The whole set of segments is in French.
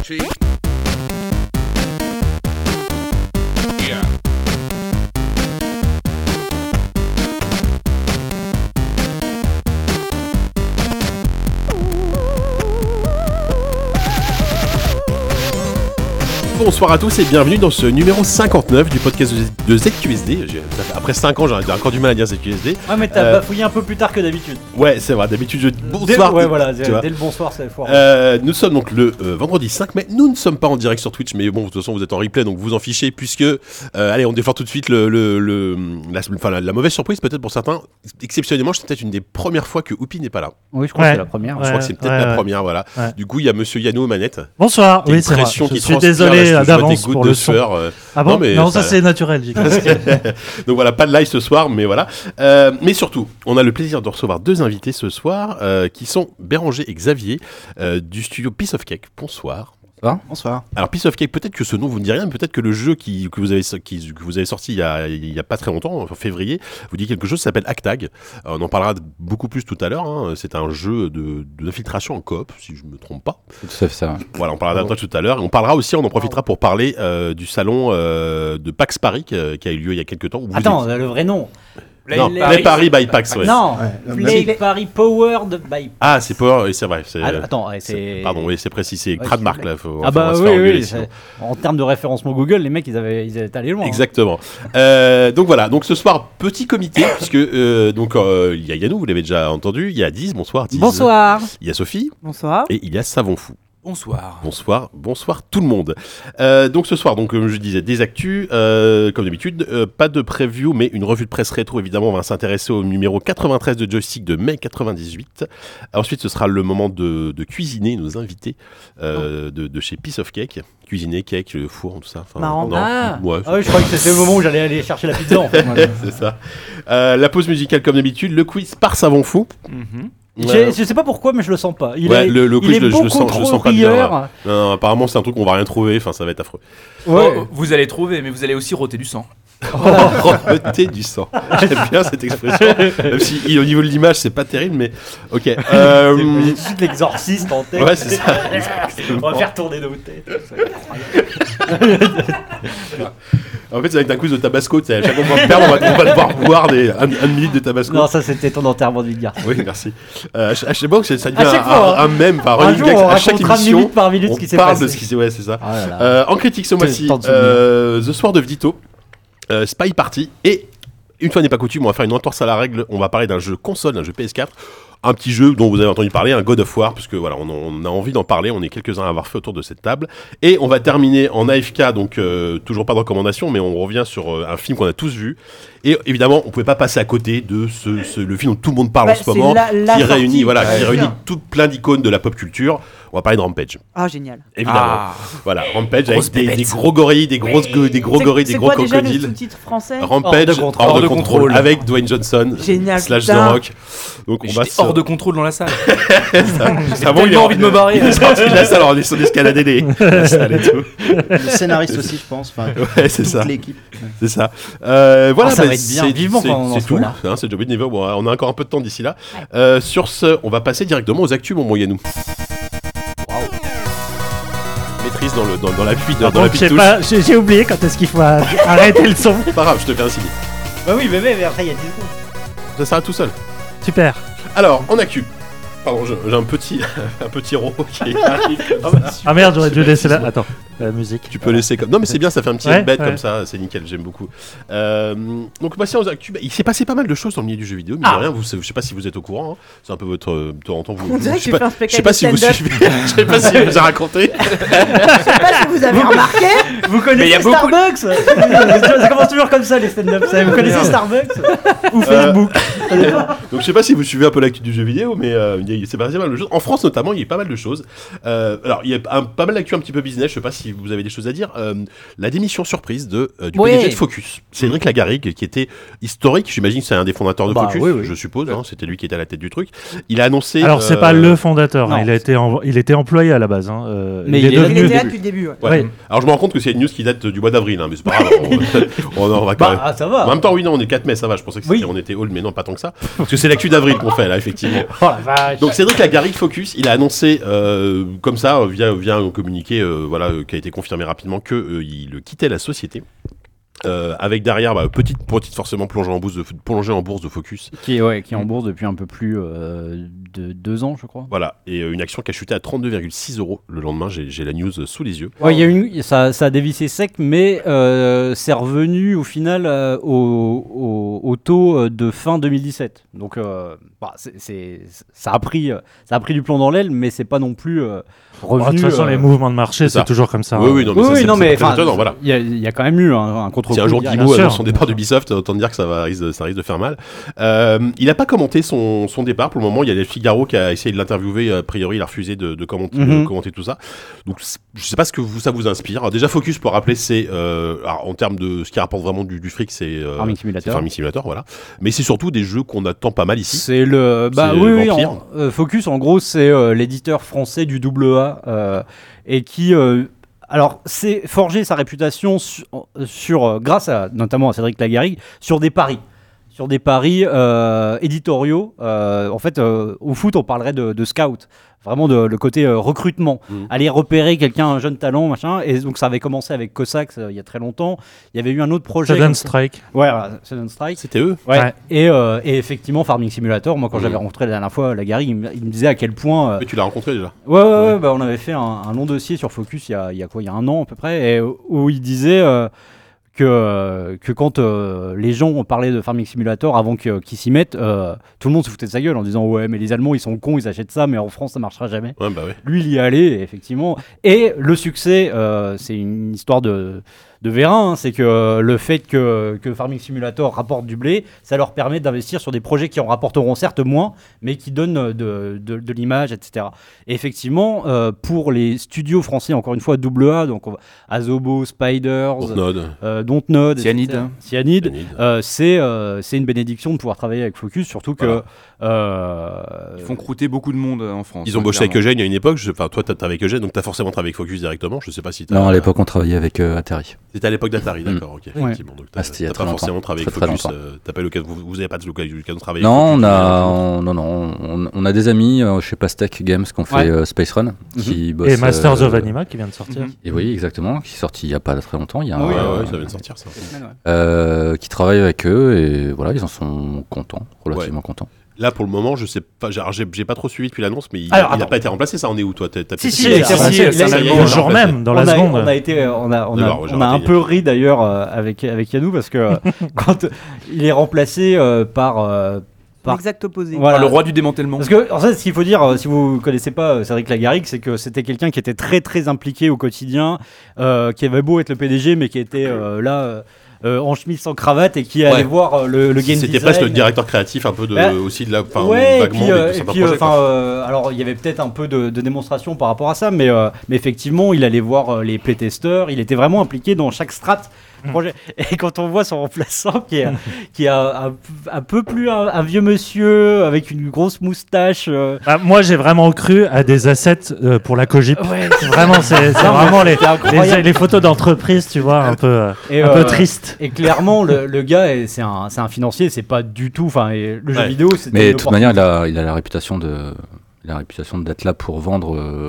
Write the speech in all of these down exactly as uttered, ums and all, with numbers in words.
Cheap. Yeah. Bonsoir à tous et bienvenue dans ce numéro cinquante-neuf du podcast de Z Q S D. J'ai- Après cinq ans, j'ai encore du mal à dire Z Q S D. Ouais, mais t'as Euh, bafouillé un peu plus tard que d'habitude. Ouais, c'est vrai, d'habitude je... Dès, Bonsoir. ouais, voilà, tu vois. dès le bonsoir, c'est fort. Euh, nous sommes donc le euh, vendredi cinq mai. Nous ne sommes pas en direct sur Twitch, mais bon, de toute façon, vous êtes en replay, donc vous en fichez, puisque. Euh, allez, on défend tout de suite le, le, le- la, enfin, la, la mauvaise surprise, peut-être pour certains. Exceptionnellement, c'est peut-être une des premières fois que Oupi n'est pas là. Oui, je crois Ouais. que c'est la première. Je crois que c'est peut-être ouais, la ouais. première, voilà. Ouais. Du coup, il y a Monsieur Yannou aux manettes. Bonsoir, Qui a oui, une c'est vrai. pression Je qui suis transpire, désolé là, je- je vois d'avance tes gouttes pour de le son. sueur, euh, Ah bon non, mais Non, ça, ça- c'est naturel, J K. Donc voilà, pas de live ce soir, mais voilà. Euh, mais surtout, on a le plaisir de recevoir deux invités ce soir, euh, qui sont Béranger et Xavier, euh, du studio Piece of Cake. Bonsoir. Bonsoir. Alors Piece of Cake, peut-être que ce nom vous ne dit rien, mais peut-être que le jeu qui, que, vous avez, qui, que vous avez sorti il y, a, il y a pas très longtemps, en février, vous dit quelque chose, ça s'appelle Hacktag. Euh, on en parlera beaucoup plus tout à l'heure. Hein. C'est un jeu de, d'infiltration en coop, si je ne me trompe pas. C'est tout à fait ça. Voilà, on parlera d'un tout à l'heure. Et on parlera aussi, on en profitera pour parler euh, du salon euh, de PAX Paris qui, qui a eu lieu il y a quelques temps. où vous Attends, étiez- le vrai nom. non, Play Paris by PAX, ouais. Non, Ouais. Play Mais- Paris Powered by. Ah, c'est Power, oui, c'est vrai. C'est, Ah, attends, ouais, c'est- c'est. Pardon, oui, c'est précis, c'est Ouais, trademark s'il là. Faut, Ah faut- bah on va se oui, faire engueuler, oui. sinon. c'est- En termes de référencement Google, les mecs, ils avaient, ils étaient allés loin. hein. Exactement. Euh, donc voilà, donc ce soir, petit comité, puisque euh, donc euh, il y a Yannou, vous l'avez déjà entendu, il y a Diz, bonsoir Diz. Bonsoir. Il y a Sophie Bonsoir. et il y a Savon Fou. Bonsoir. Bonsoir, bonsoir tout le monde. Euh, donc ce soir, donc comme je disais, des actus, euh, comme d'habitude, euh, pas de preview, mais une revue de presse rétro. Évidemment, on va s'intéresser au numéro quatre-vingt-treize de Joystick de mai quatre-vingt-dix-huit. Ensuite, ce sera le moment de, de cuisiner nos invités euh, de, de chez Piece of Cake. Cuisiner, cake, le four, tout ça. Enfin, Marrant. non, Ah. ouais, Ah oui, je croyais que c'était le moment où j'allais aller chercher la pizza. En fait. moi. c'est ça. Euh, la pause musicale comme d'habitude, le quiz par Savon Fou. Mhm. J'ai- Ouais. Je sais pas pourquoi, mais je le sens pas. Il Ouais, est, le, le quiz, il est je, le- je beaucoup le sens, je trop le sens pas bien. rieur. là. Non, non, apparemment, c'est un truc qu'on va rien trouver. Enfin, ça va être affreux. Ouais. Oh, vous allez trouver, mais vous allez aussi roter du sang. Roter du sang. J'aime bien cette expression. Même si il- au niveau de l'image, c'est pas terrible, mais ok. Euh, J'ai tout de suite l'exorciste en tête. Ouais, c'est ça. On va faire tourner nos têtes. C'est incroyable. En fait, c'est avec un quiz de Tabasco. Tu sais, à chaque fois qu'on va perdre, on va, on va devoir boire des, un, un minute de Tabasco. Non, ça c'était ton enterrement de vie de garçon. Oui, merci. Euh, à chaque- à chaque fois, ça devient À chaque un, fois, un, un mème, par Un running jour, gag. on À chaque racontera émission, minute par minute on ce qui s'est parle passé. de ce qui s'est. Ouais, c'est ça. Ah là là. Euh, en critique ce mois-ci, tant de souvenirs. euh, The Sword of Vito, euh, Spy Party et une fois n'est pas coutume, on va faire une entorse à la règle. On va parler d'un jeu console, d'un jeu P S quatre. Un petit jeu dont vous avez entendu parler, un God of War, parce que voilà, on, on a envie d'en parler, on est quelques-uns à avoir fait autour de cette table. Et on va terminer en A F K, donc euh, toujours pas de recommandation, mais on revient sur euh, un film qu'on a tous vu. Et évidemment, on pouvait pas passer à côté de ce, ce- le film dont tout le monde parle Bah, en ce c'est moment, la- la qui sortie. réunit, voilà, Ouais, qui c'est réunit bien. tout plein d'icônes de la pop culture. On va parler de Rampage, Ah, génial. évidemment. Ah. Voilà, Rampage Grosse avec des, bébête. des gros gorilles, des grosses, go- des gros C'est- gorilles, des c'est gros quoi déjà le crocodiles. sous-titre français Rampage, Hors de contrôle. hors de Hors de contrôle, contrôle. avec Dwayne Johnson, Génial, slash The putain. Rock. Donc Mais on va J'étais se... hors de contrôle dans la salle. J'ai tellement envie de me barrer. Il est sorti de la salle, alors on est sur escalader les la salle et tout. Le scénariste aussi, je pense. Enfin, Ouais, c'est toute ça. l'équipe. C'est ça. Euh, voilà, Ah, ça bah, va être bien, c'est- vivement c'est- quand on en c'est soit tout. là. Hein, c'est Joby Never. Bon, on a encore un peu de temps d'ici là. Euh, sur ce, on va passer directement aux actus, mon bon Yannou. Maîtrise dans le dans, dans l'appui de Par dans contre, l'appui je de sais touche. pas, j'ai j'ai oublié quand est-ce qu'il faut a- arrêter le son. C'est pas grave, je te fais un signe. Bah oui, mais, mais, mais après il y a dix secondes. Ça s'arrête tout seul. Super. Alors, en actu. Pardon, je- j'ai un petit un petit robot qui arrive. comme ça. Ah merde, j'aurais dû laisser la. Attends, la musique. Tu peux laisser comme. Non, mais c'est bien, ça fait un petit Ouais, embed ouais. comme ça, c'est nickel, j'aime beaucoup. Euh, donc, passez aux actus. Bah, il s'est passé pas mal de choses dans le milieu du jeu vidéo, mais Ah. rien, vous, je sais pas si vous êtes au courant. Hein. C'est un peu votre. euh, De temps en temps, vous. On dirait je que sais tu pas, fais un je sais pas si spectacle vous de suivez. Je sais pas si vous a raconté. Je sais pas si vous avez remarqué. Vous Mais il y connaissez a beaucoup- Starbucks Ça commence toujours comme ça les stand-up. ça. Vous connaissez Starbucks ou Facebook Donc, je sais pas si vous suivez un peu l'actu du jeu vidéo, mais euh, il y a- c'est passé pas mal de choses. En France, notamment, il y a pas mal de choses. Euh, alors, il y a un, pas mal d'actu un petit peu business. Je sais pas si vous avez des choses à dire. Euh, la démission surprise de euh, du Oui. P D G de Focus, Cédric Lagarrigue, qui était historique. J'imagine que c'est un des fondateurs de Bah, Focus. oui, oui. Je suppose. Hein, c'était lui qui était à la tête du truc. Il a annoncé. Alors, c'est euh, pas le fondateur, hein, non. il, a été en- il était employé à la base. Hein. euh, Mais il, il est est- Il devenu. était là depuis le début. ouais. Ouais. Oui. Alors je me rends compte que c'est une news qui date du mois d'avril, hein, mais c'est pas grave. On, on, on va quand Bah, même. ah, ça En va. même temps, oui, non, on est le quatre mai, ça va. Je pensais que c'était, Oui. on était old, mais non, pas tant que ça. Parce que c'est l'actu d'avril qu'on fait là, effectivement. Oh la vache. Donc Cédric Lagarrigue Focus, il a annoncé euh, comme ça via via un communiqué euh, voilà euh, qui a été confirmé rapidement que euh, il quittait la société. Euh, avec derrière bah, petite petite forcément plongée en bourse de plongée en bourse de Focus. Qui est, ouais, qui est en bourse depuis un peu plus euh, de deux ans, je crois. Voilà, et euh, une action qui a chuté à trente-deux virgule six euros le lendemain. J'ai, j'ai la news sous les yeux. Ouais, il y a une, ça, ça a dévissé sec, mais euh, c'est revenu au final euh, au, au, au taux de fin deux mille dix-sept. Donc, euh, bah, c'est, c'est, ça a pris, ça a pris du plomb dans l'aile, mais c'est pas non plus euh, revenu. Bon, de toute façon, euh, les mouvements de marché, c'est ça. c'est toujours comme ça. Oui, hein. oui, non, mais oui, ça, oui, c'est, non, c'est mais très enfin, étonnant, voilà. il y, a- il y a quand même eu un, un contre-coup. Si un jour il y a- Guimau bien annonce sûr. son départ d'Ubisoft, autant dire que ça va risque de, ça risque de faire mal. Euh, il n'a pas commenté son, son départ pour le moment. Il y a le Figaro qui a essayé de l'interviewer. A priori, il a refusé de, de, commenter, Mhm. de commenter tout ça. Donc, c'est- je sais pas ce que vous, ça vous inspire. Alors, déjà, Focus, pour rappeler, c'est euh, alors, en termes de ce qui rapporte vraiment du, du fric, c'est euh, Farming c'est Simulator. Farming Simulator, voilà. Mais c'est surtout des jeux qu'on attend pas mal ici. C'est le bah C'est oui, oui Vampire. en- euh, Focus en gros c'est euh, l'éditeur français du double A euh, et qui euh, alors c'est forgé sa réputation su- sur euh, grâce à notamment à Cédric Lagarrigue sur des paris sur des paris euh, éditoriaux. Euh, en fait, euh, au foot, on parlerait de, de scout, vraiment de, le côté euh, recrutement, Mhm. aller repérer quelqu'un, un jeune talent, machin. Et donc ça avait commencé avec Cossacks euh, il y a très longtemps. Il y avait eu un autre projet. Sudden comme ça. Strike. Ouais, voilà, Sudden Strike. C'était eux. Ouais. Ouais. Et, euh, et effectivement, Farming Simulator, moi quand Mhm. j'avais rencontré la dernière fois Lagarrigue, il, me- il me disait à quel point. euh, Mais tu l'as rencontré déjà. Ouais, ouais, ouais, Ouais. bah, on avait fait un, un long dossier sur Focus il y a, il y a quoi, il y a un an à peu près, et où il disait euh, que, euh, que quand euh, les gens ont parlé de Farming Simulator avant que- qu'ils s'y mettent, euh, tout le monde se foutait de sa gueule en disant ouais, mais les Allemands ils sont cons, ils achètent ça, mais en France ça marchera jamais. Ouais, bah ouais. Lui, il y est allé, effectivement. Et le succès, euh, c'est une histoire de, de vérin. Hein, c'est que euh, le fait que, que Farming Simulator rapporte du blé, ça leur permet d'investir sur des projets qui en rapporteront certes moins, mais qui donnent de, de, de l'image, et cetera. Et effectivement, euh, pour les studios français, encore une fois, double A, donc on va- Asobo, Spiders, Dontnod. euh, Dontnod, Cyanide. et cetera. Cyanide. Cyanide. Euh, c'est euh, c'est une bénédiction de pouvoir travailler avec Focus, surtout que Voilà. euh, Ils font croûter beaucoup de monde euh, en France. Ils ont hein, bossé avec clairement. Eugène il y a une époque. Je- Enfin, toi, t'as avec Eugène, donc t'as forcément travaillé avec Focus directement. Je sais pas si t'as. Non, à l'époque, on travaillait avec euh, Atari. C'était à l'époque d'Atari, Mm. d'accord, ok, effectivement. Donc t'as, Ah, c'était il y a t'as très pas longtemps. forcément travaillé avec Très, très Focus. longtemps. euh, t'as pas eu l'occasion, vous, vous avez pas l'occasion de travailler Non, avec on Focus, a, mais- on, non, non, on, on a des amis euh, chez Pastec Games qui ont fait Ouais. euh, Space Run, qui bossent. Et Masters euh, of Anima qui vient de sortir. Mhm. Et oui, exactement, qui est sorti il y a pas très longtemps. Il y a un, Ouais, euh, ouais, ça vient de sortir ça. euh, qui travaille avec eux et voilà, ils en sont contents, relativement contents. Là, pour le moment, je sais pas, j'ai, alors, j'ai, j'ai pas trop suivi depuis l'annonce, mais il, Alors, il a attends. pas été remplacé, ça en est où, toi? T'as, t'as Si, peut-être- si, Si, il a si, été- si, il a- si, il a- ça y est, il a- on le l'a jour remplacé. même, dans on la a, seconde. on a été, on a, on a, D'accord, on j'ai a un raté. peu ri d'ailleurs euh, avec avec Yannou parce que quand il est remplacé euh, par euh, par L'exact opposé. voilà. Ah, le roi du démantèlement. Parce que en fait, ce qu'il faut dire, euh, si vous connaissez pas euh, Cédric Lagarrigue, c'est que c'était quelqu'un qui était très très impliqué au quotidien, euh, qui avait beau être le P D G, mais qui était euh, là euh, euh, en chemise sans cravate et qui allait Ouais. voir euh, le, le game C'était design. presque le directeur créatif, un peu de, Bah, aussi de la, enfin, Ouais, et vaguement, puis, de- euh, de et certains puis, projets, enfin, quoi. euh, alors il y avait peut-être un peu de, de démonstration par rapport à ça, mais, euh, mais effectivement, il allait voir euh, les playtesters, il était vraiment impliqué dans chaque strat projet. Et quand on voit son remplaçant qui est, qui est un, un- un peu plus un, un vieux monsieur avec une grosse moustache. euh, Ah, moi, j'ai vraiment cru à des assets euh, pour la Cogip. Ouais, Vraiment, c'est c'est Non, mais vraiment les, c'était incroyable. les, les photos d'entreprise, tu vois, un peu, euh, Et, un euh, peu triste. Et clairement, le, le gars, est- c'est un, c'est un financier, c'est pas du tout. Enfin, et le jeu Ouais. vidéo, c'est. Mais de toute manière, il a, il a la réputation de, il a la réputation d'être là pour vendre. euh,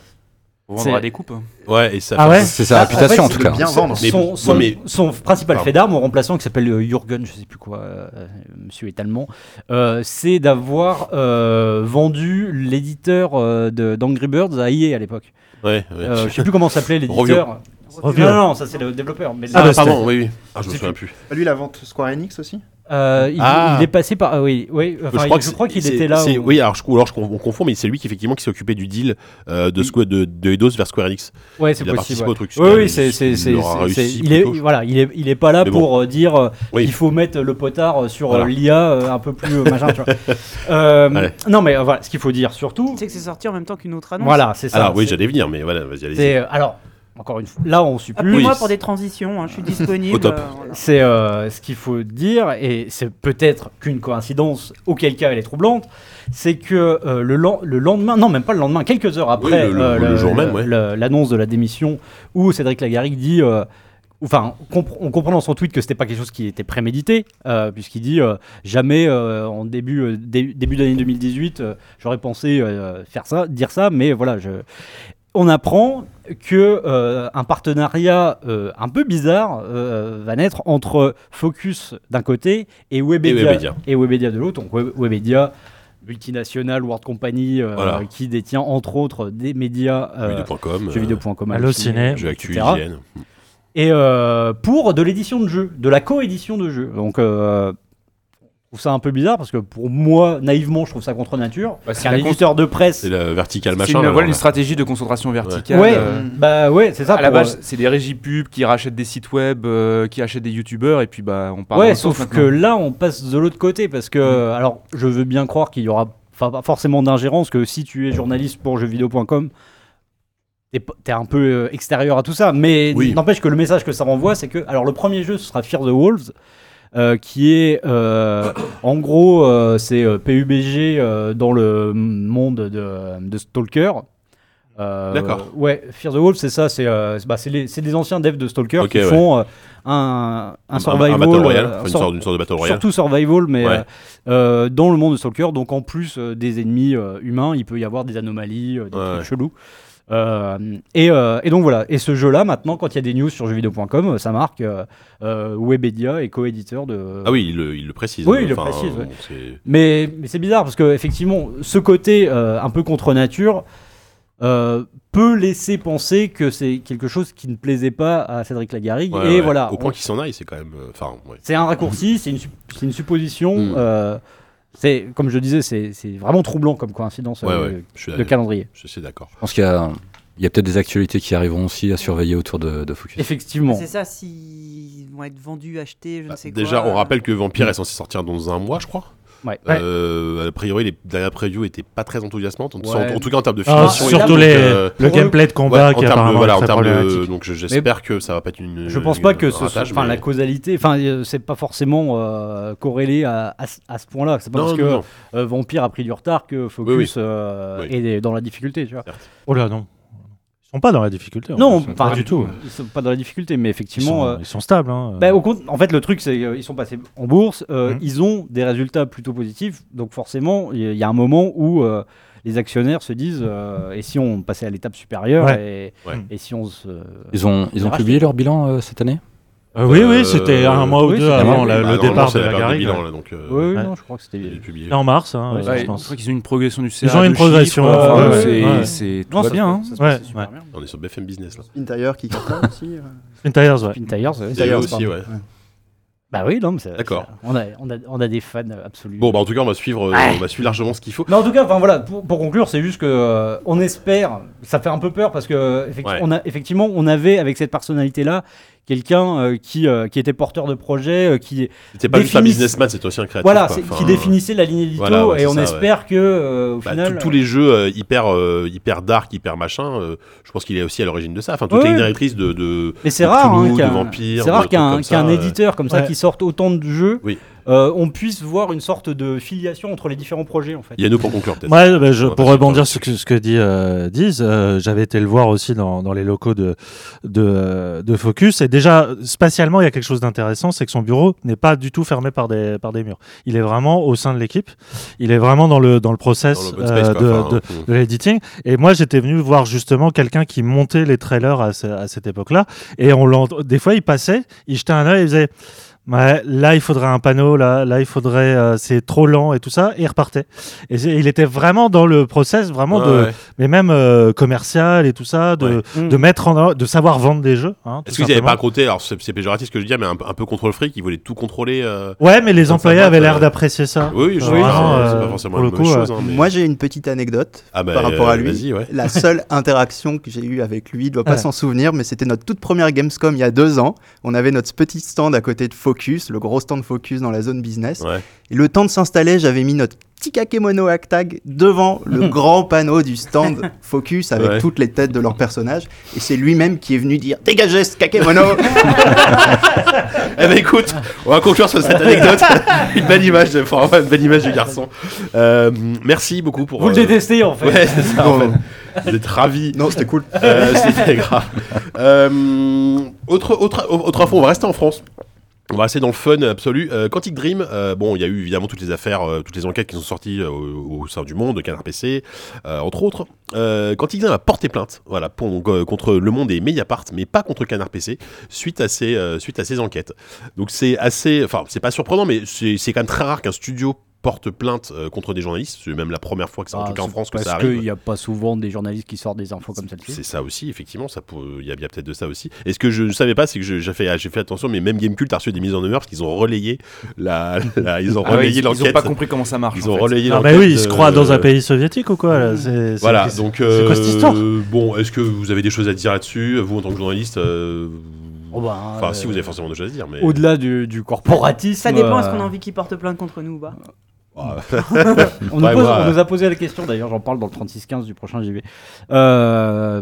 Pour vendre c'est- à des coupes. Ouais, et ça Ah fait- ouais C'est sa Bah, réputation en en, fait, tout c'est cas. bien vendre. Mais- son, son, mais- son principal Pardon. fait d'arme au remplaçant qui s'appelle euh, Jürgen, je sais plus quoi, euh, monsieur est allemand, euh, c'est d'avoir euh, vendu l'éditeur euh, de- d'Angry Birds à E A à l'époque. Ouais, ouais. Euh, je sais plus comment s'appelait l'éditeur. Revio. Non, non, non, ça c'est le développeur. Mais Ah, le- bah, pardon, oui, oui. Ah, je me C'est souviens plus. Lui, la vente Square Enix aussi euh, il, Ah. il est passé par. ah oui, oui. Enfin, je il- crois, que je crois c'est- qu'il c'est- était là. c'est- où- Oui, alors je, ou alors je con- on confond, mais c'est lui qui effectivement qui s'est occupé du deal euh, de, Squa- de, de Eidos vers Square Enix. Ouais, c'est Il a possible. participé ouais. au truc. Oui, Il- oui, c'est, c'est, il c'est, aura c'est- réussi il est, plutôt. voilà, il est, il est pas là Mais bon. pour euh, dire euh, Oui. qu'il faut mettre le potard sur Voilà. euh, l'I A euh, un peu plus euh, machin, tu vois. Euh, Ouais. Non, mais euh, voilà, ce qu'il faut dire surtout. C'est que c'est sorti en même temps qu'une autre annonce. Voilà, c'est ça. Alors oui, c'est, j'allais venir, mais voilà, vas-y, allez-y. c'est, euh, alors, encore une fois, là, on suit plus. Appelez-moi Oui. pour des transitions, hein, je suis disponible. Au top. euh, voilà. C'est euh, ce qu'il faut dire, et c'est peut-être qu'une coïncidence, auquel cas elle est troublante, c'est que euh, le, lan- le lendemain, non même pas le lendemain, quelques heures après Oui, le- le- euh, le jour même, ouais. le- l'annonce de la démission, où Cédric Lagarrigue dit, euh, enfin, compre- on comprend dans son tweet que c'était pas quelque chose qui était prémédité, euh, puisqu'il dit euh, jamais euh, en début euh, dé- début d'année deux mille dix-huit, euh, j'aurais pensé euh, faire ça, dire ça, mais voilà, je. On apprend que euh, un partenariat euh, un peu bizarre euh, va naître entre Focus d'un côté et Webedia Et Webedia. et Webedia de l'autre. Donc Web- Webedia, multinationale World Company, euh, Voilà. qui détient entre autres des médias euh, jeuxvideo point com, jeuxvideo point com, Allociné, Jeux Actu, et cetera. I G N. Et euh, pour de l'édition de jeux, de la coédition de jeux. Donc, euh, je trouve ça un peu bizarre parce que pour moi, naïvement, je trouve ça contre nature. Bah, c'est Qu'un la cons- éditeur de presse. C'est le vertical C'est machin. une, là, voilà, une là. stratégie de concentration verticale. Ouais, euh, bah ouais, c'est ça. à la pour, base, c'est des régies pubs qui rachètent des sites web, euh, qui achètent des youtubeurs, et puis bah on parle. Ouais, sauf que là, on passe de l'autre côté parce que, alors, je veux bien croire qu'il y aura, enfin, pas forcément d'ingérence, que si tu es journaliste pour jeuxvideo point com, t'es, p- t'es un peu euh, extérieur à tout ça. Mais Oui. n'empêche que le message que ça renvoie, c'est que, alors, le premier jeu, ce sera Fear the Wolves. Euh, qui est euh, en gros euh, c'est euh, P U B G euh, dans le monde de, de Stalker. Euh, D'accord. Ouais, Fear the Wolf, c'est ça, c'est euh, c'est- bah, c'est les- c'est des anciens devs de Stalker Ok, qui ouais. font euh, un, un survival, un battle royale, euh, enfin, une, sor- sorte, une sorte de battle royale. surtout survival, mais Ouais. euh, euh, dans le monde de Stalker, donc en plus euh, des ennemis euh, humains, il peut y avoir des anomalies, euh, des Ouais, trucs ouais. chelous. Euh, et, euh, et donc voilà, et ce jeu-là, maintenant, quand il y a des news sur jeuxvideo point com, ça marque euh, euh, Webedia est co-éditeur de. Ah oui, il le, il le précise. Oui, il le Enfin, précise, ouais. c'est- Mais, mais c'est bizarre parce que effectivement, ce côté euh, un peu contre nature euh, peut laisser penser que c'est quelque chose qui ne plaisait pas à Cédric Lagarrigue. Ouais, et ouais. voilà, Au point on- qu'il s'en aille, c'est quand même. euh, Enfin, ouais. c'est un raccourci, c'est une, sup- c'est une supposition. Mm. euh, c'est comme je disais, c'est c'est vraiment troublant comme coïncidence Ouais, euh, ouais, je suis de calendrier. Je suis d'accord. Je pense qu'il y a, il y a peut-être des actualités qui arriveront aussi à surveiller autour de, de Focus. Effectivement. C'est ça, s'ils vont être vendus, achetés, je Bah, ne sais déjà, quoi. on rappelle que Vampire est censé sortir dans un mois, je crois. Ouais. Euh, a priori, les dernières previews étaient pas très enthousiasmantes. En, Ouais. en tout cas, en termes de Ah, finition. et surtout tout, les, euh, le pour eux- gameplay de ouais, combat en qui est termes de, apparemment voilà, en très termes de, problématique. donc je- j'espère que ça va pas être une. Je pense pas une- que un ce, ratage, enfin mais- la causalité, enfin euh, c'est pas forcément euh, corrélé à, à, ce- à ce point-là. C'est pas Non, parce non, que non. euh, Vampire a pris du retard que Focus Oui, oui. euh, Oui. est dans la difficulté, tu vois. Oh là, non. Ils sont pas dans la difficulté. en Non, plus. enfin, pas du tout. Ils sont pas dans la difficulté, mais Ils effectivement. sont, euh, ils sont stables. Hein. bah, au compte, en fait, le truc, c'est qu'ils sont passés en bourse, euh, Mhm. ils ont des résultats plutôt positifs, donc forcément, il y, y a un moment où euh, les actionnaires se disent euh, et si on passait à l'étape supérieure et, Ouais. et si on se. Ils ont, ils ont racheté. publié leur bilan euh, cette année Euh, oui, oui, Euh, c'était un mois ou oui, deux c'était avant un- la- Bah, le normalement, départ c'est de la la période de Garrigue. bilan, là, donc, euh, Oui, Ouais. non, je crois que c'était. il est publié. C'est en mars, hein, Ouais, je Ouais, je pense. crois qu'ils ont une progression du C A. Ils ont de une progression, chiffres, ouais, enfin, ouais, c'est, ouais. c'est- tout Non, va ça bien. se- hein. ça se Ouais, passait super ouais. bien. On est sur B F M Business là. Spin qui cartonne aussi. euh. Spin Tires, ouais. Spin Tires, ouais. Tires aussi, pardon. ouais. Bah oui, non, mais c'est- D'accord. c'est- On a, on, a, on a des fans absolus. Bon, bah en tout cas, on va suivre, euh, Ouais. on va suivre largement ce qu'il faut. Mais en tout cas, enfin voilà, pour, pour conclure, c'est juste que euh, on espère, ça fait un peu peur parce que effecti- Ouais. on a, effectivement, on avait avec cette personnalité-là quelqu'un euh, qui, euh, qui était porteur de projet, euh, qui C'était pas juste un définisse- businessman, c'était aussi un créatif. voilà, quoi. c'est- Enfin, qui définissait la ligne édito voilà, ouais, et c'est on ça, espère que euh, au bah, final, tous- tous les jeux euh, hyper, euh, hyper dark, hyper machin, euh, je pense qu'il est aussi à l'origine de ça. Enfin, toutes Ouais, les ouais. directrices de, de, mais c'est de rare, hein, Cthulhu, de qu'un, Vampire, c'est de rare trucs qu'un, comme ça, qu'un euh, éditeur comme ça ouais. qui sorte autant de jeux, Oui. euh, on puisse voir une sorte de filiation entre les différents projets en fait. Il y a nous pour conclure peut-être. Ouais, bah, je, On va pour passer rebondir par sur ce que, ce que dit euh, Diz, euh, j'avais été le voir aussi dans, dans les locaux de, de, de Focus. Et déjà, spatialement, il y a quelque chose d'intéressant, c'est que son bureau n'est pas du tout fermé par des, par des murs. Il est vraiment au sein de l'équipe. Il est vraiment dans le, dans le process Dans l'open space, euh, quoi. de, Enfin, de, hum. de l'editing. Et moi, j'étais venu voir justement quelqu'un qui montait les trailers à, ce- à cette époque-là. Et on l'ent- des fois, il passait, il jetait un œil et il faisait... Ouais, là il faudrait un panneau, là, là il faudrait, euh, c'est trop lent et tout ça, et il repartait. Et c'est- il était vraiment dans le process, vraiment Ouais, de, ouais. mais même euh, commercial et tout ça, de, Ouais. Mm. de mettre en, de savoir vendre des jeux. Hein, tout Est-ce qu'ils n'avaient simplement. pas un côté, alors c'est c'est péjoratif ce que je dis, mais un, peu- un peu contrôle fric, ils voulaient tout contrôler. euh, Ouais, mais les Dans sa employés boîte, avaient l'air euh, d'apprécier ça. Oui, je Oui, sais pas, euh, c'est pas forcément pour une le mauvaise coup, chose. hein, mais- Moi, j'ai une petite anecdote Ah bah, par rapport à euh, lui. vas-y, ouais. La seule interaction que j'ai eue avec lui, il doit pas Ouais. s'en souvenir, mais c'était notre toute première Gamescom il y a deux ans. On avait notre petit stand à côté de Focus, le gros stand Focus dans la zone business. Ouais. Et le temps de s'installer, j'avais mis notre petit kakémono Hacktag devant le grand panneau du stand Focus avec Ouais. toutes les têtes de leurs personnages. Et c'est lui-même qui est venu dire « Dégagez ce kakémono !» Eh ben écoute, on va conclure sur cette anecdote. Une belle image, de, enfin, une belle image du garçon. Euh, merci beaucoup pour. Vous le euh, détestez en fait. Ouais, c'est ça. En fait. Vous êtes ravis. Non, c'était cool. Euh, c'était grave. Euh, autre, autre, autre info, on va rester en France. On va rester dans le fun absolu. Euh, Quantic Dream, euh, bon, il y a eu évidemment toutes les affaires, euh, toutes les enquêtes qui sont sorties euh, au, au sein du monde, Canard P C, euh, entre autres. Euh, Quantic Dream a porté plainte, voilà, pour, euh, contre Le Monde et Mediapart, mais pas contre Canard P C, suite à ces, euh, suite à ces enquêtes. Donc c'est assez, enfin, c'est pas surprenant, mais c'est, c'est quand même très rare qu'un studio porte plainte euh, contre des journalistes. C'est même la première fois que c'est en Ah, tout cas en c'est France que parce ça qu'il arrive. n'y a pas souvent des journalistes qui sortent des infos comme celle-ci. C'est ça aussi, effectivement, ça peut- il y a, il y a peut-être de ça aussi. Et ce que je ne savais pas, c'est que je- j'ai fait, j'ai fait attention, mais même Gamecult a reçu des mises en demeure parce qu'ils ont relayé la, la- ils ont Ah ouais, relayé ils, ils ont l'enquête. pas compris comment ça marche. Ils en ont fait. relayé Non, l'enquête. mais oui, ils se croient de- dans un pays soviétique ou quoi là c'est, c'est- Voilà, c'est- donc c'est quoi cette euh, histoire bon, est-ce que vous avez des choses à dire là-dessus, vous en tant que journaliste euh, Oh bah, Enfin, euh, si vous avez forcément des choses à dire, mais Au-delà du, du corporatisme. Ça dépend, est-ce euh, qu'on a envie qu'ils portent plainte contre nous ou pas? Ah, On, nous Ouais, pose- moi, on nous a posé la question, d'ailleurs, j'en parle dans le trente-six quinze du prochain J V. Euh,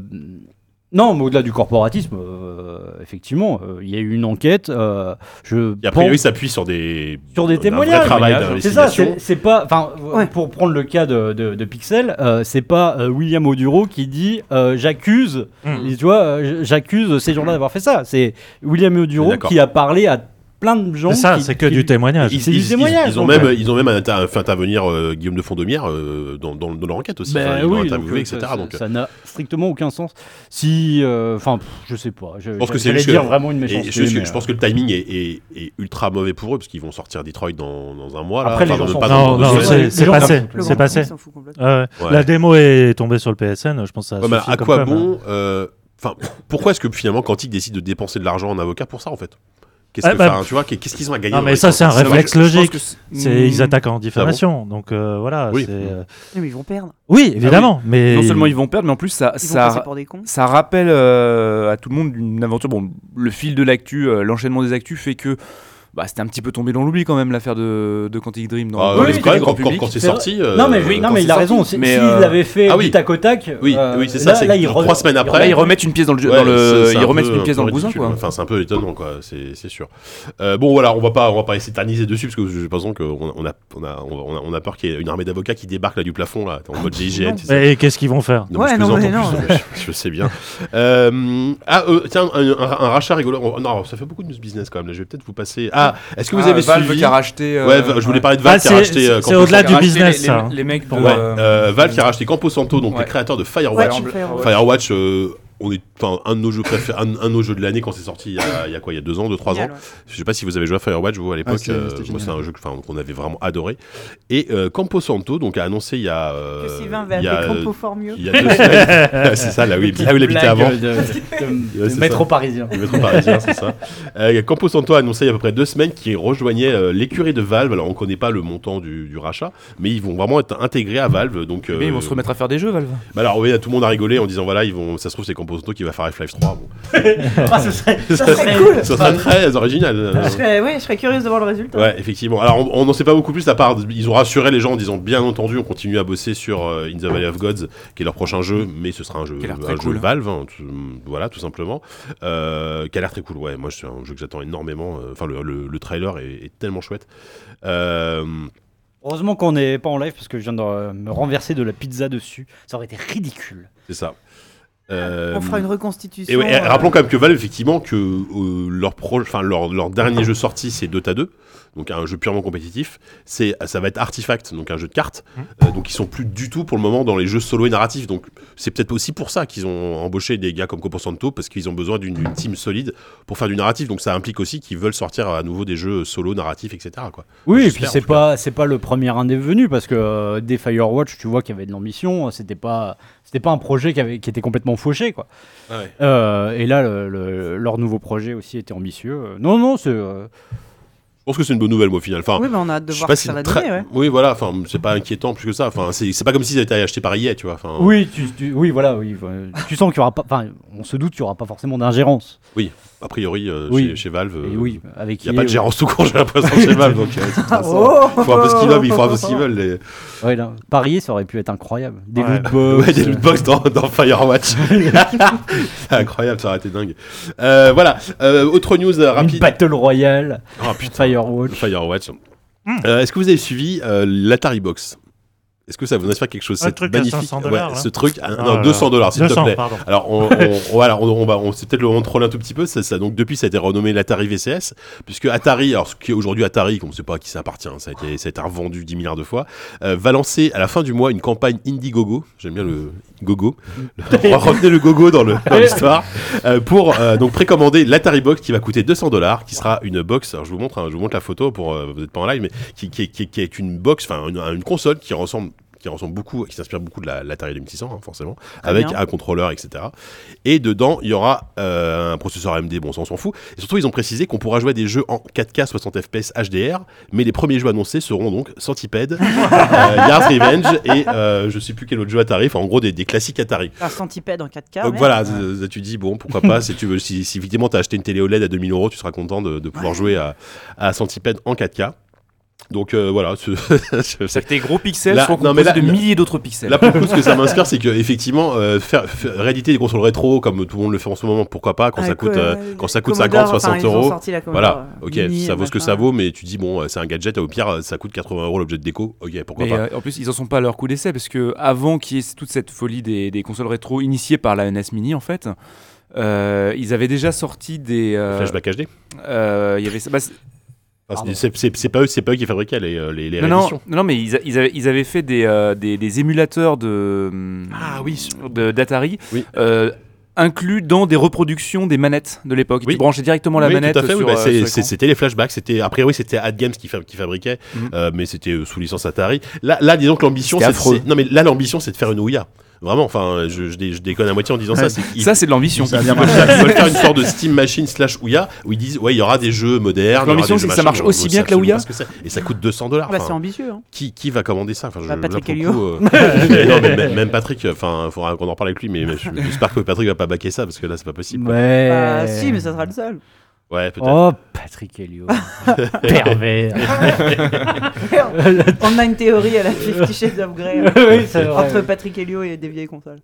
non, mais au-delà du corporatisme, euh, effectivement, euh, il y a eu une enquête. Euh, je et a priori, pense- s'appuie sur des sur des un témoignages. vrai travail C'est ça, d'investigation. c'est, c'est pas. Enfin, Ouais. pour prendre le cas de, de, de Pixel, euh, c'est pas euh, William Oduro qui dit euh, j'accuse, Mm. et tu vois, euh, j'accuse ces gens-là d'avoir fait ça. C'est William Oduro D'accord. qui a parlé à plein de gens. c'est ça, qui- c'est que qui- du témoignage. Ils, C'est du ils- témoignage, ils ont donc, même, ouais. ils ont même inter- fait intervenir euh, Guillaume de Fondomière euh, dans, dans, dans leur enquête aussi. Ben Enfin, ils l'ont oui, interviewé, donc, euh, et cetera. Ça, donc, ça n'a strictement aucun sens. Si, enfin, pff, je sais pas. Je, pense que c'est j'allais juste que- dire vraiment une et méchanceté. je, je- mais, je pense que le timing est, est- est ultra mauvais pour eux parce qu'ils vont sortir Detroit dans, dans un mois. Là. Après, les Enfin, gens dans- s'en pas foutent. dans Non, deux non, semaines. c'est, Les c'est gens passé, s'en foutent. Le c'est grand passé. public s'en fout complètement. Ouais, ouais. Ouais. La démo est tombée sur le P S N, je pense que ça Ouais, mais suffit à comme quoi com, hein. bon euh, Enfin, pourquoi est-ce que finalement Quantic décide de dépenser de l'argent en avocat pour ça en fait? Qu'est-ce Ah, que, bah, enfin, tu vois, qu'est-ce qu'ils ont à gagner Non, dans mais les ça, c'est un temps? réflexe je pense logique. que c'est- C'est, ils Hmm. attaquent en diffamation, donc euh, voilà. Oui. c'est, euh, Mais ils vont perdre. Oui, évidemment, mais Non seulement ils vont perdre, mais en plus ça, Ils vont passer ça, pour des cons. ça rappelle euh, à tout le monde une aventure. Bon, le fil de l'actu, euh, l'enchaînement des actus fait que bah, c'était un petit peu tombé dans l'oubli quand même l'affaire de, de Quantic Dream dans, Ah, dans oui, l'esprit quand, du même, grand quand, quand, public. quand c'est C'est sorti. euh, non, mais, oui, non, quand mais c'est il a sorti, raison. Si- mais, S'ils euh, l'avaient fait ah oui. du tac au tac. Oui, euh, oui, c'est ça, là- c'est là, que ils trois re- semaines ils après, Là, remettent- ils remettent une pièce dans le, Ouais, dans le, c'est- c'est ils un remettent peu- une pièce un dans peu le bousin, ridicule. quoi. Enfin, c'est un peu étonnant, quoi. C'est, c'est sûr. Euh, bon, voilà, on va pas, on va pas s'éterniser dessus parce que j'ai l'impression qu'on on a, on a, on a, on a peur qu'il y ait une armée d'avocats qui débarque là du plafond là, en mode G I G N. tu sais. Et qu'est-ce qu'ils vont faire? Non, mais Ouais, je non, plaisante mais en non. plus, je, je sais bien. Euh, ah, euh, tiens, un, un- un rachat rigolo. Oh, non, ça fait beaucoup de news business quand même. Là, je vais peut-être vous passer. Ah, est-ce que vous Ah, avez Valve suivi qui a racheté. euh, Ouais, je voulais parler de Ah, Valve qui a c'est- racheté. euh, c'est Campo au-delà Santo. du qui a racheté business, les, ça. les, les mecs de. Ouais, euh, euh, Valve qui a racheté Campo Santo, donc Ouais. les créateurs de Firewatch. Ouais, Firewatch. Firewatch, euh, on est, enfin, un de nos jeux préférés, un, un de nos jeux de l'année quand c'est sorti il y, a, il y a quoi, il y a deux ans, deux, trois ans. Génial, ouais. Je sais pas si vous avez joué à Firewatch vous à l'époque. Ah, c'était- euh, c'était moi, c'est génial. un jeu que- enfin, qu'on avait vraiment adoré. Et euh, Campo Santo, donc a annoncé il y a. euh, Que Sylvain va il y a, appeler euh, Campo fort mieux. il y a deux semaines. C'est ça, là où, il- là où il habitait avant. Blague de, de- Ouais, de c'est métro ça. parisien. Le métro parisien, c'est ça. Euh, Campo Santo a annoncé il y a à peu près deux semaines qu'il rejoignait euh, l'écurie de Valve. Alors on connaît pas le montant du, du rachat, mais ils vont vraiment être intégrés à Valve. Donc, Mais ils vont se remettre à faire des jeux, Valve. Bah alors oui, tout le monde a rigolé en disant voilà, ils vont, ça se trouve c'est Campo Santo qui va faire Half-Life trois. Bon. Ah, ce serait, ça serait cool. Ça serait très original. Je serais, ouais, je serais curieuse de voir le résultat. Ouais, effectivement. Alors, on n'en sait pas beaucoup plus à part. Ils ont rassuré les gens en disant bien entendu, on continue à bosser sur euh, In the Valley of Gods, qui est leur prochain jeu, mais ce sera un jeu, Qui a l'air un très jeu cool. Valve, hein, tout- voilà, tout simplement. Euh, qui a l'air très cool. Ouais, moi, c'est un jeu que j'attends énormément. euh, Enfin, le, le- le trailer est, est tellement chouette. Euh, Heureusement qu'on n'est pas en live parce que je viens de euh, me renverser de la pizza dessus. Ça aurait été ridicule. c'est ça. Euh, On fera une reconstitution. Et, ouais, et euh, rappelons quand même que Valve, effectivement, que euh, leur, pro, enfin, leur, leur dernier jeu sorti, c'est Dota deux, donc un jeu purement compétitif. C'est, ça va être Artifact, donc un jeu de cartes. Euh, donc ils sont plus du tout pour le moment dans les jeux solo et narratifs. Donc c'est peut-être aussi pour ça qu'ils ont embauché des gars comme Campo Santo, parce qu'ils ont besoin d'une, d'une team solide pour faire du narratif. Donc ça implique aussi qu'ils veulent sortir à nouveau des jeux solo, narratifs, et cetera. Quoi. Oui, et J'espère, puis en c'est tout cas. pas c'est pas le premier indé venu parce que euh, dès Firewatch, tu vois qu'il y avait de l'ambition. C'était pas c'était pas un projet qui avait qui était complètement fauché quoi. Ouais. Euh, et là, le- le- leur nouveau projet aussi était ambitieux. Euh, Non, non, c'est euh, Je pense que c'est une bonne nouvelle, moi, au final. Enfin, Oui, mais on a hâte de je sais voir pas ce que si ça va très- donner. Ouais. Oui, voilà. Enfin, c'est pas inquiétant plus que ça. Enfin, c'est, c'est pas comme s'ils avaient été achetés par E A, tu vois. Enfin, oui, tu, tu- oui, voilà, oui. euh, tu sens qu'il y aura pas. Enfin, on se doute qu'il y aura pas forcément d'ingérence. a priori, euh, Oui. chez, chez Valve. Et euh, oui, avec Il n'y a pas de E A, gérance tout court, j'ai l'impression, chez Valve. Donc, euh, de toute façon, Oh ils font un peu ce qu'ils veulent, mais ils font un peu ce qu'ils veulent. Les... Ouais, là, parier, ça aurait pu être incroyable. Des Ouais. loot box. Ouais, des lootbox dans, dans Firewatch. Incroyable, ça aurait été dingue. Euh, voilà, euh, autre news euh, Une rapide. battle royale. Oh putain, Firewatch. Firewatch. Euh, est-ce que vous avez suivi euh, l'Atari Box? Est-ce que ça vous inspire quelque chose? Un C'est truc à magnifique. cinq cents dollars, Ouais, là. ce truc, ah, Ah non, là deux cents dollars, s'il deux te cents, plaît. pardon. Alors, on, on, voilà, on, on va, on, c'est peut-être le moment de troller un tout petit peu. Ça, ça, donc, depuis, ça a été renommé l'Atari V C S, puisque Atari, alors ce qui est aujourd'hui Atari, qu'on ne sait pas à qui ça appartient, ça a été, ça a été revendu dix milliards de fois, euh, va lancer à la fin du mois une campagne Indiegogo. J'aime bien le Gogo. On va retenir le Gogo dans le dans l'histoire euh, pour euh, donc précommander l'Atari Box qui va coûter deux cents dollars, qui sera une box. Alors je vous montre, hein, je vous montre la photo pour euh, vous n'êtes pas en live, mais qui, qui, qui, qui est une box, enfin une, une console qui ressemble qui ressemble beaucoup, qui s'inspire beaucoup de la, l'Atari deux mille six cents, hein, forcément, Très avec bien. un contrôleur, et cetera. Et dedans, il y aura euh, un processeur A M D, bon, ça on s'en fout. Et surtout, ils ont précisé qu'on pourra jouer à des jeux en quatre K soixante F P S H D R, mais les premiers jeux annoncés seront donc Centipede, euh, Yard's Revenge et euh, je sais plus quel autre jeu Atari, enfin en gros des, des classiques Atari. Un centipède en quatre K. Donc merde. voilà, z- z- tu dis bon, pourquoi pas, si tu veux, si, si effectivement t'as acheté une télé O L E D à deux mille euros, tu seras content de, de pouvoir jouer à, à Centipede en quatre K. Donc euh, voilà, ce- je- C'est que tes gros pixels Là- sont non, mais composés là- de là- milliers d'autres pixels. Là pour le coup, ce que ça m'inspire, c'est que effectivement, euh, faire, faire rééditer des consoles rétro comme tout le monde le fait en ce moment, pourquoi pas quand Ah, ça coûte, quoi, euh, euh, quand ça coûte Commodore, cinquante, soixante enfin, ils ont euros. sorti la Commodore, Voilà, euh, ok, Mini, ça vaut ce que machin. ça vaut, mais tu dis bon, euh, c'est un gadget, au pire, euh, ça coûte quatre-vingts euros l'objet de déco. Ok, pourquoi Mais pas. euh, en plus, ils en sont pas à leur coup d'essai parce que avant qu'il y ait toute cette folie des, des consoles rétro initiée par la N E S Mini, en fait, euh, ils avaient déjà sorti des. euh, Flashback H D. euh, Il y avait ça. bah, c'est- Ah, c'est- c'est c'est- c'est pas eux, c'est pas eux qui fabriquaient les, euh, les, les non, non, rééditions. non, mais ils, a- ils avaient, ils avaient fait des, euh, des, des émulateurs de. Ah oui. de- d'Atari. Oui. euh, inclus dans des reproductions des manettes de l'époque. Oui. Tu branchais directement la Oui, manette tout à fait, oui, sur, bah, euh, c'est- sur c'est- l'écran. c'était les flashbacks, c'était a priori c'était Ad Games qui, fa- qui fabriquait, Mhm. euh, mais c'était euh, sous licence Atari. Là, là disons que l'ambition, C'était c'est, affreux. c'est- non mais là l'ambition c'est de faire une Ouya. Vraiment, enfin, je, je, dé- je déconne à moitié en disant ça. C'est qu'ils- Ça, c'est de l'ambition. ils, veulent faire, ils veulent faire une sorte de Steam Machine slash Ouya où ils disent ouais il y aura des jeux modernes. il y aura L'ambition, des c'est jeux que ça machin, marche mais aussi on bien sait que la absolument Ouya. pas ce que c'est. Et ça coûte deux cents dollars. Bah, c'est ambitieux. Hein. Qui, qui va commander ça enfin, je, Bah, là, Patrick pour le Helio. coup, euh, mais non, mais même, même Patrick, enfin, il faudra qu'on en parle avec lui, mais, mais je- j'espère que Patrick va pas baquer ça parce que là c'est pas possible. quoi. Ouais. Bah, si, mais ça sera le seul. Ouais, peut-être. Oh, Patrick Helio. Pervers. On a une théorie à la Fifty Shades of Grey. hein, Oui, c'est vrai. Entre Patrick Helio et des vieilles consoles.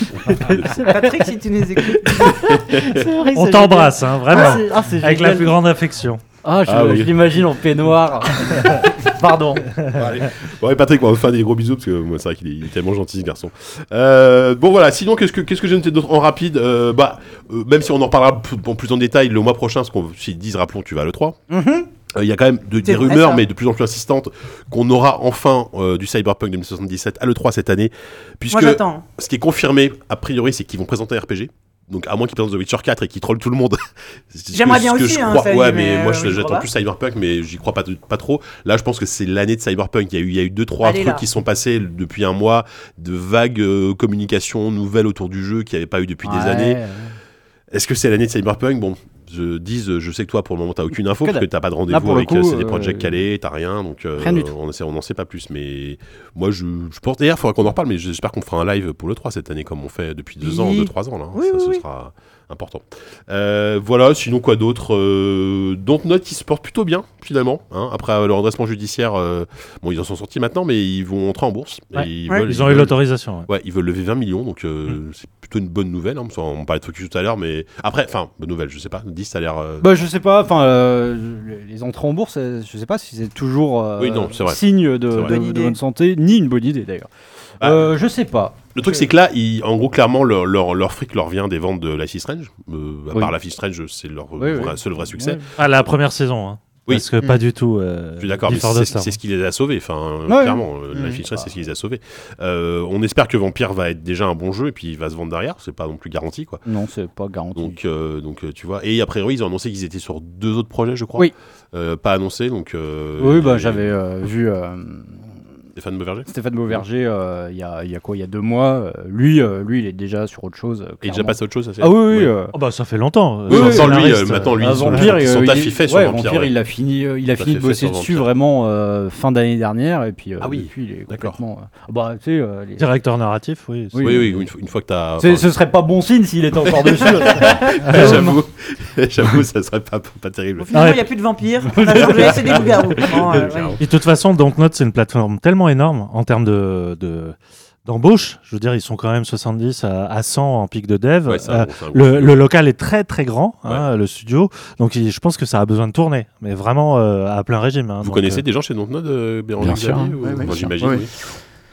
Patrick, si tu nous écoutes. C'est vrai, On c'est t'embrasse, hein, génial. vraiment. Ah, c'est- ah, c'est Avec la génial. plus grande affection. Ah, je, Ah oui. je l'imagine en peignoir. Pardon. Allez. Bon, ouais, Patrick, on va faire des gros bisous parce que moi, c'est vrai qu'il est, il est tellement gentil ce garçon. Euh, bon voilà, sinon qu'est-ce que qu'est-ce que j'ai noté d'autre en rapide euh, Bah, euh, même si on en reparlera p- en plus en détail le mois prochain, parce qu'on s'ils disent, rappelons, tu vas à l'E trois. Il Mhm. y a quand même de- des vrai, rumeurs, ça. mais de plus en plus insistantes, qu'on aura enfin euh, du Cyberpunk deux mille soixante-dix-sept à l'E trois cette année, puisque Moi, j'attends. ce qui est confirmé a priori, c'est qu'ils vont présenter un R P G. Donc à moins qu'ils présentent The Witcher quatre et qu'ils trollent tout le monde. C'est ce J'aimerais que- bien ce que aussi, je hein, crois. ça y est, Ouais, mais, mais moi euh, je- oui, je j'attends crois pas. plus Cyberpunk, mais j'y crois pas, pas trop. Là, je pense que c'est l'année de Cyberpunk. Il y a eu, il y a eu deux trois Elle est trucs là. qui sont passés depuis un mois, de vagues euh, communications nouvelles autour du jeu qu'il n'y avait pas eu depuis des Ouais. années. Est-ce que c'est l'année de Cyberpunk? Bon, je dis, je sais que toi pour le moment t'as aucune info Que parce que dalle. t'as pas de Là, rendez-vous pour le avec coup, euh, c'est des euh, projets calés, t'as rien, donc euh, rien du tout. on n'en sait, on n'en sait pas plus. Mais moi je, je pense d'ailleurs, il faudra qu'on en reparle, mais j'espère qu'on fera un live pour le trois cette année comme on fait depuis deux ans, Oui. deux trois ans là. hein. Oui, ça oui, ce oui. sera important. Euh, voilà, sinon quoi d'autre euh, Dontnod qui se porte plutôt bien finalement. Hein, après euh, le redressement judiciaire, euh, bon ils en sont sortis maintenant, mais ils vont entrer en bourse. Et Ouais. ils, Ouais. veulent, Ils ont eu veulent- l'autorisation. ouais. Ouais, ils veulent lever vingt millions, donc euh, c'est plutôt une bonne nouvelle. Hein, on parlait de Focus tout à l'heure, mais après, enfin, bonne nouvelle, je sais pas. dix, ça a l'air. euh, Bah, je sais pas, enfin, euh, les- les entrées en bourse, euh, je sais pas si c'est toujours euh, Oui, non, c'est vrai. signe de, C'est vrai. de- Bonne de idée. bonne santé, ni une bonne idée d'ailleurs. Ah. Euh, je sais pas. Le truc, c'est que là, ils- en gros, clairement, leur, leur, leur fric leur vient des ventes de Life is Strange. Euh, à Oui. part Life is Strange, c'est leur Oui, vrai- oui. seul vrai succès. Ouais. Ah, la première saison. Hein. Oui. Parce que Mm. pas du tout. Euh, Je suis d'accord, mais Before c'est the Storm. c'est ce qui les a sauvés. Enfin, Ouais. clairement, euh, Mm. Life is Strange, c'est ce qui les a sauvés. Euh, on espère que Vampire va être déjà un bon jeu et puis il va se vendre derrière. C'est pas non plus garanti, quoi. Non, c'est pas garanti. Donc, euh, donc euh, tu vois. Et a priori, ils ont annoncé qu'ils étaient sur deux autres projets, je crois. Oui. Euh, pas annoncés, donc. euh, oui, bah et- j'avais euh, vu euh, Stéphane Beauverger. Stéphane Beauverger euh, il y, a, il y a quoi, il y a deux mois. euh, lui, euh, lui, il est déjà sur autre chose. euh, Et déjà clairement. passé à autre chose, ça c'est- Ah oui, oui. Ouais. euh, Oh, bah, ça fait longtemps. Oui, Euh, oui, scénariste, lui, euh, maintenant, lui, Ah, son- Vampire, son euh, taf, il- il fait sur ouais, Vampire, ouais. il a fini, euh, il a Tout à fini fait de fait bosser sur dessus Vampire. vraiment euh, fin d'année dernière et puis euh, Ah oui, depuis il est d'accord. complètement. euh, bah tu sais, euh, les- Directeur narratif, oui. Oui, Oui, oui, une, fois- une fois que t'as. c'est- enfin, ce serait pas bon signe s'il était encore dessus. J'avoue, j'avoue, ça serait pas, pas terrible. Finalement, il Ouais. n'y a plus de vampires. On a changé, c'est des loups-garous. Bon, euh, ouais. Et de toute façon, Dontnod, c'est une plateforme tellement énorme en termes de, de- d'embauche. Je veux dire, ils sont quand même soixante-dix à, à cent en pic de dev. Ouais, c'est Euh, un- c'est un gros le, studio. le local est très très grand, hein, le studio. Donc il- je pense que ça a besoin de tourner, mais vraiment euh, à plein régime. hein. Vous Donc, connaissez euh, des gens chez Dontnod, euh, Béranger Bien sûr, Xavier, hein. ou- Ouais, ouais, Moi, bien sûr. j'imagine, Ouais, oui.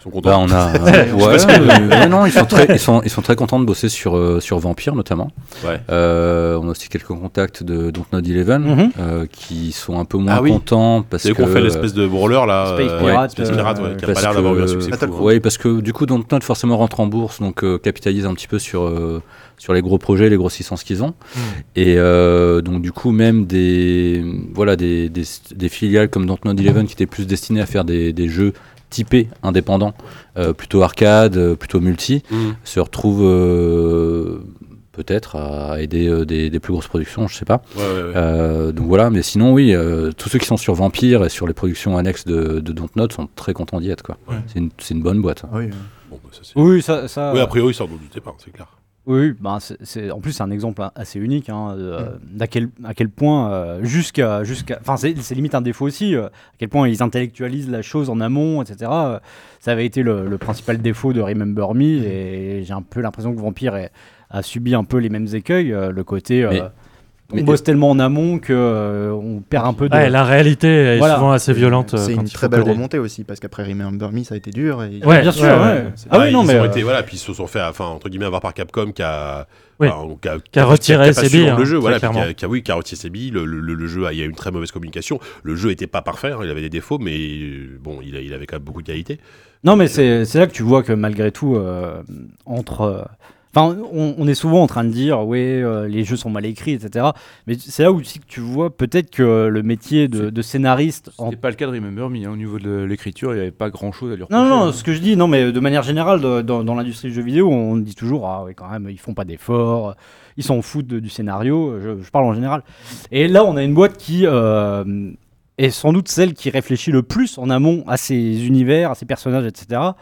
sont contents. Bah, on a. euh, ouais, euh, ouais, non, ils sont très, ils sont, ils sont très contents de bosser sur euh, sur Vampire notamment. Ouais. Euh, on a aussi quelques contacts de Dontnod Eleven Mhm. euh, qui sont un peu moins Ah oui. contents parce C'est que. qu'on fait l'espèce de brawler là. Space euh, Pirate, Space euh, Pirate, ouais, qui a pas parce l'air d'avoir eu un que- succès Attaque fou. Rogue. Oui, parce que du coup, Dontnod forcément rentre en bourse, donc euh, capitalise un petit peu sur euh, sur les gros projets, les grosses licences qu'ils ont. Et euh, donc du coup, même des voilà des, des, des filiales comme Dontnod Eleven qui étaient plus destinées à faire des, des jeux typés indépendants, euh, plutôt arcade, euh, plutôt multi, Mhm. se retrouvent euh, peut-être à aider euh, des, des plus grosses productions, je sais pas. Ouais, ouais, ouais. Euh, donc voilà, mais sinon oui, euh, tous ceux qui sont sur Vampire et sur les productions annexes de, de Dontnod sont très contents d'y être quoi. Ouais. C'est une, c'est une bonne boîte. Ah oui. Bon, bah, ça, c'est- Oui, ça. ça Oui, a priori, ça en doutait pas, c'est clair. Oui, ben c'est, c'est- en plus c'est un exemple a- assez unique hein, de, euh, d'à quel, à quel point euh, jusqu'à jusqu'à enfin c'est, c'est limite un défaut aussi euh, à quel point ils intellectualisent la chose en amont, et cetera euh, Ça avait été le, le principal défaut de Remember Me et j'ai un peu l'impression que Vampire est- a subi un peu les mêmes écueils, euh, le côté euh, Mais- on mais- bosse tellement en amont que euh, on perd un peu de Ouais, la réalité est Voilà. souvent assez violente. euh, C'est quand une il très faut belle coder. remontée aussi, parce qu'après Remember Me, ça a été dur. Et... Ouais, bien sûr ouais, ouais. ouais. Ah oui ils non mais ont euh, été, voilà, puis ils se sont fait, enfin, entre guillemets, avoir par Capcom qui a, Oui. enfin, qui a, Qui a retiré pas ses su billes, vendre le hein, jeu, très voilà, puis qui a, clairement. qui a- oui, qui a retiré ses billes. Le, le- le- le jeu, a- il y a eu une très mauvaise communication. Le jeu était pas parfait, hein, il avait des défauts, mais euh, bon, il, a- il avait quand même beaucoup de qualité. Non, mais c'est c'est là que tu vois que malgré tout, euh, entre. euh, Enfin, on, on est souvent en train de dire, ouais, euh, les jeux sont mal écrits, et cetera. Mais c'est là aussi que tu vois peut-être que le métier de, de scénariste. en- C'était pas le cas de Remember Me, hein. Au niveau de l'écriture, il n'y avait pas grand chose à lui Non, reprocher. non, hein. ce que je dis, non, mais de manière générale, de- dans, dans l'industrie du jeu vidéo, on dit toujours, ah ouais, quand même, ils font pas d'efforts, ils s'en foutent de- du scénario. Je, je parle en général. Et là, on a une boîte qui. euh, est sans doute celle qui réfléchit le plus en amont à ses univers, à ses personnages, et cetera.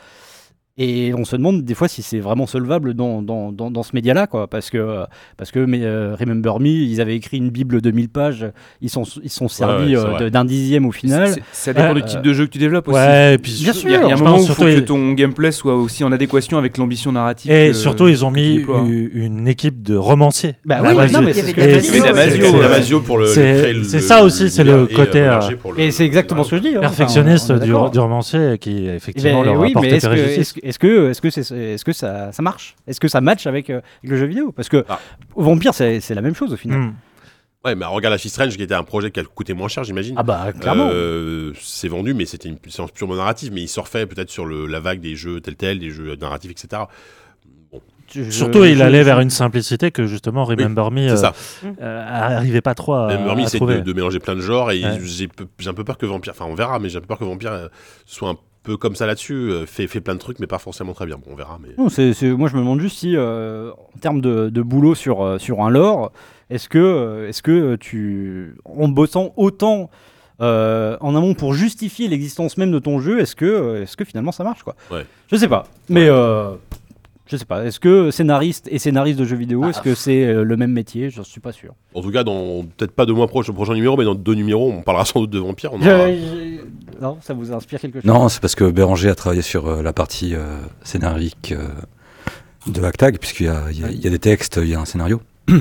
Et on se demande des fois si c'est vraiment solvable dans, dans, dans, dans ce média-là, quoi. Parce que, parce que mais, euh, Remember Me, ils avaient écrit une bible de mille pages, ils sont, ils sont servis ouais, c'est euh, vrai. de- d'un dixième au final. C'est- Ça dépend Euh, du type de jeu que tu développes aussi. Ouais, et puis Bien Il sûr, y a, il y a un je moment où pense il faut surtout que ils- ton gameplay soit aussi en adéquation avec l'ambition narrative. Et que- surtout, ils ont que tu mis déploies. une, une équipe de romanciers. Bah La oui, base non, du- mais il y c'est avait ce que de la je Damasio, dis. Mais Damasio, C'est euh, Damasio pour le. c'est- créer le- c'est ça aussi, c'est l'univers le et, côté, euh, euh, Berger pour le- Et c'est exactement ce que je dis. hein. Perfectionniste Enfin, on est du, d'accord. du romancier qui, effectivement, Ben leur oui, apporte mais est-ce que, préjudice. est-ce, que- est-ce que, est-ce que, c'est, est-ce que ça, ça marche Est-ce que ça match avec, euh, avec le jeu vidéo Parce que Ah. Vampire, c'est, c'est la même chose au final. Hmm. Ouais, mais regarde Life is Strange qui était un projet qui a coûté moins cher, j'imagine. Ah bah clairement. Euh, c'est vendu, mais c'était une puissance purement narrative. Mais il surfait peut-être sur le, la vague des jeux tels tels, des jeux narratifs, et cetera. Bon, Je- Surtout, je- il je- allait je- vers une simplicité que justement Remember Me c'est euh, ça. euh, arrivait pas trop à, Même Murmy, à c'est trouver. de, de mélanger plein de genres et Ouais. j'ai, peu- j'ai un peu peur que Vampire, enfin on verra, mais j'ai un peu peur que Vampire euh, soit un peu comme ça là-dessus, euh, fait, fait plein de trucs, mais pas forcément très bien. Bon, on verra, mais. Non, c'est, c'est- moi je me demande juste si, euh, en termes de, de boulot sur, euh, sur un lore, est-ce que, euh, est-ce que tu, en bossant autant euh, en amont pour justifier l'existence même de ton jeu, est-ce que, euh, est-ce que finalement ça marche quoi Ouais. Je sais pas, mais euh, je sais pas. Est-ce que scénariste et scénariste de jeux vidéo, est-ce que c'est euh, le même métier Je suis pas sûr. En tout cas, dans peut-être pas deux mois proche, au prochain numéro, mais dans deux numéros, on parlera sans doute de Vampire. On aura- Je- je- Non, ça vous inspire quelque chose Non, c'est parce que Béranger a travaillé sur euh, la partie euh, scénarique euh, de Hacktag, puisqu'il y a, il y a- il y a des textes, il y a un scénario.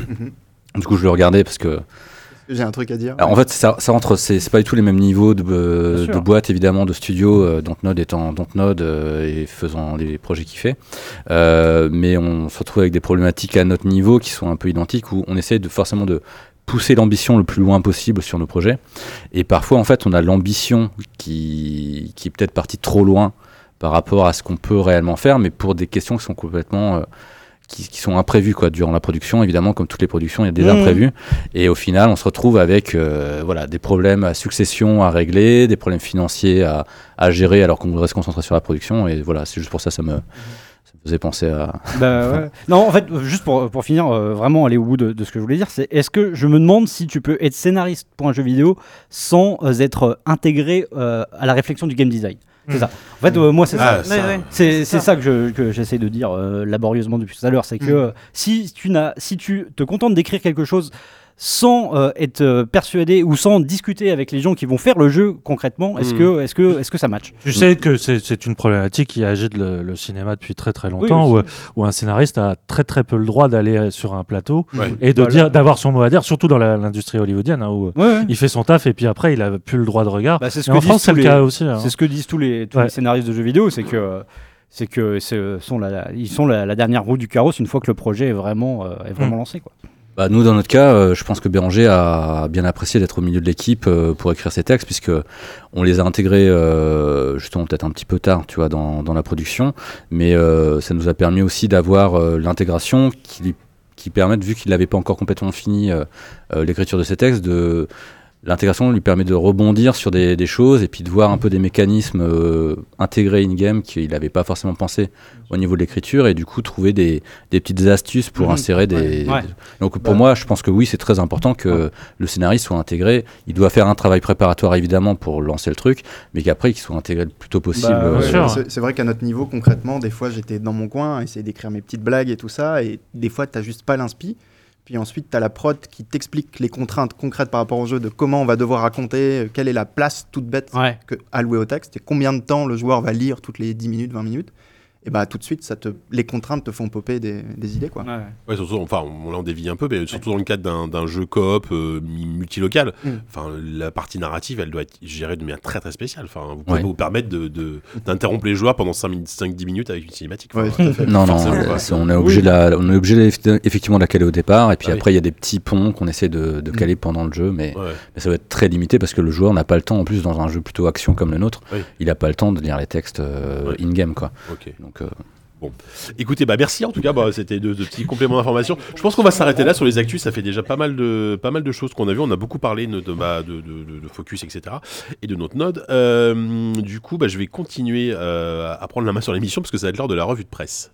Du coup, je le regardais parce que. J'ai un truc à dire. Alors, en fait, ça, ça entre, c'est c'est pas du tout les mêmes niveaux de, euh, Bien sûr. de boîte, évidemment, de studio, euh, Dontnod étant Dontnod euh, et faisant les projets qu'il fait. Euh, mais on se retrouve avec des problématiques à notre niveau qui sont un peu identiques, où on essaie de, forcément de pousser l'ambition le plus loin possible sur nos projets. Et parfois, en fait, on a l'ambition qui, qui est peut-être partie trop loin par rapport à ce qu'on peut réellement faire, mais pour des questions qui sont complètement... euh, qui, qui sont imprévues quoi, durant la production. Évidemment, comme toutes les productions, il y a des Mmh. imprévus. Et au final, on se retrouve avec euh, voilà, des problèmes à succession à régler, des problèmes financiers à, à gérer alors qu'on voudrait se concentrer sur la production. Et voilà, c'est juste pour ça ça me, ça me faisait penser à... Bah, ouais. Non, en fait, juste pour, pour finir, euh, vraiment aller au bout de, de ce que je voulais dire, c'est est-ce que je me demande si tu peux être scénariste pour un jeu vidéo sans euh, être euh, intégré euh, à la réflexion du game design. C'est ça. En fait, euh, moi, c'est Ah, ça. ça. Ouais, ouais. C'est c'est ça que je- que j'essaie de dire euh, laborieusement depuis tout à l'heure. C'est que Mm. euh, si, tu n'as, si tu te contentes d'écrire quelque chose sans euh, être euh, persuadé ou sans discuter avec les gens qui vont faire le jeu concrètement, est-ce Mm. que, est-ce que, est-ce que ça match? Tu sais que c'est, c'est une problématique qui agite le, le cinéma depuis très très longtemps, Oui, où, où un scénariste a très très peu le droit d'aller sur un plateau Ouais. et de Voilà. dire, d'avoir son mot à dire, surtout dans la- l'industrie hollywoodienne, hein, où Ouais, ouais. il fait son taf et puis après il a plus le droit de regard. Bah, c'est ce Et que en disent France, c'est tous le les- cas aussi. hein. C'est ce que disent tous les, tous Ouais. les scénaristes de jeux vidéo, c'est que, c'est que c'est, sont la, ils sont la, la dernière roue du carrosse une fois que le projet est vraiment, euh, est vraiment Mm. lancé. Quoi. Bah, nous, dans notre cas, euh, je pense que Béranger a bien apprécié d'être au milieu de l'équipe euh, pour écrire ces textes, puisque on les a intégrés euh, justement peut-être un petit peu tard, tu vois, dans, dans la production, mais euh, ça nous a permis aussi d'avoir euh, l'intégration qui, lui- qui permettent, vu qu'il n'avait pas encore complètement fini euh, euh, l'écriture de ces textes, de l'intégration lui permet de rebondir sur des, des choses et puis de voir un peu des mécanismes euh, intégrés in-game qu'il n'avait pas forcément pensé au niveau de l'écriture et du coup trouver des, des petites astuces pour Mhm. insérer des... Ouais. Ouais. Donc pour Bah. moi, je pense que oui, c'est très important que le scénariste soit intégré. Il doit faire un travail préparatoire évidemment pour lancer le truc, mais qu'après qu'il soit intégré le plus tôt possible. Bah, euh, bien sûr. C'est c'est vrai qu'à notre niveau, concrètement, des fois, j'étais dans mon coin, à essayer d'écrire mes petites blagues et tout ça, et des fois, t'as juste pas l'inspi. Puis ensuite, tu as la prod qui t'explique les contraintes concrètes par rapport au jeu, de comment on va devoir raconter, euh, quelle est la place toute bête Ouais. que, allouée au texte, et combien de temps le joueur va lire toutes les dix minutes, vingt minutes. Et bah tout de suite, ça te, les contraintes te font popper des, des idées. Quoi. Ouais. Ouais, surtout, enfin, on, là on dévie un peu, mais surtout dans le cadre d'un, d'un jeu coop euh, mi- multilocal. Mm. Enfin, la partie narrative, elle doit être gérée de manière très très spéciale. Enfin, vous pouvez Ouais. pas vous permettre de, de- d'interrompre les joueurs pendant cinq dix minutes avec une cinématique. Enfin, Ouais, tout à fait. Non, non, Forcément, euh, quoi. c'est- on est obligé, de la- on est obligé d'eff- effectivement de la caler au départ, et puis Ah oui. après il y a des petits ponts qu'on essaie de, de Mm. caler pendant le jeu, mais, Ouais. mais ça va être très limité parce que le joueur n'a pas le temps, en plus dans un jeu plutôt action comme le nôtre, Oui. il n'a pas le temps de lire les textes euh, Ouais. in-game, quoi. Ok. Donc, euh, Écoutez, bah merci en tout cas, bah, c'était de, de petits compléments d'information. Je pense qu'on va s'arrêter là sur les actus, ça fait déjà pas mal de, pas mal de choses qu'on a vues, on a beaucoup parlé de, de, bah, de, de, de- de Focus, et cetera. Et de notre node. Euh, du coup, bah, je vais continuer euh, à prendre la main sur l'émission parce que ça va être l'heure de la revue de presse.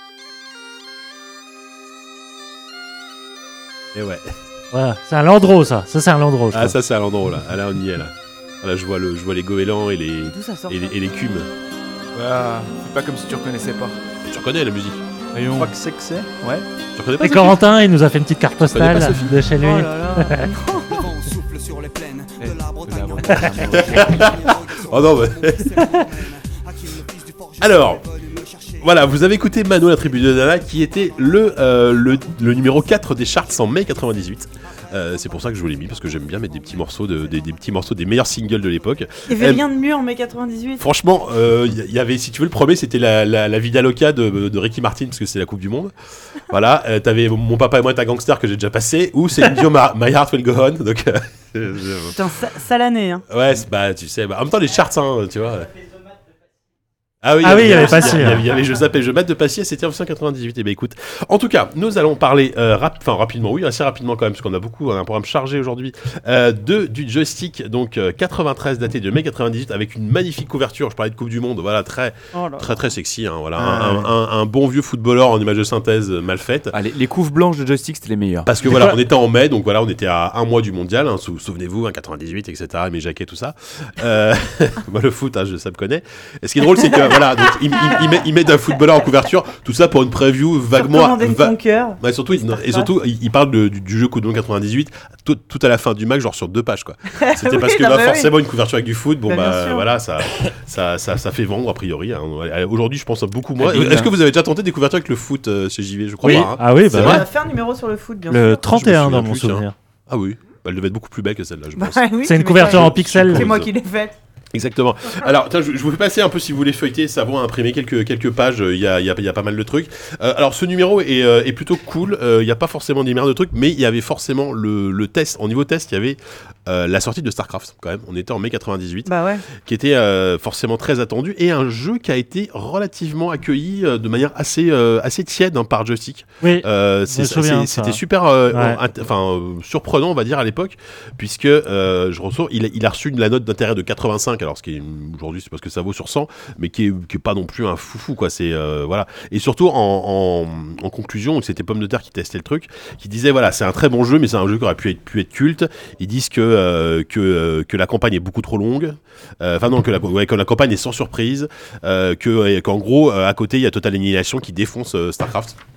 Et ouais. Voilà. C'est un Landreau, ça. Ça, c'est un Landreau. je Ah, crois. ça c'est à l'endroit là. Ah, là, on y est là. Ah, là, je vois, le, je vois les goélands et les, D'où ça sort et les, et les cumes. Voilà, fais pas comme si tu reconnaissais pas. Tu reconnais la musique? Je Voyons. crois que c'est que c'est. Ouais. Tu reconnais pas Et ça? Corentin, il nous a fait une petite carte connais postale pas Sophie de chez lui. Oh là là. Le vent souffle sur les plaines Eh, de la de Bretagne. la Bretagne. Oh non, mais... Alors, voilà, vous avez écouté Mano, la tribu de Nana, qui était le, euh, le, le numéro quatre des charts en mai quatre-vingt-dix-huit. Euh, c'est pour ça que je vous l'ai mis, parce que j'aime bien mettre des petits morceaux, de, des, des petits morceaux des meilleurs singles de l'époque. Il y avait Euh, rien de mieux en mai quatre-vingt-dix-huit. Franchement, il euh, y, y avait, si tu veux, le premier, c'était la, la, la Vida Loca de, de Ricky Martin, parce que c'est la Coupe du Monde. Voilà, euh, t'avais Mon papa et moi, ta gangster, que j'ai déjà passé, ou c'est Dion, My Heart Will Go On. Donc, euh, je- Putain, sa- sale année. Hein. ouais, c'est- bah, tu sais, bah, en même temps, les charts, hein, tu vois. Ah oui, Ah oui, il y avait il y Passy, avait- hein. il y avait Je zappe et je mate de Passy, c'était en mille neuf cent quatre-vingt-dix-huit. Et ben écoute, en tout cas, nous allons parler euh, rap, enfin rapidement, oui, assez rapidement quand même, parce qu'on a beaucoup, on a un programme chargé aujourd'hui, euh, de du joystick, donc euh, quatre-vingt-treize daté de mai quatre-vingt-dix-huit, avec une magnifique couverture. Je parlais de Coupe du Monde, voilà, très Oh là. très très sexy, hein, voilà, Ah, un, ouais. un- un bon vieux footballeur en image de synthèse euh, mal faite. Ah, les, les couves blanches de joystick, c'était les meilleures. Parce que voilà, on était en mai, donc voilà, on était à un mois du mondial, hein, sou- souvenez-vous, hein, quatre-vingt-dix-huit, et cetera, mes jaquets, tout ça. Euh, moi, le foot, hein, je, ça me connaît. Et ce qui est drôle, c'est que voilà, donc, il, il- il met, il met un footballeur en couverture, tout ça pour une preview vaguement. Commander va- ton cœur. Ouais, surtout, il- et surtout, il, il parle de- du, du jeu Coup de Monde quatre-vingt-dix-huit tout, tout à la fin du match, genre sur deux pages, quoi. C'était Oui, parce que non, bah, bah oui. forcément, une couverture avec du foot, bon, Bah, bien bah sûr. voilà, ça, ça, ça, ça fait vendre a priori. hein. Aujourd'hui, je pense beaucoup moins. Ah, bien. Est-ce que vous avez déjà tenté des couvertures avec le foot euh, chez J V? Je crois Oui. pas. hein. Ah oui, C'est bah On vrai ouais. a fait un numéro sur le foot, bien Le sûr. trente et un Je me dans souviens mon plus, tiens. souvenir. Ah oui, bah, elle devait être beaucoup plus belle que celle-là, je Bah pense. oui, C'est une tu couverture en m'étonnes. pixels. C'est moi qui l'ai faite. Exactement. Alors, tiens, je, je vous fais passer un peu si vous voulez feuilleter, ça vaut à imprimer quelques, quelques pages, il y a, y, a, y a pas mal de trucs. Euh, alors, ce numéro est, euh, est plutôt cool, il n'y a pas forcément des merdes de trucs, mais il y avait forcément le, le test, au niveau test, il y avait euh, la sortie de StarCraft, quand même, on était en mai quatre-vingt-dix-huit, Bah ouais. qui était euh, forcément très attendu, et un jeu qui a été relativement accueilli euh, de manière assez, euh, assez tiède hein, par Joystick. Oui. Euh, c'est- me c'est- souviens de C'était ça. super euh, Ouais. int- enfin, euh, surprenant, on va dire, à l'époque, puisque euh, je ressors, il, a- il a reçu une, la note d'intérêt de quatre-vingt-cinq, alors ce qui est aujourd'hui, c'est parce que ça vaut sur cent, mais qui est, qui est pas non plus un foufou, quoi. C'est euh, voilà. Et surtout en, en, en conclusion, c'était Pomme de Terre qui testait le truc, qui disait voilà, c'est un très bon jeu, mais c'est un jeu qui aurait pu être, pu être culte. Ils disent que euh, que euh, que la campagne est beaucoup trop longue, Euh, enfin non, que la, ouais, que la campagne est sans surprise, euh, que euh, qu'en gros euh, à côté il y a Total Annihilation qui défonce euh, Starcraft.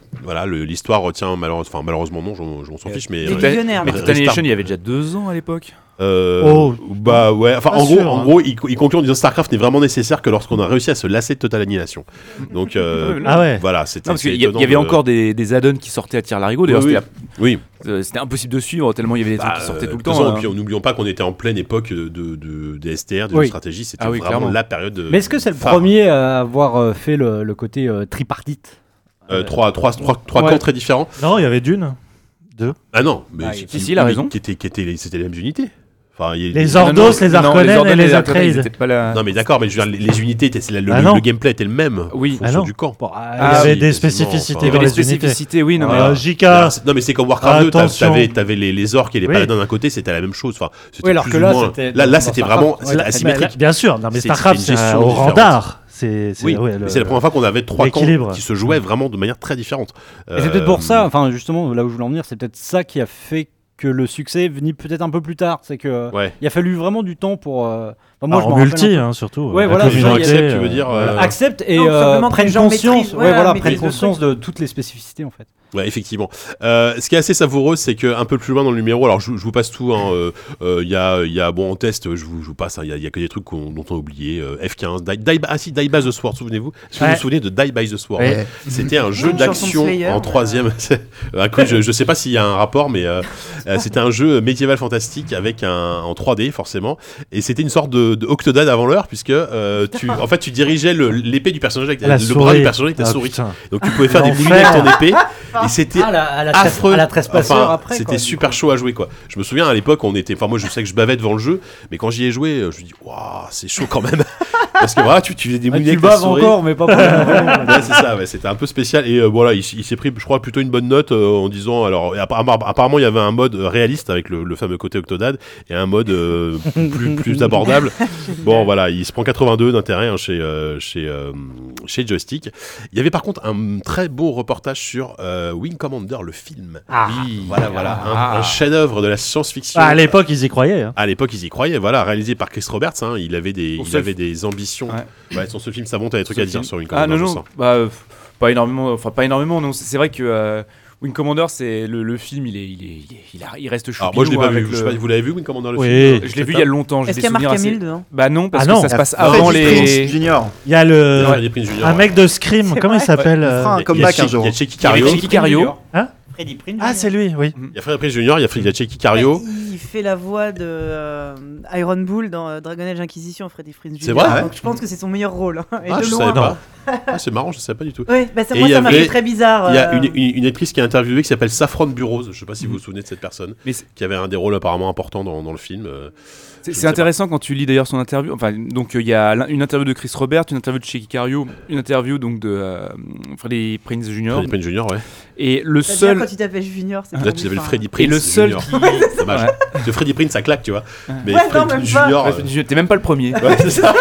Voilà, le- l'histoire retient malheureusement, enfin malheureusement non, j'en- j'en s'en fiche, mais Des euh, visionnaires. Mais mais- Total Annihilation, il y avait déjà deux ans à l'époque. Euh, Oh. bah ouais, enfin Pas en sûr, gros, en hein. gros, il, il conclut en disant Starcraft n'est vraiment nécessaire que lorsqu'on a réussi à se lasser de Total Annihilation. Donc euh, Ah ouais. voilà, c'était. Non, parce qu'il c'est y, a- étonnant il y avait de- encore des, des add-ons qui sortaient à tir larigot. D'ailleurs, Oui, c'était, Oui, la- euh, c'était impossible de suivre tellement il y avait des trucs bah, qui sortaient euh, tout le de temps. toute façon, hein. Et puis n'oublions pas qu'on était en pleine époque de, de, des S T R, des Oui. jeux de stratégie. C'était Ah oui, vraiment clairement. la période. De, Mais est-ce que c'est le phare. premier à avoir euh, fait le, le côté euh, tripartite Euh, Trois, trois, trois, trois Ouais. camps très différents. Non, il y avait Dune. Deux. Ah non, mais Ah, qui- si, si, il a mais raison. Qui étaient, qui étaient, les- c'était les mêmes unités. Enfin, il y a- Les il- Ordos, Non, non, les non, Harkonnen Ordos et les Harkonnen, ils Atreides. étaient pas là. Non mais d'accord, mais je veux dire, les, les unités, étaient, c'est la- le, Ah le- non. le gameplay était le même. Oui. en Ah fonction non. du camp. Bon, Il y ah, avait si, des quasiment, spécificités enfin. Il y dans avait des les unités. spécificités, oui, non, mais. Euh, Alors, J K. Alors, c'est- non mais c'est comme Warcraft deux, t'a- Attention. t'avais, t'avais les, les orques et les Oui. paladins d'un côté, c'était la même chose. Enfin, c'était Oui, alors plus que ou là, moins- c'était- là, là dans c'était Starcraft, vraiment ouais, c'était là, asymétrique. Bah, bien sûr, non mais C'est- Starcraft, c'était une c'est gestion au différente. randar. C'est, c'est, Oui, ouais, mais le- c'est la première fois qu'on avait trois camps l'équilibre. qui se jouaient vraiment de manière très différente. Et c'est peut-être pour Euh, ça, enfin justement, là où je voulais en venir, c'est peut-être ça qui a fait que le succès est venu peut-être un peu plus tard. C'est que Ouais. il a fallu vraiment du temps pour. euh, enfin, moi, Ah, je en m'en rappelle multi, un peu. hein, surtout. Ouais, La voilà, Les gens communauté, acceptent, tu veux euh, dire Voilà, euh, acceptent et Non, euh, simplement que prennent les gens conscience, maîtrisent, ouais, voilà, voilà, maîtrisent prennent le conscience de toutes les spécificités en fait. Ouais, effectivement. Euh, ce qui est assez savoureux, c'est que un peu plus loin dans le numéro, alors je, je vous passe tout. Il hein, euh, euh, y, a, y a bon en test, je vous, je vous passe. Il hein, y, a, y a que des trucs qu'on, dont on a oublié. euh, F quinze, Die, Die, ah si, Die by the Sword. Souvenez-vous. Est-ce que vous Ouais. vous souvenez de Die by the Sword? Ouais. C'était un jeu Une chanson de d'action Slayer. en troisième. Un coup, je, je sais pas s'il y a un rapport, mais euh, euh, c'était un jeu médiéval fantastique avec un en trois D forcément, et c'était une sorte de, de Octodad avant l'heure puisque euh, tu, en fait, tu dirigeais le- l'épée du personnage avec La le souris. bras du personnage avec ta Ah, souris. putain. Donc tu pouvais faire des L'enfer. coups avec ton épée, et c'était Ah, la, à la tresse- affreux. à la trespasseur Enfin, après. c'était quoi, du super coup. chaud à jouer quoi. Je me souviens à l'époque, on était, enfin moi je sais que je bavais devant le jeu, mais quand j'y ai joué, euh, je me dis waouh, c'est chaud quand même. Parce que voilà, tu, tu faisais des Ah, moulinets tu avec ta baves souris. encore, mais pas pour le Ouais, c'est ça, ouais, c'était un peu spécial. Et euh, voilà, il, s- il s'est pris, je crois, plutôt une bonne note euh, en disant. Alors, et apparemment, apparemment, il y avait un mode euh, réaliste avec le, le fameux côté Octodad et un mode euh, plus, plus abordable. Bon, voilà, il se prend quatre-vingt-deux d'intérêt hein, chez, euh, chez, euh, chez Joystick. Il y avait par contre un très beau reportage sur euh, Wing Commander, le film. Ah, Voilà, voilà, un, Ah. un chef-d'œuvre de la science-fiction. Ah, à l'époque, ils y croyaient. hein. À l'époque, ils y croyaient, voilà, réalisé par Chris Roberts. Hein, il avait des, Son il seul avait des ambitions. Ouais. Ouais, son seul film, ça monte, t'as des trucs Ce à dire film. sur Wing Ah Commander. non, je non, sens. bah, euh, pas énormément, enfin pas énormément, non. C'est c'est vrai que euh, Wing Commander, c'est le, le film, il, est, il, est, il, est- il, a- il reste choupinou. Alors moi je l'ai pas avec vu, je sais le- pas, vous l'avez vu Wing Commander le Oui. film Je l'ai vu il y a longtemps. j'ai Est-ce des qu'il y a Marc souvenirs assez- Hamill dedans? Bah non, parce Ah que non. ça se passe Freddie avant Prinze les. Junior. Il y a le, Freddie Prinze Junior, un ouais. mec de Scream, C'est comment il vrai. s'appelle Ouais, il euh, fera un Il y a comeback Checky- un jour. Il y a Checky Il y avait Cario, Checky Cario. Freddie Prinze. Ah, c'est lui, oui. il y a Freddie Prinze Junior, il y a, il y a Checky Cario. Il fait la voix de euh, Iron Bull dans euh, Dragon Age Inquisition, Freddie Prinze C'est Junior. vrai Donc je pense que c'est son meilleur rôle. hein, et Ah, de je loin. savais pas. Ah, c'est marrant, je savais pas du tout. Oui, bah ça, Et moi il y ça m'a avait- fait très bizarre. Il y a euh, une, une, une actrice qui est interviewée qui s'appelle Saffron Burrows, je sais pas si vous vous souvenez de cette personne, Mais c'est- qui avait un des rôles apparemment importants dans, dans le film. euh, C'est Je c'est sais intéressant quand tu lis d'ailleurs son interview. Enfin, donc euh, il y a l'un- une interview de Chris Roberts, une interview de Checky Cario, une interview donc de euh, Freddie Prinze Junior. Freddie Prinze Junior, ouais. Et le t'as bien seul. quand il t'appelle Junior, c'est Là, trop tu t'appelles bizarre. Freddie Prinze Et le seul Junior. qui. Dommage. Ouais. Parce que Freddie Prinze, ça claque, tu vois. Mais Ouais, non, Freddie même pas. Junior. Ouais, euh, Junior, T'es même pas le premier. Ouais, c'est ça.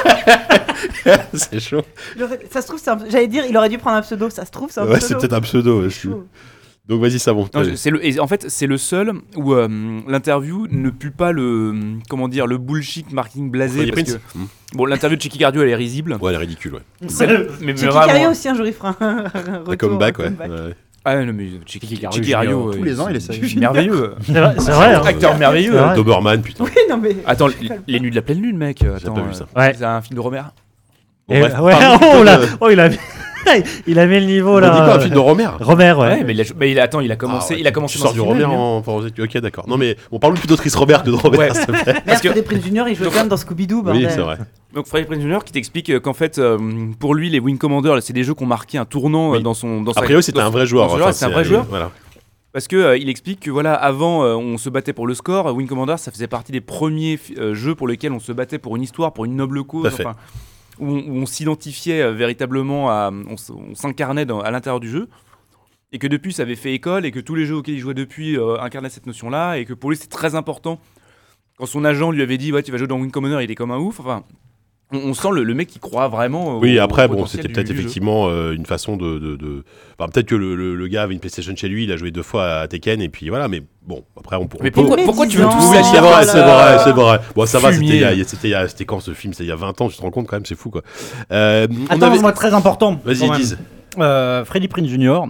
C'est chaud. Il aurait- Ça se trouve, c'est un- j'allais dire, il aurait dû prendre un pseudo. Ça se trouve, c'est un Ouais, pseudo. c'est peut-être un pseudo. ouais, je suis- Chaud. Donc vas-y, ça bon. Non, je- c'est le, et en fait, c'est le seul où euh, l'interview ne pue pas le, comment dire, le bullshit marketing blasé. Freddie Parce Prinze. que, Hmm. bon, l'interview de Checky Cario, elle est risible. Ouais, elle est ridicule, ouais. Mais, mais Checky vraiment- Cario aussi, un jour, il fera un retour. Un comeback, un ouais. comeback. ouais. Ah non, mais Checky Checky Checky Cario, Cario, tous euh, les ans, il essaye. c'est merveilleux. C'est vrai, c'est vrai, hein. Acteur merveilleux. C'est vrai. Doberman, putain. Oui, non mais. Attends, les, les nuits de la pleine lune, mec. Attends, pas vu euh, ça. Ouais. C'est un film de Romer. Bon, Et- bref, ouais, parlons oh, plutôt là, de- oh, il a mis, il a mis le niveau On dit là. quoi, un film de Romer Romer, ouais. Ouais, mais il a, mais il a- attends, il a commencé, Ah ouais, il a commencé Tu dans sors ce du film-là, Romer lui, hein. en. enfin, Ok, d'accord. Non, mais on parle plutôt de Chris Robert que de Robert, Ouais. s'il te plaît. Parce que- que Prinze Junior, il jouait quand même dans Scooby-Doo, Oui, bordel. c'est vrai. Donc Freddie Prinze Junior qui t'explique euh, qu'en fait, euh, pour lui, les Wing Commander, c'est des jeux qui ont marqué un tournant euh, Oui. dans son. Dans A sa- priori, c'était dans un son- vrai joueur. dans son enfin, jeu, c'est un vrai euh, joueur. Voilà. Parce que euh, il explique que voilà, avant, euh, on se battait pour le score. Wing Commander, ça faisait partie des premiers fi- euh, jeux pour lesquels on se battait pour une histoire, pour une noble cause. Tout à fait. Enfin, où on, où on s'identifiait euh, véritablement à, on, s- on s'incarnait dans- à l'intérieur du jeu. Et que depuis, ça avait fait école et que tous les jeux auxquels il jouait depuis euh, incarnaient cette notion-là. Et que pour lui, c'est très important. Quand son agent lui avait dit, ouais, tu vas jouer dans Wing Commander, il était comme un ouf. Enfin, on, on sent le, le mec qui croit vraiment. Au, Oui, après, au bon, potentiel c'était du- peut-être du jeu. effectivement euh, une façon de. de, de- Enfin, peut-être que le, le, le gars avait une PlayStation chez lui, il a joué deux fois à Tekken, et puis voilà, mais bon, après, on, peut- on Mais peut. pourquoi, Mais pourquoi tu veux dix tout ans, Oui, salir c'est vrai, voilà. c'est vrai, c'est vrai. Bon, ça va, c'était Fumier. il y a- c'était il y a- c'était quand ce film? C'était il y a vingt ans, tu te rends compte quand même, c'est fou quoi. Euh, on Attends, avait- moi, très important. Vas-y, quand même. dise. Euh, Freddie Prinze Junior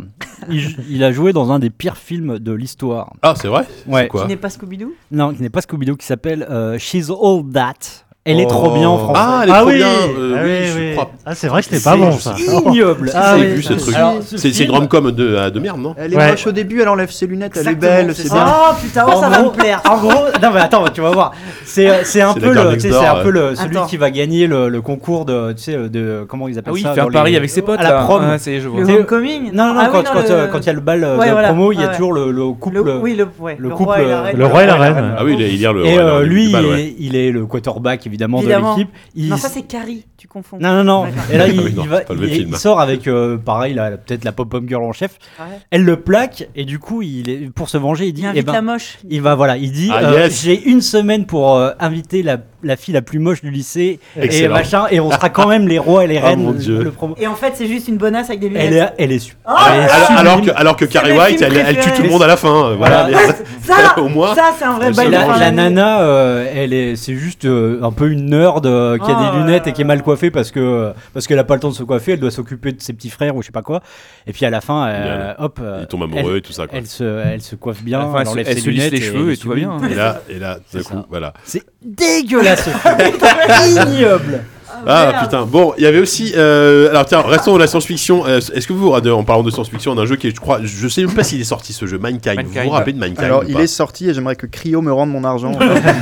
il, il a joué dans un des pires films de l'histoire. Ah, c'est vrai. Ouais. C'est quoi Qui n'est pas Scooby-Doo? Non, qui n'est pas Scooby-Doo, qui s'appelle euh, She's All That. Elle est Oh. trop bien en français. Ah, elle est Ah trop oui, bien. euh, ah oui, oui, je oui. crois. Ah, c'est vrai que c'était pas bon ça. Ignoble. Ah J'ai oui, vu ce ça, truc. Alors, ce C'est c'est une film- rom-com de, euh, de merde, non? Elle est Ouais. moche au début, elle enlève ses lunettes, elle est Exactement, belle, c'est c'est ça. bien. Oh putain, oh, En ça va gros- me plaire. En gros, non mais attends, tu vas voir. C'est c'est un C'est peu la girl le, next tu sais, c'est door, un peu le celui Attends. qui va gagner le, le concours de, tu sais, de comment ils appellent Ah oui, ça il fait un dans pari les- avec ses potes à la là. prom. Ah, ça y est, je vois. Le C'est- homecoming. Non, non, non, Ah quand, oui, non, quand, le- euh, quand il y a le bal euh, Ouais, de voilà. promo, il y a Ah ouais. toujours le, le couple. Le, oui, le, ouais, le le couple, roi et la reine. le roi et la reine. Ah oui, il est, il est le. Et ouais, euh, le- lui, du bal, il, ouais. est, il est le quarterback évidemment Évidemment. de l'équipe. Il Non, s- ça c'est Carrie, tu confonds. non, non, non. D'accord. Et là, il, Ah oui, non, il va, c'est pas le même il, film. il sort avec, euh, pareil, là, peut-être la pop-up girl en chef. Ouais. Elle le plaque et du coup, il est, pour se venger, il dit, Il eh invite ben, la moche. il va, voilà, il dit, Ah, euh, yes. j'ai une semaine pour euh, inviter la, la fille la plus moche du lycée et Excellent. machin, et on sera quand même les rois et les Oh, reines. mon Dieu. le promo. Et en fait, c'est juste une bonasse avec des lunettes. Elle est, elle est super. Oh, elle est Alors, sublime. alors que, alors que C'est Carrie mes White, films elle, elle tue préférés. tout le monde à la fin. euh, Voilà. Voilà. Ça, Au moins. ça c'est un vrai Elle bail se de venge. fin La, la d'année. nana, euh, elle est, c'est juste euh, un peu une nerd euh, qui a Oh des lunettes là et qui est mal coiffée parce que parce qu'elle a pas le temps de se coiffer, elle doit s'occuper de ses petits frères ou je sais pas quoi. Et puis à la fin, euh, Génial. hop, euh, Il tombe amoureux elle, et tout ça. Quoi. elle se, elle se coiffe bien, À la fin, elle elle se- enlève elle ses se lisse lunettes les et cheveux elle et tout va sublime. bien. Et là, et là, C'est d'un coup, ça. voilà. C'est dégueulasse, ce film. Ignoble. Ah merde. putain, bon, il y avait aussi. Euh, alors tiens, restons dans la science-fiction. Euh, Est-ce que vous, en parlant de science-fiction, d'un jeu qui est, je crois, je sais même pas s'il est sorti ce jeu, Mankind. Vous Mankind. vous rappelez de Mankind Alors, ou il pas est sorti et j'aimerais que Cryo me rende mon argent.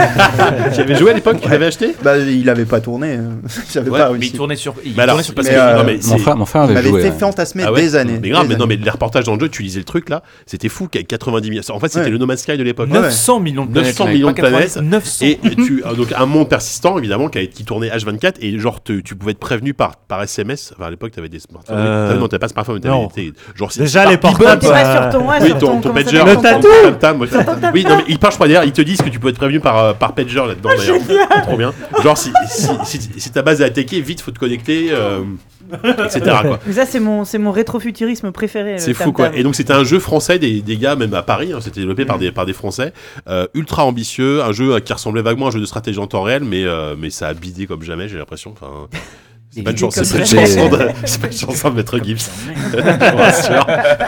Tu avais joué à l'époque, tu l'avais acheté Bah, il avait pas tourné. euh, J'avais Ouais, pas Mais il réussi. tournait sur, il Mais alors, tournait sur parce mais, que- euh, non, mais Mon c'est- frère, mon frère Il avait m'avait joué. fait ouais. fantasmer Ah ouais des années. Mais grave, des mais non, années. mais les reportages dans le jeu, tu lisais le truc là, c'était fou, quatre-vingt-dix mille. En fait, c'était Ouais. le No Man's Sky de l'époque. Ouais. neuf cents millions de neuf planètes. cents mec, millions pas de planètes. quatre-vingt-dix, neuf cents. Et tu, euh, donc un monde persistant évidemment qui, a- qui tournait H vingt-quatre et genre te- tu pouvais être prévenu par, par S M S. Enfin à l'époque t'avais des smartphones. Euh, T'avais- non t'avais pas de smartphone, mais non. t'avais- t'avais- genre si- Déjà, par les Bebop, portables, Tu vas euh, sur ton, ouais, oui, sur ton, ton, ton comment ça pager. s'appelle, Le ton tatou. Tam Tam, ouais. Oui, non, mais ils parlent, je crois d'ailleurs, ils te disent que tu peux être prévenu par, euh, par pager là-dedans d'ailleurs. C'est trop bien. Genre, si, si, si, si ta base est attaquée, vite, faut te connecter, euh, et cetera. Quoi. Mais ça, c'est mon, c'est mon rétrofuturisme préféré. C'est le fou Tam quoi. Tam. Et donc c'était un jeu français des, des gars même à Paris, hein, c'était développé par des par des Français, euh, ultra ambitieux, un jeu euh, qui ressemblait vaguement à un jeu de stratégie en temps réel, mais euh, mais ça a bidé comme jamais, j'ai l'impression. Enfin, c'est pas une bidé chance, comme c'est pas une jamais. chanson de, c'est pas une chanson de Maître Gibbs. Je vous rassure.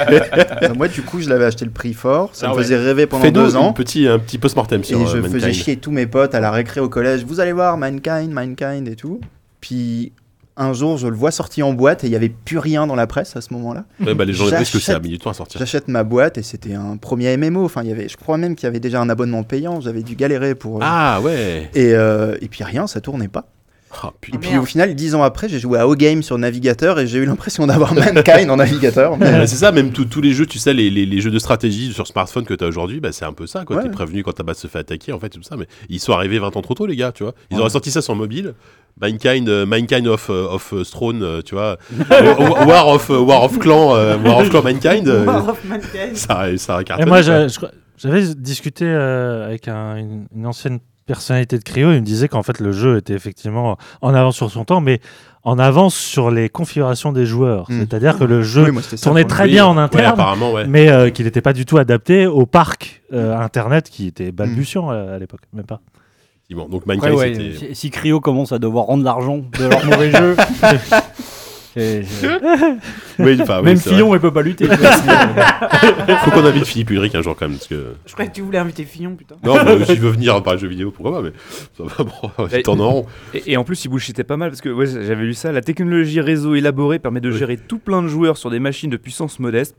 Euh, Moi, du coup, je l'avais acheté le prix fort. Ça Ah me ouais. faisait rêver pendant Fais-nous deux un ans. petit un petit post-mortem sur Et euh, je Mankind. faisais chier tous mes potes à la récré au collège. Vous allez voir Mankind, Mankind et tout. Puis un jour, je le vois sorti en boîte et il n'y avait plus rien dans la presse à ce moment-là. Ouais, bah, les gens parce que ça a J'achète- mis du temps à sortir. J'achète ma boîte et c'était un premier M M O. Enfin, il y avait, je crois même qu'il y avait déjà un abonnement payant. J'avais dû galérer pour. euh, Ah ouais. Et, euh, et puis rien, ça tournait pas. Ah, Et putain. puis merde. au final, dix ans après, j'ai joué à O-Game sur navigateur et j'ai eu l'impression d'avoir Mankind en navigateur. mais- Ouais, c'est ça, même tous tous les jeux, tu sais, les, les, les jeux de stratégie sur smartphone que tu as aujourd'hui, bah, c'est un peu ça, quoi. Ouais. T'es prévenu quand ta base se fait attaquer, en fait, tout ça. Mais ils sont arrivés vingt ans trop tôt, les gars, tu vois. Ils Ouais. auraient sorti ça sur mobile. Mankind, euh, Mankind of, euh, of euh, Throne, euh, tu vois. Wa- War of, euh, War of Clan, euh, War of Clan Mankind. euh, War of Mankind. ça, ça a Et cartonné, moi, quoi. j'a- je crois- j'avais discuté euh, avec un- une, une ancienne personnalité de Cryo. Il me disait qu'en fait, le jeu était effectivement en avance sur son temps, mais en avance sur les configurations des joueurs. Mm. C'est-à-dire que le jeu Oui, moi, c'était ça, tournait pour le- très Oui, bien en ouais, interne, apparemment, ouais. mais euh, qu'il n'était pas du tout adapté au parc euh, internet qui était balbutiant à, à l'époque. Même pas. Effectivement. Donc Après, Mankind, ouais, c'était. si, si Cryo commence à devoir rendre l'argent de leur mauvais jeu, c'est- c'est- Oui, enfin, oui, même c'est vrai. Fillon, il peut pas lutter. Faut qu'on invite Philippe Ulrich un jour, quand même. Parce que... Je croyais que tu voulais inviter Fillon, putain. Non, bah, s'il veut venir parler de jeux vidéo, pourquoi pas, mais ça va, bon, il tourne en rond. Et, et en plus, il bullshitait pas mal parce que ouais, j'avais lu ça. La technologie réseau élaborée permet de gérer tout plein de joueurs sur des machines de puissance modeste.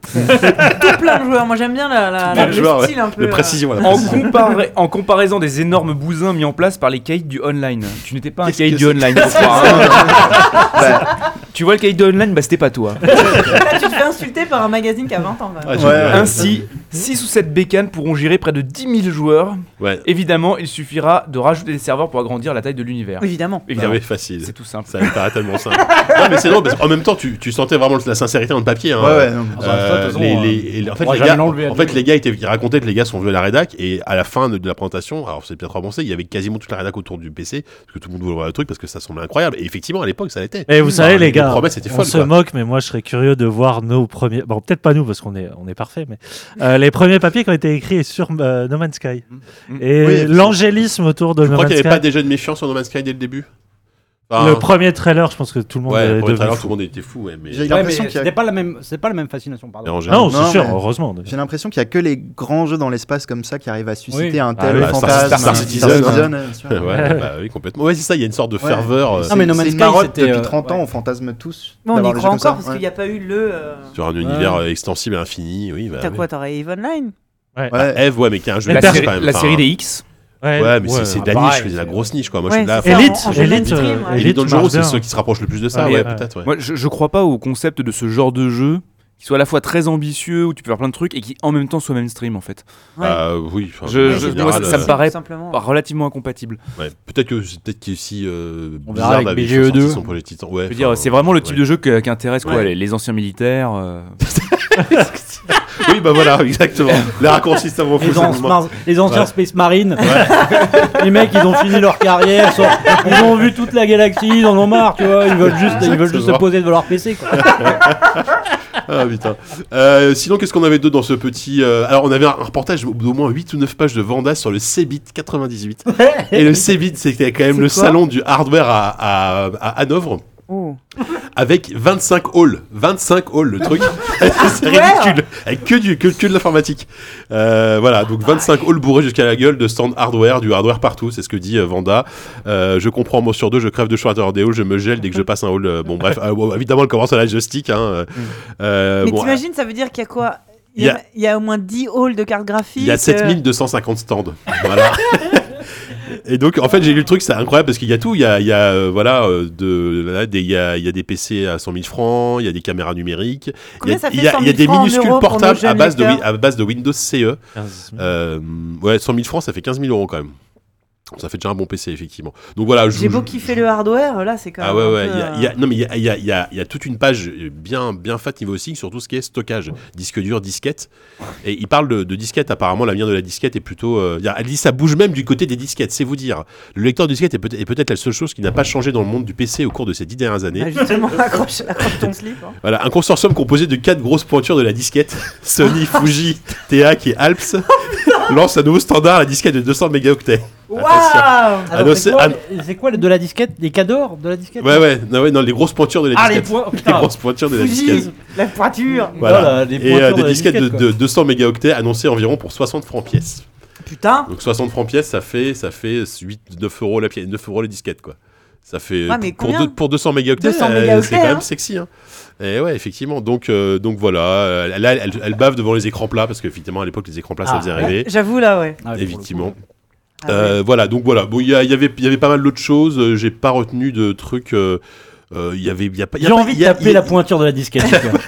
Tout plein de joueurs. Moi, j'aime bien la, la, Tout la- plein de le joueurs, style un peu. De euh, précision, la En, précision. comparé- en comparaison des énormes bousins mis en place par les caïds du online. Tu n'étais pas un Qu'est-ce caïd que du c'est online, faut croire, hein. Bah, tu vois le caïd du online, bah c'était pas toi. Là, tu te fais insulter par un magazine qui a vingt ans. Quand même. Ah, Ouais, génial. ouais. Ainsi, six ou sept bécanes pourront gérer près de dix mille joueurs. Ouais. Évidemment, il suffira de rajouter des serveurs pour agrandir la taille de l'univers. Évidemment. Ah Évidemment, oui, facile. c'est tout simple. Ça paraît tellement simple. Non, mais c'est drôle parce qu'en même temps, tu, tu sentais vraiment la sincérité dans le papier. Hein. Ouais, ouais, non. Ah bah, ça, de toute façon, les, euh, les- les- en fait, on pourra les jamais gars, l'enlever à en fait, tout. les gars étaient, ils racontaient que les gars sont venus à la rédac et à la fin de, de la présentation, alors c'est peut-être avancé, il y avait quasiment toute la rédac autour du P C parce que tout le monde voulait voir le truc parce que ça semblait incroyable. Et effectivement, à l'époque, ça l'était. Et vous savez, Enfin, les gars, promesses étaient on folles, se quoi. moque, mais moi, je serais curieux de voir nos premiers. Bon, peut-être pas nous, parce qu'on est, on est parfait, mais euh, les premiers papiers qui ont été écrits sur euh, No Man's Sky. Mm. Et Oui, l'angélisme autour de Je No crois Man's qu'il n'y Sky. avait pas déjà de méfiance sur No Man's Sky dès le début. Enfin, Le premier trailer, je pense que tout le monde ouais, est le premier devenu trailer, fou. tout le monde était fou, ouais, mais J'ai Ouais, l'impression mais qu'il y a- c'était pas la même, c'est pas la même fascination, pardon. Mélangé. Ah non, c'est Non, sûr, mais- heureusement. J'ai l'impression qu'il y a que les grands jeux dans l'espace comme ça qui arrivent à susciter Oui. un Ah tel oui, Star- fantasme. Star un- Citizen, Star Citizen, bien sûr. ouais, bah oui, complètement. Ouais, c'est ça, il y a une sorte de Ouais. ferveur euh, C'est- Non, mais No Man's c'est Sky, une marotte c'était, depuis euh, trente ans, ouais. on fantasme tous. Bon, on y d'avoir des croit jeux comme ça. encore parce Ouais. qu'il n'y a pas eu le. euh, sur un univers euh, extensible et infini. Oui, bah, T'as oui. quoi, t'aurais Eve Online? Ouais. Ouais. Eve, ouais, mais qui est un jeu La de La, niche, série, quand même. la Enfin, série des X. Ouais, mais c'est- c'est de la Ah, niche, pareil, c'est de la c'est- grosse niche, quoi. Moi, Ouais, je suis là. c'est ça, Elite, en- en jeu Elite, mainstream, euh, ouais. Elite Elite Dangerous, marche c'est bien. ceux qui se rapprochent le plus de ça, Ouais, ouais, ouais. peut-être, ouais. Moi, je, je crois pas au concept de ce genre de jeu qui soit à la fois très ambitieux, où tu peux faire plein de trucs, et qui en même temps soit mainstream, en fait. Ouais. Bah, oui, enfin, Je- en je- général, moi, ça- ça me euh, paraît Tout simplement. Pas relativement incompatible. ouais. Peut-être que c'est peut-être qu'ici, euh, On verra Blizzard avec avait B G E deux. sorti son projet Titan. Ouais, Je veux dire, enfin, c'est vraiment le ouais. type de jeu que- qui intéresse quoi, Ouais. les, les anciens militaires. euh. Oui, bah voilà, exactement. Les raccourcis, ça m'en fout. Les, c'est ans- le moment. mar- les anciens Ouais. Space Marines, les mecs ils ont fini leur carrière, sont- ils ont vu toute la galaxie, ils en ont marre, tu vois, ils veulent juste, ils veulent juste se Exactement. poser devant leur P C quoi. Ah putain. Euh, sinon, qu'est-ce qu'on avait d'autre dans ce petit. euh, Alors, on avait un reportage d'au moins huit ou neuf pages de Vanda sur le Cebit quatre-vingt-dix-huit. Et le Cebit, c'était quand même C'est le quoi salon du hardware à, à, à Hanovre. Oh. Avec vingt-cinq halls. vingt-cinq halls, le truc. C'est Ouais. ridicule. Avec que, du, que, que de l'informatique. Euh, voilà, donc vingt-cinq halls bourrés jusqu'à la gueule de stand hardware, du hardware partout, c'est ce que dit euh, Vanda. Euh, je comprends mot sur deux, je crève de chaud à l'intérieur des halls, je me gèle dès que je passe un hall. euh, bon, bref, euh, bon, évidemment, elle commence à la joystick. Hein, euh, euh, Mais bon, t'imagines, ça veut dire qu'il y a quoi? Il Il y y a, a- il y a au moins dix halls de cartes graphiques. il y a sept mille deux cent cinquante stands. Voilà. Et donc, en fait, j'ai lu le truc, c'est incroyable parce qu'il y a tout. Il y a, il y a euh, voilà, euh, de, là, des, il, y a, il y a des P C à cent mille francs, il y a des caméras numériques. Il y Combien a, ça fait il y a, cent il y a mille des francs en minuscules euros pour nos portables à jeunes base, de, lecteurs wi- à base de Windows C E. quinze mille. Euh, ouais, cent mille francs, ça fait quinze mille euros quand même. Ça fait déjà un bon P C, effectivement. Donc voilà, je J'ai je- beau kiffer le hardware, là c'est quand même. Ah ouais, un ouais. peu, Il y a, il y a- non, mais il y a, il y, a, il y, a, il y a toute une page bien, bien faite niveau SIG sur tout ce qui est stockage. Disque dur, disquette. Et il parle de, de disquette. Apparemment, l'avenir de la disquette est plutôt. Euh, il y a- elle dit ça bouge même du côté des disquettes, c'est vous dire. Le lecteur de disquette est, peut- est peut-être la seule chose qui n'a pas changé dans le monde du P C au cours de ces dix dernières années. Ah, justement, accroche, accroche ton slip. Hein. Voilà, un consortium composé de quatre grosses pointures de la disquette Sony, Fuji, T A C et Alps lance un nouveau standard, la disquette de deux cents mégaoctets. Waouh! Alors, Annoncé- c'est quoi, an- c'est quoi le- de la disquette? Les cadors de la disquette? Ouais, ouais, non, ouais, non, les grosses pointures de la Ah les disquette. points, oh, les putain. grosses pointures de la disquette. Fuji, la pointure. Voilà. Voilà, les Et pointures euh, de des la disquettes de, disquette, de deux cents mégaoctets annoncées environ pour soixante francs pièce. Putain. Donc soixante francs pièce, ça fait, ça fait huit, neuf euros la pièce, neuf euros les disquettes, quoi. Ça fait. Ouais, mais pour, combien deux, pour deux cents mégaoctets, deux cents euh, mégaoctets, c'est quand même hein. sexy. Hein. Et ouais, effectivement. Donc, euh, donc voilà. euh, Là, elle, elle, elle bave devant les écrans plats parce qu'effectivement, à l'époque, les écrans plats, ça Ah, faisait ouais. rêver. J'avoue là, ouais. Ah, ouais, Effectivement. Ah, Euh, voilà, donc voilà. Bon, il y, a- il y avait, il y avait pas mal d'autres choses. euh, J'ai pas retenu de trucs. euh, euh, Il y avait, il y a pas. il y a J'ai pas- envie il de y a- taper il y a- la pointure de la disquette.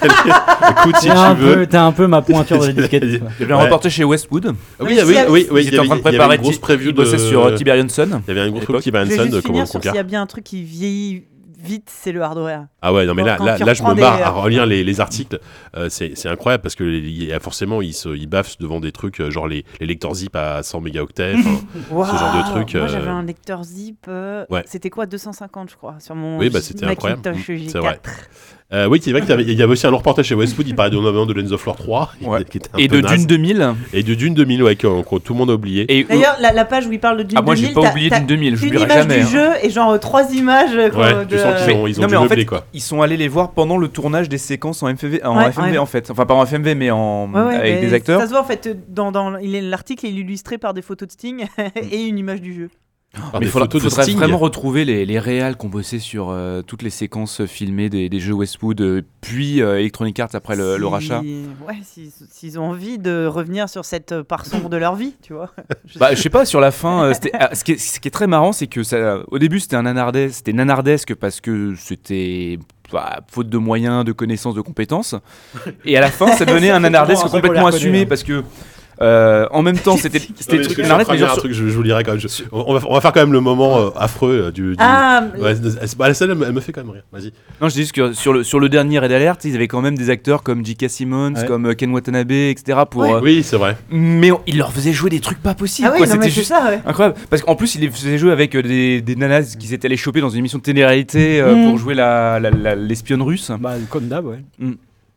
Écoute, si T'es un, tu veux. peu- t'es un peu ma pointure de la disquette. quoi. Il y avait un Ouais. reportage chez Westwood. Oui, mais oui, si oui, elle- oui, oui, Ils il y étaient en avait, train de il y avait préparer. une grosse Ti- preview Ils bossaient de. sur euh, Tiberian Sun. Il y avait un gros à truc l'époque. qui va Je vais Hanson juste de finir comment sur s'il y a bien un truc qui vieillit vite, c'est le hardware. Ah ouais, non mais là, Quand là, tu là je me reprends barre des- à relire les, les articles. Euh, c'est c'est incroyable parce que les- il y a forcément ils se ils baffent devant des trucs euh, genre les, les lecteurs zip à cent mégaoctets. enfin, Waouh. genre de truc, Moi euh, j'avais un lecteur zip. euh, Ouais. C'était quoi, deux cent cinquante je crois, sur mon Oui, bah, c'était incroyable. Macintosh Mm, G c'est vrai. quatre. euh, oui, c'est vrai qu'il y avait, il y avait aussi un long reportage chez Westwood. Il parlait de notamment de Lens of Lore trois Ouais. qui était un Et peu de naze. Dune deux mille. Et de Dune deux mille, ouais, que, que tout le monde a oublié. Et D'ailleurs, la, la page où il parle de Dune ah, moi, j'ai deux mille, pas t'as- oublié t'as Dune deux mille. une J'oublierai image jamais. du hein. jeu et genre euh, trois images. euh, Ouais, tu de- sens qu'ils ont, ils ont Non, dû mais en meubler fait, quoi. ils sont allés les voir pendant le tournage des séquences en F M V, en Ouais, F M V ouais. en fait. Enfin, pas en F M V, mais en Ouais, ouais, avec mais des acteurs. Ça se voit en fait, dans, dans il est- l'article est illustré par des photos de Sting et une image du jeu. Par Mais des il faudra, photos de faudrait Sting. vraiment retrouver les, les réals qui ont bossé sur euh, toutes les séquences filmées des, des jeux Westwood, euh, puis euh, Electronic Arts après le, le Si- rachat. Ouais, s'ils s'ils ont envie de revenir sur cette euh, part sombre de leur vie, tu vois. Je Bah, sais- je sais pas, sur la fin, euh, c'était- ah, ce, qui est, ce qui est très marrant, c'est que ça, au début c'était un nanardesque, c'était nanardesque parce que c'était bah, faute de moyens, de connaissances, de compétences. Et à la fin, ça devenait un nanardesque Ça, faut les complètement reconnaître, assumé hein. parce que euh, en même temps c'était c'était Non, des mais trucs ce que je suis en nanardesques, train mais de dire genre un truc, je, je vous lirai quand même. Je- on, va, on va faire quand même le moment euh, affreux euh, du. du- Ah, Ouais, c'est- bah, la scène, elle, me- elle me fait quand même rire. Vas-y. Non, je dis juste que sur le, sur le dernier Red Alert, ils avaient quand même des acteurs comme J K. Simmons, Ouais. comme euh, Ken Watanabe, et cetera. Pour, Ouais. euh, Oui, c'est vrai. mais on- ils leur faisaient jouer des trucs pas possibles. ah oui, quoi. non, mais C'était c'est juste ça, ouais. incroyable. Parce qu'en plus, ils les faisaient jouer avec euh, des, des nanas qui s'étaient allées choper dans une émission de télé-réalité euh, Mm. pour jouer la, la- la- l'espionne russe. Bah, comme d'hab, ouais.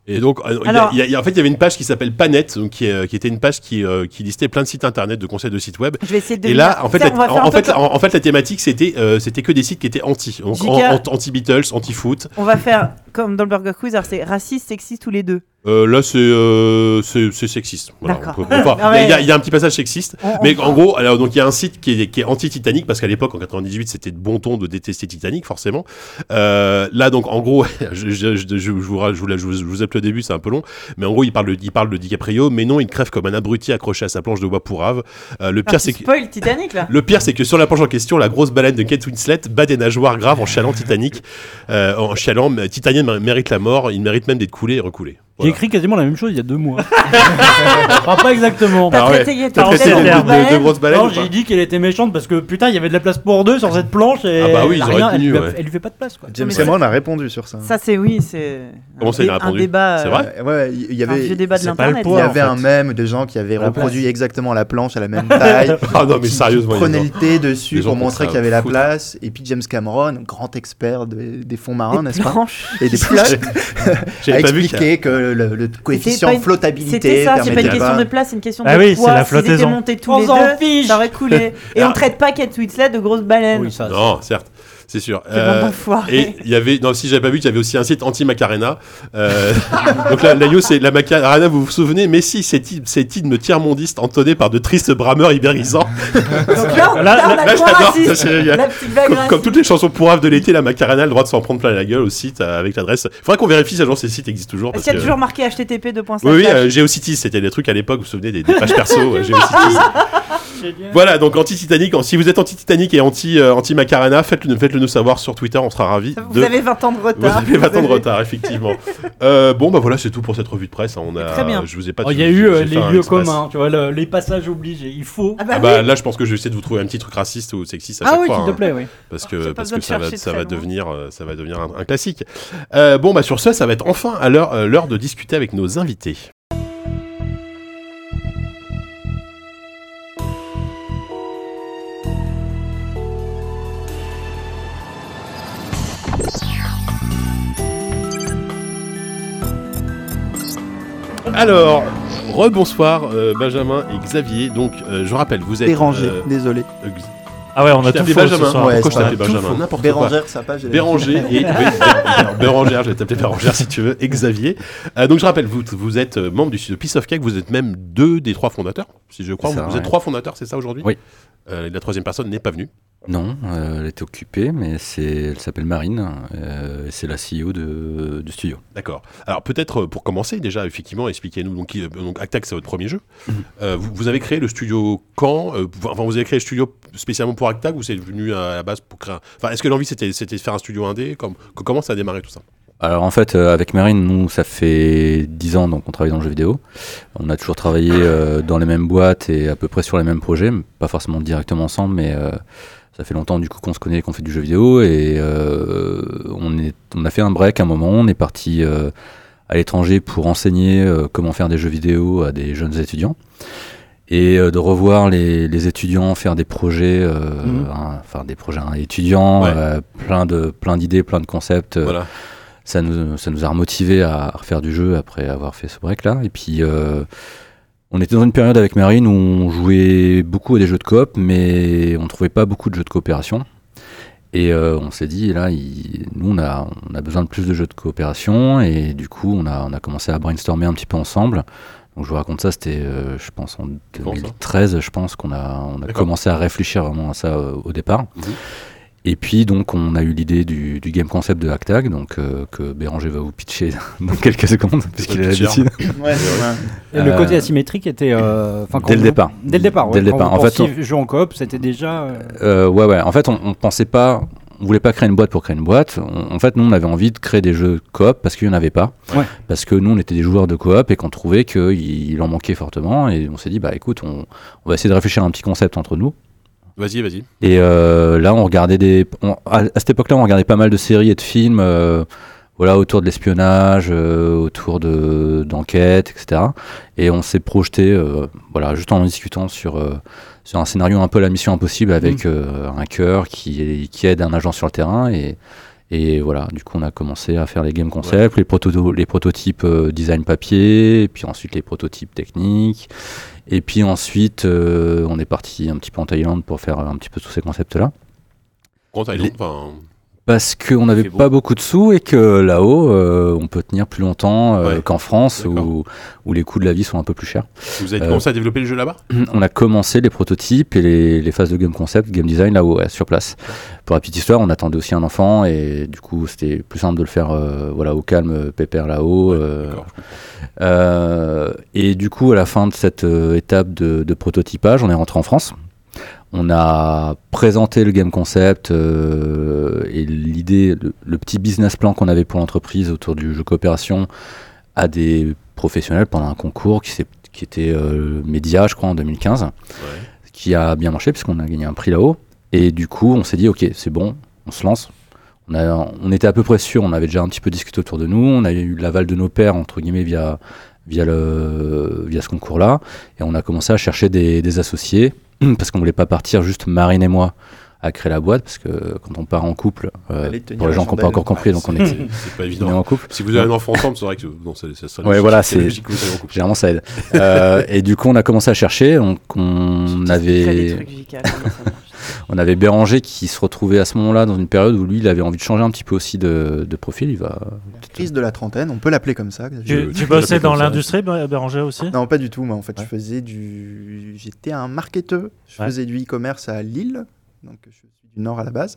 Et donc, euh, il y a- Alors- il y a- il y a- en fait, il y avait une page qui s'appelle Panet, donc qui, est- qui était une page qui, euh, qui listait plein de sites internet, de conseils de sites web. Je vais essayer de Et là, en fait, Ça, la, on va faire en, un en peu fait, comme- en, en fait, la thématique, c'était, euh, c'était que des sites qui étaient anti, donc J K. an- an- anti-Beatles, anti-foot. On va faire comme dans le Burger Quiz, alors c'est raciste, sexiste tous les deux. Euh, là, c'est, euh, c'est, c'est sexiste. Voilà, D'accord. on peut- enfin, Non, il y a- il y, a- mais- il y a un petit passage sexiste, On- on- mais en gros, alors, donc il y a un site qui est, qui est anti-Titanic parce qu'à l'époque, en quatre-vingt-dix-huit, c'était de bon ton de détester Titanic, forcément. Euh, là, donc, en gros, je, je, je, je, je vous, ra- je, vous, la- je vous- je vous zappe le début, c'est un peu long, mais en gros, il parle de, il parle de DiCaprio, mais non, il crève comme un abruti accroché à sa planche de bois pourrave. Euh, le Ah, pire, tu c'est que spoil Titanic là. Le pire, c'est que sur la planche en question, la grosse baleine de Kate Winslet bat des nageoires graves en chialant Titanic. Euh, en chialant, mais Titanic mé- mérite la mort, il mérite même d'être coulé et recoulé. J'ai Voilà. écrit quasiment la même chose il y a deux mois. Enfin, pas exactement. T'as Ah ouais. traité, T'as t'as traité traité de, la de- baleine. de grosses baleines Non, ou pas j'ai dit qu'elle était méchante parce que putain, il y avait de la place pour deux sur cette planche et Ah bah oui, elle, a ils auraient rien, elle, tenu, lui a- ouais. elle lui fait pas de place quoi. James mais Cameron a répondu sur ça. Ça c'est oui, c'est Comment un ça, il a dé- répondu un débat. C'est euh, vrai Euh, ouais, il y un avait, vieux débat de c'est pas le l'internet. il y poids, avait en un fait. mème de gens qui avaient La reproduit exactement la planche à la même taille. Ah non, mais sérieusement, Prenait ils le thé dessus les gens pour font montrer ça qu'il y avait la foutre. place. Et puis James Cameron, grand expert de- des fonds marins, Des n'est-ce pas planches. Et des planches, a J'avais pas vu qu'il y a- expliqué que le, le coefficient pas une- flottabilité C'était ça, c'est pas une permettait question de place, c'est une question Ah de oui, poids. c'est la S'ils étaient flottaison. montés tous On les s'en deux, fiche. ça aurait coulé. Et Alors- on traite pas Kate Winslet de grosse baleine. Oui, ça. Non, certes, c'est sûr. C'est bon d'enfoiré. et il y avait, non, si j'avais pas vu, il y avait aussi un site anti-Macarena. Euh, donc là, la yo, c'est la Macarena, vous vous souvenez, mais si, cet hymne, cet hymne tiers-mondiste entonné par de tristes brameurs ibérisants. Donc là, on, Là, là, on a là, le point j'adore, raciste. ça, c'est génial. La petite vague Comme, comme raciste. toutes les chansons pourraves de l'été, la Macarena a le droit de s'en prendre plein la gueule au site euh, avec l'adresse. Faudrait qu'on vérifie si à jour ces sites existent toujours. Est-ce Parce qu'il y a que... toujours marqué H T T P deux points slash Oui, oui, slash euh, GeoCities, c'était des trucs à l'époque, vous vous souvenez des, des pages perso, euh, GeoCities. Voilà, donc anti-Titanic. Si vous êtes anti-Titanic et anti, euh, anti-Macarena, faites-le, faites-le nous savoir sur Twitter, on sera ravis. Vous de... avez vingt ans de Vous retard. avez vingt ans de Vous avez- retard, effectivement. euh, bon, bah voilà, c'est tout pour cette revue de presse. hein. On a, Très bien. Je vous ai pas. Oh, il y j'ai- a eu j'ai euh, fait les un lieux express. communs, tu vois, le- les passages obligés. Il faut. Ah bah, Ah bah oui. là, je pense que je vais essayer de vous trouver un petit truc raciste ou sexiste à Ah chaque oui, fois. s'il te hein. plaît, oui. Parce J'ai que, pas parce besoin que de ça va, chercher ça très va loin. devenir, euh, ça va devenir un, un classique. Euh, bon, bah sur ce, ça va être enfin à l'heure, euh, l'heure de discuter avec nos invités. Alors, rebonsoir euh, Benjamin et Xavier. Donc, euh, je rappelle, vous êtes Dérangé, euh, désolé. euh, Ah ouais, on Je a t'ai tout appelé faux Benjamin. ce soir. Ouais, Pourquoi je ça t'appelle va, tout Benjamin faux. N'importe Bérangère, ça passe. j'ai Béranger et oui, Bé- Bérangère, je vais t'appeler Bérangère si tu veux, et Xavier. Euh, donc je rappelle, vous, vous êtes euh, membre du studio Piece of Cake, vous êtes même deux des trois fondateurs, si je crois. C'est Vous, ça, vous ouais. êtes trois fondateurs, c'est ça aujourd'hui Oui. Euh, la troisième personne n'est pas venue. Non, euh, elle était occupée, mais c'est, elle s'appelle Marine, euh, et c'est la C E O de, du studio. D'accord. Alors peut-être euh, pour commencer déjà, effectivement, expliquez-nous. Donc, euh, donc Actac, c'est votre premier jeu. Mhm. Euh, vous, vous avez créé le studio quand euh, vous- Enfin, vous avez créé le studio spécialement pour Actac ou c'est venu à la base pour créer un... Enfin, est-ce que l'envie c'était, c'était de faire un studio indé comme, Comment ça a démarré tout ça Alors en fait, euh, avec Marine, nous, ça fait dix ans donc on travaille dans le jeu vidéo. On a toujours travaillé euh, dans les mêmes boîtes et à peu près sur les mêmes projets, mais pas forcément directement ensemble, mais euh, ça fait longtemps du coup qu'on se connaît et qu'on fait du jeu vidéo. Et euh, on, est, on a fait un break à un moment, on est parti euh, à l'étranger pour enseigner euh, comment faire des jeux vidéo à des jeunes étudiants. Et euh, de revoir les, les étudiants faire des projets, euh, Mhm. un- enfin des projets hein, étudiants, Ouais. euh, plein de plein d'idées, plein de concepts. euh, Voilà. ça nous, ça nous a remotivés à refaire du jeu après avoir fait ce break-là. Et puis, euh, on était dans une période avec Marine où on jouait beaucoup à des jeux de coop, mais on trouvait pas beaucoup de jeux de coopération. Et euh, on s'est dit, là, il- nous, on a, on a besoin de plus de jeux de coopération. Et du coup, on a, on a commencé à brainstormer un petit peu ensemble. Donc, je vous raconte ça, c'était, euh, je pense, en Bon, ça. deux mille treize, je pense qu'on a, on a D'accord. commencé à réfléchir vraiment à ça euh, au départ. Mhm. Et puis donc on a eu l'idée du, du game concept de Hacktag, donc euh, que Béranger va vous pitcher dans quelques secondes puisqu'il a pitcher. l'habitude. Ouais, ouais. Et le Euh, côté asymétrique était. euh, enfin, quand dès le vous- départ. Dès le départ, ouais. Dès le Quand départ. vous En fait, pensiez jouer en coop, c'était déjà. euh, Euh, ouais ouais. En fait on, on pensait pas, on voulait pas créer une boîte pour créer une boîte. On- en fait nous on avait envie de créer des jeux coop parce qu'il y en avait pas. Ouais. Parce que nous on était des joueurs de coop et qu'on trouvait qu'il il en manquait fortement et on s'est dit bah écoute on, on va essayer de réfléchir à un petit concept entre nous. Vas-y, vas-y. Et euh, là, on regardait des. on- à, à cette époque-là, on regardait pas mal de séries et de films, euh, voilà, autour de l'espionnage, euh, autour de d'enquêtes, et cetera. Et on s'est projeté, euh, voilà, juste en discutant sur euh, sur un scénario un peu la Mission Impossible avec euh, un hacker qui est- qui aide un agent sur le terrain et Et voilà, du coup, on a commencé à faire les game concepts, ouais. les, proto- les prototypes euh, design papier, et puis ensuite les prototypes techniques. Et puis ensuite, euh, on est parti un petit peu en Thaïlande pour faire un petit peu tous ces concepts-là. En Thaïlande, enfin... Parce qu'on n'avait pas beaucoup de sous et que là-haut, euh, on peut tenir plus longtemps euh, ouais. qu'en France où, où les coûts de la vie sont un peu plus chers. Vous avez euh, commencé à développer le jeu là-bas ? On a commencé les prototypes et les, les phases de game concept, game design là-haut, ouais, sur place. Pour la petite histoire, on attendait aussi un enfant et du coup, c'était plus simple de le faire euh, voilà, au calme, pépère là-haut. Ouais, euh, euh, et du coup, à la fin de cette euh, étape de, de prototypage, on est rentré en France. On a présenté le game concept euh, et l'idée, le, le petit business plan qu'on avait pour l'entreprise autour du jeu coopération à des professionnels pendant un concours qui, s'est, qui était euh, Média, je crois, en deux mille quinze, ouais. qui a bien marché puisqu'on a gagné un prix là-haut. Et du coup, on s'est dit, ok, c'est bon, on se lance. On, a, on était à peu près sûr, on avait déjà un petit peu discuté autour de nous, on a eu l'aval de nos pairs, entre guillemets, via, via, le, via ce concours-là. Et on a commencé à chercher des, des associés. Parce qu'on voulait pas partir juste Marine et moi à créer la boîte, parce que quand on part en couple, euh, pour les gens qui n'ont pas encore compris, donc on est, c'est pas évident en couple. Si vous avez un enfant ensemble, c'est vrai que non, ça, ça serait ouais, voilà, c'est logique que vous soyez en couple. Généralement ça aide. euh, et du coup, on a commencé à chercher. Donc on avait, on avait Béranger qui se retrouvait à ce moment-là dans une période où lui, il avait envie de changer un petit peu aussi de, de profil. Il va la crise de la trentaine, on peut l'appeler comme ça. Tu, tu bossais dans l'industrie, Béranger aussi ? Non, pas du tout. Moi, en fait, ouais. je faisais du, j'étais un marketeur. Je ouais. faisais du e-commerce à Lille. Donc, je suis du Nord à la base.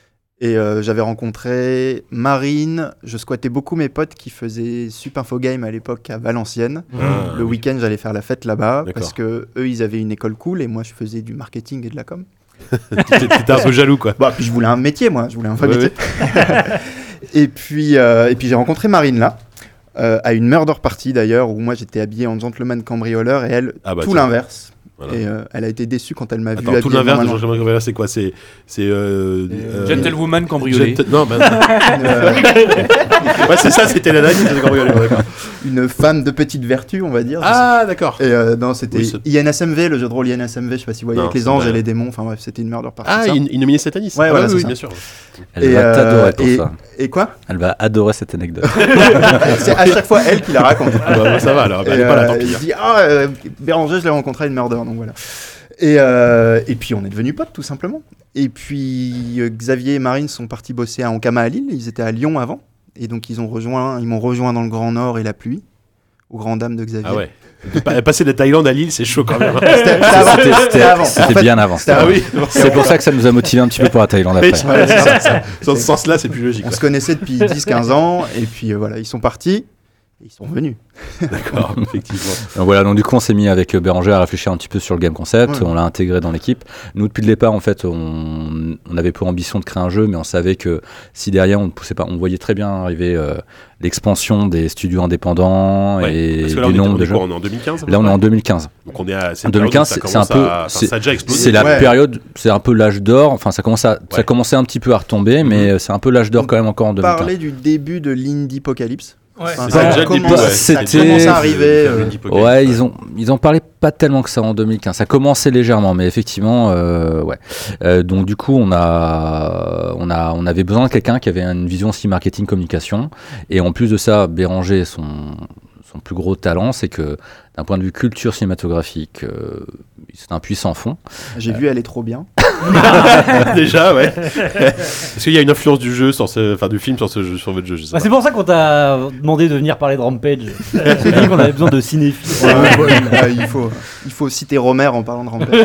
Et euh, j'avais rencontré Marine. Je squattais beaucoup mes potes qui faisaient Sup Info Game à l'époque à Valenciennes. Ah, le oui. week-end, j'allais faire la fête là-bas. D'accord. Parce que eux, ils avaient une école cool et moi, je faisais du marketing et de la com. T'étais un peu jaloux, quoi. Bah, puis je voulais un métier, moi. Je voulais un vrai ouais, métier. Ouais. et, puis, euh, et puis, j'ai rencontré Marine là, euh, à une murder party d'ailleurs, où moi, j'étais habillé en gentleman cambrioleur et elle, ah bah, tout tiens. l'inverse. Voilà. Et euh, elle a été déçue quand elle m'a Attends, vu. Tout l'inverse de Jean-Jacques Cambrioleur, c'est quoi ? C'est, c'est euh, euh, Gentlewoman cambriolée. Gent- non, bah, euh... ouais, c'est ça, c'était la dame qui faisait cambrioler. Une femme de petite vertu, on va dire. Ah, d'accord. Et euh, non, c'était oui, I N S M V, le jeu de rôle I N S M V. Je sais pas si vous voyez, non, avec les anges et les démons. Enfin bref, c'était une murder party. Ah, une, une mini Satanis. Ouais, ah, voilà, oui, oui, ça. bien sûr. Elle et va t'adorer pour et, ça. Et quoi ? Elle va adorer cette anecdote. C'est à chaque fois elle qui la raconte. Ah bah, ça va alors. Elle est pas là, tant pis. Elle dit ah, euh, Béranger, je l'ai rencontré à une murder, donc voilà. Et, euh, et puis on est devenus potes tout simplement. Et puis euh, Xavier et Marine sont partis bosser à Ankama à Lille. Ils étaient à Lyon avant. Et donc ils, ont rejoint, ils m'ont rejoint dans le Grand Nord et la pluie, aux grandes dames de Xavier. Ah ouais. Passer de Thaïlande à Lille, c'est chaud quand même. C'était, c'était, c'était, avant. C'était en fait, bien avant. C'était avant. Ah oui. C'est pour ça que ça nous a motivé un petit peu pour la Thaïlande après. Ouais, c'est ça, ça. Dans ce sens-là, c'est plus logique. On ouais. se connaissait depuis dix quinze ans. Et puis euh, voilà, ils sont partis. Et ils sont venus. D'accord, effectivement. Donc voilà, donc du coup on s'est mis avec Béranger à réfléchir un petit peu sur le game concept, ouais. on l'a intégré dans l'équipe. Nous depuis le départ en fait, on, on avait pour ambition de créer un jeu, mais on savait que si derrière on ne poussait pas, on voyait très bien arriver euh, l'expansion des studios indépendants ouais. et Parce que là, du nombre de jeux. On est en deux mille quinze. Là on est en deux mille quinze. Donc on est à en deux mille quinze, c'est, c'est un peu, à, c'est, ça a déjà explosé. C'est la ouais. période, c'est un peu l'âge d'or. Enfin ça commence à, ouais. ça commençait un petit peu à retomber, mmh. mais c'est un peu l'âge d'or quand même encore en deux mille quinze. On parlait du début de l'Indiepocalypse. Ouais. Enfin, ça, déjà comment, début, ouais. C'était... ça commence à arriver. Euh... Ouais, ouais, ils ont ils en parlaient pas tellement que ça en deux mille quinze. Ça commençait légèrement, mais effectivement, euh, ouais. Euh, donc du coup, on a on a on avait besoin de quelqu'un qui avait une vision aussi marketing communication. Et en plus de ça, Béranger, son son plus gros talent, c'est que d'un point de vue culture cinématographique, euh, c'est un puissant fond. J'ai euh... vu, elle est trop bien. Déjà, ouais. Est-ce qu'il y a une influence du jeu, sur ce, enfin du film sur ce jeu, sur votre jeu, je sais bah pas. C'est pour ça qu'on t'a demandé de venir parler de Rampage. J'ai dit qu'on avait besoin de cinéphiles. Ouais, ouais, ouais, il faut, il faut citer Romer en parlant de Rampage.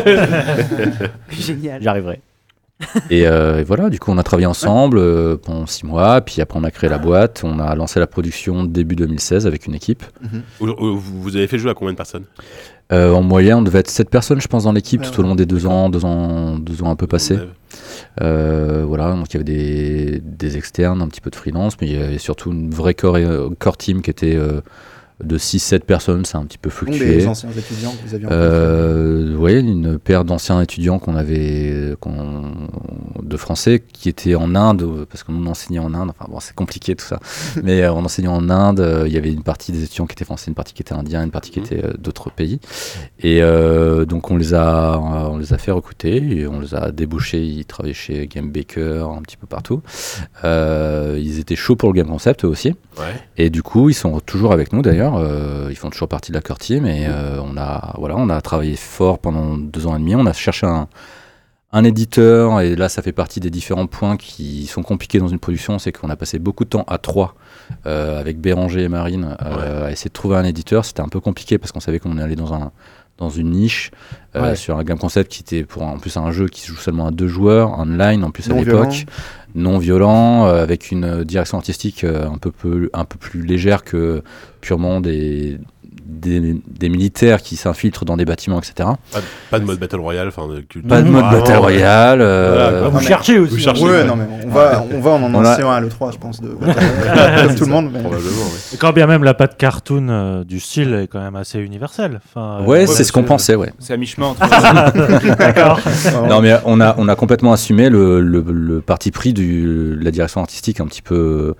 Génial. J'arriverai. Et, euh, et voilà, du coup, on a travaillé ensemble euh, pendant six mois, puis après on a créé la boîte, on a lancé la production début deux mille seize avec une équipe. Mm-hmm. Vous, vous avez fait jouer à combien de personnes ? Euh, en moyenne, on devait être sept personnes, je pense, dans l'équipe, ouais, tout ouais. au long des deux ans, deux ans, deux ans un peu passés. Ouais. Euh, voilà, donc il y avait des, des externes, un petit peu de freelance, mais il y avait surtout une vraie core, core team qui était euh, de six sept personnes, ça a un petit peu Donc, fluctué. des anciens étudiants que vous aviez rencontrés. Euh, oui, une paire d'anciens étudiants qu'on avait qu'on, de français qui étaient en Inde, parce qu'on enseignait en Inde, enfin bon, c'est compliqué tout ça, mais euh, on enseignait en Inde, euh, il y avait une partie des étudiants qui étaient français, une partie qui était indien, une partie qui était euh, d'autres pays, et euh, donc on les a on les a fait recruter, et on les a débauchés, ils travaillaient chez Game Baker, un petit peu partout, euh, ils étaient chauds pour le game concept eux aussi, Ouais. et du coup ils sont toujours avec nous d'ailleurs, euh, ils font toujours partie de la core team, et euh, on a voilà on a travaillé fort pendant deux ans et demi, on a cherché un un éditeur, et là ça fait partie des différents points qui sont compliqués dans une production, c'est qu'on a passé beaucoup de temps à trois euh, avec Béranger et Marine euh, Ouais. à essayer de trouver un éditeur. C'était un peu compliqué parce qu'on savait qu'on allait dans un dans une niche euh, Ouais. sur un game concept qui était pour en plus un jeu qui se joue seulement à deux joueurs, online en plus à Non l'époque, non violent, euh, avec une direction artistique euh, un peu peu, un peu plus légère que purement des des, des militaires qui s'infiltrent dans des bâtiments, et cetera. Pas, de- pas de mode Battle Royale. Enfin, de, que- Pas de mode Vraiment, Battle Royale. euh, Voilà, quoi. Vous mais- cherchez aussi. Vous hein. cherchez. Ouais, ouais. non, mais on va, on va en en On a- lancer un à l'E trois, je pense, de comme tout le monde. mais- Probablement, ouais. Et quand bien même la patte cartoon euh, du style est quand même assez universelle. Enfin, euh, Ouais, c'est ce qu'on pensait, ouais. C'est à mi-chemin entre. D'accord. Non, mais on a, on a complètement assumé le, le, le parti pris du, de la direction artistique un petit peu,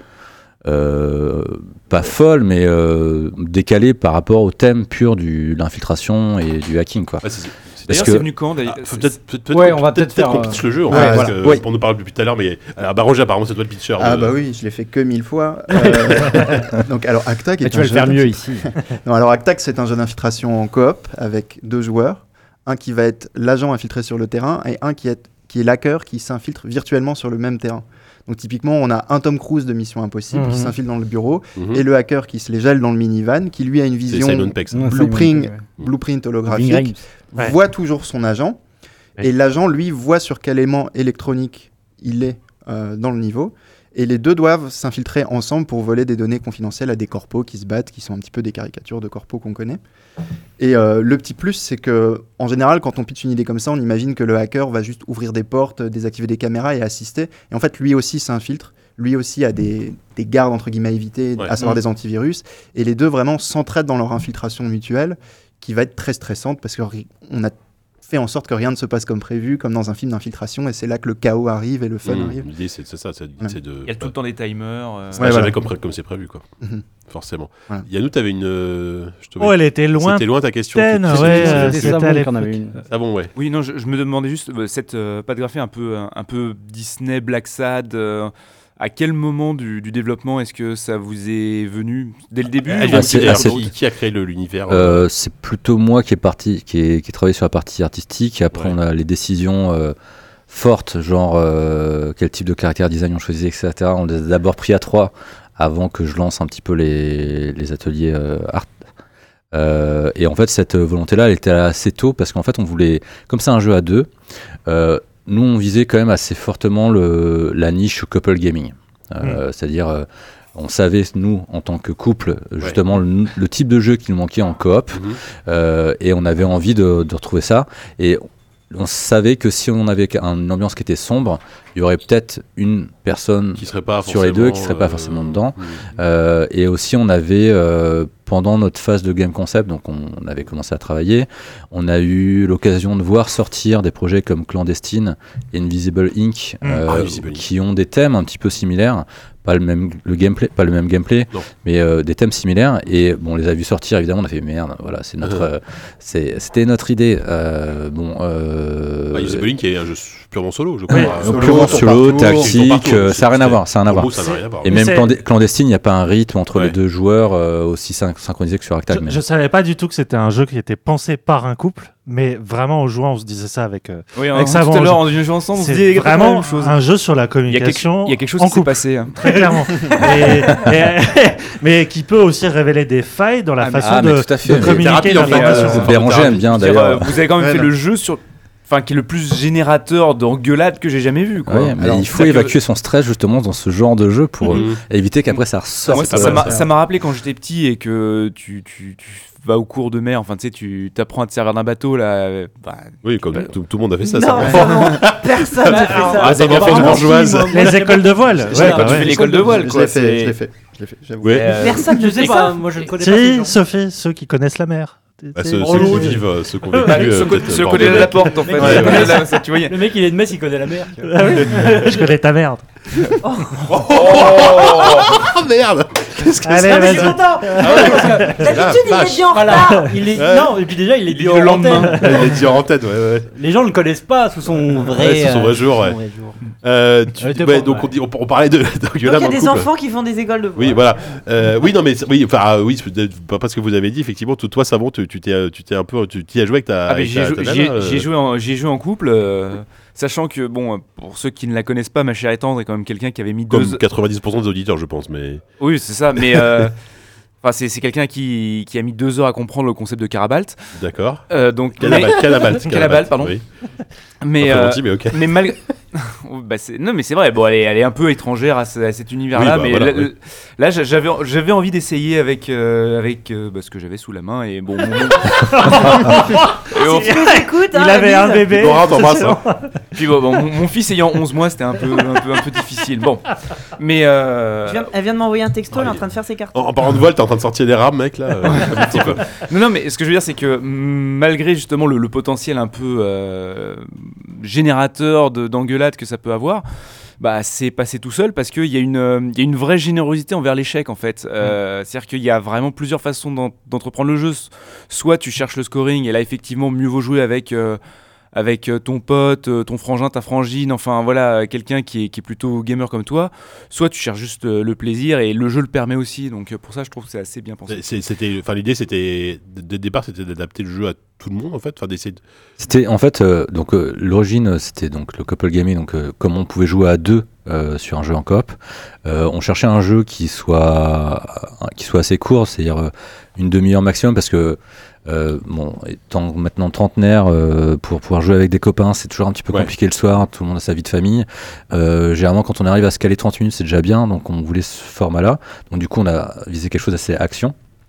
euh, pas folle, mais euh, décalée par rapport au thème pur du- de l'infiltration et du hacking, quoi. Ouais, c'est- c'est- D'ailleurs, que- c'est venu quand d'ailleurs Ah, faut peut-être peut peut Ouais, on va peut-être faire, qu'on euh, pitch le jeu en ouais, fait, parce voilà. que, Ouais. pour nous parler depuis tout à l'heure, mais alors Baronger apparemment c'est toi le pitcher. Ah de- bah oui, je l'ai fait que mille fois. Euh, donc alors Actac est Mais tu un vas le jeu faire mieux d'infiltration. ici. Non, alors Actac c'est un jeu d'infiltration en coop avec deux joueurs, un qui va être l'agent infiltré sur le terrain et un qui est qui est l'hacker qui s'infiltre virtuellement sur le même terrain. Donc typiquement, on a un Tom Cruise de Mission Impossible Mhm. qui s'infile dans le bureau Mhm. et le hacker qui se les gèle dans le minivan, qui lui a une C'est vision Simon Pegg. ça. Ouais, blueprint, Simon Pegg, blueprint ouais. holographique, Ving Rhames. Ouais. voit toujours son agent Oui. et l'agent lui voit sur quel aimant électronique il est euh, dans le niveau. Et les deux doivent s'infiltrer ensemble pour voler des données confidentielles à des corpos qui se battent, qui sont un petit peu des caricatures de corpos qu'on connaît. Et euh, le petit plus, c'est que en général, quand on pitch une idée comme ça, on imagine que le hacker va juste ouvrir des portes, désactiver des caméras et assister. Et en fait, lui aussi s'infiltre. Lui aussi a des, des gardes, entre guillemets, à éviter, Ouais. à savoir Mmh. des antivirus. Et les deux vraiment s'entraident dans leur infiltration mutuelle, qui va être très stressante parce qu'on a fait en sorte que rien ne se passe comme prévu, comme dans un film d'infiltration. Et c'est là que le chaos arrive et le fun Mmh. arrive. L'idée c'est c'est ça, c'est Ouais. c'est de. Il y a tout le temps des timers. euh, C'est Ouais, pas voilà. jamais comme, pré- comme c'est prévu quoi. Mhm. Forcément. Voilà. Yannou, t'avais une. euh, je te Oh, elle était loin. C'était loin ta question. Taine, Qui- qui- ouais, qui- euh, qui- C'était c'était à Savon qui en l'époque. avait une. Ah bon, ouais. Oui, non, je, je me demandais juste euh, cette euh, patte graphique un peu, un, un peu Disney, Black Sad. euh, à quel moment du, du développement est-ce que ça vous est venu dès le début Ah, ou- j'ai- c'est- d'ailleurs, assez- qui, qui a créé le- l'univers Euh, c'est plutôt moi qui est parti, qui est, qui est travaillé sur la partie artistique. Et après, Ouais. on a les décisions euh, fortes, genre euh, quel type de caractère design on choisit, et cetera. On les a d'abord pris à trois avant que je lance un petit peu les, les ateliers euh, art. Euh, et en fait, cette volonté-là, elle était assez tôt parce qu'en fait, on voulait, comme c'est un jeu à deux, euh, nous, on visait quand même assez fortement le, la niche couple gaming. Euh, C'est-à-dire, euh, on savait, nous, en tant que couple, justement, le, le type de jeu qui nous manquait en coop. Mhm. Euh, et on avait envie de, de retrouver ça. Et on savait que si on avait un- une ambiance qui était sombre, il y aurait peut-être une personne Qui serait pas sur les deux qui forcément, serait pas euh, forcément dedans. mhm. Euh, et aussi, on avait, euh, pendant notre phase de game concept, donc on, on avait commencé à travailler, on a eu l'occasion de voir sortir des projets comme Clandestine et Invisible Inc, Mm. euh, Ah, Invisible Inc. qui ont des thèmes un petit peu similaires. Pas le même, le gameplay, pas le même gameplay, Non. mais euh, des thèmes similaires. Et bon, on les a vus sortir, évidemment, on a fait merde, voilà, c'est notre, euh, c'est- c'était notre idée. Euh, bon, euh, Bah, Invisible Inc est un jeu purement solo, je crois. Oui, Euh, solo, purement tour solo, par tour, tactique, tour par tour, euh, c'est- ça n'a rien à c'est- voir, ça n'a rien à pour voir. nous, ça n'a rien à voir. Et ouais. même c'est- clandé- Clandestine, il n'y a pas un rythme entre Ouais. les deux joueurs euh, aussi syn- synchronisé que sur Actac. Je, mais- je savais pas du tout que c'était un jeu qui était pensé par un couple, mais vraiment en jouant, on se disait ça avec. euh, Oui, Avec on- ça, tout bon, à l'heure, je- on y joue ensemble, on se dit c'est exactement la vraiment même chose. un jeu sur la Il y a quelque, communication il y a quelque chose en qui s'est couple, passé. hein. très clairement. Et- et- mais qui peut aussi révéler des failles dans la Ah, mais- façon ah, mais de, tout à fait, de mais- communiquer Thérapie, en fait, l'information. euh, Béranger aime bien Je veux dire, d'ailleurs. euh, vous avez quand même Ouais, fait non. le jeu sur enfin qui est le plus générateur d'engueulades que j'ai jamais vu. Quoi. Ouais, mais Alors, il faut c'est-à-dire évacuer son stress justement dans ce genre de jeu pour Mhm. euh, éviter qu'après ça ressorte. Moi, ça, c'est ça pas m'a, mal, ça m'a rappelé quand j'étais petit et que tu, tu, tu vas au cours de mer, enfin tu sais, tu t'apprends à te servir d'un bateau là. euh, Bah, Oui, comme Bah, tout, tout le monde a fait ça. Non, ça. vraiment, personne n'a fait ça. Ah, c'est une enfance bourgeoise. Les écoles de voile. Je Ouais, l'ai bah quand tu ouais. fais l'école de voile, Je quoi. l'ai fait, c'est- je l'ai fait, je l'ai fait, j'avoue. Ouais. Euh, Personne ne Je sais fait pas, ça. moi je ne connais pas ces Si, gens. Sophie, ceux qui connaissent la mer. Bah, Tu ceux, sais, ceux oh, qui oui. vivent, euh, ceux qui ont vécu. Bah, euh, ceux peut-être, ceux euh, connaissent bordel. la porte en fait. Ouais, Ceux ouais. connaissent la- ça, tu vois, il y a- Le mec il est de Metz, il connaît la mer. tu vois. Ah oui, je connais ta merde. Oh merde. Qu'est-ce que Allez, Ah, mais je vas-y. suis content. D'habitude, il vache. est dit en Voilà, retard. il est Ouais. non et puis déjà il est Il dit est en le lendemain. antenne. Il est dit en tête, ouais, ouais. Les gens ne le connaissent pas sous son vrai. Ouais, sous son euh, vrai jour, ouais. son vrai jour. Euh, tu- Ouais, t'es ouais, bon, donc ouais. on, dit, on, on parlait de, de Donc, Gueulard il y a dans le des couple. enfants qui font des écoles de voile. Oui, voilà. Euh, oui, non, mais c'est- oui, enfin, ah, oui, c'est pas parce que vous avez dit, effectivement, tout- toi, Savon, tu tu t'es, tu t'es un peu, tu t'y as joué avec ta. Ah, mais avec j'ai, ta- jou- ta j'ai- nana, euh. j'ai joué en, j'ai joué en couple, euh, sachant que, bon, pour ceux qui ne la connaissent pas, ma chère et tendre est quand même quelqu'un qui avait mis Comme deux... quatre-vingt-dix pour cent des auditeurs, je pense, mais. Oui, c'est ça, mais... euh, Enfin, c'est, c'est quelqu'un qui, qui a mis deux heures à comprendre le concept de Carabalt. D'accord. Euh, donc, mais, Calabal, Calabal, Calabal, pardon. Oui. mais, Pas très euh, gentil, mais ok. mais malgré... bah, c'est... Non, mais c'est vrai, bon, elle est, elle est un peu étrangère à, ce- à cet univers-là, Oui, bah, mais voilà, là, oui. là, j'a- j'avais, j'avais envie d'essayer avec, euh, avec euh, bah, ce que j'avais sous la main, et bon... mon- Et au- Si tu nous écoutes, Il hein, avait un Lise. bébé. Laura, t'embrasse. hein. Puis bon, bon, mon, mon fils ayant onze mois, c'était un peu, un peu, un peu difficile. Bon, mais euh, Je viens- Elle vient de m'envoyer un texto, elle est Ah, en train de faire ses cartes. En, en parlant de vol, t'es en train de sortir des rames, mec, là. euh, un petit peu. non, non, mais ce que je veux dire, c'est que mm, malgré justement le, le potentiel un peu euh, générateur de, d'engueulade que ça peut avoir, bah c'est passé tout seul parce qu'il y a une, euh, il y a une vraie générosité envers l'échec en fait. Euh, C'est-à-dire qu'il y a vraiment plusieurs façons d'en- d'entreprendre le jeu. Soit tu cherches le scoring et là effectivement mieux vaut jouer avec euh, avec euh, ton pote, euh, ton frangin, ta frangine, enfin voilà, quelqu'un qui est, qui est plutôt gamer comme toi, soit tu cherches juste euh, le plaisir et le jeu le permet aussi, donc euh, pour ça je trouve que c'est assez bien pensé. C'est- C'était, enfin, l'idée, c'était, dès le départ, c'était d'adapter le jeu à tout le monde, en fait. Enfin, d'essayer de. C'était en fait euh, donc euh, l'origine euh, c'était donc le couple gaming, donc euh, comme on pouvait jouer à deux euh, sur un jeu en coop, euh, on cherchait un jeu qui soit euh, qui soit assez court, c'est-à-dire euh, une demi-heure maximum, parce que euh, bon, étant maintenant trentenaire, euh, pour pouvoir jouer avec des copains, c'est toujours un petit peu Ouais. compliqué le soir, tout le monde a sa vie de famille. Euh, généralement, quand on arrive à se caler trente minutes, c'est déjà bien, donc on voulait ce format-là. Donc du coup, on a visé quelque chose d'assez action.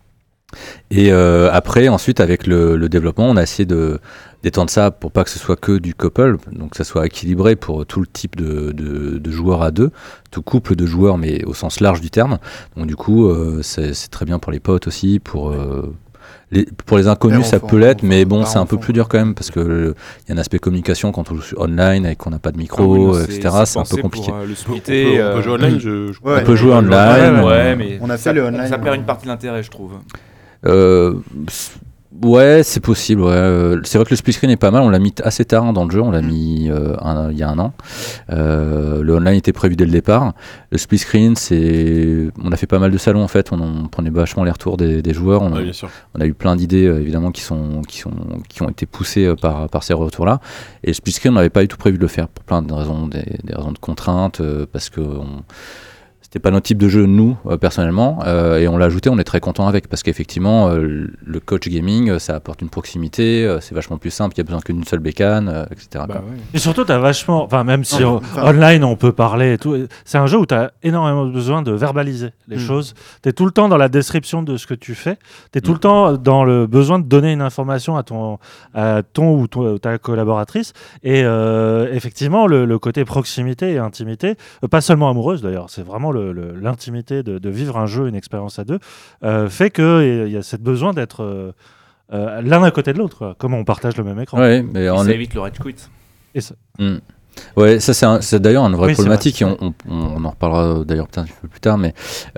Et euh, après, ensuite, avec le, le développement, on a essayé de d'étendre ça pour pas que ce soit que du couple, donc que ça soit équilibré pour tout le type de, de, de joueurs à deux, tout couple de joueurs, mais au sens large du terme. Donc du coup, euh, c'est c'est très bien pour les potes aussi, pour euh, les, pour les inconnus, Père, ça enfant, peut l'être, enfant, mais bon, parent, c'est un peu enfant. plus dur quand même parce que le- il y a un aspect communication quand on joue sur online et qu'on n'a pas de Ah micro, oui, non, et cetera. C'est un pensé peu pour, compliqué. euh, le On peut, splitter. on peut jouer online, je. je- Ouais. On peut jouer online. Ouais, euh, ouais, mais On a ça, fait le online, ça perd ouais. une partie de l'intérêt, je trouve. Euh, c- ouais, c'est possible. Ouais. Euh, C'est vrai que le split screen est pas mal. On l'a mis assez tard hein, dans le jeu. On l'a mis euh, un- il y a un an. Euh, le online était prévu dès le départ. Le split screen, c'est, on a fait pas mal de salons en fait. On, on prenait vachement les retours des, des joueurs. On, Ouais, bien sûr. on a eu plein d'idées euh, évidemment qui sont qui sont qui ont été poussées euh, par par ces retours-là. Et le split screen, on n'avait pas du tout prévu de le faire pour plein de raisons, des, des raisons de contraintes, euh, parce que on, c'était pas notre type de jeu, nous, euh, personnellement, euh, et on l'a ajouté, on est très content avec, parce qu'effectivement, euh, le coach gaming, euh, ça apporte une proximité, euh, c'est vachement plus simple, il y a besoin qu'une seule bécane, euh, et cetera quoi. Et surtout, t'as vachement. Enfin, même si Non, on- enfin- online on peut parler et tout, c'est un jeu où t'as énormément besoin de verbaliser les Mm. choses. T'es tout le temps dans la description de ce que tu fais. T'es tout Mm. le temps dans le besoin de donner une information à ton, à ton ou ton- ta collaboratrice. Et euh, effectivement, le, le côté proximité et intimité, euh, pas seulement amoureuse d'ailleurs, c'est vraiment le- le- l'intimité de, de vivre un jeu, une expérience à deux, euh, fait qu'il y a ce besoin d'être euh, euh, l'un à côté de l'autre, quoi. Comme on partage le même écran. Ouais, mais Et on ça est- évite le rage quit. Et ça- Mm. Ouais, ça c'est, un- c'est d'ailleurs une vraie Oui, c'est problématique vrai. et on, on- on en reparlera d'ailleurs peut-être un peu plus tard. Mais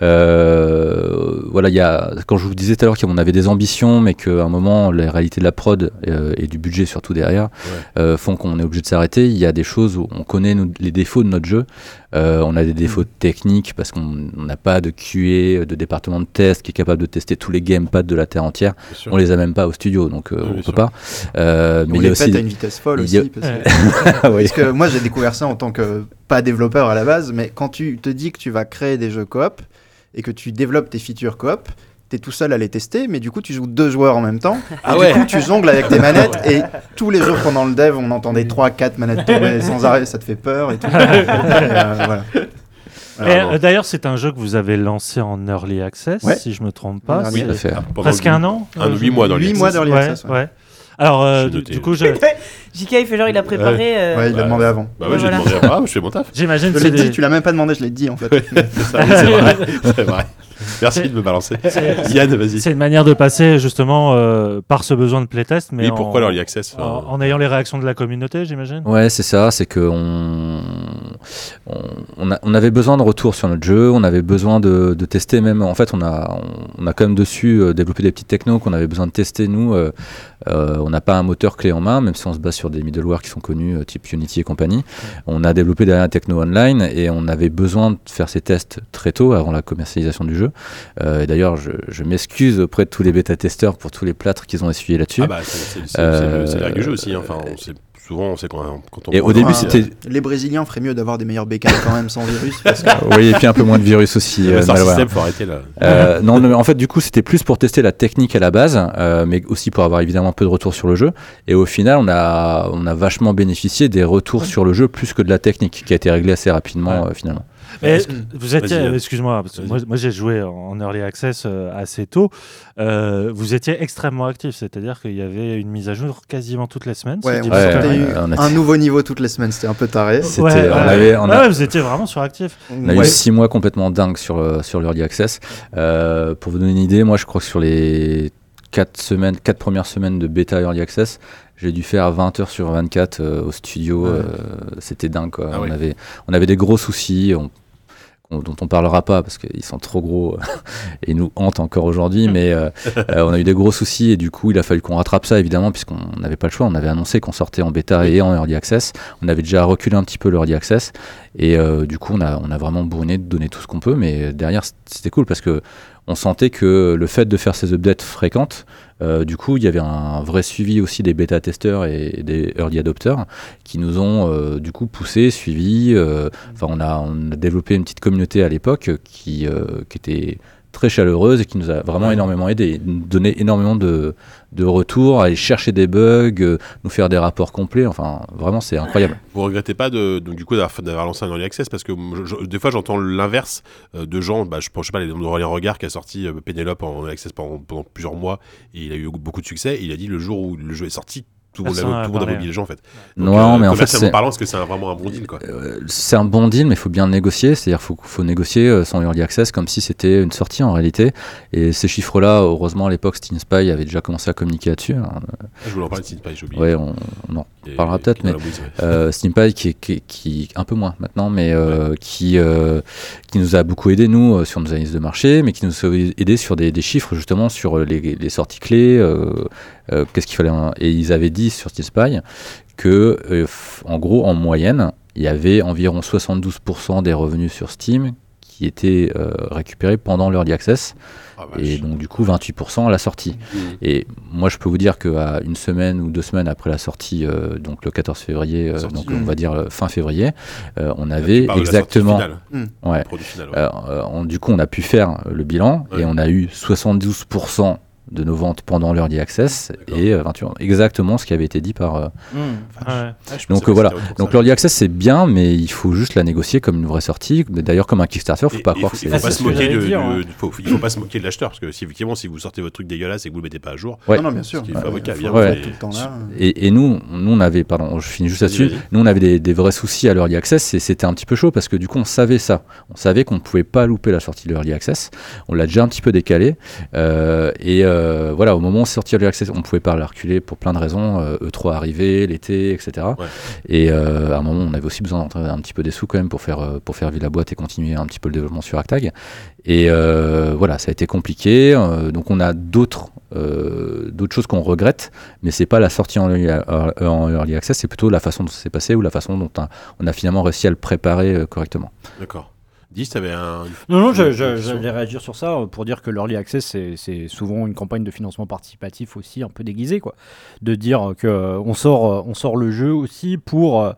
euh, voilà, il y a, quand je vous disais tout à l'heure qu'on avait des ambitions, mais qu'à un moment la réalité de la prod euh, et du budget surtout derrière Ouais. euh, font qu'on est obligé de s'arrêter. Il y a des choses où on connaît nous, les défauts de notre jeu. Euh, on a des défauts techniques parce qu'on on n'a pas de Q A, de département de test qui est capable de tester tous les gamepads de la terre entière. Bien sûr. On les a même pas au studio, donc euh, Ouais, on bien peut sûr. pas. Euh, On mais il y les a aussi pète à une vitesse folle il y a- aussi. Parce que, Oui. parce que moi, j'ai découvert ça en tant que pas développeur à la base, mais quand tu te dis que tu vas créer des jeux coop et que tu développes tes features coop, t'es tout seul à les tester, mais du coup tu joues deux joueurs en même temps. Ah et ouais. Du coup tu jongles avec des manettes et tous les jours pendant le dev on entendait trois quatre manettes tomber sans arrêt, ça te fait peur et tout. Et, euh, voilà. Et, euh, d'ailleurs, c'est un jeu que vous avez lancé en Early Access, Ouais. si je me trompe pas. En Oui, early tout à fait. Ah, pendant Presque huit- un an. Un euh, huit mois dans huit l'Early mois Access. d'Early Ouais, Access, ouais. ouais. Alors, euh, J'ai du, noté. du coup, je- J K, il fait genre, il a préparé. euh, Ouais, il a Ouais. demandé avant. Bah ouais, Ouais, j'ai voilà. demandé. Ah, je fais mon taf. j'imagine Je que l'ai c'est dit, des- tu l'as même pas demandé, je l'ai dit en fait. C'est ça, oui, c'est vrai. C'est vrai. Merci de me balancer. Yann, vas-y. c'est une manière de passer justement euh, par ce besoin de playtest, mais Et en, pourquoi l'Early Access en, euh, en ayant les réactions de la communauté, j'imagine. Ouais, c'est ça, c'est que on, on, on a- on avait besoin de retours sur notre jeu, on avait besoin de, de tester même, en fait on a, on, on a quand même dessus euh, développé des petites technos qu'on avait besoin de tester nous, euh, euh, on n'a pas un moteur clé en main, même si on se base sur des middleware qui sont connus, euh, type Unity et compagnie, on a développé derrière la techno online et on avait besoin de faire ces tests très tôt avant la commercialisation du jeu. Euh, et d'ailleurs je, je m'excuse auprès de tous les bêta-testeurs pour tous les plâtres qu'ils ont essuyés là-dessus. Ah bah, c'est c'est- c'est- Euh, c'est le- c'est la règle du jeu aussi. hein. Enfin, on sait- souvent, on sait quand, quand on. Et au prend- début, Ah, c'était. Les Brésiliens feraient mieux d'avoir des meilleurs bécanes quand même sans virus. Parce que... Oui, et puis un peu moins de virus aussi. Le euh, Star malware. System, faut arrêter là. Euh, non, non, mais en fait, du coup, c'était plus pour tester la technique à la base, euh, mais aussi pour avoir évidemment un peu de retour sur le jeu. Et au final, on a, on a vachement bénéficié des retours sur le jeu plus que de la technique, qui a été réglée assez rapidement Ouais. euh, finalement. Mais Est-ce que- vous étiez, Vas-y, Yann. excuse-moi, parce que Vas-y. moi, moi, j'ai joué en Early Access euh, assez tôt. Euh, vous étiez extrêmement actif, c'est-à-dire qu'il y avait une mise à jour quasiment toutes les semaines. si Ouais, je dis on pas de Ouais, sortait conneries. ouais, on a- un nouveau niveau toutes les semaines, c'était un peu taré. C'était- Ouais, on ouais. avait, on a- Ah ouais, vous étiez vraiment suractif. On a eu six mois complètement dingues sur, euh, sur l'Early Access. Euh, pour vous donner une idée, moi je crois que sur les quatre semaines, quatre premières semaines de bêta Early Access, j'ai dû faire vingt heures sur vingt-quatre euh, au studio. Ouais. euh, c'était dingue quoi. Ah on, ouais. avait, on avait des gros soucis. On, on- dont on parlera pas parce qu'ils sont trop gros et nous hantent encore aujourd'hui, mais euh, euh, on a eu des gros soucis et du coup il a fallu qu'on rattrape ça évidemment puisqu'on n'avait pas le choix, on avait annoncé qu'on sortait en bêta et en early access, on avait déjà reculé un petit peu l'early access et euh, du coup on a, on a vraiment bourriné de donner tout ce qu'on peut, mais derrière c'était cool parce que on sentait que le fait de faire ces updates fréquentes, euh, du coup, il y avait un vrai suivi aussi des bêta-testeurs et des early adopters qui nous ont euh, du coup poussé, suivi. euh, Enfin, on a, on a développé une petite communauté à l'époque qui, euh, qui était très chaleureuse et qui nous a vraiment Ouais. énormément aidé, nous donnait énormément de, de retours, aller chercher des bugs, euh, nous faire des rapports complets. Enfin, vraiment, c'est incroyable. Vous regrettez pas de, donc, du coup d'avoir, d'avoir lancé un early access parce que je- je- des fois j'entends l'inverse euh, de gens, bah, je, pense- je sais pas, l'exemple d'Aurélien Regard qui a sorti euh, Pénélope en early access pendant, pendant plusieurs mois et il a eu beaucoup de succès. Et il a dit le jour où le jeu est sorti, tout le monde Personne a- n'a tout le monde a parlé. oublié les gens en fait. Donc, Non, euh, mais en fait, commercialement c'est... parlant, est-ce que c'est un- vraiment un bon deal quoi? Euh, c'est un bon deal, mais il faut bien le négocier. C'est-à-dire qu'il faut, faut négocier euh, son early access comme si c'était une sortie en réalité. Et ces chiffres-là, heureusement, à l'époque, Steam Spy avait déjà commencé à communiquer là-dessus. Alors, Je voulais en parler de Steam Spy, j'ai oublié. ouais, on, on en Et- parlera et- peut-être, et mais voilà, oui, c'est vrai. euh, Steam Spy qui, est- qui, est- qui un peu moins maintenant, mais euh, qui, euh, qui nous a beaucoup aidé nous euh, sur nos analyses de marché, mais qui nous a aidé sur des, des chiffres justement sur les, les sorties clés. Euh, euh, qu'est-ce qu'il fallait en- Et ils avaient dit sur Steam Spy que, euh, f- en gros, en moyenne, il y avait environ soixante-douze pour cent des revenus sur Steam qui étaient euh, récupérés pendant l'early access, Ah, vache. et donc du coup vingt-huit pour cent à la sortie. Mmh. Et moi, je peux vous dire qu'à une semaine ou deux semaines après la sortie, euh, donc le quatorze février, euh, Sortie. donc Mm. on va dire euh, fin février, euh, on Tu avait parles de la sortie exactement, finale, ouais, le produit final, ouais. euh, euh, on- du coup, on a pu faire le bilan Ouais. et on a eu soixante-douze pour cent de nos ventes pendant l'early access D'accord. et euh, vingt-huit exactement ce qui avait été dit par. euh, Ouais. Ah, je pensais donc que euh, voilà. c'était autre Donc chose. l'early access c'est bien, mais il faut juste la négocier comme une vraie sortie. Mais d'ailleurs, comme un Kickstarter, faut Et- pas et croire faut- que il c'est. faut pas Ah, se c'est ce que moquer j'allais de, dire, de- hein. faut- il faut pas se moquer de l'acheteur parce que si effectivement si vous sortez votre truc dégueulasse et que vous le mettez pas à jour, Ouais. Non, non, bien sûr. ce qu'il Ouais, faut avocat, faut bien, ouais. être mais- tout le temps là. Et, et nous, nous on avait, pardon, je finis juste Vas-y, là-dessus. vas-y. Nous, on avait des, des vrais soucis à l'early access et c'était un petit peu chaud parce que du coup, on savait ça. On savait qu'on ne pouvait pas louper la sortie de l'early access. On l'a déjà un petit peu décalé. Euh, et euh, voilà, au moment où on sortit l'early access, on ne pouvait pas la reculer pour plein de raisons. Euh, E trois arrivé, l'été, et cetera. Ouais. Et euh, à un moment, on avait aussi besoin d'entrer un petit peu des sous quand même pour faire, euh, pour faire vivre la boîte et continuer un petit peu le développement sur Arctag. Et euh, voilà, ça a été compliqué. Euh, donc, on a d'autres euh, d'autres choses qu'on regrette, mais c'est pas la sortie en early, en early access, c'est plutôt la façon dont ça s'est passé ou la façon dont on a, on a finalement réussi à le préparer euh, correctement. D'accord. Dis, t'avais un. Non, non, je- une je- question. j'allais réagir sur ça euh, pour dire que l'Early Access, c'est- c'est souvent une campagne de financement participatif aussi un peu déguisée, quoi. De dire qu'on sort, euh, on sort le jeu aussi pour, euh,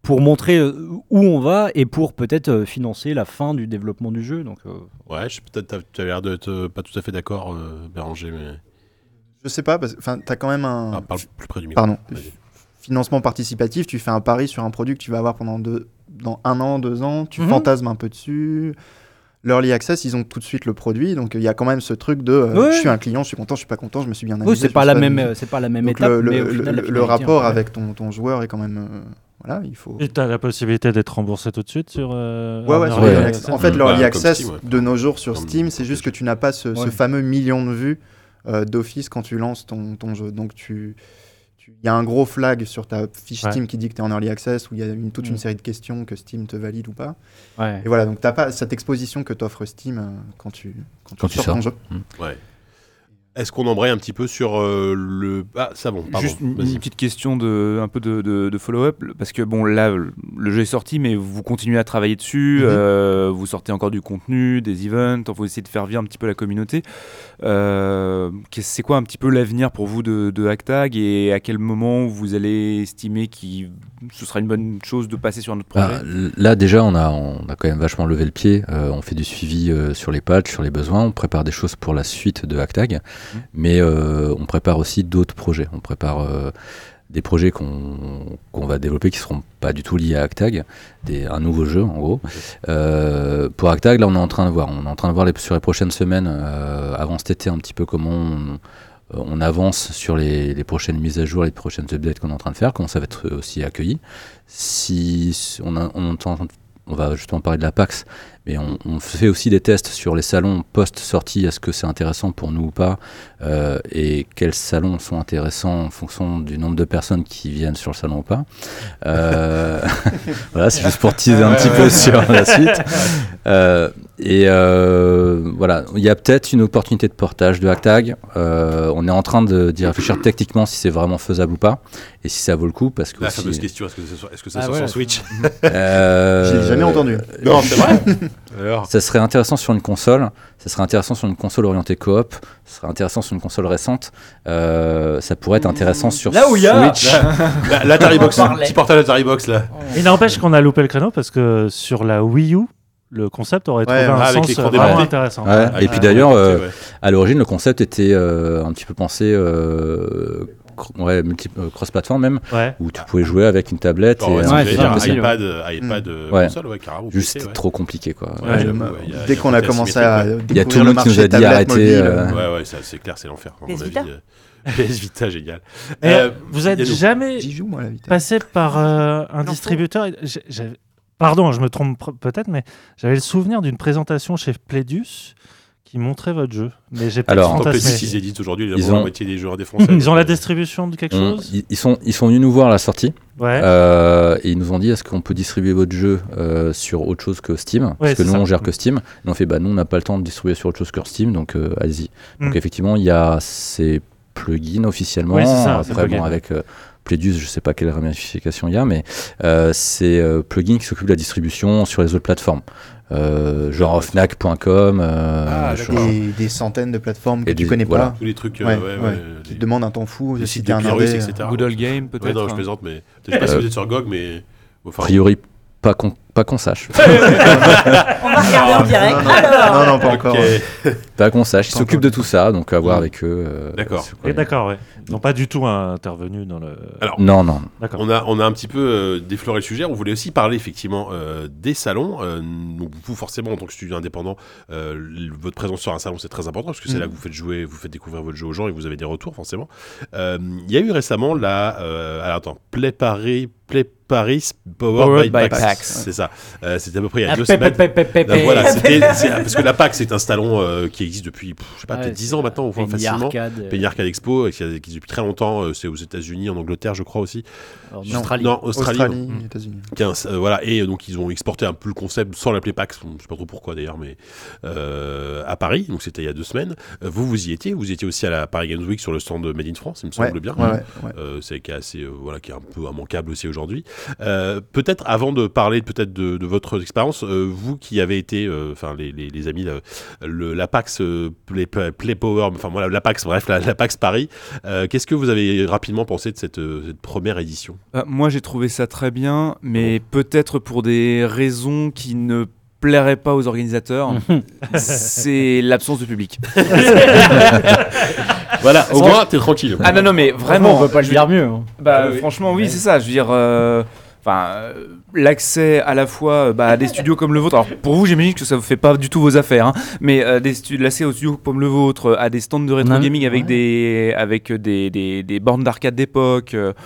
pour montrer euh, où on va et pour peut-être euh, financer la fin du développement du jeu. Donc, euh, Ouais, je, peut-être t'as- tu as l'air d'être euh, pas tout à fait d'accord, euh, Béranger, mais. Je sais pas, parce que tu as quand même un Ah, parle plus près du micro. pardon, Vas-y. financement participatif. Tu fais un pari sur un produit que tu vas avoir pendant deux, dans un an, deux ans. Tu Mhm. fantasmes un peu dessus. L'Early Access, ils ont tout de suite le produit. Donc il y a quand même ce truc de euh, Ouais. je suis un client, je suis content, je suis pas content, je me suis bien amusé. oui, c'est je pas me la suis même, amusé. euh, c'est pas la même Donc étape, le, mais le- au final, le- la le finalité, rapport hein, avec ton, ton joueur est quand même. euh, voilà, il faut. Et t'as la possibilité d'être remboursé tout de suite sur. euh, Ouais, ouais, en sur Ouais. l'Early Early Access. Access. En fait, Mmh. l'Early Bah, comme Access Steam, ouais. de nos jours sur Comme- Steam, c'est juste que tu n'as pas ce, ce Ouais. fameux million de vues euh, d'office quand tu lances ton, ton jeu. Donc, tu. Il y a un gros flag sur ta fiche Ouais. Steam qui dit que tu es en Early Access, où il y a une, toute Mm. une série de questions que Steam te valide ou pas. ouais. Et voilà, donc tu n'as pas cette exposition que t'offre Steam euh, quand tu, quand Quand tu tu sors ton sors. jeu. Ouais. Est-ce qu'on embraye un petit peu sur euh, le. Ah, ça bon, pardon. Juste une, Vas-y. une petite question de un peu de, de- de follow-up parce que bon là le le jeu est sorti mais vous continuez à travailler dessus, Mhm. euh, vous sortez encore du contenu, des events, vous essayez de faire vivre un petit peu la communauté. Euh, qu'est- c'est quoi un petit peu l'avenir pour vous de, de Hacketag et à quel moment vous allez estimer que ce sera une bonne chose de passer sur un autre projet? Ah, l- là déjà on a, on a quand même vachement levé le pied, euh, on fait du suivi euh, sur les patchs, sur les besoins, on prépare des choses pour la suite de Hacketag, Mhm. mais euh, on prépare aussi d'autres projets, on prépare euh, des projets qu'on qu'on va développer qui seront pas du tout liés à Hacketag, des, un nouveau jeu en gros. Euh, pour Hacketag là on est en train de voir, on est en train de voir les, sur les prochaines semaines, euh, avant cet été un petit peu comment on, on avance sur les, les prochaines mises à jour, les prochaines updates qu'on est en train de faire, comment ça va être aussi accueilli. Si on, a, on, entend, on va justement parler de la PAX, mais on, on fait aussi des tests sur les salons post-sortie, est-ce que c'est intéressant pour nous ou pas, euh, et quels salons sont intéressants en fonction du nombre de personnes qui viennent sur le salon ou pas. Euh, voilà, c'est juste pour teaser un petit peu sur la suite. Euh, et euh, voilà, il y a peut-être une opportunité de portage de Hacketag. Euh, on est en train de, d'y réfléchir techniquement si c'est vraiment faisable ou pas, et si ça vaut le coup, parce que La aussi, fameuse question, est-ce que ça, est-ce que ça Ah, sort ouais, sur ça- Switch euh, Je l'ai jamais entendu. Non, c'est vrai. Alors, ça serait intéressant sur une console, ça serait intéressant sur une console orientée coop, ça serait intéressant sur une console récente, euh, ça pourrait être intéressant sur Là où il y a- Switch. la- l'Atari Box, On parlait. petit portail Atari Box là. Il n'empêche qu'on a loupé le créneau parce que sur la Wii U, le concept aurait trouvé Ouais, un ah, avec sens l'écran vraiment démonté. intéressant. Ouais, Ah, et puis ah, d'ailleurs, ouais, euh, ouais. à l'origine, le concept était euh, un petit peu pensé euh, cr- ouais, multi- euh, cross-platform même, Ouais. où tu pouvais jouer avec une tablette Oh, ouais, et c'est Ouais, ce que c'est j'allais dire, facile. iPad, euh, iPad euh, Ouais. console, ouais, carrément. juste P C, c'était ouais. trop compliqué quoi. Ouais, Ouais, j'avoue, bah, ouais, il y a- dès il y a qu'on a côté commencé à asymétrique, Il y a découvrir tout le le monde qui nous marché a dit tablette arrêtez, mobile, euh, ouais. Ouais, ouais, ça, c'est clair, c'est l'enfer. à P S mon Vita avis, euh, P S Vita, génial. Et Euh, vous êtes Yannou. jamais j'y joue moi la vitesse. passé par euh, un Non, distributeur j'ai- j'avais- Pardon, je me trompe pr- peut-être, mais j'avais le souvenir d'une présentation chez Playdius qui montrait votre jeu. Mais j'ai peut-être Alors, Tant que les fantasmé. six, ils éditent aujourd'hui Ils la ont- moitié des jeux indés français. Ils ont la donc, distribution de quelque On- chose ils, ils sont, ils sont venus nous voir à la sortie Ouais. euh, et ils nous ont dit est-ce qu'on peut distribuer votre jeu euh, sur autre chose que Steam, parce que c'est nous ça. on gère que Steam. Et on fait bah nous on n'a pas le temps de distribuer sur autre chose que Steam, donc euh, allez-y. Donc Mm. effectivement il y a ces plugins officiellement. Ouais, c'est ça, ces Après plugins. bon, avec euh, Playdius, je sais pas quelle ramification il y a, mais euh, c'est euh, plugins qui s'occupent de la distribution sur les autres plateformes, euh, genre Fnac point com, euh, Ah, je- d'accord. Des, des centaines de plateformes que Et tu des- connais voilà. pas, tous les trucs, euh, Ouais, ouais, ouais, ouais, qui les- te demandent un temps fou les si sites t'es de un Pyrrhus, indé. et cetera. Good Old Game peut-être. Ouais, non, je hein. plaisante, mais je sais pas si Euh, vous êtes sur G O G, mais. a priori pas qu'on pas qu'on sache. On va regarder en direct. Non, non, Alors, non, non, pas Ok. encore. Pas qu'on sache. Ils Pas s'occupent encore. de tout ça, donc à voir Mm. avec eux. euh, D'accord. c'est quoi Et les- d'accord, ouais. Ils n'ont pas du tout intervenu dans le. Alors, Non, non. D'accord. On a, on a un petit peu euh, défloré le sujet. On voulait aussi parler effectivement euh, des salons. Euh, donc vous, forcément, en tant que studio indépendant, euh, l- votre présence sur un salon, c'est très important parce que c'est Mm. là que vous faites jouer, vous faites découvrir votre jeu aux gens et vous avez des retours forcément. Euh, Il y a eu récemment la, euh, alors attends, Play Paris, Play Paris Powered, Powered by, by PAX. PAX. C'est ça. Euh, C'était à peu près il y a Ah, deux pé- semaines. pé- pé- pé- Donc, pé- voilà, c'était, c'est- parce que la PAX c'est un salon euh, qui existe depuis, pff, je sais pas, Ouais, peut-être dix c'est ans maintenant, enfin Penny facilement. Arcade, euh, Penny Arcade Expo, qui, a- qui depuis très longtemps, euh, c'est aux États-Unis, en Angleterre, je crois aussi. en Non, Australie. Non, Australie. Australie, Mm. États-Unis. quinze, euh, voilà, et euh, donc ils ont exporté un peu le concept sans l'appeler PAX, je sais pas trop pourquoi d'ailleurs, mais euh, à Paris, donc c'était il y a deux semaines. Euh, vous, vous y étiez, vous étiez aussi à la Paris Games Week sur le stand de Made in France, il me semble Ouais, bien. ouais, ouais, ouais. Euh, c'est qui est assez, euh, voilà, qui est un peu immanquable aussi aujourd'hui. Euh, peut-être avant de parler peut-être de, de votre expérience, euh, vous qui avez été, enfin euh, les, les, les amis, le, le, la PAX euh, Play, Play Power, enfin voilà, la PAX, bref, la, la PAX Paris. Euh, qu'est-ce que vous avez rapidement pensé de cette, euh, cette première édition ? Bah, moi, j'ai trouvé ça très bien, mais peut-être pour des raisons qui ne plairait pas aux organisateurs, c'est l'absence de public. Voilà, au moins t'es tranquille. Ah non non mais vraiment, on peut pas le dire mieux. Hein. Bah ah, oui. franchement oui, c'est ça. Je veux dire, enfin euh, euh, l'accès à la fois bah, à des studios comme le vôtre. Alors pour vous, j'imagine que ça vous fait pas du tout vos affaires, hein, mais euh, des stu- l'accès aux studios comme le vôtre, à des stands de rétro gaming avec ouais. des avec des, des des bornes d'arcade d'époque. Euh,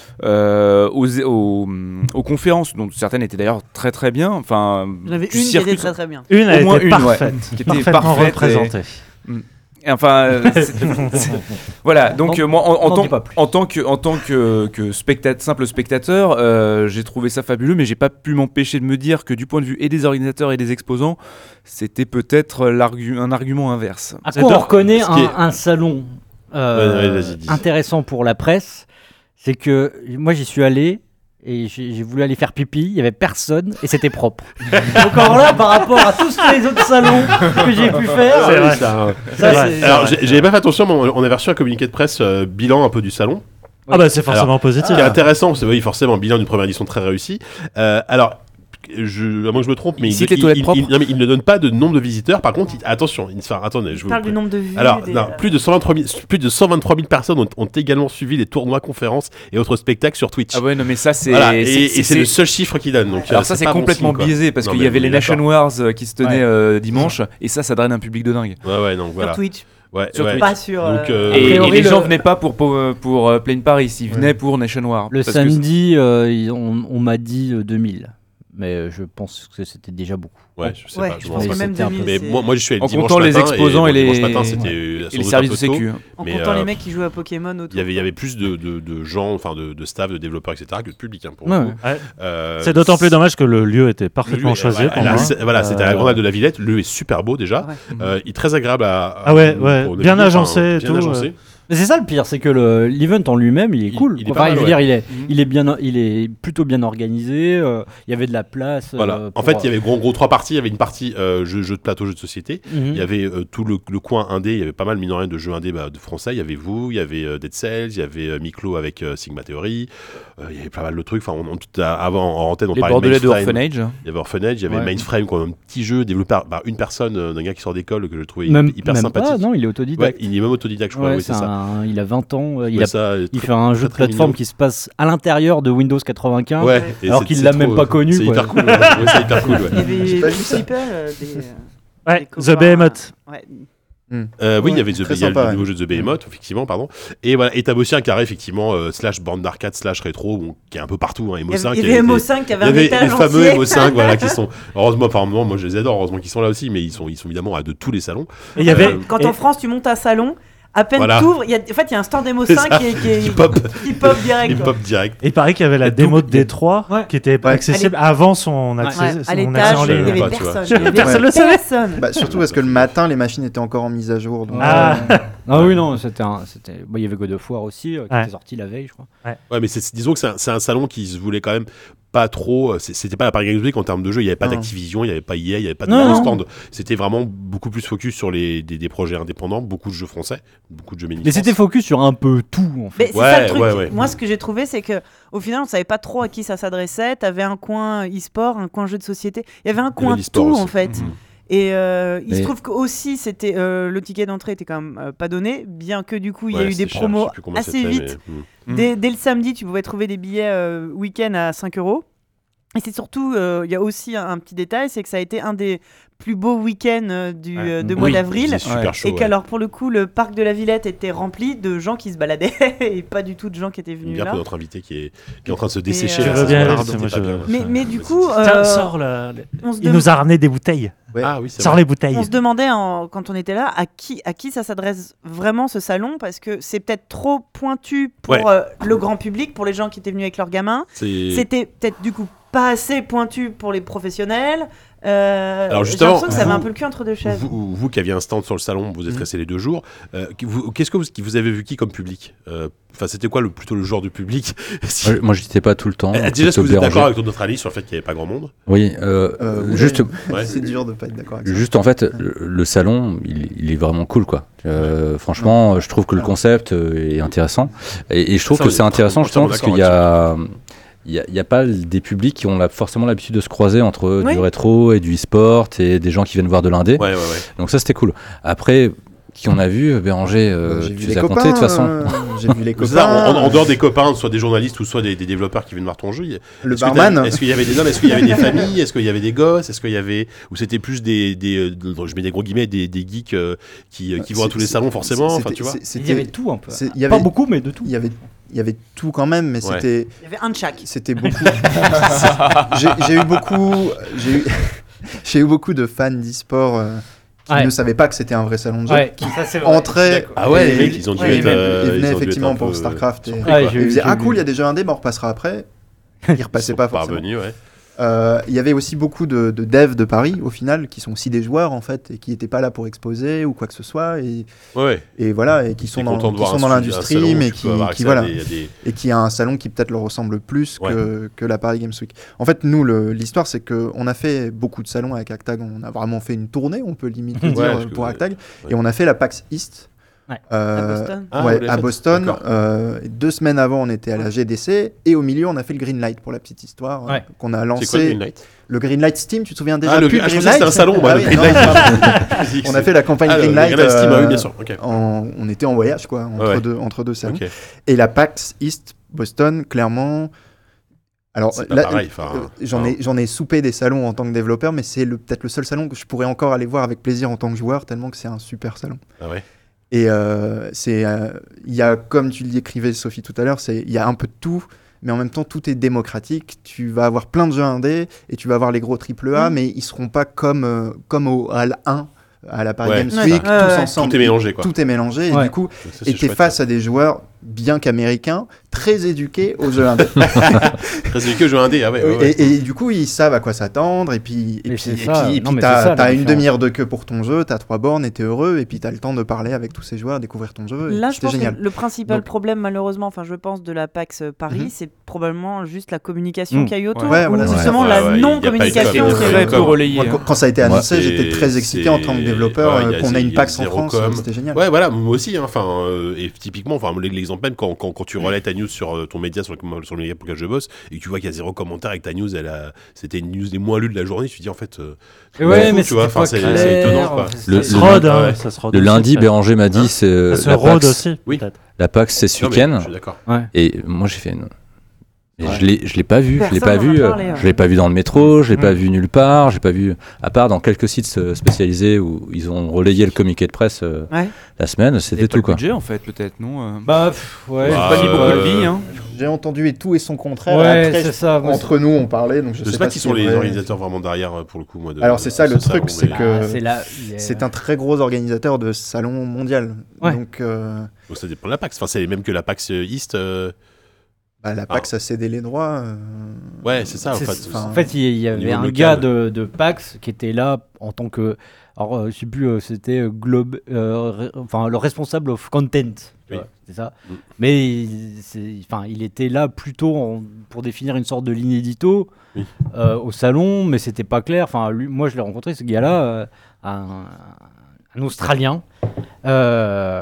Euh, aux, aux, aux conférences, dont certaines étaient d'ailleurs très très bien. Enfin, il y en avait une qui était très très bien. Une a au moins été une, parfaite, ouais, qui était parfaitement parfaite représentée. Et... Et enfin, euh, c'est... c'est... voilà. Donc non, euh, moi, en, en, tant, en tant que en tant que, que spectateur, simple spectateur, euh, j'ai trouvé ça fabuleux, mais j'ai pas pu m'empêcher de me dire que du point de vue et des organisateurs et des exposants, c'était peut-être l'argu- un argument inverse. À quoi on reconnaît un, est... un salon euh, ouais, ouais, intéressant pour la presse? C'est que moi j'y suis allé et j'ai, j'ai voulu aller faire pipi, il y avait personne et c'était propre. Donc alors là, par rapport à tous les autres salons que j'ai pu faire, c'est vrai, ça, ça, c'est c'est... Alors j'ai, j'avais pas fait attention, mais on avait reçu un communiqué de presse euh, bilan un peu du salon. Ah bah c'est forcément alors, positif. Ce qui est intéressant, c'est oui forcément bilan d'une première édition très réussie. Euh, alors. Je, à moins que je me trompe, mais il, il, il, il, non, mais il ne donne pas de nombre de visiteurs. Par contre, il, attention, il, enfin, attendez, je il parle vous... du nombre de vues. Alors, des... non, plus, de cent vingt-trois mille, plus de cent vingt-trois mille personnes ont, ont également suivi les tournois, conférences et autres spectacles sur Twitch. Ah ouais, non, mais ça, c'est. Voilà, et, c'est, et c'est, c'est le seul chiffre qu'il donne. Donc, alors, euh, ça, c'est, c'est c'est complètement bon signe, biaisé parce non, qu'il y avait les Nation Wars qui se tenaient ouais. euh, dimanche, et ça, ça draine un public de dingue. Ouais, ouais, donc voilà. Sur Twitch. Ouais, sur ouais. Twitch. Pas sur. Donc, euh... et, et les le... gens venaient pas pour pour, pour euh, Plane Paris, ils venaient ouais. pour Nation War. Le samedi, que... euh, on, on m'a dit euh, deux mille. Mais je pense que c'était déjà beaucoup. Ouais, je sais ouais, pas. Je pense que même deux mille. Mais moi, moi, je suis allé en dimanche comptant matin les exposants et, et, et les dimanche matin, c'était ouais. et les services de sécu. En comptant euh, les mecs qui jouent à Pokémon autour. Il y avait, il y avait plus de, de, de gens, enfin de, de staff, de développeurs, et cetera, que de public hein, pour ouais, ouais. Ouais. Euh, c'est d'autant plus dommage que le lieu était parfaitement lieu, choisi. Voilà, là, c'est, voilà, c'était à la Grande Halle de la Villette. Le lieu est super beau déjà. Ouais. Euh, il est très agréable à. à ah ouais, ouais. Bien agencé et tout. Mais c'est ça le pire, c'est que le, l'event en lui-même, il est cool. Il, il, est, enfin, mal, je veux ouais. dire, il, est, mmh. il, est bien, il est plutôt bien organisé, euh, il y avait de la place. Voilà. Euh, en fait, il y avait gros, gros trois parties. Il y avait une partie euh, jeux jeu de plateau, jeux de société. Mmh. Il y avait euh, tout le, le coin indé, il y avait pas mal, mine de rien, de jeux indés bah, de français. Il y avait vous, il y avait euh, Dead Cells, il y avait euh, Miklo avec euh, Sigma Theory. Euh, il y avait pas mal de trucs. Enfin, on, on, tout à, avant, en antenne, on Les parlait de Bordelais de Orphanage. Il y avait Orphanage, il y avait ouais. Mainframe, quoi, un petit jeu développé par bah, une personne, euh, d'un gars qui sort d'école que je trouvais même, hyper même sympathique. Pas, non, il est autodidacte. Ouais, il est même autodidacte, je crois. Ouais, oui, c'est, c'est ça. Un, il a vingt ans. Il, ouais, a, ça, il très, fait un jeu de plateforme qui se passe à l'intérieur de Windows quatre-vingt-quinze, ouais, alors qu'il l'a même pas connu. C'est quoi. hyper cool. Ouais, c'est hyper cool. Ouais. Il y avait People, euh, des. Ouais, The Behemoth. Ouais. Mm. Euh, oui, ouais, il y avait The Be- sympa, le nouveau ouais. jeu de The Behemoth, effectivement, pardon. Et voilà, et t'as aussi un carré, effectivement, euh, slash bande d'arcade, slash rétro, bon, qui est un peu partout. Hein, M O cinq. Il y avait M O cinq qui avait un étage entier. Il y avait les fameux entier. M O cinq, voilà, qui sont. Heureusement, par moment, moi je les adore, heureusement qu'ils sont là aussi, mais ils sont, ils sont évidemment à de tous les salons. Et il y avait. Euh, Quand et... en France, tu montes un salon. À peine voilà. t'ouvres, y a, en fait, il y a un stand M O cinq qui, qui, qui, pop. qui pop direct. Il pop direct. Et il paraît qu'il y avait la, la démo de Détroit ouais. qui était ouais. accessible avant son accès, ouais. son à l'étage, en ligne. Il n'y avait personne. Personne le savait. Bah, surtout parce que le matin, les machines étaient encore en mise à jour. Donc ah. Euh... ah oui, non, c'était. Un, c'était... Bah, il y avait God of War aussi, euh, qui ouais. était sorti la veille, je crois. Ouais, ouais mais c'est, disons que c'est un, c'est un salon qui se voulait quand même. Pas trop, c'était pas la Paris Games Week en termes de jeu, il n'y avait pas non. d'Activision, il n'y avait pas E A, il n'y avait pas de gros stand. C'était vraiment beaucoup plus focus sur les, des, des projets indépendants, beaucoup de jeux français, beaucoup de jeux mini. Mais c'était focus sur un peu tout en fait. Mais c'est ouais, ça le truc. Ouais, ouais. Moi, ce que j'ai trouvé, c'est que au final, on savait pas trop à qui ça s'adressait. T'avais un coin e-sport, un coin jeu de société. Il y avait un coin tout aussi. En fait. Mmh. Et euh, il Mais... se trouve qu'aussi, c'était, euh, le ticket d'entrée était quand même euh, pas donné, bien que du coup, il ouais, y a eu des promos cher, assez vite. Mais... Dès, dès le samedi, tu pouvais trouver des billets euh, week-end à cinq euros. Et c'est surtout, il euh, y a aussi un, un petit détail, c'est que ça a été un des plus beaux week-ends euh, du, ouais. euh, de oui, mois d'avril. Ouais. Chaud, et qu'alors, ouais. pour le coup, le parc de la Villette était rempli de gens qui se baladaient et pas du tout de gens qui étaient venus bien là. Bien pour notre invité qui est, qui est en train de se dessécher. Je veux bien, mais, mais du coup... Euh, sort le... Il dem... nous a ramené des bouteilles. Ouais. Ah oui, c'est Sors vrai. les bouteilles. On se demandait en, quand on était là à qui, à qui ça s'adresse vraiment ce salon, parce que c'est peut-être trop pointu pour ouais. euh, le grand public, pour les gens qui étaient venus avec leurs gamins. C'est... C'était peut-être du coup pas assez pointu pour les professionnels. Euh, Alors j'ai justement, l'impression que ça vous- avait un peu le cul entre deux chaises. Vous, vous qui aviez un stand sur le salon, vous êtes Mhm. resté les deux jours. euh, qui- vous- Qu'est-ce que vous, qui vous avez vu qui comme public Euh, Enfin, c'était quoi le, plutôt le genre de public Si- Moi, moi, j'y étais pas tout le temps. Euh, Déjà, est-ce que plutôt vous êtes d'accord Béranger. avec notre analyse sur le fait qu'il n'y avait pas grand monde Oui, euh, Euh, oui. juste, Ouais. C'est dur de pas être d'accord avec ça. juste en fait, le, le salon, il, il est vraiment cool, quoi. Euh, franchement, je trouve que le concept euh, est intéressant, et, et je trouve Ça, que on est c'est intéressant justement entièrement parce qu'il y a il n'y a, il y a pas des publics qui ont la- forcément l'habitude de se croiser entre Oui. du rétro et du e-sport et des gens qui viennent voir de l'indé. Ouais, ouais, ouais. Donc ça, c'était cool. Après, qui on a vu, Béranger, euh, J'ai tu vu les les as copains. comptés de toute façon. euh, J'ai vu les C'est ça, copains. en, en dehors des copains, soit des journalistes ou soit des, des développeurs qui viennent voir ton jeu. il y a- Le est-ce que barman. t'as- Est-ce qu'il y avait des hommes Est-ce qu'il y avait des familles Est-ce qu'il y avait des gosses Est-ce qu'il y avait ou c'était plus des, des euh, de- je mets des gros guillemets, des, des geeks euh, qui, euh, qui vont à C'est- tous les c'est- salons forcément. c'était- Enfin, tu vois. c'est- Il y avait C'était. tout un peu. c'est- il y Pas avait- beaucoup, mais de tout. Il y avait, il y avait tout quand même, mais Ouais. c'était, Il y avait un de chaque. c'était beaucoup. j'ai, j'ai eu beaucoup, j'ai eu, j'ai eu beaucoup de fans d'e-sport euh, qui Ouais. ne savaient pas que c'était un vrai salon de jeu. Ouais, ça c'est vrai. Entraient. Ah ouais, et- les mecs, ils ont dû et être, venaient- euh, ils ils venaient ont dû être effectivement un pour peu Starcraft. Et, surpris, Ouais, quoi. j'ai- ils disaient j'ai ah vu. cool, il y a déjà un dé, mais on repassera après. Ils repassaient pas forcément. Parvenus, ouais. Euh, Il y avait aussi beaucoup de, de devs de Paris au final qui sont aussi des joueurs en fait et qui n'étaient pas là pour exposer ou quoi que ce soit et, Ouais. et voilà et qui T'es sont dans, content de qui voir sont un dans studio- un l'industrie salon où mais tu qui, peux avoir qui accès à voilà des- à des- et qui a un salon qui peut-être leur ressemble plus Ouais. que, que la Paris Games Week. En fait, nous, le- l'histoire, c'est qu'on a fait beaucoup de salons avec Actag. On a vraiment fait une tournée, on peut limite le Ouais, dire, parce que pour vous- Actag. ouais. Et on a fait la PAX East. Ouais. Euh, À Boston. Ah, ouais, vous l'avez à fait. Boston. D'accord. Euh, et deux semaines avant, on était à la G D C. Et au milieu, on a fait le Greenlight pour la petite histoire euh, Ouais. qu'on a C'est lancé. quoi le Greenlight Le Greenlight Steam, tu te souviens déjà Ah, le plus ah, je Greenlight pensais que c'était un salon, moi, Ah le oui, non, Greenlight. pardon. On a fait la campagne Ah, le Greenlight. Greenlight Steam, ah oui, euh, bien sûr. Ok. en- on était en voyage, quoi, entre, Ouais. deux, entre deux salons. Ok. Et la PAX East Boston, clairement. Alors C'est pas là, pareil, enfin, euh, j'en ai, j'en ai soupé des salons en tant que développeur, mais c'est le, peut-être le seul salon que je pourrais encore aller voir avec plaisir en tant que joueur, tellement que c'est un super salon. Ah ouais. Et euh, c'est, euh, il y a, comme tu l'écrivais Sophie tout à l'heure, c'est, il y a un peu de tout, mais en même temps tout est démocratique. Tu vas avoir plein de jeux indés et tu vas avoir les gros triple A, Mm. mais ils seront pas comme, euh, comme au Hall un à la Paris Ouais, Games c'est Week, ça. Ouais, tous ouais. ensemble. Tout est mélangé, quoi. Tout est mélangé et Ouais. du coup, Donc ça, c'est et t'es chouette, face à des joueurs bien qu'américains, très éduqués aux jeux indés. ça. Très éduqué au jeu indé, ah ouais. ouais, ouais. Et, et du coup, ils savent à quoi s'attendre. Et puis, et Mais puis, c'est et ça. puis, et Non, puis mais t'as, c'est ça, la t'as une différence. demi-heure de queue pour ton jeu, t'as trois bornes et t'es heureux. Et puis t'as le temps de parler avec tous ces joueurs, découvrir ton jeu. et Là, je c'était pense génial. que le principal Donc- problème, malheureusement, enfin, je pense, de la PAX Paris, Mhm. c'est probablement juste la communication Mhm. qu'il y a eu autour. Ouais, voilà, ou c'est justement ça. la Ouais, ouais, il y a pas eu de non-communication. com, c'est- ouais. Très peu Comme- relayé. Moi, hein. quand- quand ça a été Moi, annoncé, c'est- j'étais très excité c'est- en tant que développeur ouais, il y euh, a- qu'on ait il y une a PAX en zéro France. com. C'était génial. Ouais, voilà, moi aussi. hein, Enfin, euh, et typiquement, enfin, l'exemple même quand, quand, quand tu relais ta news sur euh, ton média, sur le, sur le média pour lequel je bosse, et que tu vois qu'il y a zéro commentaire et que ta news, elle a, c'était une news des moins lues de la journée, tu te dis en fait. euh, Ouais, ouais, mais tu vois, c'était pas enfin, c'est- clair. c'est étonnant, quoi. C'est- Le- Ça se le- rôde, ouais. hein, ça se rôde Le aussi, lundi, peut-être. Béranger m'a dit, c'est euh, Ça se la rôde PAX, aussi, Oui. peut-être. la PAX, c'est ce Non, mais week-end. Je suis d'accord. Et moi, j'ai fait. une- Et Ouais. Je l'ai, je l'ai pas vu, je l'ai Personne pas n'en a vu, euh, parlé, ouais. je l'ai pas vu dans le métro, je l'ai Mm. pas vu nulle part, j'ai pas vu, à part dans quelques sites euh, spécialisés où ils ont relayé le communiqué de presse euh, Ouais. la semaine, C'était c'était pas tout le quoi. budget en fait, peut-être, non euh. Bah, pff, ouais. J'ai Bah, pas mis beaucoup de euh, billes. Hein. J'ai entendu et tout et son contraire. Ouais, Après, c'est ça. moi, entre nous, on parlait. Donc je, Je sais pas qui si sont c'est les vrai. organisateurs vraiment derrière euh, pour le coup. Moi, de- Alors, c'est ça, de le ce truc, salon, c'est mais- que- Ah, c'est là. il est- C'est un très gros organisateur de salon mondial. Ouais. Donc, euh, Donc ça dépend de la PAX. Enfin, c'est même que la PAX East. euh, bah, la PAX a cédé les droits. euh, Ouais, c'est ça. En C'est- fait, enfin, En fait, il y, il y au avait niveau un local. gars de, de PAX qui était là en tant que. Alors, euh, je sais plus, euh, c'était euh, Globe, euh, ré- enfin, le responsable of content. Oui. Ouais, c'est ça. Mm. Mais il, c'est- enfin, il était là plutôt en- pour définir une sorte de ligne édito Oui. euh, au salon, mais c'était pas clair. Enfin, lui, moi, je l'ai rencontré, ce gars-là, euh, un, un Australien. Euh,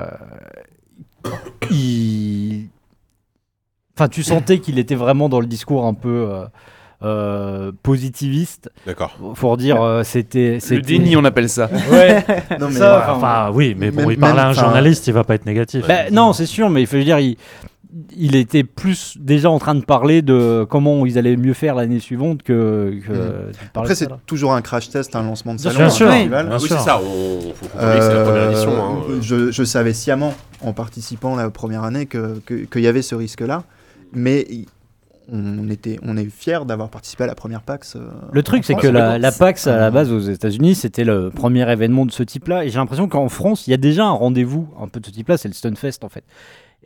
il... Enfin, tu sentais qu'il était vraiment dans le discours un peu euh, euh, positiviste. D'accord. Faut dire, euh, c'était, Le c'était- déni, on appelle ça. Ouais. Non, mais Ça, Enfin, enfin, oui, mais bon, Même- il parle à un même, enfin- journaliste, il va pas être négatif. Bah, non, c'est sûr, mais il faut dire, il, il était plus déjà en train de parler de comment ils allaient mieux faire l'année suivante que. que Mhm. de parler Après, de c'est ça, là. toujours un crash test, un lancement de Bien salon. sûr, un oui. festival. Bien Oui, sûr. c'est ça. On faut faut comprendre que c'est la première Euh, édition. hein. je, je savais sciemment, en participant la première année, que- que- qu'il y avait ce risque-là. Mais il- on, était, on est fiers d'avoir participé à la première PAX. euh, Le truc, en c'est France. que la, la PAX, à la Euh, base, aux États-Unis, c'était le premier événement de ce type-là. Et j'ai l'impression qu'en France, il y a déjà un rendez-vous un peu de ce type-là, c'est le Stunfest, en fait.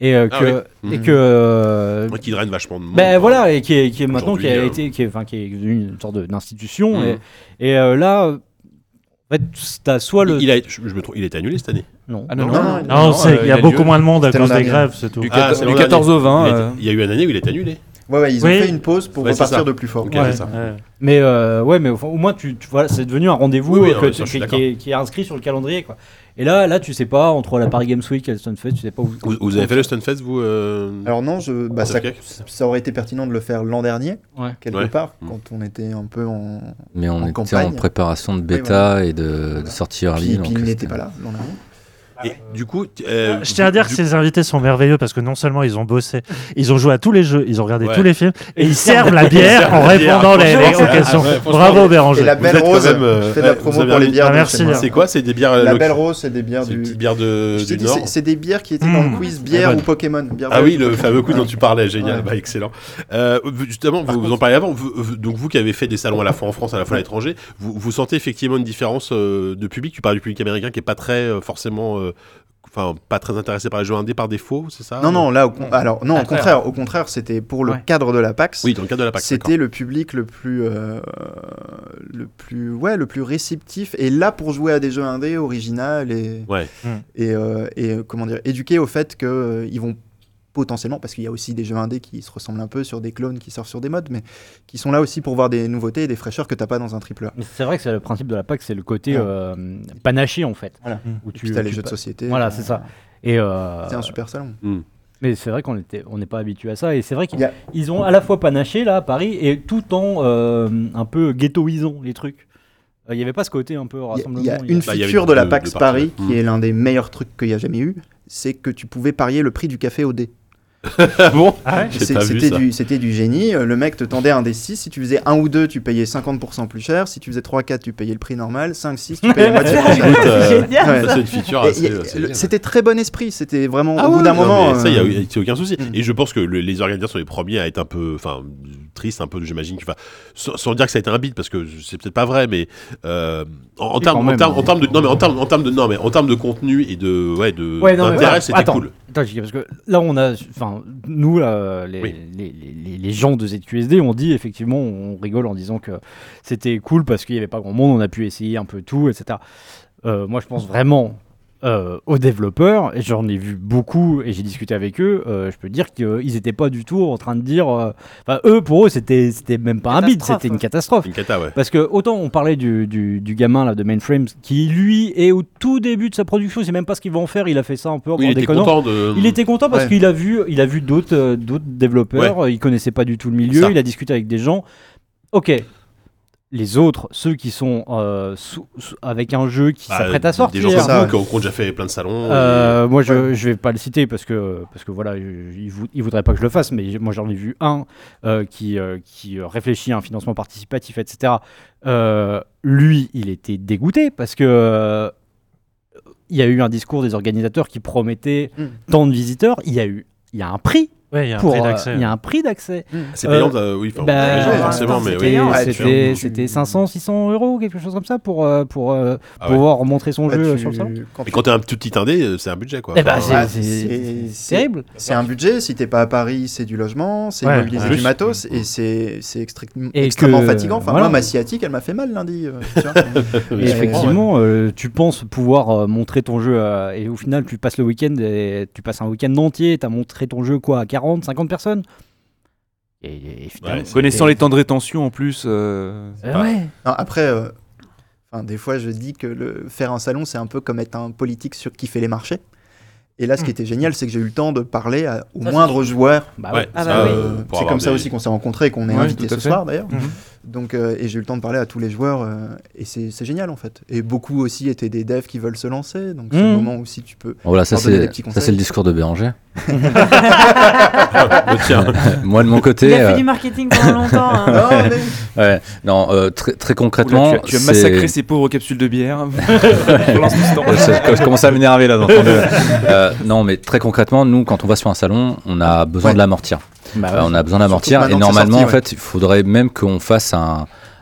et euh, Ah que oui. et Mmh. que euh, Ouais, qui draine vachement de monde. ben quoi. voilà, et qui est, qui est maintenant qui a Aujourd'hui, été qui est enfin qui est devenu une sorte de- d'institution Mmh. et, et euh, là euh, en fait t'as soit le Il, il a, je, je me trompe, il a été annulé cette année. non Ah non, Non, non, non, Non, on sait qu'il y a il beaucoup lieu. moins de monde à C'était cause l'an des dernier. grèves, c'est tout. Du, Ah, quat- c'est du l'an quatorze au vingt. Il, a été- euh, il y a eu une année où il a été annulé. Ouais, ouais, ils ont Oui. fait une pause pour Ouais, c'est repartir ça. de plus fort. Ok, Ouais, c'est ça. ouais. mais euh, ouais mais enfin, au moins tu, tu voilà c'est devenu un rendez-vous Oui, oui, euh, non, que mais tu- ça, je suis qui, d'accord. qui est, qui est inscrit sur le calendrier quoi. Et là là tu sais pas entre la Paris Games Week et le Stunfest, tu sais pas où Vous, vous avez fait le Stunfest, vous euh... Alors non, je, bah, ça, Ok. ça aurait été pertinent de le faire l'an dernier, Ouais. quelque Ouais. part, Mm. quand on était un peu en... Mais on En était campagne. en préparation de bêta et de, de sortie early. Puis, donc puis il n'était c'était- pas là l'an dernier. Et du coup, euh, Je tiens à dire que du- ces invités sont merveilleux parce que non seulement ils ont bossé, ils ont joué à tous les jeux, ils ont regardé Ouais. tous les films et ils servent servent la bière en la bière. répondant les, les- Franchement, aux questions. ouais, franchement, Bravo Et Béranger. la Vous Belle êtes quand Rose, même, euh, je fais de la ouais, promo vous avez pour les un- bières. Ah, de merci. chez moi. C'est quoi? C'est des bières. euh, La loc- Belle Rose, c'est des bières C'est une du... petite bière de, Je t'ai du dit, Nord. c'est- c'est des bières qui étaient Mmh. dans le quiz bière bonne. ou Pokémon. Bière Ah belge. oui, le fameux quiz dont tu parlais, génial, Ouais. bah, excellent. Euh, vous- justement, vous, vous en parlez avant, vous- vous- donc vous qui avez fait des salons à la fois en France, à la fois à l'étranger, vous, vous sentez effectivement une différence euh, de public. Tu parles du public américain qui est pas très euh, forcément, euh, enfin pas très intéressé par les jeux indés par défaut, c'est ça? Non, non, là, au con- alors, non, au Ah, contraire, au contraire, c'était pour le Ouais. cadre de la PAX. Oui, dans le cadre de la PAX. C'était le public le plus, euh, le plus, ouais, le plus réceptif et là pour jouer à des jeux indés originaux et Ouais. et, euh, et euh, comment dire, éduquer au fait que euh, ils vont potentiellement, parce qu'il y a aussi des jeux indés qui se ressemblent un peu sur des clones qui sortent sur des modes, mais qui sont là aussi pour voir des nouveautés et des fraîcheurs que t'as pas dans un triple A. Mais c'est vrai que c'est le principe de la PAX, c'est le côté Ouais. euh, panaché en fait. Voilà. Où Et puis t'as les jeux de société. Voilà, c'est ça. Et euh, C'est un super salon. mais c'est vrai qu'on était, on n'est pas habitué à ça. Et c'est vrai qu'ils Il y a- ils ont à la fois panaché là à Paris et tout en euh, un peu ghettoisant les trucs. Il n'y avait pas ce côté un peu Il y a- rassemblement. il y a il y a- une Bah, il y avait feature de la deux- PAX deux parties, Paris ouais. qui Mm. est l'un des meilleurs trucs qu'il y a jamais eu, c'est que tu pouvais parier le prix du café au dé. Ah bon? Ah ouais J'ai C'est- pas vu C'était ça. du, c'était du génie. Euh, Le mec te tendait un dé six. Si tu faisais un ou deux, tu payais cinquante pour cent plus cher. Si tu faisais trois quatre, tu payais le prix normal. cinq six, tu payais moitié plus cher. Écoute, euh, C'est génial. Ouais. ça, c'est une feature Et- assez. et- assez le- bien. C'était très bon esprit. C'était vraiment Ah au bout ouais, d'un non, moment. mais ça, il euh, n'y a, y a aucun souci. Mm. Et je pense que le- les organisateurs sont les premiers à être un peu, enfin, tristes, un peu, j'imagine. Enfin, sans, sans dire que ça a été un bide, parce que c'est peut-être pas vrai, mais euh, en, en Si, termes, quand en même. termes, en termes de, non, mais en termes, en termes de, non, mais en termes de contenu et de, ouais, de, Ouais, non, mais d'intérêt, voilà. c'était Attends. cool. Attends, J K, parce que là, on a, enfin, nous, là, les, Oui. les, les, les gens de Z Q S D, on dit effectivement, on rigole en disant que c'était cool parce qu'il n'y avait pas grand monde, on a pu essayer un peu tout, et cetera. Euh, moi, je pense vraiment euh, aux développeurs, et j'en ai vu beaucoup, et j'ai discuté avec eux. Euh, je peux dire qu'ils n'étaient pas du tout en train de dire, euh, enfin, eux, pour eux, c'était, c'était même pas un bid, Catastrophe, c'était une ouais. catastrophe. Une cata, ouais. Parce que autant on parlait du, du, du gamin là de Mainframe qui lui est au tout début de sa production, il sait même pas ce qu'il va en faire, il a fait ça un peu en Oui, il était déconnant. content de. Il était content parce Ouais. qu'il a vu, il a vu d'autres, euh, d'autres développeurs, il connaissait pas du tout le milieu, Ça. il a discuté avec des gens. Ok, les autres, ceux qui sont euh, sous- sous- avec un jeu qui Bah, s'apprête à des- sortir. Des gens comme Ça, vous ouais. qui ont, qui ont déjà fait plein de salons. Euh, moi, je, Ouais. je vais pas le citer parce que parce que voilà, je- il, vou- il voudrait pas que je le fasse, mais moi j'en ai vu un euh, qui euh, qui euh, réfléchit à un financement participatif, et cetera. Euh, lui, il était dégoûté parce que euh, il y a eu un discours des organisateurs qui promettait Mm. tant de visiteurs. Il y a eu, il y a un prix Ouais, il y a un pour, prix euh, d'accès. il y a un prix d'accès. et c'est euh, payant, euh, oui, enfin, Bah, j'imagine, ouais, forcément, attends, mais c'est oui. payant. Ouais, tu- C'était tu- c'était cinq cents, six cents euros, quelque chose comme ça pour euh, pour euh, Ah ouais. pouvoir montrer son bah, jeu tu- sur le salon. quand Et tu- quand t'es un tout petit indé, euh, c'est un budget, quoi. Eh ben, Enfin, c'est- c'est- c'est c'est- c'est terrible. C'est un budget, si t'es pas à Paris, c'est du logement, c'est Ouais, mobiliser ouais. du matos, et c'est c'est extré- Et extrêmement que- fatigant. Enfin, voilà. moi, ma sciatique, elle m'a fait mal lundi. euh, tu vois. Et Ouais. effectivement, euh, tu penses pouvoir euh, montrer ton jeu à- et au final, tu passes le week-end et tu passes un week-end entier, tu as montré ton jeu quoi à quarante, cinquante personnes. Et, et finalement, Ouais, c'était- Connaissant les temps de rétention en plus. euh, Euh, ouais. Non, après, euh, enfin, des fois, je dis que le, faire un salon, c'est un peu comme être un politique sur qui fait les marchés. Et là, ce qui était génial, c'est que j'ai eu le temps de parler à- aux Ça, c'est moindres joueurs. Bah Ouais, ouais. Ah ça, bah oui. euh, pour C'est avoir comme ça des- aussi qu'on s'est rencontrés et qu'on est Ouais, invités tout à ce fait. soir d'ailleurs. Mhm. Donc, euh, et j'ai eu le temps de parler à tous les joueurs euh, et c'est c'est génial en fait. Et beaucoup aussi étaient des devs qui veulent se lancer. Donc c'est le Mhm. moment où si tu peux. Voilà, ça Leur donner des c'est petits ça conseils. c'est le discours de Béranger. Oh, tiens. Moi de mon Il côté, a fait euh, du marketing pendant longtemps. hein. Non, mais- ouais, non, euh, très très concrètement, Oula, tu, as- tu as c'est- massacré ces pauvres capsules de bière. Pour l'instant. Ouais, je, je commence à m'énerver là. d'entendre le- Euh, non, mais très concrètement, nous, quand on va sur un salon, on a besoin Ouais. de l'amortir. Bah Euh, ouais. on a besoin Surtout d'amortir et maintenant que c'est normalement, sorti, en fait, il faudrait même qu'on fasse un,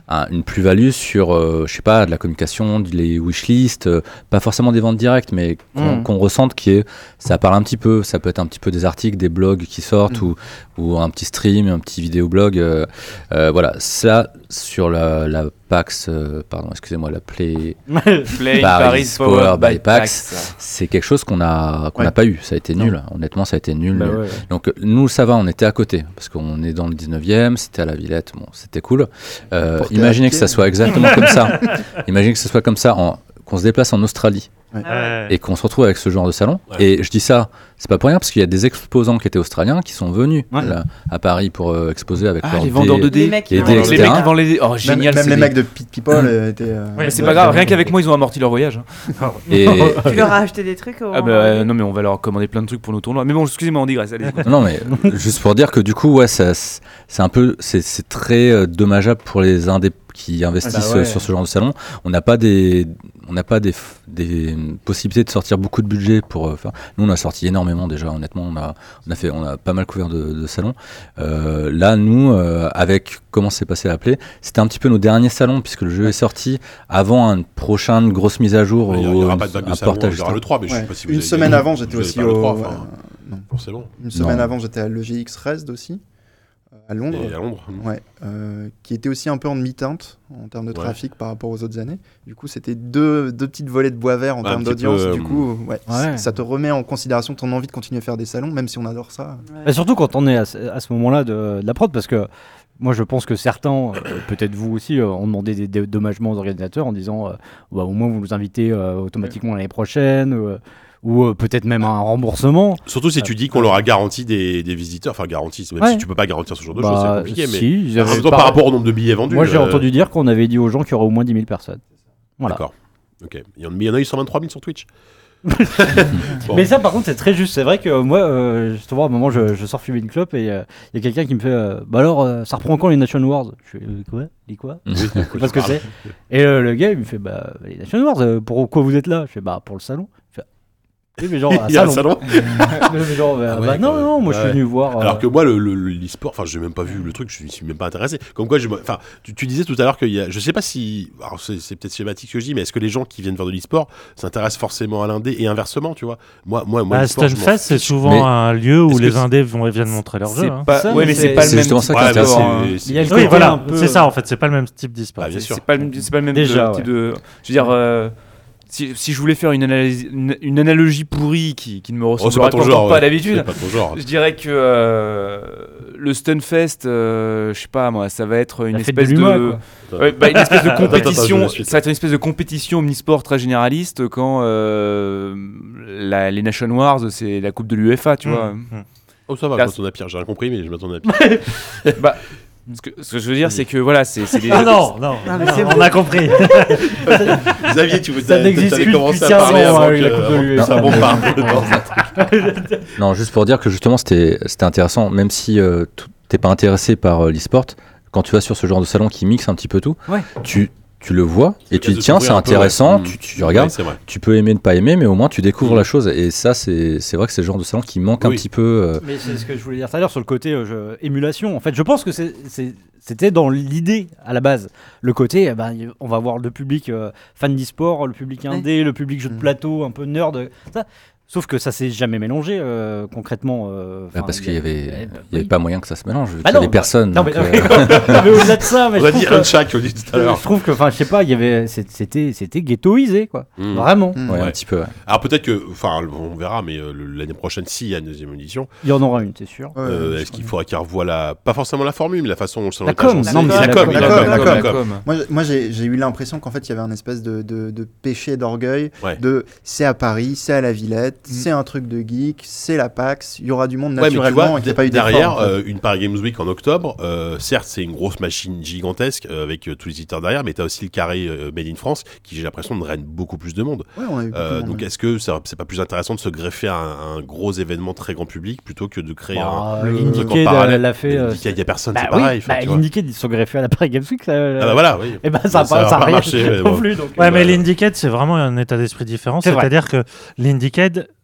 un, une plus-value sur, euh, je sais pas, de la communication, les wishlists, euh, pas forcément des ventes directes, mais qu'on, Mmh. qu'on ressente qui est, ça parle un petit peu, ça peut être un petit peu des articles, des blogs qui sortent, Mmh. ou, ou un petit stream, un petit vidéoblog, euh, euh, voilà, ça, sur la, la PAX, euh, pardon, excusez-moi, la Play... Play Paris Paris Power Power by by Pax. Pax. C'est quelque chose qu'on a qu'on Ouais. n'a pas eu, ça a été Non. nul. Honnêtement, ça a été nul. Bah nul. ouais. Donc nous, ça va, on était à côté parce qu'on est dans le dix-neuvième, c'était à la Villette, bon, c'était cool. Euh, Porté imaginez à que pied. ça soit exactement comme ça. Imaginez que ce soit comme ça, en- qu'on se déplace en Australie Ouais. et qu'on se retrouve avec ce genre de salon. Ouais. Et je dis ça, c'est pas pour rien parce qu'il y a des exposants qui étaient australiens qui sont venus Ouais. là, à Paris pour euh, exposer avec Ah, leurs les vendeurs dés. de dés. Les mecs qui Et vendent des les- Les et cetera. mecs qui vendent les dés. Oh, Même, génial. même c'est les des- mecs de Pit People euh, étaient. euh, Mais c'est ouais, pas grave, ouais. rien qu'avec moi, ils ont amorti leur voyage. hein. Et Tu leur as acheté des trucs au Ah bah euh, non, mais on va leur commander plein de trucs pour nos tournois. Mais bon, excusez-moi, on digresse. Allez. non mais juste pour dire que du coup ouais ça c'est un peu c'est c'est très euh, dommageable pour les indés qui investissent Ah bah ouais. euh, sur ce genre de salon. On n'a pas des on n'a pas des f- des possibilités de sortir beaucoup de budget pour euh, faire. Nous on a sorti énormément déjà honnêtement on a on a fait on a pas mal couvert de, de salons. Euh, là nous euh, avec comment s'est passé la Play, c'était un petit peu nos derniers salons puisque le jeu est sorti avant une prochaine grosse mise à jour Il ou n'y aura un- pas de vague de un salon, portage. il y aura le trois, mais je Ouais. sais pas si vous Une avez- semaine avant, j'étais vous avez aussi pas le au. trois, euh, enfin, non. forcément. Une semaine Non. avant, j'étais à l'E G X Resd aussi, euh, à Londres. Et à Londres. Ouais, euh, qui était aussi un peu en demi-teinte en termes de Ouais. trafic par rapport aux autres années. Du coup, c'était deux, deux petites volées de bois vert en Ouais, un termes petit d'audience. peu, Du euh, coup, ouais, Ouais. ça te remet en considération ton envie de continuer à faire des salons, même si on adore ça. Et surtout quand on est à ce, à ce moment-là de, de la prod, parce que moi je pense que certains, euh, peut-être vous aussi, euh, ont demandé des des dédommagements aux organisateurs en disant euh, bah, au moins vous nous invitez euh, automatiquement l'année prochaine, euh, ou euh, peut-être même un remboursement. Surtout si tu dis qu'on leur a garanti des, des visiteurs, enfin garanti, même Ouais. si tu peux pas garantir ce genre de Bah, choses, c'est compliqué, mais si, ils en avaient même temps, pas- par rapport au nombre de billets vendus. Moi j'ai euh, entendu dire qu'on avait dit aux gens qu'il y aurait au moins dix mille personnes. Voilà. D'accord. Ok. Il y en- mais il y en a eu cent vingt-trois mille sur Twitch. Bon. Mais ça par contre c'est très juste, c'est vrai que euh, moi euh, justement à un moment je, je sors fumer une clope et il y a quelqu'un qui me fait euh, bah alors euh, ça reprend quand les Nation Wars? Je fais euh, quoi? Dis quoi? Oui, Je sais pas ce que c'est. Et euh, le gars il me fait bah les Nation Wars, euh, pourquoi vous êtes là? Je fais bah pour le salon. Je fais, oui mais genre un Il y a un salon. salon. Mais genre, bah, Ah ouais, bah, non quand même. non moi je Ouais. suis venu voir. euh, Alors que moi, le, le, le- l'e-sport, enfin, j'ai même pas vu le truc, je ne suis même pas intéressé. Comme quoi, je, me- enfin, tu, tu disais tout à l'heure qu'il y a, je sais pas si, alors c'est, c'est peut-être schématique ce que je dis, mais est-ce que les gens qui viennent faire de l'e-sport s'intéressent forcément à l'indé et inversement, tu vois? Moi, moi, moi, Bah, l'e-sport, je m'en Stunfest, c'est fiche. souvent Mais un lieu où est-ce que les c'est- indés vont, viennent montrer leur C'est jeu. hein. pas... Ça, Ouais, mais mais c'est c'est- pas le c'est même. justement ça qui Ouais, est mais intéressant. c'est- il y a c'est- le Oui, côté voilà, un peu- c'est ça en fait, c'est pas le même type d'e-sport. Bah, bien sûr. C'est pas, le- c'est pas le même Déjà, de- type de. Je veux dire, euh, si, si je voulais faire une, analyse, une, une analogie pourrie qui, qui ne me Oh, c'est ressemblerait pas ton pourtant genre. pas ouais. d'habitude, C'est pas ton genre. je dirais que euh, le Stunfest, euh, je sais pas moi, ça va être une La fête de espèce de, l'U M A, quoi. Ouais, bah, une espèce de Attends, attends, je compétition. me suis- Ça va être une espèce de compétition omnisport très généraliste quand euh, la- les Nation Wars, c'est la coupe de l'U E F A, tu Mmh, vois. mmh. Oh, ça va, Là, je m'attendais à pire. J'ai rien compris, mais je m'attendais à pire. Bah, ce que, ce que je veux dire, c'est que voilà, c'est c'est des. Ah non, non, Ah, mais non, c'est on a compris. Xavier, tu veux Ça n'existe t'avais plus commencé depuis à parler quinze ans, avant hein, que la Coupe de avant que l'U E F A. ça bombarde. Non, juste pour dire que justement c'était c'était intéressant, même si euh, tout- t'es pas intéressé par euh, l'e-sport, quand tu vas sur ce genre de salon qui mixe un petit peu tout, Ouais. tu tu le vois et C'est tu bien dis de tiens c'est s'ouvrir un peu, intéressant, ouais. tu, tu Ouais, regardes, c'est vrai. tu peux aimer ne pas aimer, mais au moins tu découvres Mm. la chose et ça c'est c'est vrai que c'est le genre de salon qui manque un Oui. petit peu. euh, Mais c'est ce que je voulais dire tout à l'heure sur le côté euh, je- émulation. En fait, je pense que c'est- c'est- c'était dans l'idée à la base. Le côté, eh ben, y- on va voir le public euh, fan d'e-sport, le public indé, le public jeu de Mm. plateau, un peu nerd. Ça. Sauf que ça s'est jamais mélangé euh, concrètement. euh, bah, enfin, parce il qu'il y avait, eh, il y bah, avait oui. pas moyen que ça se mélange. vu Bah qu'il y a non, des personnes. Non, donc, mais, euh, non, mais au-delà de ça, mais On je a trouve dit que- un chat, on dit tout à l'heure. je trouve que, enfin, je sais pas, il y avait, c'est- c'était, c'était ghettoisé, quoi. Mm. Vraiment. Mm. ouais, un Ouais. petit peu. Ouais. Alors peut-être que, enfin, on verra, mais euh, le- l'année prochaine, s'il y a une deuxième édition, Il y en aura une, c'est sûr. Ouais, euh, je est-ce qu'il crois. faudra qu'il revoie la, pas forcément la formule, mais la façon dont le salon La est com, agencé. non, mais la c'est la com, com, la la com, com, la la com, la com. com. Moi, je- moi j'ai j'ai eu l'impression qu'en fait, il y avait un espèce de, de, de péché d'orgueil. Ouais. De c'est à Paris, c'est à la Villette, Mm. c'est un truc de geek, c'est la PAX, il y aura du monde Ouais, mais tu naturellement vois, et qu'il n'y a pas eu d'effort, derrière, en fait. euh, une Paris Games Week en octobre, euh, certes, c'est une grosse machine gigantesque euh, avec euh, tous les éditeurs derrière, mais tu as aussi le carré euh, Made in France qui, j'ai l'impression, draine beaucoup plus de monde. Ouais, on a eu beaucoup Euh, de monde, donc, ouais. est-ce que ça- c'est pas plus intéressant de se greffer à un, un gros événement très grand public plutôt que de créer Bah, un le truc en L'Indiecade, parallèle? elle l'a fait. euh, Il y a personne, bah c'est oui, pareil. enfin, bah, tu vois. l'Indiecade, ils se sont greffés à la Paris Games Week. Ça, Ah bah voilà, oui. Et ben ça n'a Ça pas, a ça a pas rien marché, ouais, non bon. plus. Donc, Ouais, Euh, mais bah, l'Indiecade, c'est vraiment un état d'esprit différent. C'est vrai. C'est-à-dire que l'Indiecade,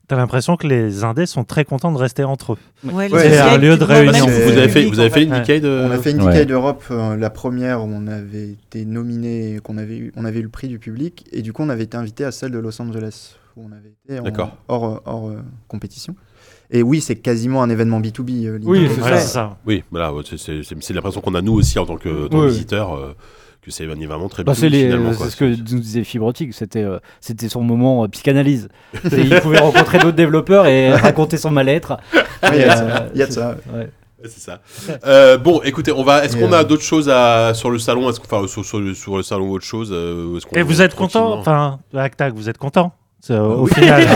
t'as l'impression que les indés sont très contents de rester entre eux. Ouais, Ouais, les c'est un Decade, lieu de tu vois, réunion. même Vous, si vous avez fait, public, vous avez en fait fait. une Decade euh, On a fait une Ouais. Decade Europe, euh, la première où on avait été nominé, qu'on avait eu, on avait eu le prix du public, et du coup on avait été invité à celle de Los Angeles où on avait été en- D'accord. hors, hors euh, compétition. Et oui, c'est quasiment un événement B deux B. euh, l'idée. Oui, c'est Ouais, ça. c'est ça. Oui, voilà, ouais, c'est, c'est, c'est, c'est l'impression qu'on a nous aussi en tant que, en tant que Oui. visiteurs, euh, que c'est vraiment très Bah, bien c'est les- finalement. c'est quoi. ce que nous disait Fibrotique, c'était euh, c'était son moment euh, psychanalyse. Et il pouvait rencontrer d'autres développeurs et raconter son mal-être. Oui, il y a de Et, ça. euh, Il y a de ça. Ouais. Ouais, c'est ça. Euh, bon, écoutez, on va. Est-ce Et qu'on euh, a d'autres choses à sur le salon, est-ce qu'on, enfin, sur, sur, le, sur le salon ou autre chose euh, est-ce qu'on- Et vous êtes tranquillement content Enfin, Actac, vous êtes content C'est, euh, au oui. final.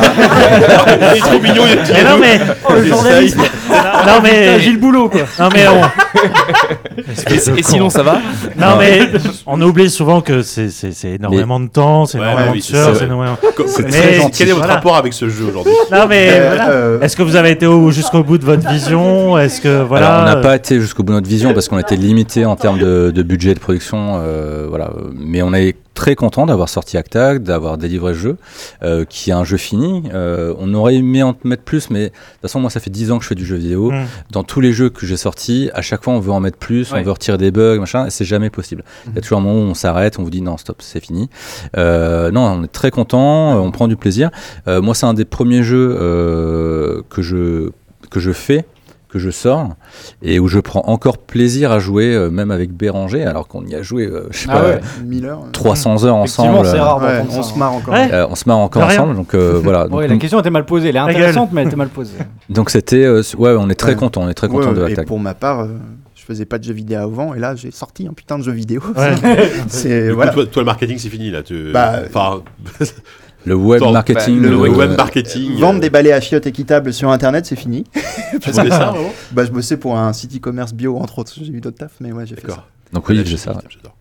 Il est trop mignon, il est Mais non, mais. Oh, le journalisme. Non, mais. Putain, Gilles Boulot, quoi. Non, mais on. Et, et sinon, ça va? Non, mais on oublie souvent que c'est, c'est, c'est énormément de temps, c'est Ouais, énormément ouais, oui, de c'est sueur, ça, c'est ouais. énormément. Co- C'est Mais- très gentil. Quel est votre Voilà. rapport avec ce jeu aujourd'hui? Non, mais. Euh, voilà. euh, Est-ce que vous avez été au, jusqu'au bout de votre vision? Est-ce que. Voilà. Alors, on n'a pas été jusqu'au bout de notre vision parce qu'on était limité en termes de, de budget de production, euh, voilà. Mais on est très content d'avoir sorti Actac, d'avoir délivré le jeu, euh, qui est un jeu fini. Euh, on aurait aimé en mettre plus, mais de toute façon, moi, ça fait dix ans que je fais du jeu vidéo. Mm. Dans tous les jeux que j'ai sortis, à chaque fois, on veut en mettre plus, Ouais. on veut retirer des bugs, machin, et c'est jamais possible. Il y a toujours un moment où on s'arrête, on vous dit non, stop, c'est fini. Euh, non, on est très content, euh, on prend du plaisir. Euh, moi, c'est un des premiers jeux euh, que je que je fais, que je sors, et où je prends encore plaisir à jouer, euh, même avec Béranger, alors qu'on y a joué, euh, je sais Ah pas, ouais. Miller. euh, trois cents heures Effectivement, ensemble. c'est euh, rare ouais, d'entendre on ça, se hein. marre encore. Ouais. euh, on se marre encore De rien. ensemble, donc euh, voilà. Donc, Ouais, la question était mal posée. Elle est Ta gueule. intéressante, mais elle était mal posée. donc c'était, euh, ouais, on est très Ouais. content, on est très Ouais, content de et Actac. pour ma part, euh, je faisais pas de jeux vidéo avant, et là j'ai sorti un putain de jeu vidéo. Ouais. c'est Du coup, voilà. toi, toi, le marketing, c'est fini là. Tu... Bah, enfin, Le web Attends, marketing, bah, le euh, web marketing. Vendre euh, des balais à chiottes équitables sur internet, c'est fini. Tu faisais ça vraiment Bah, je bossais pour un site e-commerce bio, entre autres. J'ai eu d'autres tafs, mais ouais, j'ai fait ça. D'accord. Donc oui, j'ai ça. J'adore.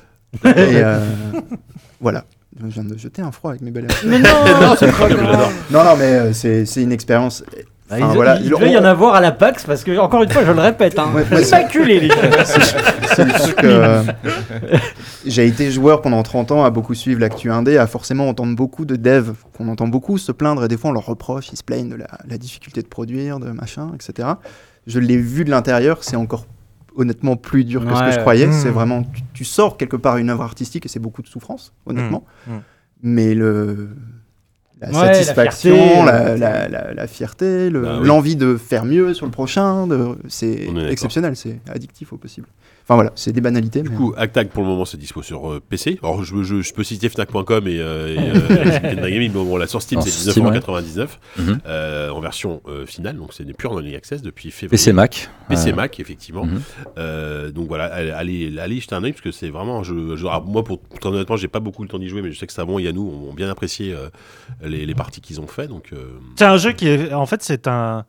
Et euh, voilà. Je viens de jeter un froid avec mes balais. à chiottes. Mais non, c'est pas grave. Non, non, mais euh, c'est c'est une expérience. Bah, Enfin, il voilà, il il- devait on- y en avoir à la PAX parce que, encore une fois, je le répète, hein, Ouais, ouais, c'est- immaculé les gars. C'est juste que euh, j'ai été joueur pendant trente ans à beaucoup suivre l'actu indé, à forcément entendre beaucoup de devs qu'on entend beaucoup se plaindre, et des fois on leur reproche, ils se plaignent de la, la difficulté de produire, de machin, et cetera. Je l'ai vu de l'intérieur, c'est encore honnêtement plus dur que ce que Ouais. je croyais. Mmh. C'est vraiment, tu, tu sors quelque part une œuvre artistique et c'est beaucoup de souffrance, honnêtement. Mmh. Mmh. Mais le la Ouais, la satisfaction, fierté, la, euh, la- la- la fierté, le- Bah oui. l'envie de faire mieux sur le prochain, de- c'est On est d'accord. exceptionnel, c'est addictif au possible. Enfin voilà, c'est des banalités. Du mais- coup, Actac pour le moment c'est dispo sur euh, P C. Alors je, je, je peux citer Fnac point com et, euh, et, euh, Nintendo Gaming, mais bon, là sur Steam Non, c'est sur dix-neuf Steam, euros ouais. quatre-vingt-dix-neuf Mhm. euh, en version euh, finale, donc c'est n'est plus en early access depuis février. P C Mac. P C Euh, Mac effectivement. mhm. Euh, donc voilà, allez, allez, allez jeter un œil parce que c'est vraiment un jeu. jeu- alors, moi pour très honnêtement j'ai pas beaucoup le temps d'y jouer, mais je sais que Savon et Yannou ont bien apprécié euh, les, les parties qu'ils ont fait. Donc euh, C'est un jeu qui est. En fait, c'est un.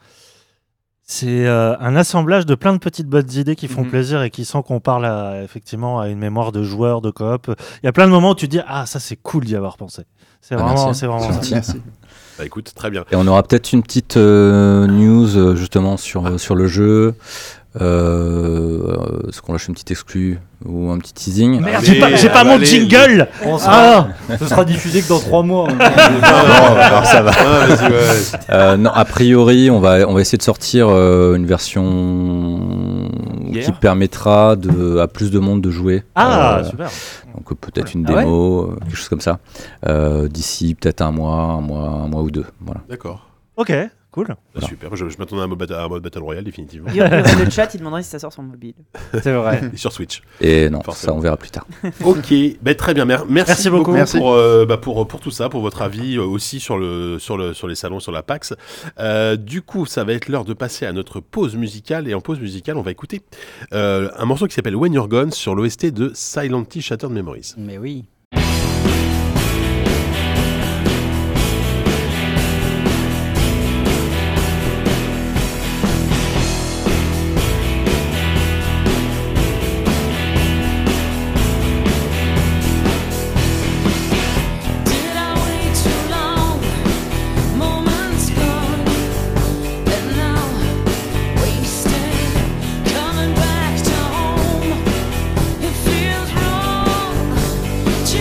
C'est euh, un assemblage de plein de petites bonnes idées qui font Mhm. plaisir et qui sent qu'on parle à, effectivement à une mémoire de joueur, de coop. Il y a plein de moments où tu te dis ah ça c'est cool d'y avoir pensé. C'est Ah, vraiment, merci. c'est vraiment C'est ça. gentil. Merci. bah écoute, très bien. Et on aura peut-être une petite euh, news euh, justement sur, euh, sur le jeu. Euh, Est-ce qu'on lâche une petite exclue ou un petit teasing? Merde, Allez, j'ai pas, j'ai pas mon allez, jingle. On sera- Ah Ce sera diffusé que dans trois mois. hein. alors ça va. Ah, vas-y, ouais. Euh, non, a priori, on va, on va essayer de sortir euh, une version Hier. qui permettra de, à plus de monde de jouer. ah Euh, super. donc euh, peut-être une Ah ouais démo, euh, quelque chose comme ça. Euh, D'ici peut-être un mois, un mois, un mois ou deux. Voilà. D'accord. Ok, cool. Bah, Voilà. super. Je, je m'attendais à un mode, battle- à un mode Battle Royale définitivement. Il y aurait le chat, il demanderait si ça sort sur mobile. C'est vrai. Et sur Switch. Et non, Forcément. ça on verra plus tard. Ok, ben, très bien. Mer- merci, Merci beaucoup. beaucoup Merci. Pour, euh, bah, pour, pour tout ça, pour votre avis euh, aussi sur, le, sur, le, sur les salons, sur la PAX. Euh, du coup, ça va être l'heure de passer à notre pause musicale. Et en pause musicale, on va écouter euh, un morceau qui s'appelle When You're Gone sur l'O S T de Silent Hill Shattered Memories. Mais oui. Did I wait too long? Moments gone, and now wasted. Coming back to home, it feels wrong.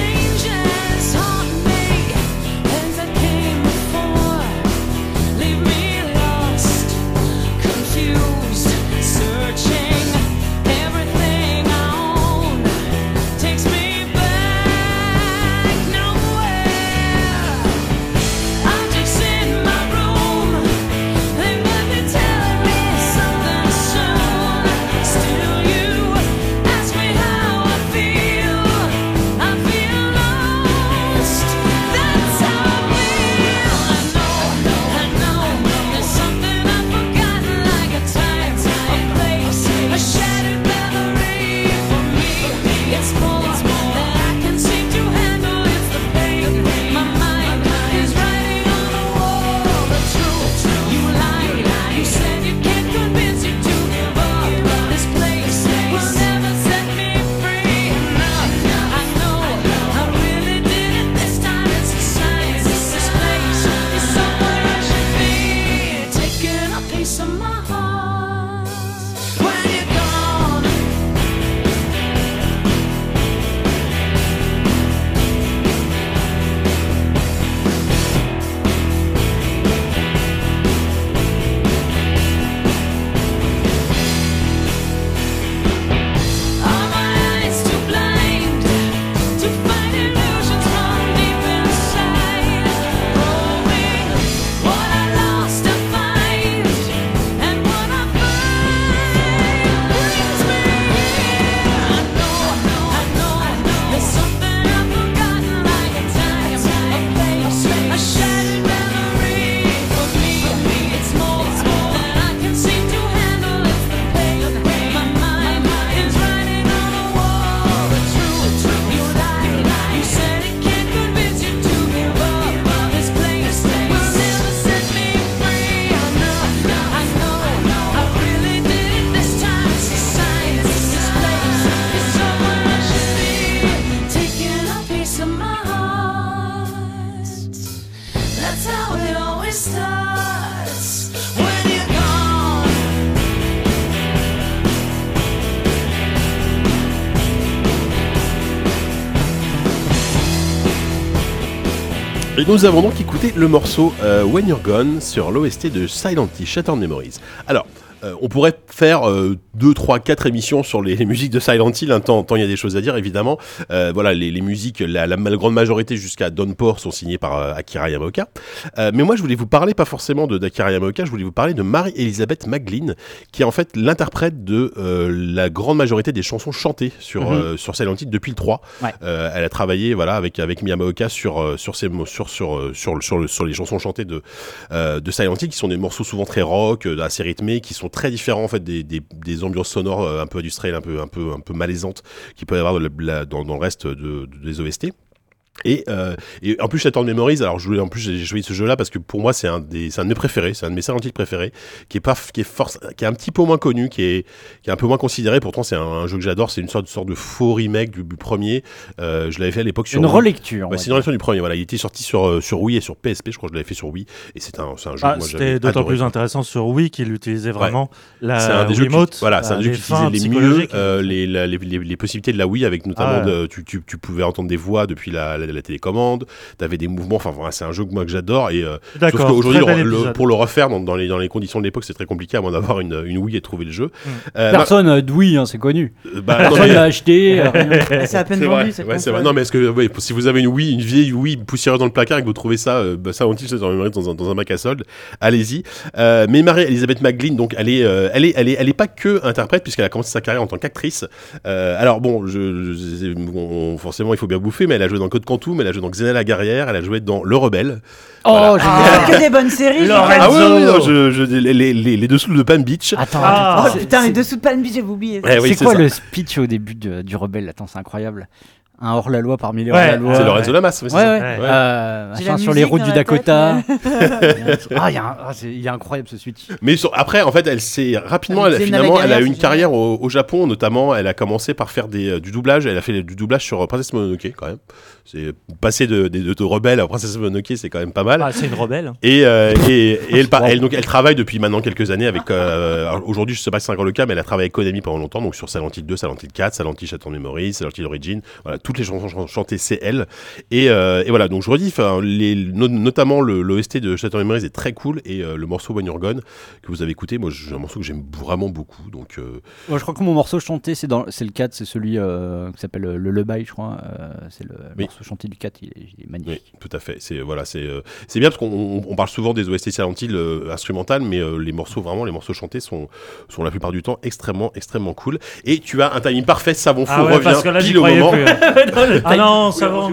Et nous avons donc écouté le morceau euh, When You're Gone sur l'O S T de Silent Hill Shattered Memories. Alors, euh, on pourrait faire deux, trois, quatre émissions sur les, les musiques de Silent Hill, hein, tant il y a des choses à dire évidemment. Euh, voilà, les, les musiques, la, la, la grande majorité jusqu'à Downpour sont signées par euh, Akira Yamaoka. Euh, mais moi je voulais vous parler pas forcément de d'Akira Yamaoka, je voulais vous parler de Mary-Elizabeth McGlynn, qui est en fait l'interprète de euh, la grande majorité des chansons chantées sur, mm-hmm. euh, sur Silent Hill depuis le trois. Ouais. Euh, elle a travaillé voilà, avec, avec Yamaoka sur, euh, sur, ces, sur, sur, sur, sur, le, sur les chansons chantées de, euh, de Silent Hill, qui sont des morceaux souvent très rock, euh, assez rythmés, qui sont très différents en fait des, des, des ambiances sonores euh, un peu industrielles, un peu, un peu, un peu malaisantes qu'il peut y avoir de la, dans, dans le reste de, de, des O S T. Et, euh, et en plus Shattered Memories, alors je voulais en plus j'ai choisi ce jeu là parce que pour moi c'est un des c'est un de mes préférés, c'est un de mes Silent Hill préférés, qui est pas qui est force qui est un petit peu moins connu, qui est qui est un peu moins considéré, pourtant c'est un, un jeu que j'adore, c'est une sorte, sorte de faux remake du, du premier. Euh, je l'avais fait à l'époque sur une Wii. relecture. Ouais, c'est une relecture du premier, voilà, il était sorti sur sur Wii et sur P S P, je crois que je l'avais fait sur Wii et c'est un c'est un jeu ah, que moi c'était d'autant adoré. plus intéressant sur Wii qu'il utilisait vraiment ouais. la c'est un des Wiimote. Jeux qui, voilà, c'est un jeu qui utilisait les mieux euh, les, la, les, les les possibilités de la Wii, avec notamment ah, ouais. de, tu, tu tu pouvais entendre des voix depuis la la, la télécommande. T'avais des mouvements, enfin voilà, c'est un jeu que moi que j'adore et euh, sauf qu'aujourd'hui le, le, pour le refaire dans, dans, les, dans les conditions de l'époque c'est très compliqué à moins d'avoir une, une Wii et de trouver le jeu. Mmh. Euh, Personne n'a de Wii, hein, c'est connu. Euh, bah, Personne l'a mais... acheté. euh, c'est à peine c'est vendu. C'est ouais, c'est vrai. Non mais est-ce que ouais, si vous avez une Wii, une vieille Wii poussiéreuse dans le placard et que vous trouvez ça, euh, bah, ça on dit dans, dans, un, dans un bac à solde, allez-y. Euh, mais Mary-Elizabeth McGlynn, donc elle est, euh, elle est, elle est, elle est pas que interprète puisqu'elle a commencé sa carrière en tant qu'actrice. Euh, alors bon, je, je, on, forcément il faut bien bouffer, mais elle a joué dans Code Quantum, elle a joué dans Xena la guerrière, elle a joué dans Le Rebelle. Oh, voilà. Ah, que des bonnes séries. Ah oui, oui, non, je, je, les, les, les dessous de Palm Beach. Attends, ah, attends oh, putain, les dessous de Palm Beach, j'avais oublié. Eh oui, c'est quoi ça. Le speech au début de, du Rebelle? Attends, c'est incroyable. Un hors-la-loi parmi les ouais, hors-la-loi. C'est Lorenzo Lamas. Ouais, ouais. ouais. ouais. Euh, enfin, sur les routes du Dakota. Ah, il est incroyable ce switch. Mais sur, après, en fait, elle s'est rapidement, elle, finalement, elle a eu une carrière au, au Japon, notamment. Elle a commencé par faire des, euh, du doublage. Elle a fait du doublage sur Princesse Mononoke, quand même. C'est passer de, de, de, de rebelle à Princesse Mononoke, c'est quand même pas mal. Ah, c'est une rebelle. Et, euh, et, et elle, elle, donc, elle travaille depuis maintenant quelques années avec. Euh, aujourd'hui, je sais pas si c'est encore le cas, mais elle a travaillé avec Konami pendant longtemps, donc sur Silent Hill deux, Silent Hill quatre, Silent Hill Shattered Memories, Silent Hill Origin. Voilà, toutes les chansons chantées, c'est elle. Et, euh, et voilà, donc je redis, les, no, notamment le, l'O S T de Shattered Memories est très cool, et euh, le morceau When You're Gone que vous avez écouté, moi, c'est un morceau que j'aime vraiment beaucoup. Donc, euh... ouais, je crois que mon morceau chanté, c'est, dans, c'est le quatre, c'est celui euh, qui s'appelle le Lullaby, je crois. Euh, c'est le oui. morceau chanté du quatre, il est, il est magnifique. Oui, tout à fait. C'est, voilà, c'est, euh, c'est bien parce qu'on on, on parle souvent des O S T Silent Hill euh, instrumentales, mais euh, les morceaux, vraiment, les morceaux chantés sont, sont la plupart du temps extrêmement, extrêmement cool. Et tu as un timing parfait, Savon Fou ah ouais, revient pile au moment. Plus, hein. Ah non, Savon.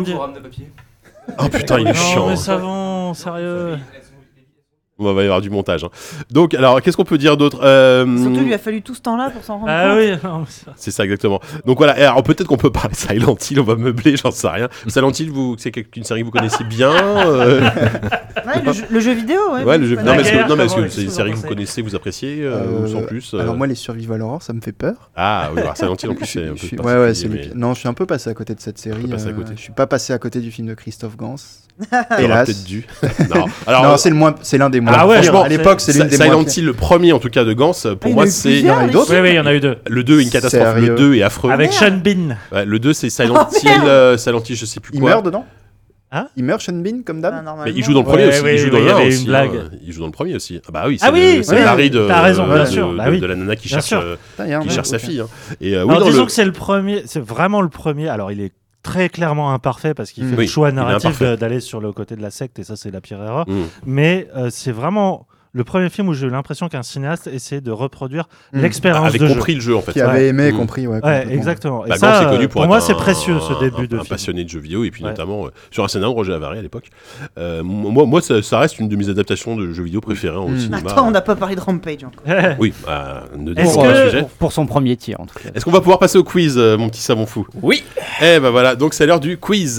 Oh putain, il est non, chiant. Mais Savon, sérieux. On va y avoir du montage. Hein. Donc, alors, qu'est-ce qu'on peut dire d'autre euh... Surtout, il lui a fallu tout ce temps-là pour s'en rendre ah compte. Oui, non, ça... C'est ça, exactement. Donc voilà, alors peut-être qu'on peut parler de Silent Hill, on va meubler, j'en sais rien. Silent Hill, vous, c'est une série que vous connaissez bien euh... ouais, le, jeu, le jeu vidéo, ouais. Ouais, le jeu... Non, mais est-ce que, non, mais est-ce que c'est une série que vous connaissez, vous appréciez euh, euh, sans plus euh... Alors moi, les survival horror, ça me fait peur. Ah oui, alors Silent Hill, en plus, c'est un peu suis... Ouais, ouais, c'est mais... le... Non, je suis un peu passé à côté de cette série. À côté. Je suis pas passé à côté du film de Christophe Gans. Hélas. Peut-être dû. Non, alors non, c'est le moins, c'est l'un des moins. Ah ouais, franchement, à l'époque, c'est l'une des moins. Silent Hill, le premier en tout cas de Gans, pour moi, c'est. Il y en a eu d'autres. Oui, oui, il y en a eu deux. Le deux est une catastrophe. Le deux est affreux. Avec Sean Bean. Ouais, le deux, c'est Silent Hill, Silent Hill, je sais plus quoi. Il meurt dedans. Hein il meurt Sean Bean comme d'hab. Ah, mais il joue dans le premier ouais, aussi. Oui, il joue oui, dans oui, le un aussi. Une blague. Hein. Il joue dans le premier aussi. Ah bah oui, c'est, ah oui, le, c'est oui, Larry de, t'as raison, de, bien sûr. de, Bah oui. de la nana qui cherche, euh, qui cherche sa fille. Hein. Et, euh, Alors, oui, disons le... que c'est le premier, c'est vraiment le premier. Alors il est très clairement imparfait parce qu'il fait oui, le choix narratif d'aller sur le côté de la secte et ça c'est la pire erreur. Mm. Mais euh, c'est vraiment le premier film où j'ai eu l'impression qu'un cinéaste essayait de reproduire mmh. l'expérience avait de compris jeu. le jeu en fait. Qui avait aimé et mmh. compris, ouais. Ouais, exactement. Et bah, ça, c'est connu pour, pour moi, un, c'est précieux ce début un, de un film. passionné de jeux vidéo et puis ouais. notamment euh, sur un scénario de Roger Avary à l'époque. Euh, moi, moi ça, ça reste une de mes adaptations de jeux vidéo préférées mmh. au cinéma. Attends, on n'a pas parlé de Rampage encore. Oui, bah, ne Est-ce que, le sujet. Pour, pour son premier tir en tout cas. Est-ce qu'on va pouvoir passer au quiz, euh, mon petit savon fou? Oui. Eh ben voilà, donc c'est l'heure du quiz.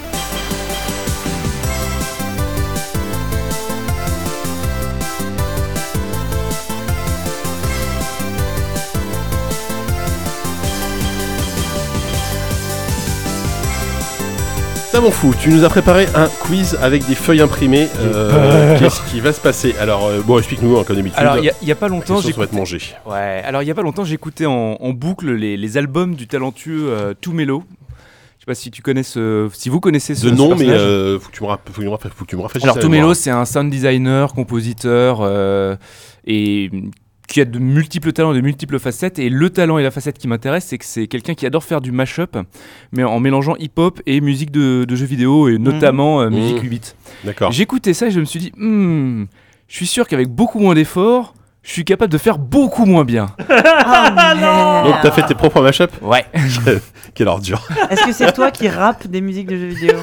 Savon fou, tu nous as préparé un quiz avec des feuilles imprimées. Euh, qu'est-ce qui va se passer? Alors, euh, bon, explique-nous, hein, comme d'habitude. Alors, il y, y a pas longtemps, j'ai être mangé. Ouais. Alors, il y a pas longtemps, j'écoutais en, en boucle les, les albums du talentueux euh, Tumelo, sais pas si tu connais ce, si vous connaissez ce. De ce nom, mais personnage. euh, faut que tu me rapp- faut que tu me rapp- faut que tu me rafraîchisses Alors la Tomelo, mémoire. c'est un sound designer, compositeur euh, et qui a de multiples talents, de multiples facettes. Et le talent et la facette qui m'intéresse, c'est que c'est quelqu'un qui adore faire du mashup, mais en mélangeant hip-hop et musique de, de jeux vidéo et notamment euh, musique Mmh. huit bits. D'accord. J'écoutais ça et je me suis dit, hmm, je suis sûr qu'avec beaucoup moins d'efforts, je suis capable de faire beaucoup moins bien. Ah, non. Donc t'as fait tes propres mashups. Ouais. Quelle ordure. Est-ce que c'est toi qui rappes des musiques de jeux vidéo?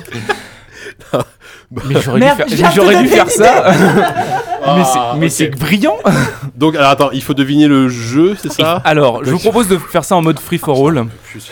Mais j'aurais Merde, dû j'ai faire, j'aurais dû peut-être faire une ça. mais c'est, mais ok. c'est brillant. Donc alors attends, il faut deviner le jeu, c'est ça? Alors, je vous propose de faire ça en mode free for all.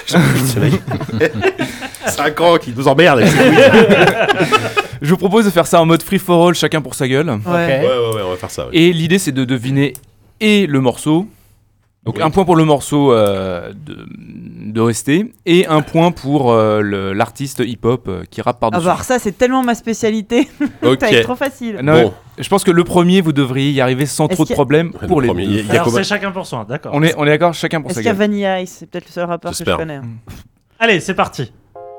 C'est un cran qui nous emmerde. avec ses couilles. Je vous propose de faire ça en mode free for all, chacun pour sa gueule. Ouais. Ouais, ouais, ouais, on va faire ça. ouais. Et l'idée, c'est de deviner et le morceau. Donc Oui. un point pour le morceau euh, de, de rester et un point pour euh, le- l'artiste hip-hop euh, qui rappe Ah par-dessus. bah alors ça c'est tellement ma spécialité. Ok. Ça va être trop facile. Non, Bon. Je pense que le premier, vous devriez y arriver sans Est-ce trop de qu'il y a- problèmes Le pour les premier, deux. il y a Alors combien- c'est chacun pour soi, d'accord. On est, on est d'accord, chacun pour Est-ce sa qu'il y a gueule. Vanilla Ice? C'est peut-être le seul rappeur que je J'espère. connais. hein. Allez, c'est parti.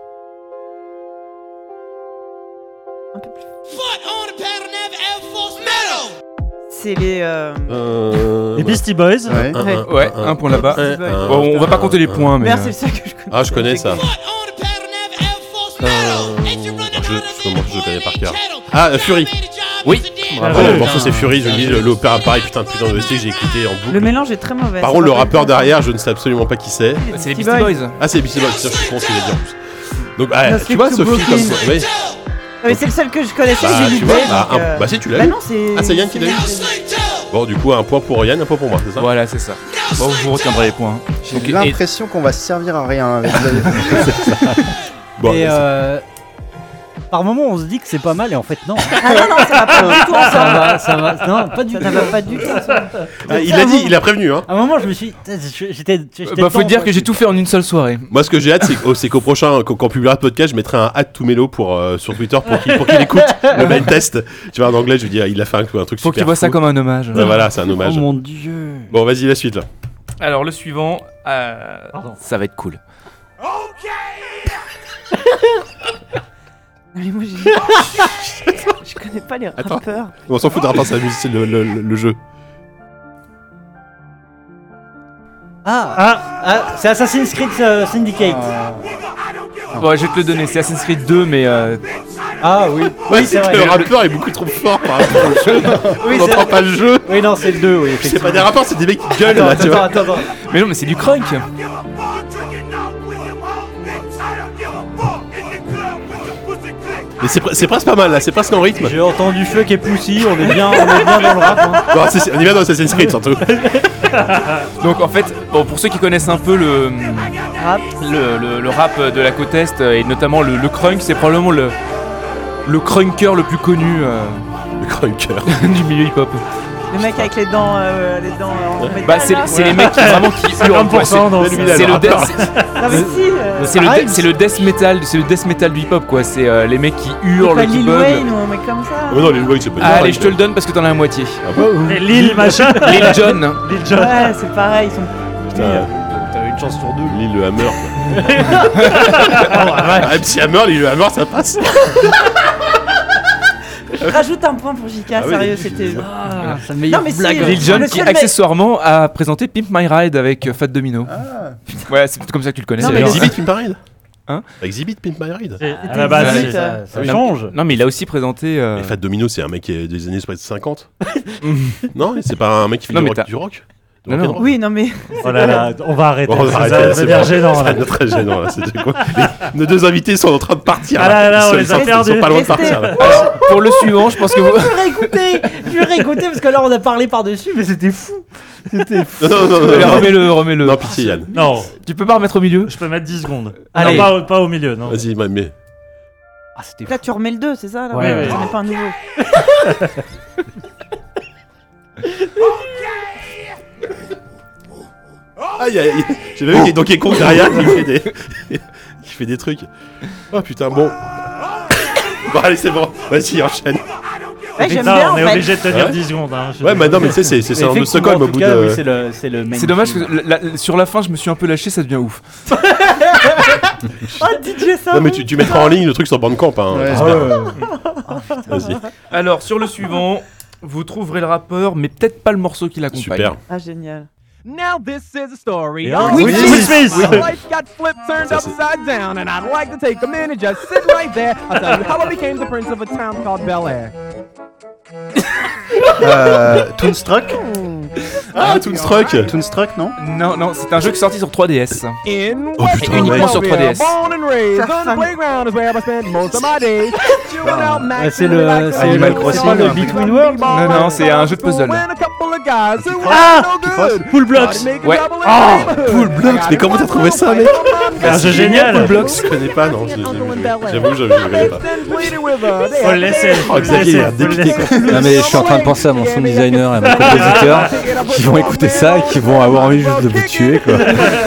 Un peu plus. Foot on the pattern of Air Force Metal. C'est les. euh, Euh, Les Beastie Boys. Ouais. un, Ouais. un, Ouais, un point là-bas. un, Bon, un, Bon, on va pas compter les points, mais. Merde, euh, c'est le seul que je connais. Ah, je connais ça. Foot on the pattern of Air Force Metal. And you running je- out of je commence, je money connais for par an cœur. channel. Ah, euh, Fury. Oui. Ah, Ouais, le ouais, morceau putain. c'est Fury, je me dis le- l'opéra pareil, putain, putain de O S T que j'ai écouté en boucle. Le mélange est très mauvais. Par ça contre, le rappelle rappeur pas. derrière, je ne sais absolument pas qui c'est. c'est les Beastie Boys. Ah, c'est Beastie Boys, putain, je suis con ce qu'il a dit en plus. Donc, ah, No tu Sleep vois, to Sophie, Brooklyn. comme ça. Oui. Ah, mais c'est le seul que je connaissais, Bah, j'ai tu loupé. vois, bah, donc, un- euh, bah, si, tu l'as Bah eu. non, c'est. Ah, c'est Yann qui l'a eu. Bon, du coup, un point pour Yann, un point pour moi, c'est ça? Voilà, c'est ça. Bon, vous retiendrez les points. J'ai Donc, et- l'impression qu'on va se servir à rien avec Bon, et c'est- euh, par moment, on se dit que c'est pas mal et en fait, non. Ah non, non, ça va pas du tout ça ensemble. va, ça va. Non, pas du Ça tout. ne va pas du tout ensemble. Ah, il a dit, il a prévenu, hein. À un moment, je me suis. J'étais. j'étais Bah, faut dedans, dire quoi. que j'ai tout fait en une seule soirée. Moi, ce que j'ai hâte, c'est qu'au c'est qu'au prochain, quand quand on publiera le podcast, je mettrai un hâte to Melo pour, euh, sur Twitter pour qu'il pour qu'il écoute le blind test. Tu vois, en anglais, je vais dire, il a fait un, un truc Faut super qu'il voit ça fou. comme un hommage. Ouais, voilà, c'est un Oh hommage. mon dieu. Bon, vas-y, la suite, là. Alors, le suivant, euh, Pardon. ça va être cool. Non, mais moi, j'ai- je connais pas les Attends. rappeurs. On s'en fout de rapport, c'est la musique, c'est le, le, le- le jeu. Ah, Ah, ah, c'est Assassin's Creed euh, Syndicate. Bon, je vais te le donner, c'est Assassin's Creed deux, mais euh, Ah oui. Ouais, Oui, c'est c'est que vrai. le rappeur est beaucoup trop fort par rapport au jeu. Oui, On c'est n'entend vrai. pas le jeu. Oui, non, c'est le deux, oui. C'est pas des rappeurs, c'est des mecs qui gueulent, Attends, là, tu attends, vois. attends, attends. mais non, mais c'est du crunk. Mais c'est pre- c'est presque pas mal, là, c'est presque en rythme. J'ai entendu Fuck et Poussy, on est bien, on est bien dans le rap. Hein. Bon, c'est- on y va dans Assassin's Creed, surtout. Donc en fait, bon, pour ceux qui connaissent un peu le Rap. le, le- le rap de la côte est euh, et notamment le, le crunk, c'est probablement le le crunker le plus connu euh, Le crunker. du milieu hip-hop. Le mec avec les dents, euh, les dents en métal. Bah c'est là. c'est les mecs qui vraiment qui hurlent. quoi. C'est dans Lui, il a c'est le le death, rappeur. Non, mais si. euh, c'est le, de- c'est le death metal, c'est le death metal du hip-hop quoi. C'est euh, les mecs qui c'est hurlent, pas qui Lil bug. Wayne ou un mec comme ça. Oh non, les Lloyd, c'est pas Ah, du allez, je te crunk. le donne parce que t'en as la moitié. et Lille, machin. Lil Jon. Lil Jon. Ouais, c'est pareil, ils sont. Putain, T'as une chance sur deux. Lille le Hammer. Quoi. Ah, M C Hammer, Lille le Hammer, ça passe. Rajoute un point pour J K, Ah oui, sérieux, je c'était. Ah, c'est le meilleur Non, mais si, blague. euh, Lil Jon le qui seul mec- accessoirement a présenté Pimp My Ride avec euh, Fat Domino. Ah. Ouais, c'est peut-être comme ça que tu le connais. Non, C'est mais d'ailleurs. le- Exhibit Pimp My Ride. Hein Exhibit Pimp My Ride. Et Ah, à la base, Ouais, c'est- ça, ça Non, change. Non, mais il a aussi présenté. euh, Et Fat Domino, c'est un mec qui est des années cinquante. Non, c'est pas un mec qui fait Non, du mais rock, t'as- du rock. Du Non, rock and non. roll. Oui, non, mais. Oh là là, on va arrêter. Bon, on va ça, arrêter, ça là, va c'est devenir bon. gênant Ça là. devient très gênant là. C'est quoi les... Nos deux invités sont en train de partir. Ah là là, Ils on sont- les ils a sont- perdus. Ils sont pas loin de Restez. partir là. Pour le suivant, je pense que vous. Je vais réécouter, je vais réécouter parce que là on a parlé par-dessus, mais c'était fou. C'était fou. Non, non, non, non, Allez, non. remets-le, remets-le. Non, pitié Yann. Non, Tu peux pas remettre au milieu. je peux mettre dix secondes. Allez. Non, pas, au- pas au milieu, non. Vas-y, mais- mais. Ah, c'était fou. Là, tu remets le deux, c'est ça là Ouais, ouais. J'en ai pas un nouveau. Aïe, aïe, aïe. J'ai vu qu'il y a Donkey Kong derrière qui fait des... qui fait des trucs. Oh putain, bon. Bon, allez, c'est bon. Vas-y, enchaîne. Ouais, j'aime Non, bien, on en est fait. obligé de tenir Ouais. dix secondes. Hein, je- Ouais, mais non, mais tu sais, c'est c'est ça de Effectivement, Stockholm en au tout bout cas, de. oui, c'est le, c'est le main C'est dommage film. que la- la- sur la fin, je me suis un peu lâché, ça devient ouf. Oh, D J ça. Non, mais tu, tu mettras en ligne le truc sur Bandcamp. Hein, Ouais. j'espère. Vas-y. Alors, sur le suivant, vous trouverez le rappeur, mais peut-être pas le morceau qui l'accompagne. Super. Ah, génial. Now this is a story. Yeah. of Will Will Smith. My life got flipped, turned Ça, c'est- upside down, and I'd like to take a minute, just sit right there. I'll tell you how I became the prince of a town called Bel Air. Euh, Toonstruck Ah, Toonstruck. Toonstruck, non? Non, non, c'est un jeu qui est sorti sur trois D S. In Oh, West putain, uniquement mec. sur trois D S. Born and raised Ça on the fan. playground is where I spent most of my days. Chewing out Max Ouais, c'est and le, relaxing. c'est Animal le, Crossing, c'est pas le un truc. Between Worlds. Non, non, c'est un jeu de puzzle. When a couple of guys who Ah, were no good Pool Blocks. started making Ouais. trouble in Ah, the neighborhood. Pool Blocks, mais comment t'as trouvé ça, mec? C'est un jeu génial. Pool Blocks, je connais pas, non. je- je- J'avoue, je je connais pas. Faut le laisser. Oh, Faut le Xavier, il a laisser, faut le dépité, laisser. Non mais je suis en train de penser à mon sound designer et à mon compositeur qui vont écouter ça et qui vont avoir envie juste de vous tuer quoi.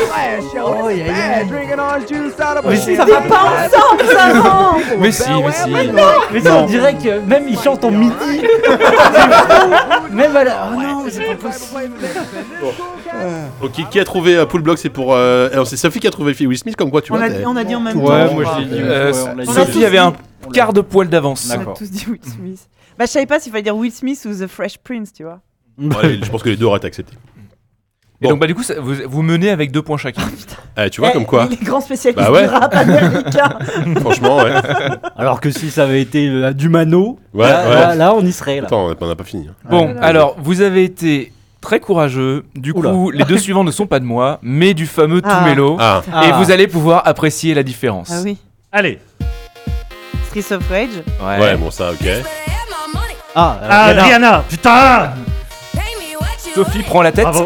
Mais ça va pas ensemble, ça, non. Mais si, mais si. Mais ça, on dirait que même ils chantent en midi. Même à la. Oh non, mais c'est pas possible. Ok, qui a trouvé euh, Pool Blocks? C'est pour. euh, Alors, c'est Sophie qui a trouvé Will Smith, comme quoi tu On vois. a, t'es- on a dit en même Ouais, temps. moi je l'ai dit. Euh, ouais, on l'a dit. Sophie avait un quart de poil d'avance. On a D'accord. tous dit Will Smith. Bah, je savais pas s'il fallait dire Will Smith ou The Fresh Prince, tu vois. Ouais, je pense que les deux auraient été acceptés. Et Bon. donc, bah, du coup, ça- vous, vous menez avec deux points chacun. Eh, tu vois, Eh, comme quoi. Les grands spécialistes Bah ouais. du rap américain. Franchement, ouais. Alors que si ça avait été euh, du mano, Ouais, là, ouais. là, là, on y serait. Là. Attends, on a- on n'a pas fini. hein. Bon, alors, vous avez été très courageux. Du Oula. coup, les deux suivants ne sont pas de moi, mais du fameux Ah. Toumélo. Ah, Ah. Et vous allez pouvoir apprécier la différence. Ah oui. Allez. Streets of Rage. ouais, bon, ça, ok. Ah, euh, Ah, Rihanna. Rihanna. Putain. Sophie prend la tête. Bravo.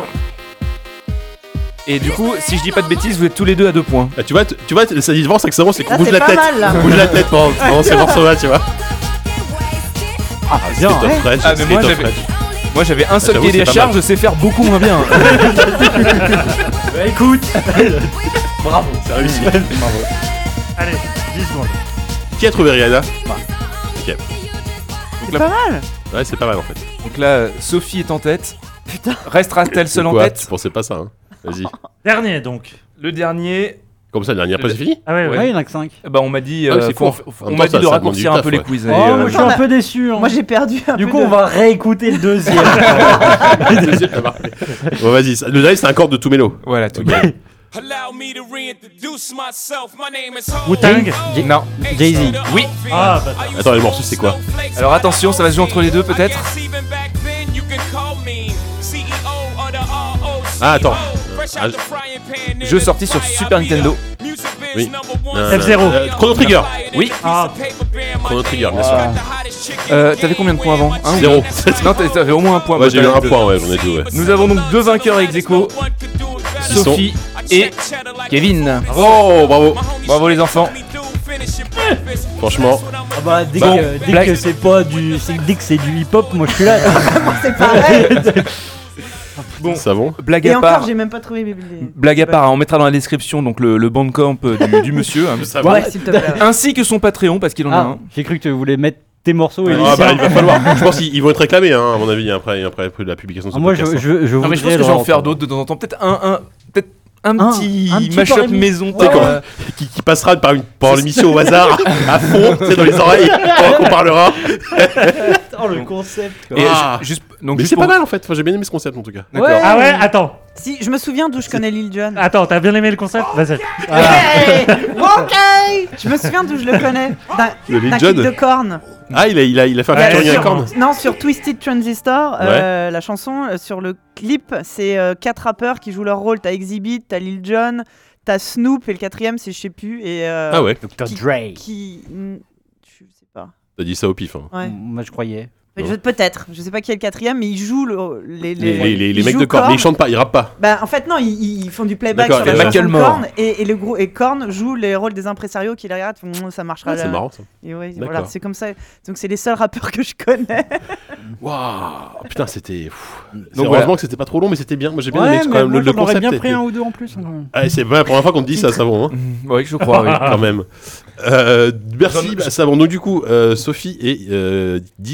Et du coup, si je dis pas de bêtises, vous êtes tous les deux à deux points. Ah, tu vois, t- tu vois, t- ça différence, c'est que ça, c'est qu'on Là, bouge c'est la pas tête. mal, là. On bouge la tête pendant, pendant ces morceaux-là, tu vois. Ah, bien. Street of Rage, Ah, mais Street moi, of j'avais- Rage. Moi j'avais un seul j'avoue, qui est c'est des pas charges, mal. je sais faire beaucoup moins bien. Bah, écoute. Bravo. C'est réussi. Allez, dix secondes. Qui a trouvé Rihanna? Ok. C'est pas mal. Ouais, c'est pas mal en fait. Donc là, Sophie est en tête. Restera-t-elle seule en Quoi, tête? Tu pensais pas ça, hein? Vas-y. Dernier donc. Le dernier, Comme ça, le dernier après, c'est fini? Ah ouais, ouais. Ouais, il y en a que cinq. bah on m'a dit, Ah oui, euh, c'est faut- court. faut- En on même m'a temps, dit ça- de ça raccourcir demande un du peu taf, les ouais. quiz. Oh, et, moi euh, je suis un peu déçu. hein. Moi, j'ai perdu un Du peu coup, de- on va réécouter le deuxième. Deuxième, t'as marqué. Bon, vas-y. ça- Le dernier, c'est un corps de Toumélo. Voilà, tout. Allow me to reintroduce myself. My name is Ho. Wu-Tang. Non. Jay-Z. Oui. Ah, bah, Attends, le morceau, c'est quoi? Alors attention, ça va se jouer entre les deux peut-être. Ah, attends. Ah, Jeu sorti sur Super Nintendo. Oui. F-Zero. Euh, Chrono Trigger. Oui. Ah. Chrono Trigger, bien sûr. Euh, T'avais combien de points avant? Un ou Zéro. deux Non, t'avais t'avais au moins un point. Ouais, Bah, j'ai eu t'as- un point, ouais, j'en ai deux, ouais. Nous avons donc deux vainqueurs ex aequo, Ils sont- Sophie et Kevin. Oh, bravo. Bravo les enfants. Franchement, Ah bah, dès Bon, que, dès blague. que c'est pas du, c'est- dès que c'est du hip-hop, moi je suis là. C'est pareil. Bon, savon. blague Et à encore, part. j'ai même pas trouvé les. les- Blague à part, hein, on mettra dans la description donc le, le bandcamp euh, du, du monsieur, hein, Ça va. Ouais, s'il te plaît. ainsi que son Patreon parce qu'il en a Ah, un. j'ai cru que tu voulais mettre tes morceaux et les Ah bah, siens. il va falloir. Je pense qu'ils ils vont être réclamés, hein, à mon avis, après, après, après la publication de ce Ah, moi je, podcast. je, je Non mais je pense voudrais que je vais en le faire entendre. d'autres de temps en temps. Peut-être un, un peut-être un, Un- petit, un petit mashup par émi- maison. Ouais. euh, Qui, qui passera par, une, par l'émission au hasard, à fond, tu sais, dans les oreilles, pendant qu'on parlera. Oh, le concept. quoi. et Ah. ju- juste, donc Mais juste c'est pour- pas mal en fait, enfin, j'ai bien aimé ce concept en tout cas. D'accord. Ouais. Ah ouais, attends. Si, je me souviens d'où je connais Lil Jon. Attends, t'as bien aimé le concept? Vas-y. Hey, ok. Je me souviens d'où je le connais. D'un Le Lil d'un Jon. clip de Korn. Ah, il a, il a, il a fait un Ouais, featuring avec sur- Korn. Non, sur Twisted Transistor, euh, la chanson, euh, sur le clip, c'est euh, quatre rappeurs qui jouent leur rôle. T'as Exhibit, t'as Lil Jon, t'as Snoop et le quatrième, c'est je sais plus. Et, euh, Ah ouais, docteur qui- Dre. Qui. hmm, Je sais pas. t'as dit ça au pif. Hein. Ouais. Moi je croyais. Non. Je- Peut-être, je sais pas qui est le quatrième, mais ils jouent le- les, Les, les, les, les ils mecs jouent de Korn, mais ils chantent pas, ils rappent pas. Bah, en fait, non, ils, ils font du playback D'accord, sur et la chanson de Macklemore. Korn et, et le gros et Korn joue les rôles des impresarios qui les regardent, font, Mmm, ça marchera Ah, c'est jamais. marrant ça. Et ouais, D'accord. voilà, c'est comme ça. Donc c'est les seuls rappeurs que je connais. Waouh, putain, c'était. pff. C'est Donc, heureusement voilà. que c'était pas trop long, mais c'était bien. Moi j'ai bien Ouais, aimé quand mais même moi, le, le j'en aurais concept. bien était- pris un ou deux en plus. hein. Ah, c'est pas la première fois qu'on te dit ça, ça va, hein, Mhm. Oui, je crois. Oui. quand même. Euh, merci, bah, ça va. Donc du coup, euh, Sophie et euh, disent ça les vainqueurs.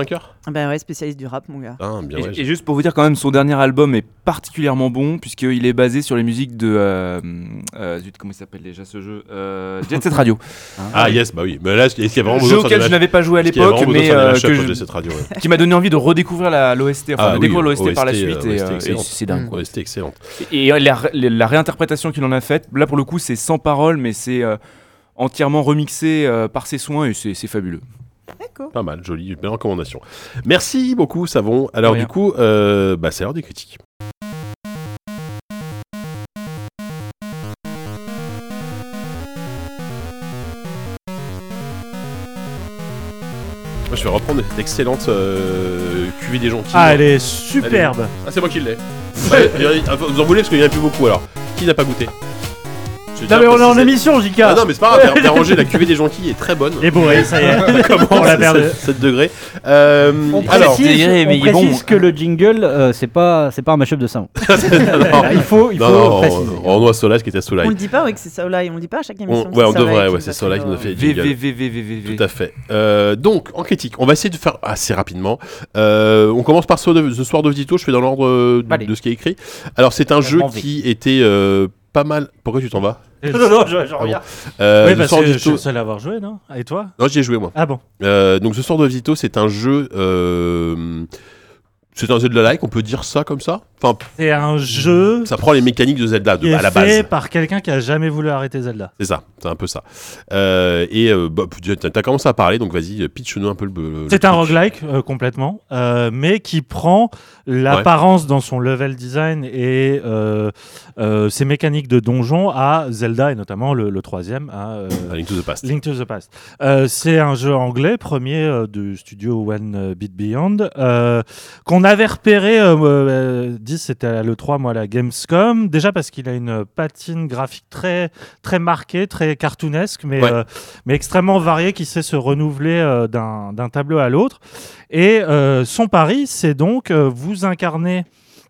vainqueur. Bah ouais, spécialiste du rap, mon gars. Ah, bien Et, ouais. et juste pour vous dire quand même, son dernier album est particulièrement bon puisqu'il est basé sur les musiques de euh, euh, zut, comment il s'appelle déjà ce jeu euh, Jet Set Radio. Ah yes, bah oui. Mais là, est-ce qu'il y a vraiment Jeu besoin de faire auquel des je n'avais pas joué à Est-ce qu'il y a l'époque, vraiment besoin mais de faire des euh, mashups que de je- cette radio, ouais. qui m'a donné envie de redécouvrir la l'O S T, enfin Ah de oui, découvrir l'O S T par la O S T, suite. euh, Et, O S T euh, et excellente. c'est dingue. quoi. Ouais, c'était excellente. Et la, la- la réinterprétation qu'il en a faite, là pour le coup, c'est sans parole, mais c'est euh, entièrement remixé euh, par ses soins et c'est c'est fabuleux. D'accord. Pas mal, jolie, belle recommandation. Merci beaucoup, Savon. Alors De rien. du coup, euh, bah, c'est l'heure des critiques. Moi, je vais reprendre cette excellente euh, cuvée des gentils. Ah, elle est superbe. Ah, c'est moi qui l'ai. Ouais, il y en a- vous en voulez parce qu'il n'y en a plus beaucoup alors. Qui n'a pas goûté? Je Non tiens mais à on est en préciser. émission, J K. Ah non, mais c'est pas grave, Béranger, la cuvée des gentils est très bonne. Il est bourré, ça y est. Comment On l'a perdu. sept degrés. Euh, On alors, précise, degrés, mais on il est bon. précise que le jingle, euh, c'est pas, c'est pas un mashup de savon. non, il faut, il non, faut non, préciser. Renoir Soleil qui était Soleil. On le dit pas, oui, que c'est Soleil. On le dit pas à chaque On- émission. ouais, on c'est devrait, Soleil ouais, qui c'est nous a Soleil qui nous a euh, fait le V jingle. V V V V V V. Tout à fait. Euh, donc, en critique, on va essayer de faire assez rapidement. Euh, on commence par ce, ce soir de Vito, je fais dans l'ordre euh, de, Allez. de ce qui est écrit. Alors, c'est un jeu m'en vais. qui était euh, pas mal. Pourquoi tu t'en vas? Non, non, je, je reviens. euh, Oui, The parce Sword que of je suis Vito- le seul à avoir joué, non? Et toi? Non, j'y ai joué moi. Ah bon. Euh, donc, The Sword of Vito, c'est un jeu. Euh, c'est un Zelda-like, on peut dire ça comme ça. Enfin, C'est un jeu ça prend les mécaniques de Zelda de, qui est à la fait base. par quelqu'un qui a jamais voulu arrêter Zelda. C'est ça, c'est un peu ça. Euh, et euh, bah, t'as t'as commencé à parler, donc vas-y, pitch-nous un peu le. le C'est un pitch. roguelike euh, complètement, euh, mais qui prend l'apparence dans son level design et euh, euh, ses mécaniques de donjon à Zelda et notamment le, le troisième à euh, A Link to the Past. Link to the Past. Euh, c'est un jeu anglais, premier euh, du studio One Beat Beyond, euh, qu'on avait repéré, euh, euh, dit c'était à l'E trois, moi à la Gamescom, déjà parce qu'il a une patine graphique très, très marquée, très cartoonesque, mais, Ouais. euh, mais extrêmement variée, qui sait se renouveler euh, d'un, d'un tableau à l'autre. Et euh, son pari, c'est donc euh, vous incarner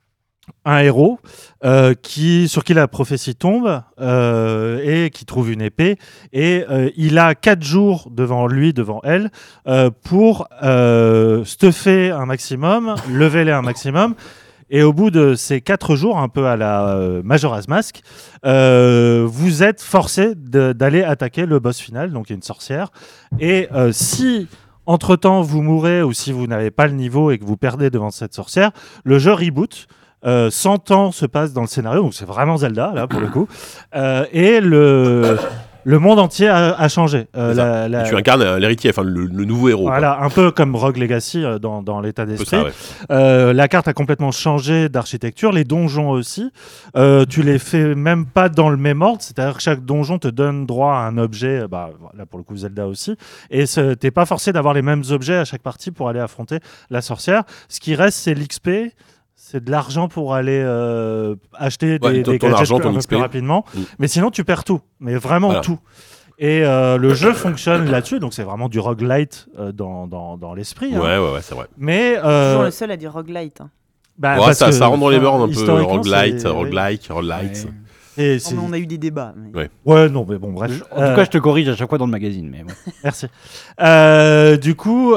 un héros euh, qui, sur qui la prophétie tombe euh, et qui trouve une épée. Et euh, il a quatre jours devant lui, devant elle, euh, pour euh, stuffer un maximum, leveler un maximum. Et au bout de ces quatre jours, un peu à la euh, Majora's Mask, euh, vous êtes forcé de- d'aller attaquer le boss final, donc il y a une sorcière. Et euh, si entre-temps vous mourrez ou si vous n'avez pas le niveau et que vous perdez devant cette sorcière, le jeu reboot. Euh, cent ans se passent dans le scénario, donc c'est vraiment Zelda là pour le coup. Euh, et le, le monde entier a, a changé. Euh, C'est ça. la- la- Et tu incarnes euh, l'héritier, enfin le, le nouveau héros. quoi. voilà, un peu comme Rogue Legacy euh, dans, dans l'état Un peu d'esprit. ça, ouais. Euh, la carte a complètement changé d'architecture, les donjons aussi. Euh, tu les fais même pas dans le même ordre, c'est-à-dire que chaque donjon te donne droit à un objet, euh, bah, là pour le coup Zelda aussi, et ce- t'es pas forcé d'avoir les mêmes objets à chaque partie pour aller affronter la sorcière. Ce qui reste, c'est l'X P. C'est de l'argent pour aller euh, acheter des, Ouais, ton- des ton gadgets argent, un ton peu X P. plus rapidement. Mm. Mais sinon, tu perds tout. Mais vraiment Voilà. tout. Et euh, le jeu fonctionne là-dessus. Donc, c'est vraiment du roguelite euh, dans, dans, dans l'esprit. hein. Ouais, ouais, ouais, c'est vrai. Mais. euh, Toujours le seul à dire roguelite. Hein. bah, Ouais, parce ça, que, ça rentre dans les enfin, bornes un peu historiquement, roguelite, c'est- roguelike, roguelite. Et Oh, c'est- mais on a eu des débats. mais- Ouais. Ouais, non, mais bon, bref. En Euh, tout cas, je te corrige à chaque fois dans le magazine. Mais bon. Merci. Euh, du coup,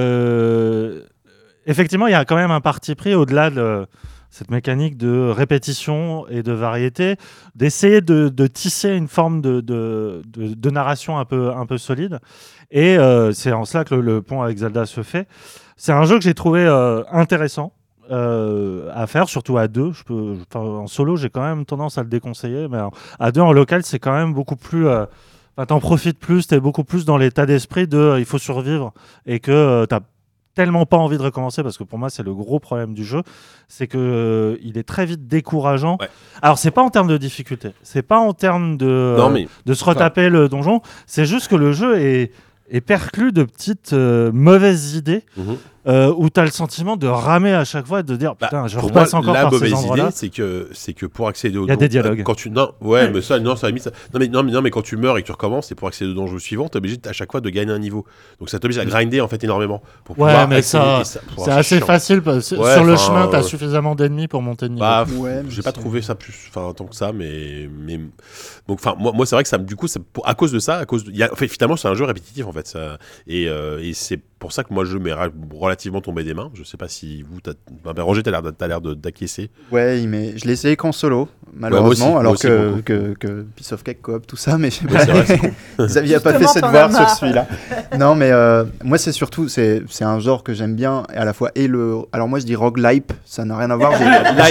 euh, effectivement, il y a quand même un parti pris au-delà de cette mécanique de répétition et de variété, d'essayer de, de tisser une forme de, de, de- de narration un peu, un peu solide. Et euh, c'est en cela que le, le pont avec Zelda se fait. C'est un jeu que j'ai trouvé euh, intéressant euh, à faire, surtout à deux. Je peux, enfin, en solo, j'ai quand même tendance à le déconseiller, mais en- à deux, en local, c'est quand même beaucoup plus... euh, Enfin, t'en profites plus, t'es beaucoup plus dans l'état d'esprit de euh, il faut survivre et que euh, t'as tellement pas envie de recommencer parce que pour moi c'est le gros problème du jeu, c'est que euh, il est très vite décourageant. Ouais. Alors c'est pas en termes de difficulté, c'est pas en termes de euh, Non, mais de se retaper le donjon, c'est juste que le jeu est est perclus de petites euh, mauvaises idées Mhm. euh, où tu as le sentiment de ramer à chaque fois et de dire Bah, putain, je pour repasse moi, encore la par ces mauvaise endroits-là. idée, c'est que c'est que pour accéder au Il y a don- des dialogues. euh, quand tu non, ouais, mais ça, non, ça a mis ça. Non mais non mais non mais quand tu meurs et que tu recommences, c'est pour accéder au donjon suivant, t'es obligé de- à chaque fois de gagner un niveau. Donc ça t'oblige à grinder en fait énormément pour Ouais, pouvoir mais accéder- ça, et ça- pouvoir- C'est assez chiant. facile parce que Ouais, sur le enfin, chemin, tu as euh, suffisamment d'ennemis pour monter de niveau. Bah, Ouais, mais j'ai pas c'est- trouvé ça plus, enfin tant que ça, mais mais donc enfin moi, moi c'est vrai que ça, me- du coup, ça, pour, à cause de ça, à cause, de, il y a, en fait, finalement c'est un jeu répétitif en fait, ça, et, euh, et c'est pour ça que moi, le jeu m'est ra- relativement tombé des mains. Je sais pas si vous, t'as... Bah, ben, Roger, t'as l'air, t'as l'air de, d'acquiescer. Ouais, mais je l'ai essayé qu'en solo, malheureusement, Ouais, moi aussi, alors moi aussi, que, beaucoup. que, que Piece of Cake coop, tout ça, mais je sais Ouais, c'est vrai, c'est pas. Xavier a pas fait Justement, ses t'en devoirs as sur marre. celui-là. Non, mais euh, moi, c'est surtout, c'est, c'est un genre que j'aime bien, et à la fois, et le. Alors, moi, je dis roguelike, ça n'a rien à voir. J'ai,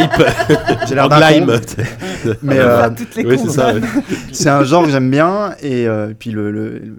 Lipe. j'ai l'air d'un Lime. con. Mais euh, Toutes les Oui, c'est ça. ouais. c'est un genre que j'aime bien, et euh, puis le, le, le,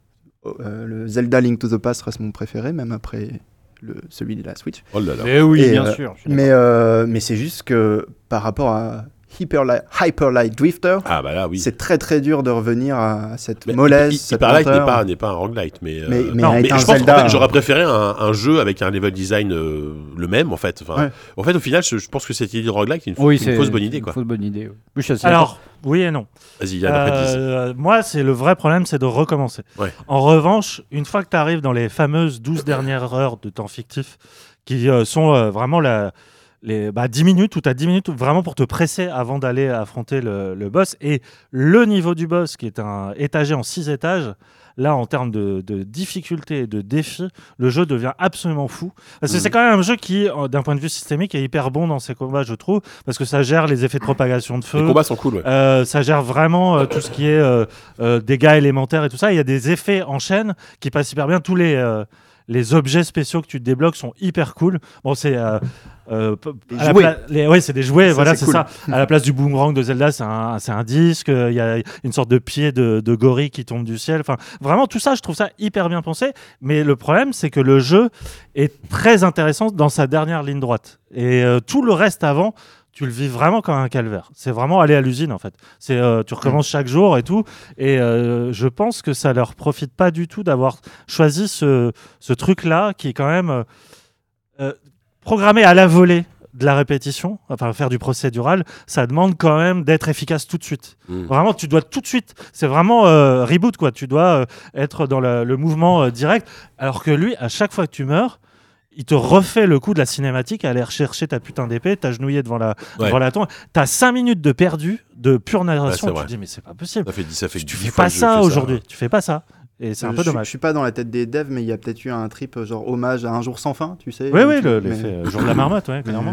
euh, le Zelda Link to the Past reste mon préféré, même après le, celui de la Switch. Oh là là. Eh oui, Et, bien euh, sûr. je suis Mais, euh, mais c'est juste que par rapport à Hyper Light, Hyper Light Drifter, Ah bah là, oui. c'est très très dur de revenir à cette Mais mollesse, Hy- cette Hyper Light n'est lenteur. pas, n'est pas un roguelite, mais, euh, Mais- mais non, avec un je pense Zelda, qu'en fait, j'aurais euh, préféré un, un jeu avec un level design euh, le même, en fait. Enfin, Ouais. En fait, au final, je, je pense que cette idée de roguelite est une, Oui, une c'est fausse bonne idée, quoi. Une fausse bonne idée. Oui. Oui, je suis assez Alors, oui et non. Vas-y, Yann, après, dix. Euh, moi, c'est le vrai problème, c'est de recommencer. Ouais. En revanche, une fois que tu arrives dans les fameuses douze dernières heures de temps fictif, qui euh, sont euh, vraiment la, les bah, dix minutes, où tu as dix minutes vraiment pour te presser avant d'aller affronter le, le boss, et le niveau du boss, qui est un étagé en six étages, là, en termes de, de difficulté et de défi, le jeu devient absolument fou. Parce que Mhm. c'est quand même un jeu qui, euh, d'un point de vue systémique, est hyper bon dans ses combats, je trouve, parce que ça gère les effets de propagation de feu. Les combats sont cool, ouais. Euh, ça gère vraiment euh, tout ce qui est euh, euh, dégâts élémentaires et tout ça. Il y a des effets en chaîne qui passent hyper bien. Tous les, euh, les objets spéciaux que tu débloques sont hyper cool. Bon, c'est. Euh, euh, p- Des à la jouets. pla- les- ouais, c'est des jouets, Ça, voilà, c'est c'est cool. ça. À la place du boomerang de Zelda, c'est un, c'est un disque. euh, Il y a une sorte de pied de, de gorille qui tombe du ciel. Enfin, vraiment, tout ça, je trouve ça hyper bien pensé. Mais le problème, c'est que le jeu est très intéressant dans sa dernière ligne droite. Et euh, tout le reste avant, tu le vis vraiment comme un calvaire. C'est vraiment aller à l'usine, en fait. C'est, euh, tu recommences chaque jour et tout. Et euh, je pense que ça leur profite pas du tout d'avoir choisi ce, ce truc-là qui est quand même euh, euh, programmé à la volée de la répétition, enfin faire du procédural, ça demande quand même d'être efficace tout de suite. Mm. Vraiment, tu dois tout de suite. C'est vraiment euh, reboot, quoi. Tu dois euh, être dans le, le mouvement euh, direct. Alors que lui, à chaque fois que tu meurs, il te refait le coup de la cinématique, aller rechercher ta putain d'épée, t'agenouiller devant la, Ouais. devant la tombe. T'as cinq minutes de perdu, de pure narration. Ouais, c'est tu vrai. te dis, mais c'est pas possible. Ça fait, ça fait Tu dix fais fois pas que je ça fais aujourd'hui. Tu fais pas ça. Et c'est un Euh, peu je, dommage. Je suis pas dans la tête des devs, mais il y a peut-être eu un trip euh, genre hommage à Un jour sans fin, tu sais. Oui, oui, tu- le- mais- l'effet euh, jour de la marmotte, ouais, mais, clairement.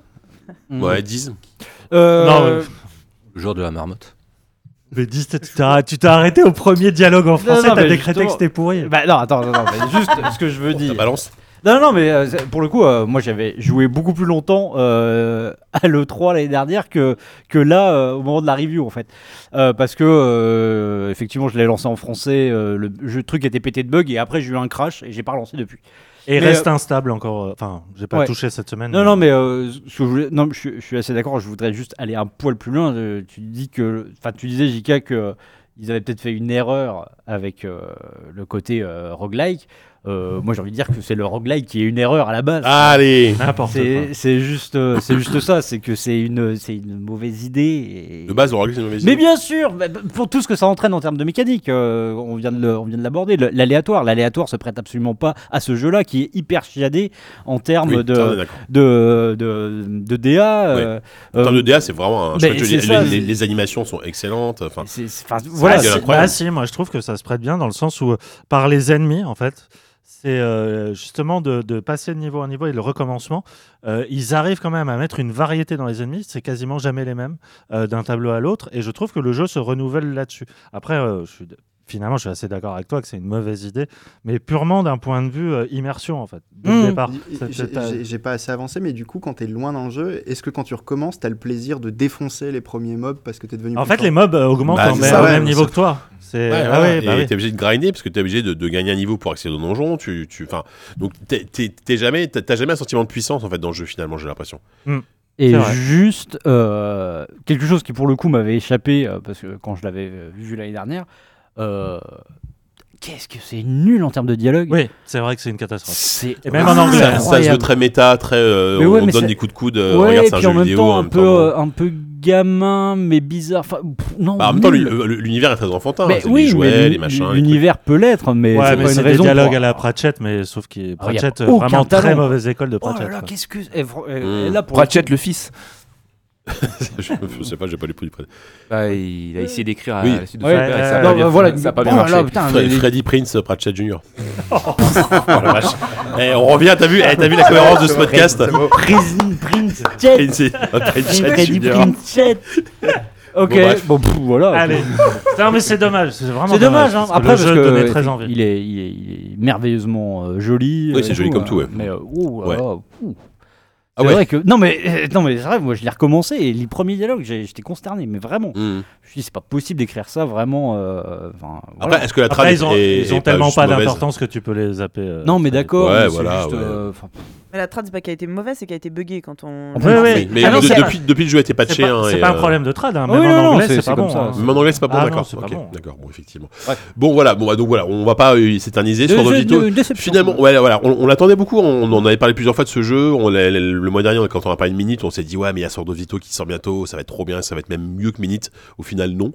euh, Ouais, dix. Euh, Non, euh, Le jour de la marmotte. Mais dis, tu t'as tu t'es arrêté au premier dialogue en français, non, t'as mais décrété que justement- c'était pourri. Bah non, attends, non, non, mais juste ce que je veux Ça dire. balance. Non, non, non, mais euh, c'est- pour le coup, euh, moi j'avais joué beaucoup plus longtemps euh, à l'E trois l'année dernière que, que là, euh, au moment de la review en fait. Euh, parce que, euh, effectivement, je l'ai lancé en français, euh, le jeu, le truc était pété de bugs et après j'ai eu un crash et j'ai pas relancé depuis. Et il Mais, reste euh, instable encore. euh, Enfin, j'ai pas ouais. touché cette semaine. Non, non, mais euh, ce que je, voulais- non, je, suis- je suis assez d'accord, je voudrais juste aller un poil plus loin. Euh, tu dis que, enfin, tu disais, J K, que ils avaient peut-être fait une erreur avec euh, le côté euh, roguelike. Euh, moi, j'ai envie de dire que c'est le roguelike qui est une erreur à la base. Allez. N'importe quoi. C'est c'est juste, euh, c'est juste ça, c'est que c'est une, c'est une mauvaise idée. et- De base, le roguelite, c'est une mauvaise Mais idée. bien sûr, bah, bah, pour tout ce que ça entraîne en termes de mécanique, euh, on vient de le- on vient de l'aborder. le- L'aléatoire, l'aléatoire se prête absolument pas à ce jeu-là qui est hyper chiadé en termes Oui, ça, on est de, d'accord. de, de, de D A. euh, En termes euh, de D A, c'est vraiment un ben, chouette jeu. c'est Les, ça, les- c'est- les animations sont excellentes. Enfin, c'est- c'est- enfin, Voilà, voilà, c'est si, incroyable. bah si, moi je trouve que ça se prête bien dans le sens où, euh, par les ennemis, en fait, c'est euh, justement de, de passer de niveau à niveau et le recommencement. Euh, ils arrivent quand même à mettre une variété dans les ennemis, c'est quasiment jamais les mêmes euh, d'un tableau à l'autre, et je trouve que le jeu se renouvelle là-dessus. Après, euh, je suis d- finalement, je suis assez d'accord avec toi que c'est une mauvaise idée, mais purement d'un point de vue euh, immersion, en fait, dès Mmh. le départ. J'ai- C'est- j'ai- c'est- J'ai j'ai pas assez avancé, mais du coup, quand t'es loin dans le jeu, est-ce que quand tu recommences, t'as le plaisir de défoncer les premiers mobs parce que t'es devenu En plus fait, fort les mobs euh, augmentent Bah, en c'est même- ça, au ouais, même mais niveau ça- que toi. C'est Ouais, ah voilà. ouais, bah et oui. t'es obligé de grinder parce que t'es obligé de, de gagner un niveau pour accéder au donjon. Tu, tu, enfin, donc t'es, t'es- t'es jamais, t'as t'as jamais un sentiment de puissance en fait dans le jeu finalement. J'ai l'impression. Et C'est vrai. juste euh, quelque chose qui pour le coup m'avait échappé euh, parce que quand je l'avais euh, vu l'année dernière, euh, qu'est-ce que c'est nul en termes de dialogue. Oui, c'est vrai que c'est une catastrophe. C'est Et même en anglais. Ça, ça se veut incroyable. très méta, très. euh, Mais on ouais, on mais donne c'est- des coups de coude. euh, Ouais, regarde, et c'est un puis jeu en même vidéo. temps en un même peu, temps, euh, un peu gamin mais bizarre. Enfin, pff, non. bah, en même temps, nul. l'u- l'univers est très enfantin. Mais hein, c'est oui, les jouets, mais les machins. les l'univers peut l'être, mais Ouais, c'est mais pas c'est une des raison. dialogues pour- à la Pratchett, mais sauf que Ah, y a Pratchett, aucun vraiment talent, très quoi. mauvaise école de Oh là Pratchett. là, quoi. qu'est-ce que. eh, fr- eh, Mm. là, pour Pratchett coup- le fils. je, je sais pas, j'ai pas les plus près. Bah, il a essayé d'écrire à Oui. la suite de Ouais, son père, et euh, ça a non, pas bien- voilà, ça a pas oh bien là marché. là, putain, Fre- mais- Freddy Prinze, Pratchett Junior Oh la vache. Eh, on revient, t'as vu, eh, t'as vu la cohérence de ce podcast. Prison Prince Jet. Prinze, Pratchett Freddy Junior Prinze Jet. Ok, Bon, bref. bon, pff, voilà. Allez. Non, mais c'est dommage. C'est vraiment C'est dommage, hein. parce que Après, le parce jeu que donnait euh, très envie. il est, il est, il est merveilleusement euh, joli. Oui, euh, c'est et joli comme tout, ouais. Mais euh, ouh, là Ouais. là, ouh. Ah C'est ouais. vrai que non mais euh, non mais c'est vrai, moi je l'ai recommencé et les premiers dialogues j'ai- j'étais consterné, mais vraiment. Mm. Je me suis dit c'est pas possible d'écrire ça vraiment. euh, enfin, voilà. Après, est-ce que la trad Après, ils ont, est, ils ont est tellement juste pas mauvaise d'importance que tu peux les zapper. euh, Non mais très vite. d'accord. Ouais, mais c'est voilà, juste, ouais. euh, enfin, Mais la trad, c'est pas qu'elle a été mauvaise, c'est qu'elle a été buggée quand on. Oui, oui. Oui, mais Ah non, de- c'est- depuis, depuis le jeu a été C'est patché. pas, hein, c'est et, pas un euh, problème de trad, hein. Oui, même non, en non, anglais, c'est- c'est c'est pas comme bon. ça, hein. c'est- Même en anglais, c'est pas bon, Ah non, d'accord. c'est pas Ok, bon. d'accord, bon, effectivement. Ouais. Bon, voilà, bon, bah, donc voilà, on va pas euh, s'éterniser de- sur de- Dovito. de- une déception. Finalement, ouais, voilà, on, on l'attendait beaucoup, on, on en avait parlé plusieurs fois de ce jeu. On, l'a- le, le mois dernier, quand on a parlé de Minute, on s'est dit, ouais, mais il y a Sordovito qui sort bientôt, ça va être trop bien, ça va être même mieux que Minute. Au final, non.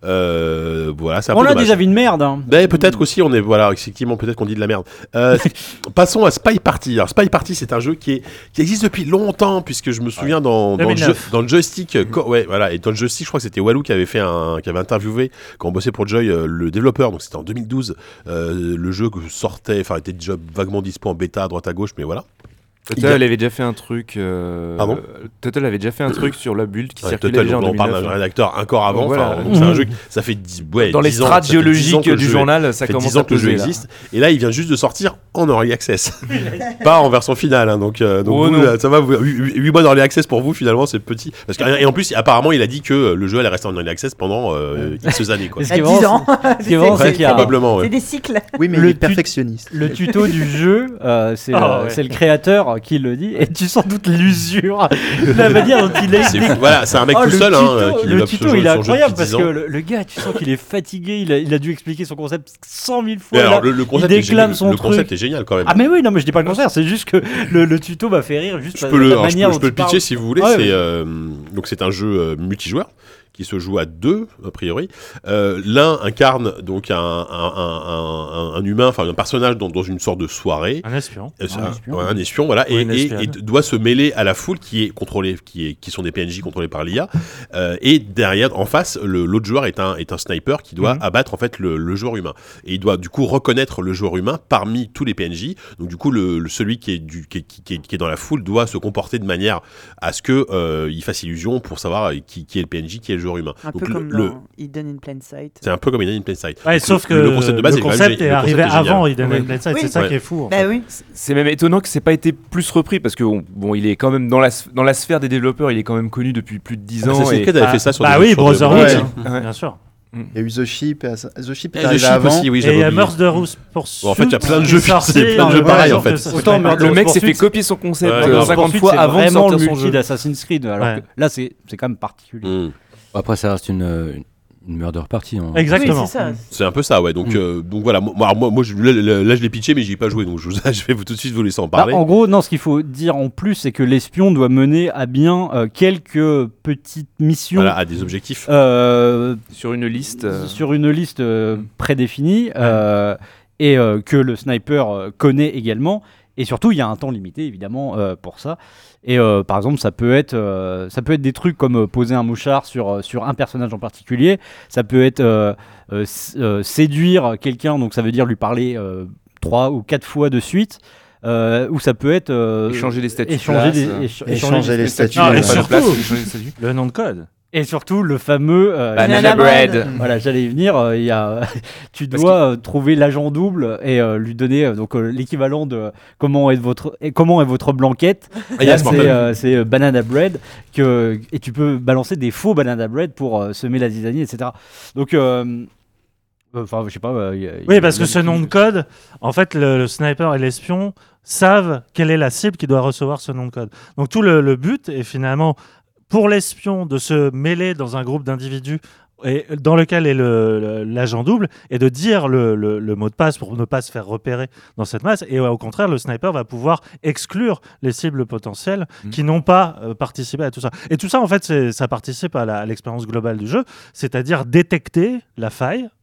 Euh, voilà, c'est un on peu a dommage. des avis de merde. Hein. Ben, peut-être aussi, on est, voilà, effectivement, peut-être qu'on dit de la merde. Euh, passons à Spy Party. Alors, Spy Party, c'est un jeu qui, est, qui existe depuis longtemps, puisque je me souviens dans, dans, le, jeu, deux mille neuf. dans le joystick, euh, co- ouais, voilà, et dans le joystick, je crois que c'était Walou qui avait fait un, qui avait interviewé, quand on bossait pour Joy, euh, le développeur, donc c'était en deux mille douze, euh, le jeu que sortait, enfin, était déjà vaguement dispo en bêta à droite à gauche, mais voilà. Total, elle avait déjà fait un truc. euh, Pardon Total avait déjà fait un truc sur la bulle qui Ouais, circulait Total, déjà en donc, on parle deux mille d'un neuf. rédacteur encore avant, Donc, enfin, voilà. donc c'est un Mhm. jeu, qui- ça fait dix, ouais, Dans les dix ans, strates ça fait dix ans géologiques que le du jeu- journal, ça Ça fait commence dix ans à que le jeu peser, là. existe. Et là, il vient juste de sortir en Early Access. Pas en version finale. Hein, donc, euh, donc Oh vous, non. là, ça va, huit mois d'Early Access pour vous, finalement, c'est petit. Parce que, et en plus, apparemment, il a dit que le jeu allait rester en Early Access pendant euh, X années. Quoi. Ce À qui est dix marrant, ans. Ce qui est marrant, C'est- c'est qu'il y a Probablement, ouais. C'est des cycles. Oui, mais Le il est tu- perfectionniste. le tuto du jeu, euh, c'est Ah le, ouais. c'est le créateur qui le dit, et tu sens toute l'usure, la manière dont il est. C'est fou. Voilà, c'est un mec Oh, tout le seul. tuto, hein, qui le développe tuto ce jeu- il est son jeu incroyable depuis parce dix que ans. le, le gars, tu sens qu'il est fatigué, il a, il a dû expliquer son concept cent mille fois. Mais alors, là. le, le concept, il est génial, déclame son le concept truc. est génial quand même. Ah mais oui, non mais je dis pas le contraire, c'est juste que le, le tuto m'a fait rire juste Je la, peux le, la alors, je manière peux, je dont peux il le pitcher parle. si vous voulez. Ouais, c'est ouais. euh, donc c'est un jeu euh, multijoueur qui se joue à deux a priori. Euh, L'un incarne donc un, un, un, un, un humain, enfin un personnage dans, dans une sorte de soirée. Un espion. Euh, c'est Un un, espion. ouais, un espion, voilà, Ou et, une et- espionne. et doit se mêler à la foule qui est contrôlée, qui, est, qui sont des P N J contrôlés par l'I A. Euh, et derrière, en face, le- l'autre joueur est un, est un sniper qui doit Mhm. abattre en fait le, le joueur humain. Et il doit du coup reconnaître le joueur humain parmi tous les P N J. Donc du coup, le, le- celui qui est, du, qui, est, qui, est, qui est dans la foule doit se comporter de manière à ce que euh, il fasse illusion pour savoir qui, qui est le P N J, qui est le joueur humain. Un Donc peu le- comme le- dans Hidden in Plain Sight. c'est un peu comme Hidden in Plain Sight. Ouais, Donc, sauf que le, le concept de base est, quand même concept gé- est le arrivé concept est génial. avant Hidden Ouais. in Plain Sight, Oui. c'est ça Ouais. qui est fou. en Bah fait. oui. C'est même étonnant que c'est pas été plus repris parce que bon, bon, il est quand même dans la, s- dans la sphère des développeurs, il est quand même connu depuis plus de dix ans. Assassin's et- Creed avait Ah, fait ça sur bah des oui, sur de- Brotherhood, Ouais. hein, Ouais. bien sûr. Il y a eu The Ship. Et Assa- The Ship est Et The arrivé Ship avant. aussi, oui, Et il j'avais y a oublié. Murderous Pursuit. Bon, en fait, il y a plein de qui jeux, est sorti c'est plein de dans jeux le pareils, même en fait. genre que Autant Spy Party. Le mec s'est Pursuit, fait copier son concept Ouais, euh, grave. cinquante Ensuite, fois c'est avant de vraiment sortir le son multi jeu. d'Assassin's Creed, alors Ouais. que là c'est c'est quand même particulier. Mm. Après, ça reste une, une, une murder party. hein. Exactement. Oui, c'est ça. C'est un peu ça, ouais. Donc, Mm. euh, donc voilà. Moi, alors, moi, moi, je, là, là, là, je l'ai pitché, mais j'y ai pas joué. Donc, je, vous- je vais vous, tout de suite vous laisser en Bah, parler. en gros, non, ce qu'il faut dire en plus, c'est que l'espion doit mener à bien euh, quelques petites missions Voilà, à des objectifs. euh, Sur une liste. euh, sur une liste euh, prédéfinie euh, et euh, que le sniper euh, connaît également. Et surtout, il y a un temps limité, évidemment, euh, pour ça. Et euh, par exemple, ça peut être, euh, ça peut être des trucs comme euh, poser un mouchard sur, euh, sur un personnage en particulier. Ça peut être euh, euh, s- euh, séduire quelqu'un, donc ça veut dire lui parler euh, trois ou quatre fois de suite. Euh, ou ça peut être euh, Échanger des statuts. échanger des, de place, écha- Échanger les statuts. statuts. Non, il y a et pas de surtout- place, échanger des statuts. Le nom de code. et surtout le fameux euh, Banana Banana bread. bread. Voilà, j'allais y venir. euh, Il y a, tu Parce dois euh, trouver l'agent double et euh, lui donner euh, donc euh, l'équivalent de comment est votre et comment est votre blanquette. Ah, Là, yes, c'est mortel. euh, c'est, euh, banana bread que et tu peux balancer des faux banana bread pour euh, semer la zizanie, et cetera. Donc euh, enfin, je sais pas. euh, y a- y Oui, a- parce y a que ce des nom de trucs- code, en fait, le, le sniper et l'espion savent quelle est la cible qui doit recevoir ce nom de code. Donc tout le, le but est finalement pour l'espion de se mêler dans un groupe d'individus et dans lequel est le- le- l'agent double et de dire le, le- le mot de passe pour ne pas se faire repérer dans cette masse. Et au contraire, le sniper va pouvoir exclure les cibles potentielles Mhm. qui n'ont pas euh, participé à tout ça. Et tout ça, en fait, c'est- ça participe à la- à l'expérience globale du jeu, c'est-à-dire détecter la faille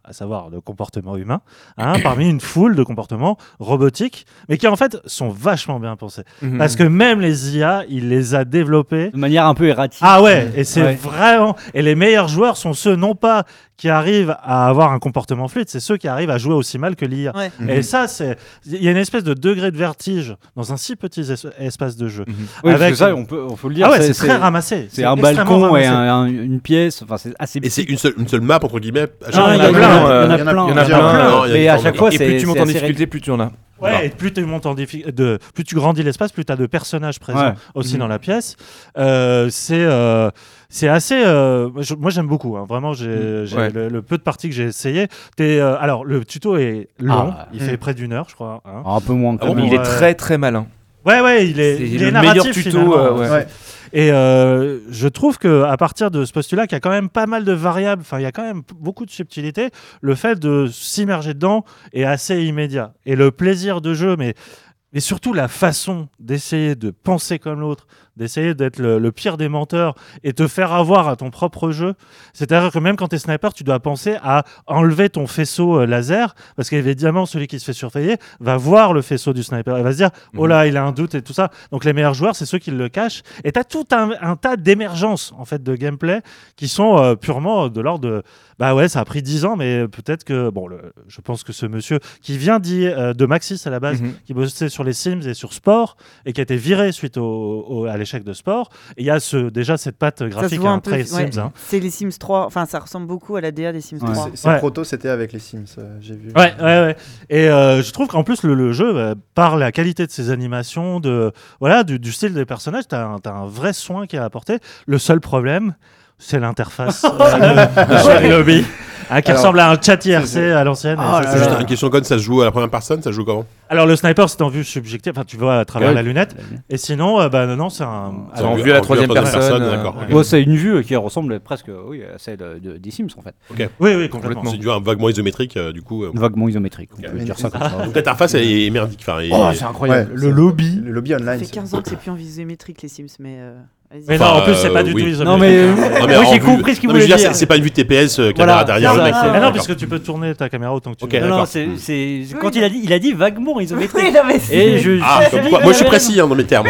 à savoir le comportement humain, hein, parmi une foule de comportements robotiques, mais qui en fait sont vachement bien pensés. Mmh. Parce que même les I A, il les a développés de manière un peu erratique. Ah ouais, et c'est ouais. vraiment... Et les meilleurs joueurs sont ceux, non pas qui arrivent à avoir un comportement fluide, c'est ceux qui arrivent à jouer aussi mal que l'I A. Ouais. Mmh. Et ça, c'est... Il y a une espèce de degré de vertige dans un si petit es- espace de jeu. Mmh. Oui, avec... ça, on peut, on peut le dire. Ah ouais, c'est, c'est, c'est très ramassé. C'est, c'est un balcon ramassé. Et un, un, une pièce, enfin c'est assez petit. Et c'est une seule, une seule map, entre guillemets. Il y en a plein. Il y en a plein. Il y en a plein. Et à chaque fois, et plus tu montes en difficulté, plus tu en as. Ouais, alors. Et plus tu montes en diffi- de, plus tu grandis l'espace, plus tu as de personnages présents ouais. aussi mmh. dans la pièce. Euh, c'est euh, c'est assez. Euh, je, moi, j'aime beaucoup. Hein. Vraiment, j'ai, mmh. j'ai ouais. le, le peu de parties que j'ai essayé. T'es, euh, alors, le tuto est long. Ah, il mmh. fait près d'une heure, je crois. Hein. Un peu moins. Ah bon, mais il est très très malin. Ouais, ouais, il est, c'est il le est meilleur tuto. Euh, ouais. Ouais. Et euh, je trouve qu'à partir de ce postulat, qu'il y a quand même pas mal de variables, enfin, il y a quand même p- beaucoup de subtilités, le fait de s'immerger dedans est assez immédiat. Et le plaisir de jeu, mais, mais surtout la façon d'essayer de penser comme l'autre, d'essayer d'être le, le pire des menteurs et te faire avoir à ton propre jeu. C'est-à-dire que même quand tu es sniper, tu dois penser à enlever ton faisceau euh, laser, parce qu'évidemment, celui qui se fait surveiller va voir le faisceau du sniper. Il va se dire, mmh. oh là, il a un doute et tout ça. Donc les meilleurs joueurs, c'est ceux qui le cachent. Et tu as tout un, un tas d'émergences en fait, de gameplay qui sont euh, purement de l'ordre de... Bah ouais, ça a pris dix ans, mais peut-être que... Bon, le, je pense que ce monsieur qui vient euh, de Maxis à la base, mmh. qui bossait sur les Sims et sur Sport, et qui a été viré suite au, au, à l'échec de Sport. Et il y a ce, déjà cette patte graphique hein, très Sims. Ouais. Hein. C'est les Sims trois, enfin ça ressemble beaucoup à la D A des Sims ouais. trois. C'est, c'est ouais. proto, c'était avec les Sims, euh, j'ai vu. Ouais, ouais, ouais. Et euh, je trouve qu'en plus, le, le jeu, euh, par la qualité de ses animations, de, voilà, du, du style des personnages, t'as un, t'as un vrai soin qui est apporté. Le seul problème, c'est l'interface euh, de Cherry Lobby. Hein, qui Alors, ressemble à un chat I R C à l'ancienne. Ah, c'est juste une question code, ça se joue à la première personne, ça se joue comment? Alors le sniper c'est en vue subjective, enfin tu vois à travers ouais, la lunette. Et sinon, euh, bah non, non c'est un. C'est en vue à la troisième personne. personne euh, d'accord. Okay. Ouais, c'est une vue qui ressemble presque, oui, à celle de, de, des Sims en fait. Okay. Oui, oui, complètement. C'est une vue vaguement isométrique, euh, du coup. Euh... Vaguement isométrique. On okay. peut dire ça comme ça. Donc l'interface est merdique. Enfin, est... Oh, c'est incroyable. Ouais, le lobby, le lobby online. Ça fait quinze ans que c'est plus en vue isométrique les Sims, mais. Euh... Mais non, en plus, c'est pas du tout isométrique. Non, mais moi j'ai compris ce qu'il voulait dire. C'est pas une vue de T P S, caméra derrière le mec. Mais non, puisque tu peux tourner ta caméra autant que tu veux. Non, c'est quand il a dit, il a dit vaguement isométrique. Et je. Ah, moi je suis précis dans mes termes.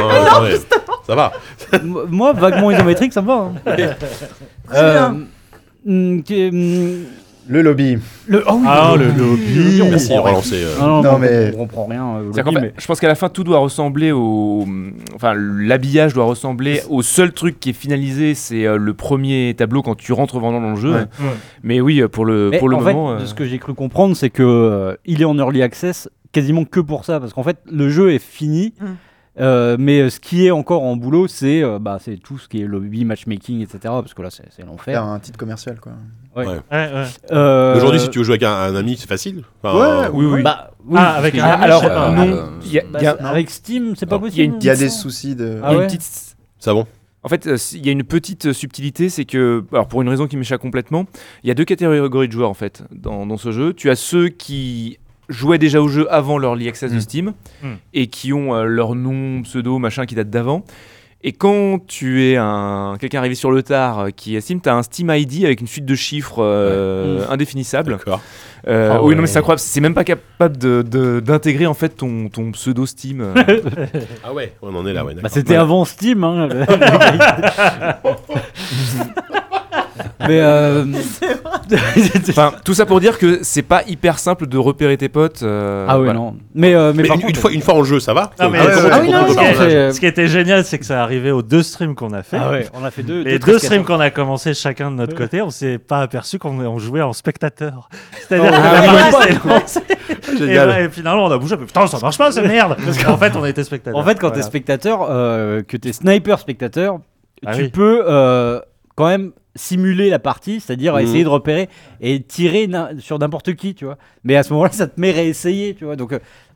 Ça va. Moi, vaguement isométrique, ça me va. Le lobby. Le, oh oui, ah, le, le lobby. Merci de relancer. Euh... Non, non, non, mais on comprend rien. Euh, lobby, fait, mais... Je pense qu'à la fin, tout doit ressembler au. Enfin, l'habillage doit ressembler au seul truc qui est finalisé, c'est euh, le premier tableau quand tu rentres vraiment dans le jeu. Ouais. Ouais. Mais oui, pour le, mais pour le en moment. Fait, euh... ce que j'ai cru comprendre, c'est que euh, il est en early access quasiment que pour ça, parce qu'en fait, le jeu est fini. Mm. Euh, mais ce qui est encore en boulot, c'est, euh, bah, c'est tout ce qui est lobby, matchmaking, et cetera. Parce que là, c'est, c'est l'enfer. C'est un titre commercial, quoi. Ouais. Ouais. Ouais, ouais. Euh... Aujourd'hui, si tu veux jouer avec un, un ami, c'est facile. Enfin, ouais, euh... oui, oui. Bah, oui. Ah, avec un ami, alors, je sais pas. Euh, non. euh, y a, bah, y a, avec Steam, c'est pas possible. Il y a des soucis de. Ah ouais. Petite... Ça bon. En fait, il y a une petite subtilité, c'est que, alors pour une raison qui m'échappe complètement, il y a deux catégories de joueurs en fait dans, dans ce jeu. Tu as ceux qui jouaient déjà au jeu avant leur early access mmh. de Steam mmh. et qui ont euh, leur nom, pseudo, machin qui date d'avant. Et quand tu es un quelqu'un arrivé sur le tard euh, qui est Steam, tu as un Steam I D avec une suite de chiffres euh, ouais. mmh. indéfinissables. D'accord. Euh, oh, oui, ouais. non mais c'est incroyable, c'est même pas capable de, de, d'intégrer en fait ton, ton pseudo Steam. Euh. Ah ouais, on en est là, ouais. Bah, c'était ouais. avant Steam. Hein. Mais euh... enfin, tout ça pour dire que c'est pas hyper simple de repérer tes potes. Euh, ah oui voilà. non. Mais, euh, mais, mais par une, contre, une fois une fois en jeu, ça va. Non, mais ah, euh, ah, oui, non, ce, qui est, ce qui était génial, c'est que ça arrivait aux deux streams qu'on a fait. Ah ouais, on a fait deux. Les deux, deux streams qu'on a commencé chacun de notre côté, on s'est pas aperçu qu'on on jouait en spectateur. C'est-à-dire qu'on avait lancé. Et, et finalement, on a bougé. Mais putain, ça marche pas, cette merde. Parce qu'en fait, on était spectateur. En fait, quand voilà. t'es spectateur, euh, que t'es sniper spectateur, ah tu oui. peux euh, quand même simuler la partie, c'est-à-dire mmh. essayer de repérer et tirer na- sur n'importe qui, tu vois. Mais à ce moment-là, ça te met réessayer, tu vois. Donc, euh,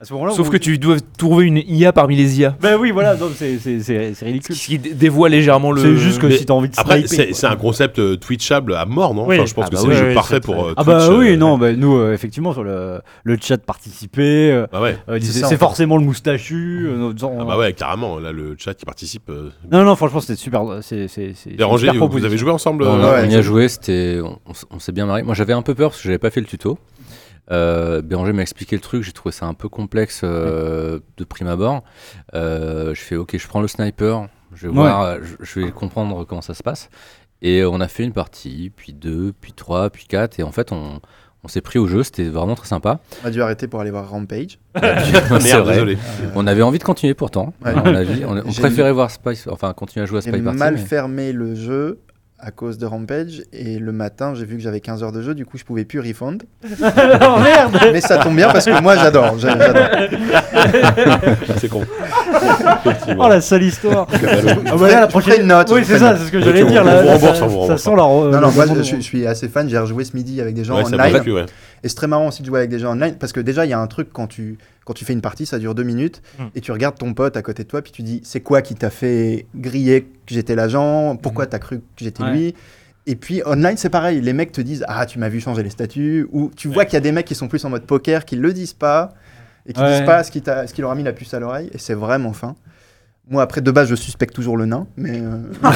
À ce moment-là, Sauf vous- que tu dois trouver une I A parmi les I A. Ben oui, voilà, donc c'est, c'est, c'est, c'est ridicule. Ce qui dé- dévoie légèrement le. C'est juste que Mais si t'as envie de Après, sniper, c'est, quoi. c'est un concept euh, twitchable à mort, non Oui. Enfin, je pense Ah que bah c'est oui, le jeu oui, parfait c'est pour très- euh, Ah Twitch. bah oui, euh, non, bah nous, euh, effectivement, sur le, le chat participer, euh, Bah ouais. euh, C'est c'est, ça, en c'est fait. forcément le moustachu. euh, nos- Ah bah ouais, carrément. Là, le chat qui participe. euh, Non, non, franchement, c'était super. C'est, c'est, c'est, Dérangé, super vous proposition. avez joué ensemble On, euh, on y ouais. a joué, c'était, on, on s- on s'est bien marré. Moi, j'avais un peu peur parce que j'avais pas fait le tuto. Euh, Béranger m'a expliqué le truc, j'ai trouvé ça un peu complexe euh, de prime abord. Euh, je fais ok, je prends le sniper, je vais Ouais. voir, euh, je, je vais comprendre comment ça se passe. Et on a fait une partie, puis deux, puis trois, puis quatre, et en fait on, on s'est pris au jeu, c'était vraiment très sympa. On a dû arrêter pour aller voir Rampage. C'est Merde, vrai. désolé. On avait envie de continuer pourtant. Ouais. On, a vu- on, on J'ai- préférait voir Spy, enfin continuer à jouer à J'ai Spy Party. mal mais- fermé le jeu à cause de Rampage et le matin j'ai vu que j'avais quinze heures de jeu, du coup je pouvais plus refund. Oh merde. Mais ça tombe bien parce que moi j'adore. j'a- j'adore. C'est con. Oh la sale histoire. Je Ah bah là, la ferai prochaine une note. Oui, je c'est ferai ça, une c'est ce que Ok, j'allais on- dire on là. vous ça- rembourse, on vous Ça rembourse. sent la. re- Non, non, le moi demande- je, je suis assez fan, j'ai rejoué ce midi avec des gens Ouais, ça m'a online. plu, ouais. Et c'est très marrant aussi de jouer avec des gens online parce que déjà il y a un truc quand tu, quand tu fais une partie, ça dure deux minutes Mm. et tu regardes ton pote à côté de toi puis tu dis c'est quoi qui t'a fait griller que j'étais l'agent, pourquoi t'as cru que j'étais Ouais. lui. Et puis online c'est pareil, les mecs te disent ah tu m'as vu changer les statuts ou tu vois qu'il y a des mecs qui sont plus en mode poker qui le disent pas et qui Ouais. disent pas ce qui, t'a- ce qui leur a mis la puce à l'oreille et c'est vraiment fin. Moi après de base je suspecte toujours le nain mais euh,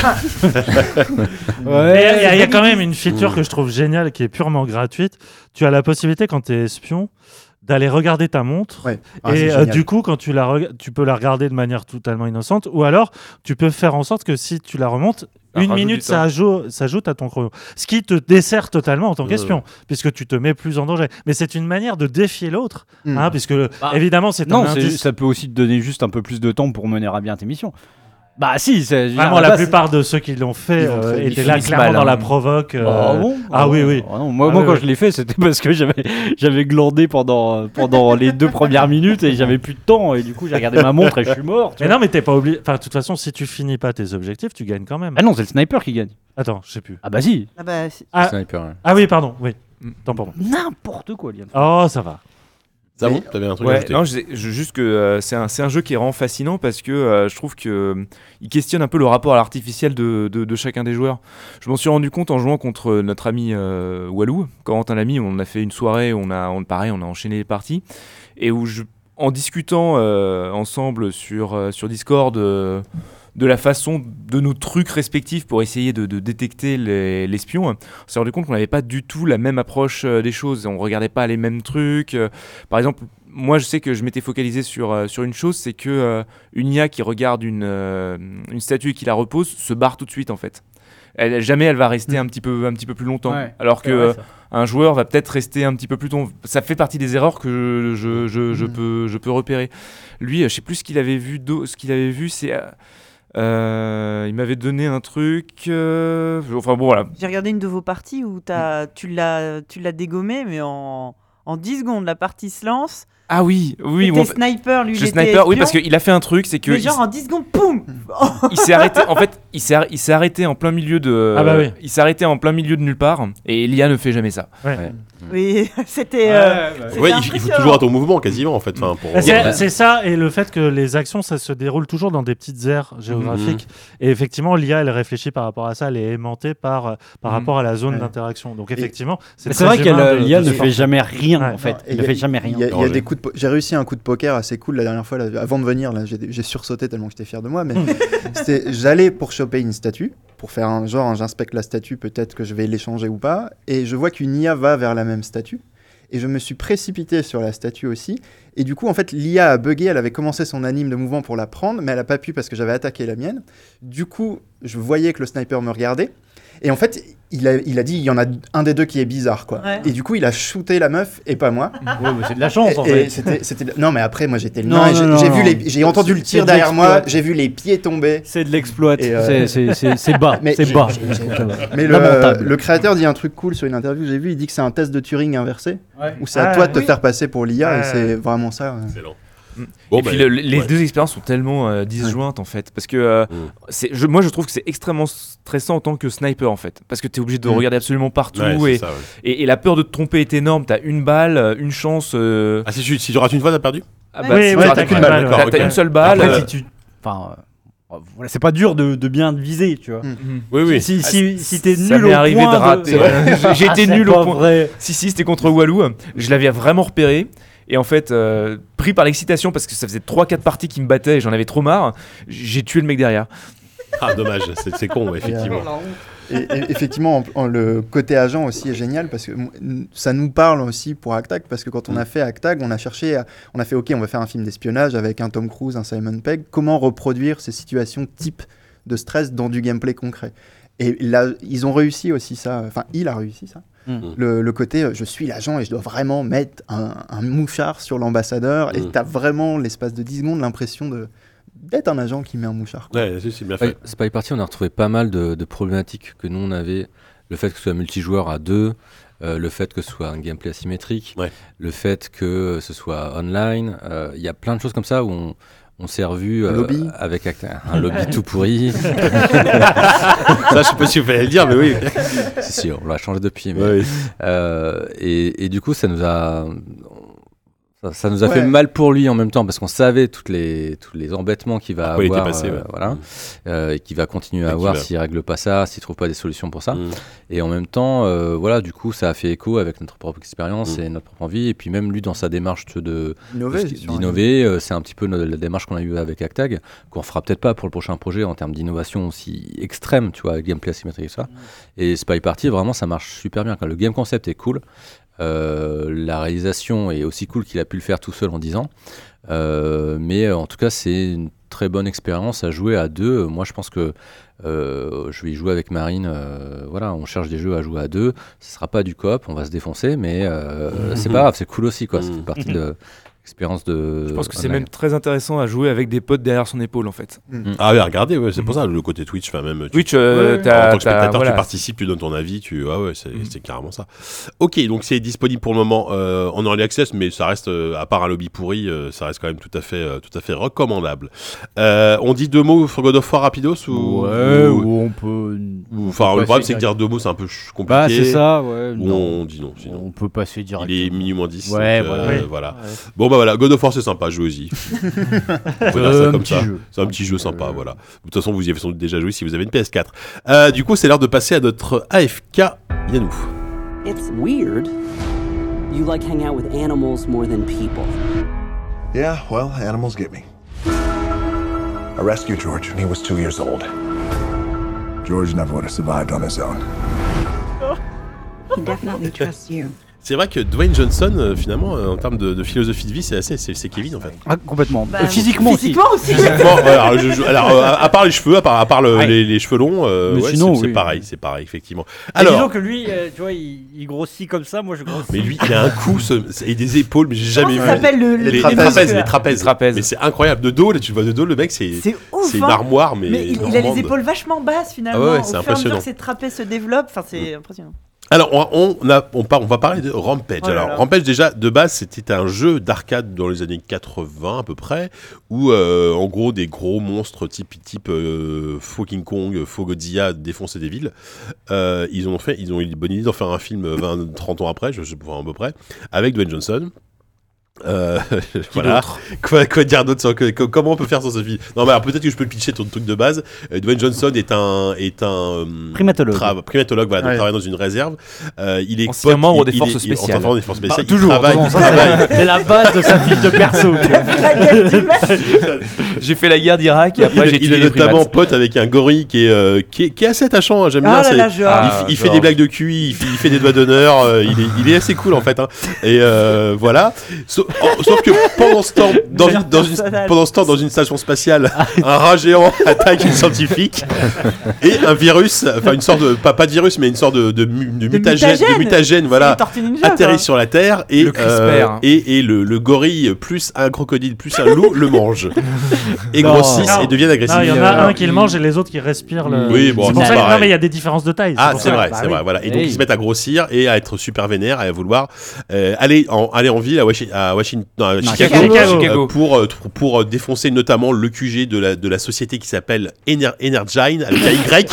Mais il y a- il y, a c'est quand même difficile. une feature que je trouve géniale qui est purement gratuite. Tu as la possibilité quand tu es espion d'aller regarder ta montre. ouais. Ah, et c'est euh, génial. du coup, quand tu la reg- tu peux la regarder de manière totalement innocente, ou alors tu peux faire en sorte que si tu la remontes, Ça une rajoute minute du temps. s'ajoute s'ajoute à ton chrono. Ce qui te dessert totalement en tant Ouais. qu'espion, puisque tu te mets plus en danger. Mais c'est une manière de défier l'autre, Mm. hein, puisque Bah, évidemment c'est Non, un c'est- indice. ça peut aussi te donner juste un peu plus de temps pour mener à bien tes missions. Bah si, c'est Vraiment, à la base, plupart de ceux qui l'ont fait Ils vont euh, très- ils étaient là finissent clairement mal, dans hein. la provoque. euh, Ah bon Ah oui, oui. Ah non, moi, Ah moi oui, quand oui. je l'ai fait, c'était parce que j'avais j'avais glandé pendant pendant les deux premières minutes et j'avais plus de temps et du coup j'ai regardé ma montre et je suis mort. tu Mais vois. non, mais t'es pas obligé. Enfin, de toute façon, si tu finis pas tes objectifs, tu gagnes quand même. Ah non, c'est le sniper qui gagne. Attends, je sais plus. Ah bah si. Ah bah, si. Ah, Sniper, ouais. ah oui, pardon. Oui. Mm. Tant pour moi. N'importe quoi, Liane. Oh, ça va. Ça Mais- bon T'avais un truc à Ouais, ajouter non, je, je- juste que euh, c'est un, c'est un jeu qui est vraiment fascinant parce que euh, je trouve que euh, il questionne un peu le rapport à l'artificiel de, de, de chacun des joueurs. Je m'en suis rendu compte en jouant contre notre ami euh, Walou. Corentin l'ami, on a fait une soirée, on a, on, pareil, on a enchaîné les parties et où je, en discutant euh, ensemble sur, euh, sur Discord euh, de la façon de nos trucs respectifs pour essayer de, de détecter les- l'espion, on s'est rendu compte qu'on n'avait pas du tout la même approche euh, des choses. On regardait pas les mêmes trucs. euh, par exemple, moi, je sais que je m'étais focalisé sur, euh, sur une chose, c'est que euh, une I A qui regarde une, euh, une statue et qui la repose se barre tout de suite en fait. Elle, jamais elle va rester un petit peu un petit peu plus longtemps. Ouais, Alors que c'est vrai, euh, ça. un joueur va peut-être rester un petit peu plus longtemps. Ça fait partie des erreurs que je, je, je, Mhm. peux, je peux repérer. Lui, euh, je sais plus ce qu'il avait vu. d'au- Ce qu'il avait vu, c'est euh, euh, il m'avait donné un truc. euh, Enfin bon voilà. J'ai regardé une de vos parties où t'as, tu l'as, tu l'as dégommé, mais en, en dix secondes, la partie se lance. Ah oui, oui. T'étais bon, sniper, lui, il je était sniper. Oui, espion, parce qu'il a fait un truc, c'est que mais il genre en dix secondes, poum. il s'est arrêté en fait il s'est il s'est arrêté en plein milieu de Ah bah oui. il s'est arrêté en plein milieu de nulle part et l'I A ne fait jamais ça. Oui, c'était. euh, c'était Ouais, il, il faut impressionnant. toujours être au mouvement quasiment en fait. Enfin, pour, Bah, C'est euh, c'est ça, et le fait que les actions, ça se déroule toujours dans des petites aires géographiques. Et effectivement, l'I A, elle réfléchit par rapport à ça, elle est aimantée par, euh, par Mhm. rapport à la zone Ouais. d'interaction. Donc Et- effectivement, c'est Mais c'est très vrai qu'elle humain euh, de- l'I A de ne se fait jamais rien Ouais. en fait. Non, et Elle il ne y a- fait jamais rien. Il y a, il y a Danger. des coups de po- J'ai réussi un coup de poker assez cool la dernière fois, là, avant de venir. Là, j'ai, j'ai sursauté tellement que j'étais fier de moi. Mais c'était, j'allais pour choper une statue, pour faire un genre, un, j'inspecte la statue, peut-être que je vais l'échanger ou pas. Et je vois qu'une I A va vers la même statue. Et je me suis précipité sur la statue aussi. Et du coup, en fait, l'I A a bugué. Elle avait commencé son anime de mouvement pour la prendre, mais elle n'a pas pu parce que j'avais attaqué la mienne. Du coup, je voyais que le sniper me regardait. Et en fait, il a, il a dit il y en a un des deux qui est bizarre, quoi. Ouais. Et du coup, il a shooté la meuf et pas moi. Ouais, mais c'est de la chance en Et- et fait. c'était, c'était- Non, mais après, moi, j'étais le Non, nain. et non, j'ai, non, j'ai non. vu les, j'ai entendu le C'est tir de derrière moi. l'exploit. J'ai vu les pieds tomber. C'est de l'exploit. Et, euh, C'est- c'est- C'est c'est bas. Mais C'est j'ai- bas. j'ai- j'ai- Mais le, Lamentable. le créateur dit un truc cool sur une interview que j'ai vu. Il dit que c'est un test de Turing inversé, où c'est à Ah, toi de te oui. faire passer pour l'I A. Ouais. Et c'est vraiment ça. ouais. Excellent. Mm. Bon, et puis bah, le- les ouais. deux expériences sont tellement euh, disjointes en fait parce que euh, Mm. c'est, je, moi je trouve que c'est extrêmement stressant en tant que sniper en fait parce que tu es obligé de Mm. regarder absolument partout Ouais, c'est et, ça, ouais. et, et la peur de te tromper est énorme. T'as une balle, euh, une chance. euh, Ah, si, tu- si tu rates une fois, t'as perdu Ah Ouais. bah, Oui, c'est- ouais, t'as t'as qu'une qu'une balle, balle, t'as- d'accord, t'as ok. une seule balle. Après, euh, si tu. Enfin. euh, voilà, c'est pas dur de, de bien viser, tu vois. mhm. Oui, oui. Si, si, si t'es Ça nul m'est au arrivé point de rater. C'est vrai. J'ai- J'ai été Ah, c'est nul au pas point. vrai. Si, si, c'était contre Walou. Je l'avais vraiment repéré. Et en fait, euh, pris par l'excitation, parce que ça faisait trois quatre parties qui me battaient et j'en avais trop marre, j'ai tué le mec derrière. Ah, dommage, c'est, c'est con, effectivement. Et, et effectivement, en- en- le côté agent aussi est génial parce que m- ça nous parle aussi pour Actag parce que quand on a fait Actag, on a cherché, à- on a fait OK, on va faire un film d'espionnage avec un Tom Cruise, un Simon Pegg. Comment reproduire ces situations type de stress dans du gameplay concret? Et là, ils ont réussi aussi ça. Enfin, il a réussi ça. Mm. Le, le côté, euh, je suis l'agent et je dois vraiment mettre un, un mouchard sur l'ambassadeur. Et Mm. t'as vraiment l'espace de dix secondes l'impression de d'être un agent qui met un mouchard. quoi. Ouais, c'est, c'est bien fait. Ouais, c'est pas parti, on a retrouvé pas mal de, de problématiques que nous on avait. Le fait que ce soit multijoueur à deux, euh, le fait que ce soit un gameplay asymétrique, Ouais. le fait que ce soit online. euh, Il y a plein de choses comme ça où on, on s'est revu Un lobby. avec Act- un lobby tout pourri. Ça, je sais pas si vous fallait le dire, mais oui. Si, si, on l'a changé depuis. Mais, Ouais. euh, et, et du coup, ça nous a. Ça, ça nous a Ouais. fait mal pour lui en même temps parce qu'on savait toutes les, tous les embêtements qu'il va Après, il était avoir, passé, euh, ouais. voilà, Mm. euh, et qu'il va continuer Et à qu'il avoir va- s'il règle pas ça, s'il trouve pas des solutions pour ça. Mm. Et en même temps, euh, voilà, du coup, ça a fait écho avec notre propre expérience Mm. et notre propre envie. Et puis même lui, dans sa démarche de Innover, de- sur un d'innover, euh, c'est un petit peu no- la démarche qu'on a eue avec Actag, qu'on fera peut-être pas pour le prochain projet en termes d'innovation aussi extrême, tu vois, avec gameplay asymétrique et ça. Et Spy Party, vraiment, ça marche super bien. Quand le game concept est cool, euh, la réalisation est aussi cool qu'il a pu le faire tout seul en dix ans. Euh, mais euh, en tout cas, c'est une très bonne expérience à jouer à deux. Euh, Moi, je pense que euh, je vais y jouer avec Marine. euh, voilà, on cherche des jeux à jouer à deux. Ce sera pas du coop, on va se défoncer, mais euh, c'est pas grave, c'est cool aussi, quoi. Ça fait partie de l'expérience de. Je pense que c'est online. même très intéressant à jouer avec des potes derrière son épaule en fait. Ah, ouais, regardez, ouais, c'est pour ça le côté Twitch. Enfin, même. tu- Twitch, euh, Ouais. t'as- en tant que t'as- spectateur, voilà. tu participes, tu donnes ton avis, tu. Ah ouais, c'est, Mm. c'est carrément ça. Ok, donc c'est disponible pour le moment euh, en early access, mais ça reste, euh, à part un lobby pourri, euh, ça reste quand même tout à fait, euh, tout à fait recommandable. Euh, on dit deux mots sur God of War rapidos ou Ouais, ou- ou on peut. ou- Enfin, on peut le problème passer c'est que dire deux mots c'est un peu ch- compliqué. Bah, c'est ça, ouais. Ou non. on dit non, sinon. On peut passer direct. Il est minuit moins dix. Ouais, donc, voilà. euh, Oui. voilà. Bon, bah voilà, God of War c'est sympa, jouez-y. On peut dire ça Euh, un comme petit ça. jeu. C'est un petit jeu sympa, voilà. De toute façon, vous y avez sans doute déjà joué si vous avez une P S quatre. Euh, du coup, c'est l'heure de passer à notre A F K Yannou. It's weird. You like hang out with animals more than people. Yeah, well, animals get me. I rescued George when he was two years old. George never would have survived on his own. He definitely trusts you. C'est vrai que Dwayne Johnson, euh, finalement, euh, en termes de, de philosophie de vie, c'est assez, c'est, c'est Kevin en fait. Ah, complètement. Bah, Euh, physiquement, physiquement aussi. Bon, ouais, alors, je- je- alors, euh, à, à part les cheveux, à part, à part le- Ouais. les, les cheveux longs, euh, Mais ouais, sinon, c'est, c'est oui. pareil, c'est pareil, effectivement. Alors, disons Alors, que lui, euh, tu vois, il, il grossit comme ça, moi je grossis. mais lui, il a un cou ce- et des épaules, mais j'ai jamais Comment vu. ça s'appelle le, Les, les les trapèzes trapèzes, les trapèzes, Les trapèzes. Mais c'est incroyable. De dos, là, tu le vois de dos, le mec, c'est, C'est ouf. c'est une hein. armoire, mais, Mais il, il a normande. les épaules vachement basses finalement. Ah ouais, Au c'est fur et à impressionnant. mesure que ses trapèzes se développent, enfin c'est impressionnant. Alors, on, on, a, on, part, on va parler de Rampage. Oh là Alors, là. Rampage, déjà, de base, c'était un jeu d'arcade dans les années quatre-vingts à peu près, où, euh, en gros, des gros monstres type, type euh, faux King Kong, faux Godzilla défonçaient des villes. Euh, ils ont fait, ils ont eu une bonne idée d'en faire un film vingt trente ans après, je sais pas, à peu près, avec Dwayne Johnson. Euh, voilà. Quoi, quoi dire d'autre sur que, que- comment on peut faire sans ce film? Non, mais alors peut-être que je peux le pitcher ton truc de base. Euh, Dwayne Johnson est un est un euh, Primatologue. tra- primatologue, voilà, donc Ouais. travaille dans une réserve. Euh, il est Ancien pote- membre il- des il forces est- il- spéciales. ancien membre des forces spéciales. Ah, il toujours. travaille, non, il ça, travaille. c'est- c'est la base de sa fiche de perso. tu vois. La gueule du mec. J'ai fait la guerre d'Irak et après il, j'ai il tué est les notamment primates. pote avec un gorille qui est, euh, qui est, qui est assez attachant, hein, j'aime bien. Ah là c'est- là, genre. il, f- il fait des blagues de cul, il fait, il fait des doigts d'honneur, euh, il, est, il est assez cool en fait. Hein. Et euh, voilà. Sauf, oh, sauf que pendant ce temps, dans une, dans une, pendant ce temps, dans une station spatiale, un rat géant attaque une scientifique et un virus, enfin une sorte de, pas, pas de virus, mais une sorte de, de, mu- de mutagène, mutagène. de mutagène, C'est voilà, les Tortues Ninja, atterrit quoi. sur la Terre et, Le CRISPR. euh, et, et le, le gorille plus un crocodile plus un loup le mange et Non. grossissent Non. et deviennent agressifs. Non, il y en a Euh, un qui le mange et les autres qui respirent le. Oui, bon, c'est pour c'est ça que- pareil. non, mais il y a des différences de taille. Ah, pour c'est ça. vrai, Bah c'est oui. vrai, voilà. Et donc Hey. ils se mettent à grossir et à être super vénères et à vouloir euh, aller en aller en ville à, Washi- à Washington, non, à Chicago, Chicago. euh, Chicago. pour euh, pour, pour, euh, défoncer notamment le Q G de la de la société qui s'appelle Ener- Energine avec un Y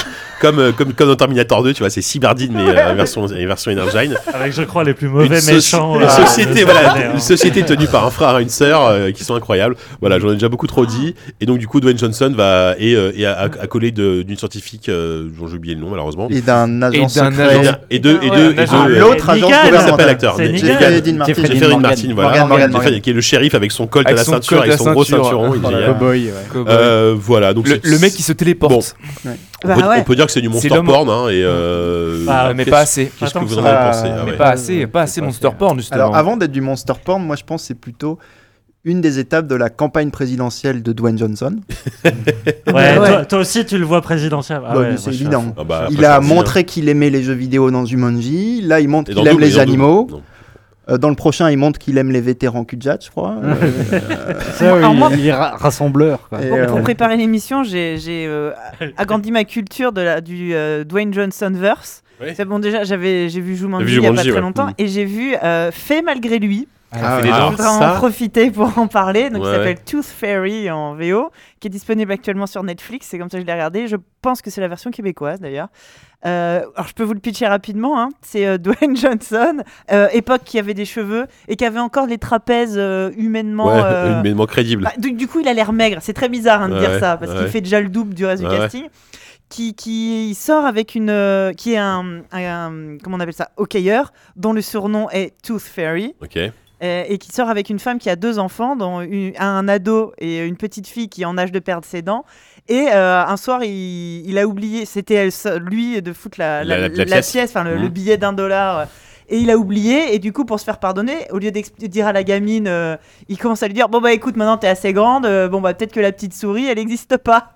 comme, euh, comme, comme dans Terminator deux, tu vois, c'est Cyberdine, mais euh, version, version Energine. Avec, je crois, les plus mauvais Une méchants. Une, euh, société, voilà, hein. une société tenue par un frère et une sœur euh, qui sont incroyables. Voilà, j'en ai déjà beaucoup trop dit. Et donc, du coup, Dwayne Johnson va et, euh, et a, a collé de, d'une scientifique euh, dont j'ai oublié le nom, malheureusement. Et d'un agent Et d'un secret. agent- Et deux, et Ouais, deux, et Ah, deux, l'autre euh, agent Nigan, comment s'appelle gouvernemental. l'acteur C'est Jeffrey Nigan. Dean Martin. Jeffrey Jeffrey Dean Morgan. Martin, voilà. Morgan, Morgan, Jeffrey- Morgan. qui est le shérif avec son colt Avec à la son ceinture, colt à avec son gros ceinture. ceinturon. il est Oh là génial. là. Cowboy, ouais. Cowboy. Euh, Voilà, donc le, c'est- le mec qui se téléporte. Bon. On, Bah peut, ouais. on peut dire que c'est du C'est monster l'homme- porn, hein, et euh, Ah, mais qu'est-ce- pas assez. Qu'est-ce que Attends, vous ça en avez va. pensé Ah Mais ouais. pas assez, pas assez pas monster assez. porn justement. Alors, avant d'être du monster porn, moi je pense que c'est plutôt une des étapes de la campagne présidentielle de Dwayne Johnson. Ouais, Ouais. Toi, toi aussi, tu le vois présidentiel. Ah Bah, ouais, mais moi, c'est je suis évident. Ah bah, Il après, a c'est un montré qu'il aimait les jeux vidéo dans Jumanji. Là, il montre Et dans qu'il aime Double, et les dans animaux. Double, non. Euh, dans le prochain, il montre qu'il aime les vétérans cul-de-jatte, je crois. Euh, Ça, oui, Alors, moi- il est ra- rassembleur. Quoi. Et, Pour, euh, pour préparer l'émission, j'ai j'ai, euh, agrandi ma culture de la, du euh, Dwayne Johnson verse. Oui. C'est bon, déjà, j'avais j'ai vu Jumanji T'as vu il y a pas Jumanji, très ouais. longtemps Mm. et j'ai vu euh, Fait malgré lui. Ah, fait les ouais. dents. Je voudrais en ça- profiter pour en parler. Donc, Ouais, il s'appelle ouais. Tooth Fairy en V O, qui est disponible actuellement sur Netflix. C'est comme ça que je l'ai regardé. Je pense que c'est la version québécoise d'ailleurs. Euh, alors, je peux vous le pitcher rapidement. Hein. C'est euh, Dwayne Johnson, euh, époque qui avait des cheveux et qui avait encore les trapèzes euh, humainement. Ouais, euh, humainement crédible. bah, du, du coup, il a l'air maigre. C'est très bizarre hein, de Ouais, dire ça parce ouais. qu'il fait déjà le double du reste Ouais, du ouais. casting. Qui, qui sort avec une. euh, qui est un, un- un- Comment on appelle ça Hockeyeur, dont le surnom est Tooth Fairy. Ok. Euh, et qui sort avec une femme qui a deux enfants, dont une- un ado et une petite fille qui est en âge de perdre ses dents. Et euh, un soir, il, il a oublié, c'était elle se- lui de foutre la, La- la, la- la la pièce. enfin le, Mhm. le billet d'un dollar. euh, Et il a oublié, et du coup, pour se faire pardonner, au lieu de dire à la gamine, euh, il commence à lui dire bon bah écoute, maintenant t'es assez grande, euh, bon bah peut-être que la petite souris, elle n'existe pas.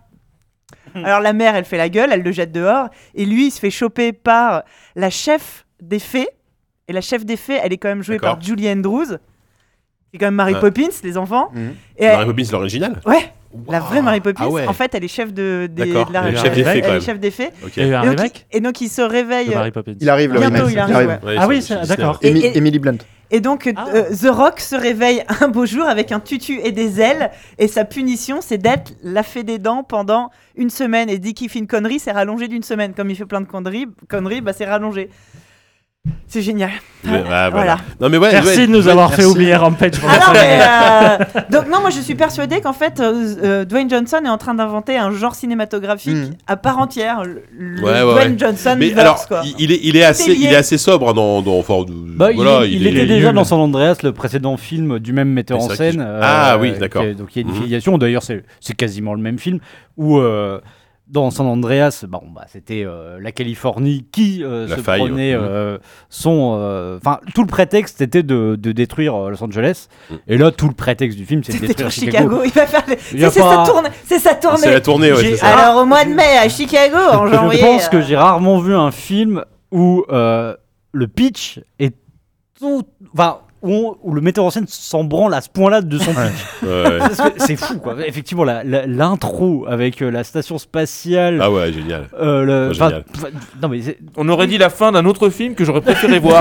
Alors la mère, elle fait la gueule, elle le jette dehors, et lui, il se fait choper par la chef des fées. Et la chef des fées, elle est quand même jouée D'accord. par Julie Andrews. C'est quand même Mary Ah. Poppins, les enfants. Mhm. Et Mary Poppins, l'original. Ouais, la vraie Mary Poppins. Ah ouais. En fait, elle est chef de, des- D'accord, de la elle est région. chef des fées, Elle quand est même. chef des fées. Ok. Il y a eu un Et donc, remake il, et donc, il se réveille. de euh, Mary Poppins. Il arrive le Bientôt, remake. il arrive, arrive. ouais. Ouais, Ah sur- oui, sur c'est- Disney. d'accord. Et- Emi- et- Emily Blunt. Et donc, Ah. euh, The Rock se réveille un beau jour avec un tutu et des ailes. Et sa punition, c'est d'être la fée des dents pendant une semaine. Et dès qu'il fait une connerie, c'est rallongé d'une semaine. Comme il fait plein de conneries, conneries bah, c'est rallongé. C'est génial. Ouais, bah, Voilà. voilà. Non mais ouais. Merci ouais, de nous ouais, avoir fait merci. oublier Rampage. pour Ah non, la mais, euh, donc non, moi je suis persuadée qu'en fait euh, euh, Dwayne Johnson est en train d'inventer un genre cinématographique Mm. à part entière, le, le Ouais, ouais, Dwayne ouais. Johnson Mais verse, alors, quoi. il, il est, il est assez, lié. il est assez sobre hein, dans, dans, enfin, de- Bah, il, voilà, est- il il était est déjà nul. dans San Andreas, le précédent film du même metteur Mais en c'est vrai scène. qu'il- Ah oui, qui d'accord. est- Donc il y a une Mhm. filiation. D'ailleurs, c'est c'est quasiment le même film où. euh, Dans San Andreas, bon, bah, c'était euh, la Californie qui euh, La se faille, prenait ouais. euh, son. euh, Enfin, tout le prétexte était de, de détruire euh, Los Angeles. Mm. Et là, tout le prétexte du film, c'est de C'était détruire sur Chicago. Il va faire. le- Il y a C'est c'est pas- sa tournée. C'est sa tournée. C'est la tournée, ouais, J'ai- c'est ça. Alors au mois de mai à Chicago en janvier. Je pense que euh, j'ai rarement vu un film où euh, le pitch est tout. Enfin, où, on- où le metteur en scène s'en branle à ce point-là de son pitch. Ouais. Parce que c'est fou, quoi. Effectivement, la- la- l'intro avec euh, la station spatiale. Ah ouais, génial. euh, le- Ouais, enfin, génial. enfin, non, mais c'est- On aurait dit la fin d'un autre film que j'aurais préféré voir.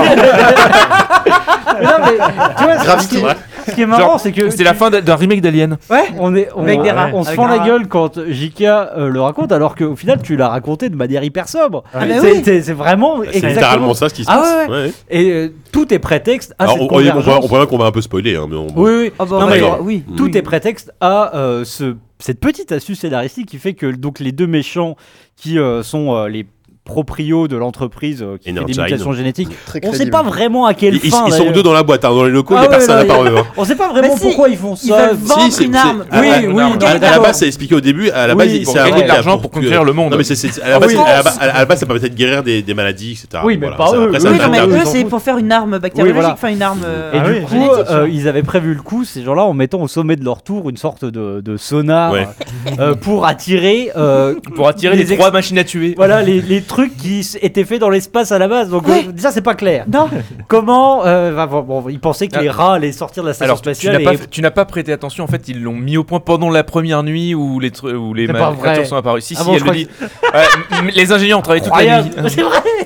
Mais non, mais tu vois, ce Gravité. qui, ce qui est marrant, Genre, c'est que C'était la fin d'un d'un remake d'Alien. Ouais. on est, on, Avec des rats. on se Avec fend un la rat. gueule quand J K euh, le raconte, alors qu'au final, tu l'as raconté de manière hyper sobre. Ah bah c'est, oui. c'est- c'est vraiment C'est exactement littéralement ça ce qui se Ah passe. ouais, Ouais, ouais. Et euh, tout est prétexte à Alors, cette on, on, on, convergence. voit- on voit bien qu'on va un peu spoiler. Hein, mais on- Oui, oui. Ah bah, Non, ouais, mais, ouais, oui. Mm. Tout Oui. est prétexte à euh, ce, cette petite astuce scénaristique qui fait que donc les deux méchants qui euh, sont euh, les proprios de l'entreprise euh, qui fait des Energine. mutations génétiques, Très on sait crédible. pas vraiment à quelle Ils, ils- fin. ils sont d'ailleurs. deux dans la boîte, hein, dans les locaux, il Ah n'y a ouais, personne non, à part il- eux. hein. On sait pas vraiment Bah si, pourquoi ils font ils ça. veulent vendre c'est- une c'est- arme. ah, Oui, ah, oui, à, d'accord. à la base, c'est expliqué au début. À la Oui, base, pour c'est gagner un de truc l'argent pour pour que- conquérir le monde. Non, mais c'est, c'est- à la Ah base, oui. c'est- à la base- à la base, ça permettait de guérir des, des maladies, et cetera. Oui, mais Voilà. pas Ça- eux. après, ça Oui, Oui, devient non, mais interdit. eux, c'est pour faire une arme bactériologique, voilà. enfin une arme. euh, Et Ah du oui. coup, génétique, euh, quoi. ils avaient prévu le coup, ces gens-là, en mettant au sommet de leur tour une sorte de, de sonar Ouais. euh, pour attirer, euh, Pour attirer les, les ex- trois machines à tuer. voilà, les, les trucs qui s- étaient faits dans l'espace à la base. Donc Ouais. euh, déjà, c'est pas clair. Non. Comment euh, enfin, bon, bon, ils pensaient que Ah. les rats allaient sortir de la station Alors, tu, tu spatiale. n'as et... pas, tu n'as pas prêté attention. En fait, ils l'ont mis au point pendant la première nuit où les, tru- où les C'est ma- pas vrai. créatures sont apparues. Si, Ah si, bon, elle je le crois dit. Ouais, m- les ingénieurs ont travaillé toute la Incroyable. nuit. C'est vrai.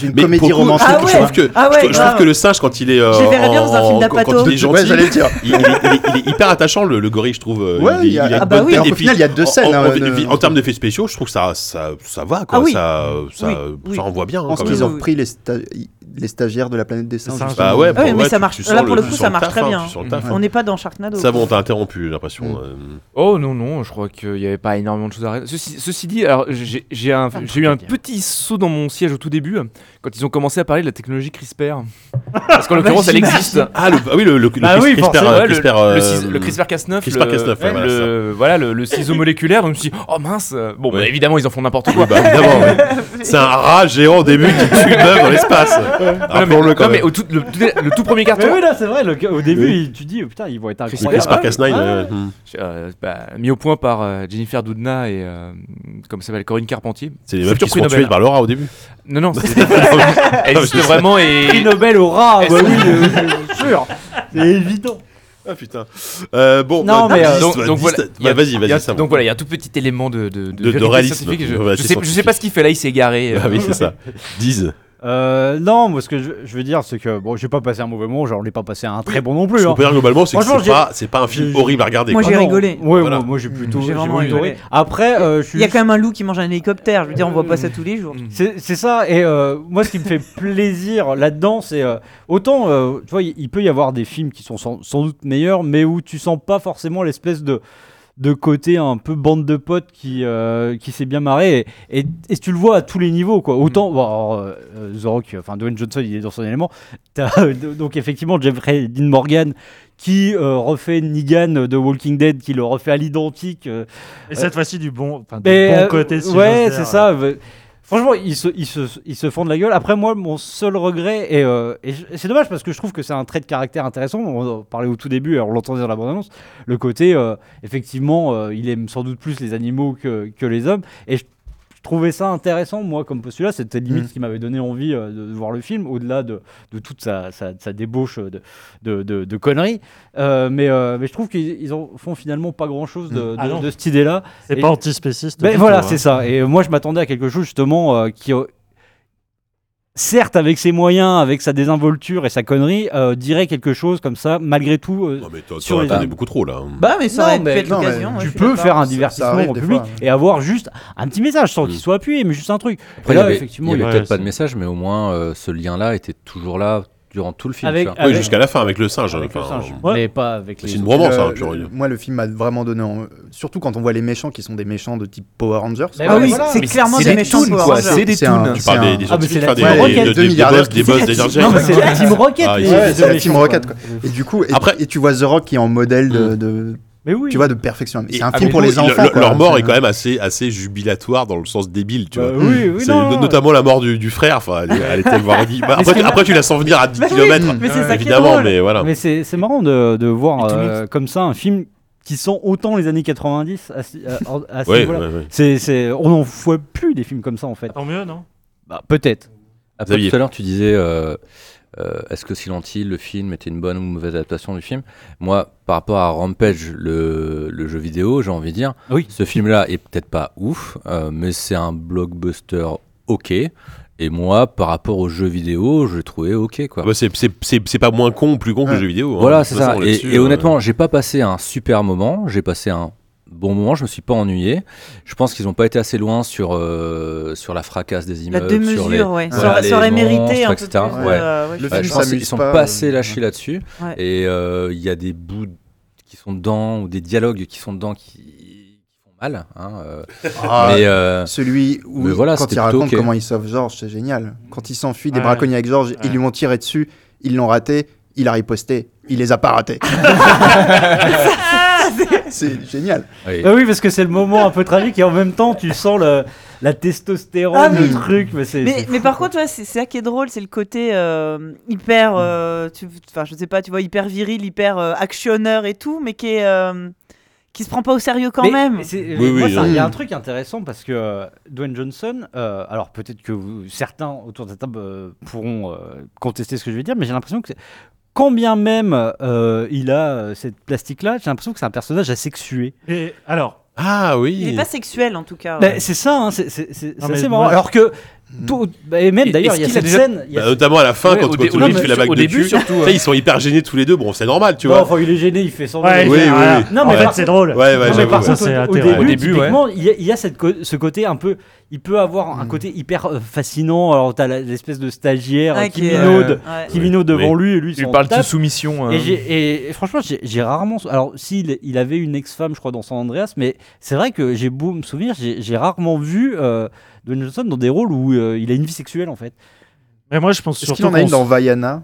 une Mais comédie pour le coup, romantique. je, Ah trouve- ouais. je trouve que, Ah ouais, je, trouve- je trouve grave. que le singe, quand il est. euh, Je le verrais bien dans un film en- d'Apato. Quand il est gentil, Ouais, j'allais le dire. il, il est, il est- il est hyper attachant, le, le gorille, je trouve. euh, Ouais, il, est- il y a- il a une Ah bah bonne oui. tête, Alors et qu'au puis, final, il y a deux en- scènes, En, hein, en- de- en termes d'effets spéciaux, je trouve que ça, ça, ça va, quoi. Ah oui. Ça, ça, Oui, ça oui. renvoie bien. Je hein, pense quand qu'ils même. ont repris les sta- les stagiaires de la planète des singes. Bah ouais, Ah oui, mais ouais, ça tu- marche. tu sens Là, pour le tu coup, sens ça le marche taf, très hein, bien. tu sens le taf, On hein. n'est pas dans Sharknado. Ça bon, on t'a interrompu, j'ai l'impression. Mm. euh. Oh non, non, je crois qu'il n'y avait pas énormément de choses à ré- Ceci, ceci dit, alors j'ai j'ai un- j'ai eu un petit saut dans mon siège au tout début quand ils ont commencé à parler de la technologie CRISPR. Parce qu'en l'occurrence, elle existe. Ah, le, ah oui, le, le, Bah le oui, CRISPR, forcément, euh, ouais, le- CRISPR, le, euh, cis- le CRISPR Cas neuf, CRISPR Cas neuf, le, ouais, voilà, le- voilà, le, le ciseau moléculaire. Donc je me suis dit, oh mince, euh, bon, bah, Ouais. évidemment, ils en font n'importe quoi. Bah, évidemment, ouais. C'est un rat géant au début qui tue une meuf dans l'espace. Non, mais, Rappelons-le quand non, mais même. au, tout, le, tout- le tout premier carton. Mais oui, là, c'est vrai, le- au début, Oui. il- tu dis, oh, putain, ils vont être CRISPR incroyables. CRISPR Cas neuf, Ah, ouais, ouais. Hmm. Euh, bah, mis au point par euh, Jennifer Doudna et euh, comment ça s'appelle Corinne Carpentier. C'est les meufs Futur qui se prix font tuer Nobel. par le rat au début. Non, non, c'était elle existe vraiment et Prix Nobel au rat, Et bah c'est- oui, euh, sûr, c'est évident. Ah putain. Euh, bon, Non, bah, mais, dix, euh, donc, bah, donc dix, voilà, bah, il y a- vas-y, il y a- vas-y, ça. donc voilà, il y a un tout petit élément de de, De- de vérité réalisme. scientifique. Je, Ouais, je c'est sais, je sais scientifique. pas ce qu'il fait là, il s'est égaré. Ah oui, c'est ça. dix. Euh, non, moi ce que je, je veux dire, c'est que bon, j'ai pas passé un mauvais moment, genre, on l'ai pas passé un très bon non plus. Ce qu'on Hein. peut dire globalement, c'est que Franchement, c'est j'ai- pas, c'est pas un film j'ai- horrible à regarder. Moi, quoi. j'ai Ah non. rigolé. Ouais, Voilà. moi, moi, j'ai plutôt, J'ai j'ai vraiment plutôt rigolé. ri. Après, euh, je suis Il y a quand même un loup qui mange un hélicoptère. Je veux dire, on voit pas ça tous les jours. C'est c'est ça, et euh, moi ce qui me fait plaisir là-dedans, c'est euh, autant, euh, tu vois, il il peut y avoir des films qui sont sans, sans doute meilleurs, mais où tu sens pas forcément l'espèce de, de côté un peu bande de potes qui, euh, qui s'est bien marré, et, et, et tu le vois à tous les niveaux, quoi. Autant, bon, alors, euh, euh, The Rock, enfin Dwayne Johnson, il est dans son élément. T'as, euh, donc effectivement, Jeffrey Dean Morgan qui euh, refait Negan de Walking Dead, qui le refait à l'identique. euh, Et cette fois-ci du bon, enfin, du mais, bon euh, côté. si ouais, j'ose c'est dire. ça. mais- Franchement, ils se, ils, se, ils se font de la gueule. Après, moi, mon seul regret, et, euh, et je- et c'est dommage parce que je trouve que c'est un trait de caractère intéressant. On en parlait au tout début, et on l'entendait dans la bande-annonce. Le côté, euh, effectivement, euh, il aime sans doute plus les animaux que, que les hommes. Et je, je trouvais ça intéressant, moi, comme postulat. C'était limite Mm. ce qui m'avait donné envie euh, de, de voir le film, au-delà de, de toute sa, sa, sa débauche de, de, de, de conneries. Euh, mais, euh, mais je trouve qu'ils ils en font finalement pas grand-chose de, de, Ah non. de cette idée-là. C'est Et- pas antispéciste. ben du voilà, tout, c'est hein. ça. Et euh, moi, je m'attendais à quelque chose justement euh, qui, euh, certes, avec ses moyens, avec sa désinvolture et sa connerie, euh, dirait quelque chose comme ça, malgré tout. euh, Non, mais t'en sur t'en les- attendais beaucoup trop là. Bah, mais ça Non, aurait mais- pu être non, mais l'occasion. ouais, tu je suis peux d'accord. faire un ça divertissement arrive au des public fois. et avoir juste un petit message sans Mm. qu'il soit appuyé, mais juste un truc. Après, Et il y là, avait, effectivement, il y il y avait a- peut-être Ouais, pas de message, mais au moins euh, ce lien-là était toujours là durant tout le film. Avec- tu vois. Oui, avec- jusqu'à la fin avec le singe. avec le enfin, singe. ouais. Mais pas avec les. C'est une autres. bromance, Le- hein, pur. le- moi, le film m'a vraiment donné. en- Surtout quand on voit les méchants qui sont des méchants de type Power Rangers. Mais Ah ouais, oui, voilà. c'est Mais clairement c'est des des méchants toons, Power quoi, Rangers. c'est des C'est un- toons. Tu parles c'est des, un- des Ah, mais c'est scientifiques, la enfin, des, Team des, Rocket, des, deux des milliardaires boss, qui des se- boss des Indiens. Non, mais c'est la Team Rocket. Ah, les- ils- les Ouais, deux c'est la méchants, Team quoi. Rocket. Quoi. Et du coup, et, Après- et tu vois The Rock qui est en modèle de, de- Mais oui. tu vois, de perfection. C'est Et un à film pour nouveau, les il- enfants. leur- quoi. Leur mort C'est- est quand même assez, assez jubilatoire dans le sens débile, tu Bah vois. oui, oui, C'est non. no- notamment la mort du, du frère. Enfin, elle, est- elle est tellement ridicule. Bah, Mais après, ce tu, qui- après, tu la sens venir à dix Bah oui, kilomètres. mais c'est ça qui est Évidemment, drôle. mais voilà. Mais c'est c'est marrant de, de voir Et tout le euh, comme ça un film qui sent autant les années quatre-vingt-dix à, ce- à, à ce Ouais, niveau-là. ouais, ouais. C'est, c'est, on n'en voit plus des films comme ça en fait. Tant mieux, non? Bah, peut-être. Après, Xavier. tout à l'heure, tu disais euh, euh, est-ce que Silent Hill, le film, était une bonne ou une mauvaise adaptation du film? Moi, par rapport à Rampage, le, le jeu vidéo, j'ai envie de dire, Oui. ce film-là est peut-être pas ouf, euh, mais c'est un blockbuster ok. Et moi, par rapport au jeu vidéo, je l'ai trouvé ok, quoi. Ah bah, c'est- c'est c'est- c'est pas moins con ou plus con que le Ouais. jeu vidéo. hein. Voilà, De c'est toute ça. façon, Et, là-dessus, et euh, honnêtement, j'ai pas passé un super moment, j'ai passé un bon moment, je me suis pas ennuyé. Je pense qu'ils ont pas été assez loin sur, euh, sur la fracasse des La immeubles, sur les, démesure, ouais. voilà, Ça aurait- les ça aurait mérité monstres, un peu et cetera. plus de- Ouais. euh, ouais, Le Bah, film je pense s'amuse qu'ils sont pas, pas euh, assez lâchés là-dessus. Ouais. Et euh, il y a des bouts qui sont dedans, ou des dialogues qui sont dedans qui, qui font mal. Hein, euh. Ah, mais euh, Celui où, mais voilà, quand c'était il raconte plutôt ok. comment il sauve George, c'est génial. Quand il s'enfuit des Ouais. braconniers avec George, Ouais. ils lui ont tiré dessus, ils l'ont raté, il a riposté, il les a pas ratés. C'est génial. oui. Bah oui, parce que c'est le moment un peu tragique et en même temps tu sens le, la testostérone, Ah, le mais- truc. Mais, c'est, Mais, c'est mais fou, par quoi. contre, ouais, c'est c'est ça qui est drôle, c'est le côté euh, hyper, euh, tu- enfin je sais pas, tu vois, hyper viril, hyper euh, actionneur et tout, mais qui est, euh, qui se prend pas au sérieux quand Mais- même. mais c'est- Oui, moi, oui, ça, il y a oui. un truc intéressant parce que euh, Dwayne Johnson, euh, alors peut-être que vous- certains autour de la table euh, pourront euh, contester ce que je vais dire, mais j'ai l'impression que c'est- quand bien même euh, il a euh, cette plastique-là, j'ai l'impression que c'est un personnage asexué. Et alors, Ah Il oui. est pas sexuel en tout cas. Bah, ouais. c'est ça, hein, c'est, c'est, c'est, Non, c'est mais assez marrant. moi- Alors que Tout, bah, et même Et- d'ailleurs, est-ce il y a qu'il a cette déjà- scène. il y a Bah, ce- notamment à la fin, Ouais, quand, au quand dé- tout au le monde début, fait la blague au de début, cul. surtout, Tu sais, ouais. ils sont hyper gênés tous les deux. Bon, c'est normal, tu Non, vois. enfin, il est gêné, il fait sans. Ouais, Oui, oui, voilà. oui. Non, En mais fait, par- c'est drôle. Ouais, ouais, Non, mais j'avoue, par ouais. contre, Ça, c'est au, au intéressant. début, Au début, typiquement, il y a, il y a cette co- ce côté un peu. Il peut avoir un côté hyper euh, fascinant. Alors, t'as la- l'espèce de stagiaire Ouais, qui qui est, minaude, euh, qui minaude devant Oui. lui, et lui, il Il s'en parle de tape. soumission. Et, euh, j'ai- et- et franchement, j'ai j'ai rarement. Alors, s'il il avait une ex-femme, je crois, dans San Andreas, mais c'est vrai que j'ai beau me souvenir, j'ai j'ai rarement vu euh, Dwayne Johnson dans des rôles où euh, il a une vie sexuelle en fait. Mais moi, je pense Est-ce surtout qu'il en a une qu'on dans s- Vaiana?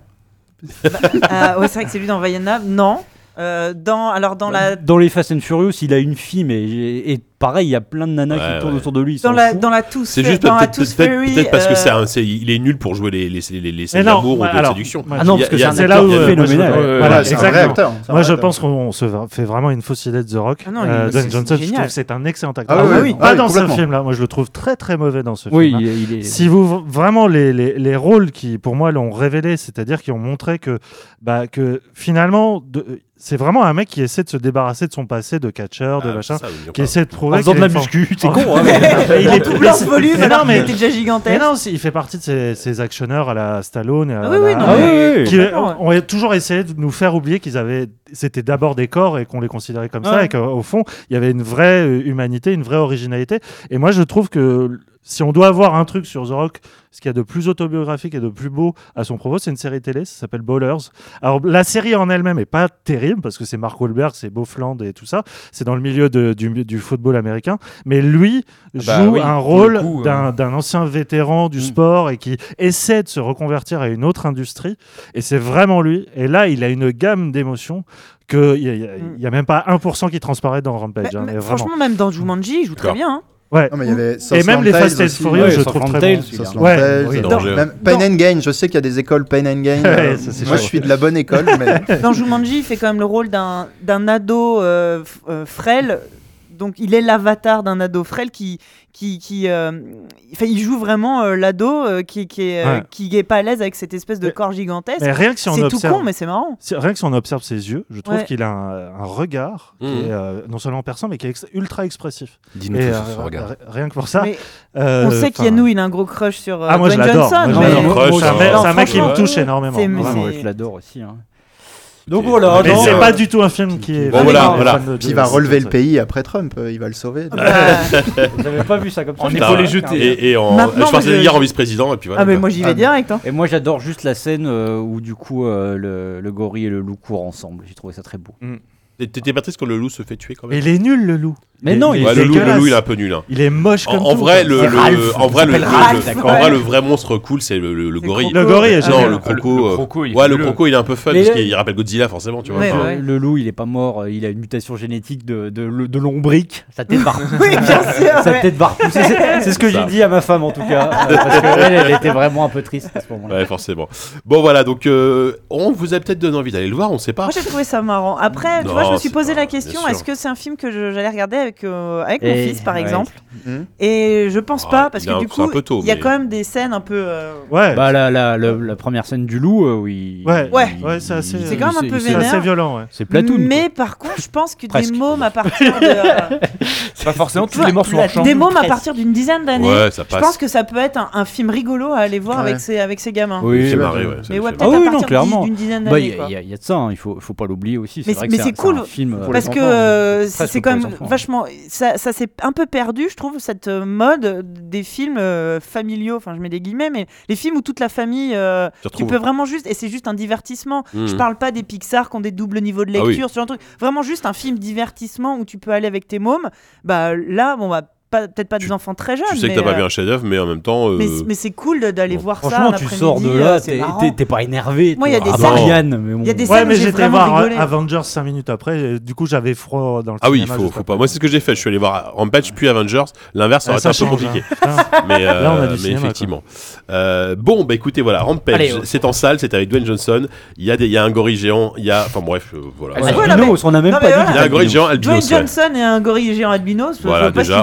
Ah, ouais, c'est vrai que c'est lui dans Vaiana. Non. Euh, dans, alors, dans la. Dans les Fast and Furious, il a une fille, mais et, et pareil, il y a plein de nanas Ouais, qui tournent ouais. autour de lui. ils Dans s'en la, foutent. dans la Tooth C'est Fairy- juste dans la peut-être Tooth peut-être- Fairy, peut-être parce que euh, c'est un- c'est- il est nul pour jouer les les les, les scènes Mais non, d'amour ou ouais, de alors, séduction. moi, Ah non, Il y a- parce que il y a- c'est un c'est là où acteur euh, moi, je- phénoménal. ouais, voilà, Ouais, c'est un vrai exactement. acteur. c'est un Moi, vrai je acteur. pense qu'on se fait vraiment une fausse idée de The Rock. Ah non, il- Euh, c'est- Dwayne c'est Johnson, je génial. trouve que c'est un excellent acteur. Ah oui, Ah oui, pas oui, dans ce complètement. film-là. Moi, je le trouve très très mauvais dans ce Oui, film. il est. il est- Si vous vraiment les, les, les rôles qui pour moi l'ont révélé, c'est-à-dire qui ont montré que bah que finalement de, c'est vraiment un mec qui essaie de se débarrasser de son passé de catcheur, de Ah, machin, ça, oui, bien qui pas. essaie de prouver En faisant qu'il de a la une muscu, forme- c'est En- con, hein. Mais il En est tout blanc volume, Mais alors non, qu'il mais était déjà mais gigantesque. non, c'est- il fait partie de ces, ces actionneurs à la Stallone et à Ah oui, oui, la- non, Ah oui, mais- oui, oui. qui complètement, ouais. ont toujours essayé de nous faire oublier qu'ils avaient c'était d'abord des corps et qu'on les considérait comme ça Ouais. et qu'au fond il y avait une vraie euh, humanité, une vraie originalité. Et moi je trouve que si on doit avoir un truc sur The Rock, ce qu'il y a de plus autobiographique et de plus beau à son propos, c'est une série télé, ça s'appelle Ballers. Alors la série en elle-même est pas terrible parce que c'est Mark Wahlberg, c'est Beaufland et tout ça, c'est dans le milieu de- du, du football américain, mais lui bah joue oui, un pour le rôle coup, d'un euh. d'un ancien vétéran du Mm. sport et qui essaie de se reconvertir à une autre industrie. Et c'est vraiment lui. Et là, il a une gamme d'émotions qu'il n'y a, y a- y a même pas un pour cent qui transparaît dans Rampage. Mais- hein, mais mais vraiment. franchement, même dans Jumanji, il joue très D'accord. bien. hein. Ouais. Non, mais il y avait Et Southland même les Tales Fast and aussi. Furious, Ouais, je Southland trouve très Tales, bon. celui-là. Southland Ouais, Tales. oui, Dans- danger. Même Dans- Pain and Gain, je sais qu'il y a des écoles Pain and Gain. Ouais, euh, ça, c'est moi, chaud. je suis de la bonne école, mais Dans Jumanji, il fait quand même le rôle d'un d'un ado euh, f- euh, frêle. Donc, il est l'avatar d'un ado frêle qui. qui, qui euh, enfin, il joue vraiment euh, l'ado euh, qui, qui, est, euh, Ouais. qui est pas à l'aise avec cette espèce de Mais- corps gigantesque. Mais rien que si on C'est tout observe, con, mais c'est marrant. si- rien que si on observe ses yeux, je trouve Ouais. qu'il a un, un regard qui Mhm. est euh, non seulement perçant, mais qui est ex- ultra expressif. Dis-nous Et tout euh, sur ce regard. r- rien que pour ça. Mais euh, on sait enfin, qu'Yannou, il a un gros crush sur euh, Ah, moi, je Dwayne l'adore. Johnson. Moi, mais- je l'adore. C'est un, mec- Non, c'est un mec qui me franchement, touche énormément. c'est- vraiment. c'est- Ouais, je l'adore aussi. hein. Donc voilà, Mais non, c'est euh, pas du tout un film qui est. Bon, voilà, fan de- voilà. fan de- puis il de- va de- relever de- le pays après Trump. euh, Il va le sauver. Bah, Vous n'avez pas vu ça comme ça. On je est sais faut pas. les jeter. Et, et en Maintenant, je pense moi, je- hier en vice-président et puis voilà. Ah, mais quoi. moi j'y Ah, vais direct. Hein. Et moi j'adore juste la scène euh, où du coup euh, le, le gorille et le loup courent ensemble. J'ai trouvé ça très beau. T'étais pas triste quand le loup se fait tuer quand même. Mais il est nul, le loup. Mais Il- non, il il Ouais, est le loup, le dégueulasse. loup, il est un peu nul. hein. Il est moche En, comme en tout, vrai, quoi. le, C'est le- Ralph, en vrai, il le, s'appelle le- Ralph, le- d'accord. en vrai, le vrai monstre cool, c'est le, le, le gorille. Le gorille est Non, génial. le croco. Le euh, croco, il est ouais, le fabuleux. croco, il est un peu fun Mais parce le- qu'il rappelle Godzilla, forcément, tu vois. Ouais, Enfin, ouais. Le loup, il est pas mort, euh, il a une mutation génétique de, de, de, de lombric. Sa tête va, Oui, bien sûr. sa ouais. tête va repousser. C'est c'est ce que j'ai Ça. dit à ma femme en tout cas. euh, parce qu'elle, elle était vraiment un peu triste à ce moment-là. Ouais, forcément. Bon, voilà, donc euh, on vous a peut-être donné envie d'aller le voir, on sait pas. Moi j'ai trouvé ça marrant. Après, tu Non, vois, je me suis c'est posé pas- la bien question sûr. est-ce que c'est un film que je- j'allais regarder avec, euh, avec mon Et- fils par ouais. exemple Mhm. Et je pense Ah, pas parce il a que un- du c'est un coup, peu tôt, il y a mais- quand même des scènes un peu. euh, Ouais. Bah la, la, la, la première scène du loup, euh, oui. Ouais. Ouais. Ouais, c'est assez. C'est quand même un peu c'est vénère. assez violent, ouais. C'est Platoon. Mais par contre, je pense que des Presque. mômes à partir de. euh, Pas forcément tu tous vois, les morceaux en chant. Des mômes à Presque. partir d'une dizaine d'années. Ouais, ça Je passe. pense que ça peut être un, un film rigolo à aller voir Ouais. avec ses avec ses gamins. Il Oui, fait bah, marrer, ouais. ça Mais lui ouais, fait peut-être Ah à oui, non, partir clairement. d'une dizaine Bah, d'années. il y, a- quoi. il y a- il y a de ça, hein, il faut, faut pas l'oublier aussi. Mais C'est vrai c'est- que mais un- c'est cool. un film. Pour euh, les Parce que enfants, euh, Presque c'est pour quand les même enfants. vachement. Ça, ça s'est un peu perdu, je trouve, cette euh, mode des films euh, familiaux. Enfin, je mets des guillemets, mais les films où toute la famille. euh, Tu tu retrouves. peux vraiment juste. Et c'est juste un divertissement. Mhm. Je parle pas des Pixar qui ont des doubles niveaux de Ah oui. lecture, ce genre de truc. Vraiment juste un film divertissement où tu peux aller avec tes mômes. Bah là, bon, bah, pas- peut-être pas Tu- des enfants très jeunes. Tu sais que mais, t'as pas euh, vu un chef-d'œuvre, mais en même temps. euh, Mais, mais c'est cool de- d'aller bon. voir ça. Franchement, un tu après-midi, sors de euh, là, c'est t'es- marrant. t'es t'es pas énervé. Moi, il y a tu des vois. scènes- Ah, Marianne, mais bon. il y a des Ouais, scènes mais où j'ai j'étais vraiment voir rigolé. Avengers cinq minutes après, et du coup j'avais froid dans le Ah oui, il cinéma. faut, juste faut après. pas. Moi, c'est ce que j'ai fait. Je suis allé voir Rampage puis Avengers. L'inverse, ça Ah, aurait ça été un peu change, compliqué. hein. Putain. Mais, euh, Là, on a du mais cinéma, effectivement. Euh, bon, bah écoutez, voilà, Rampage, Allez, oh. c'est en salle, c'est avec Dwayne Johnson. Il y a des, il y a un gorille géant. Il y a, enfin bref, euh, voilà. Ouais, Ouais, albinos, non, mais- on n'a même non, pas mais dit. voilà. Il y a un gorille géant Dwayne albinos. ouais. Johnson et un gorille géant albinos. je Voilà, vois pas déjà, ce qu'il on vous faut vous de l'a,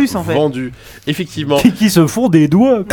plus en fait. Vendu, effectivement. Qui, qui se font des doigts.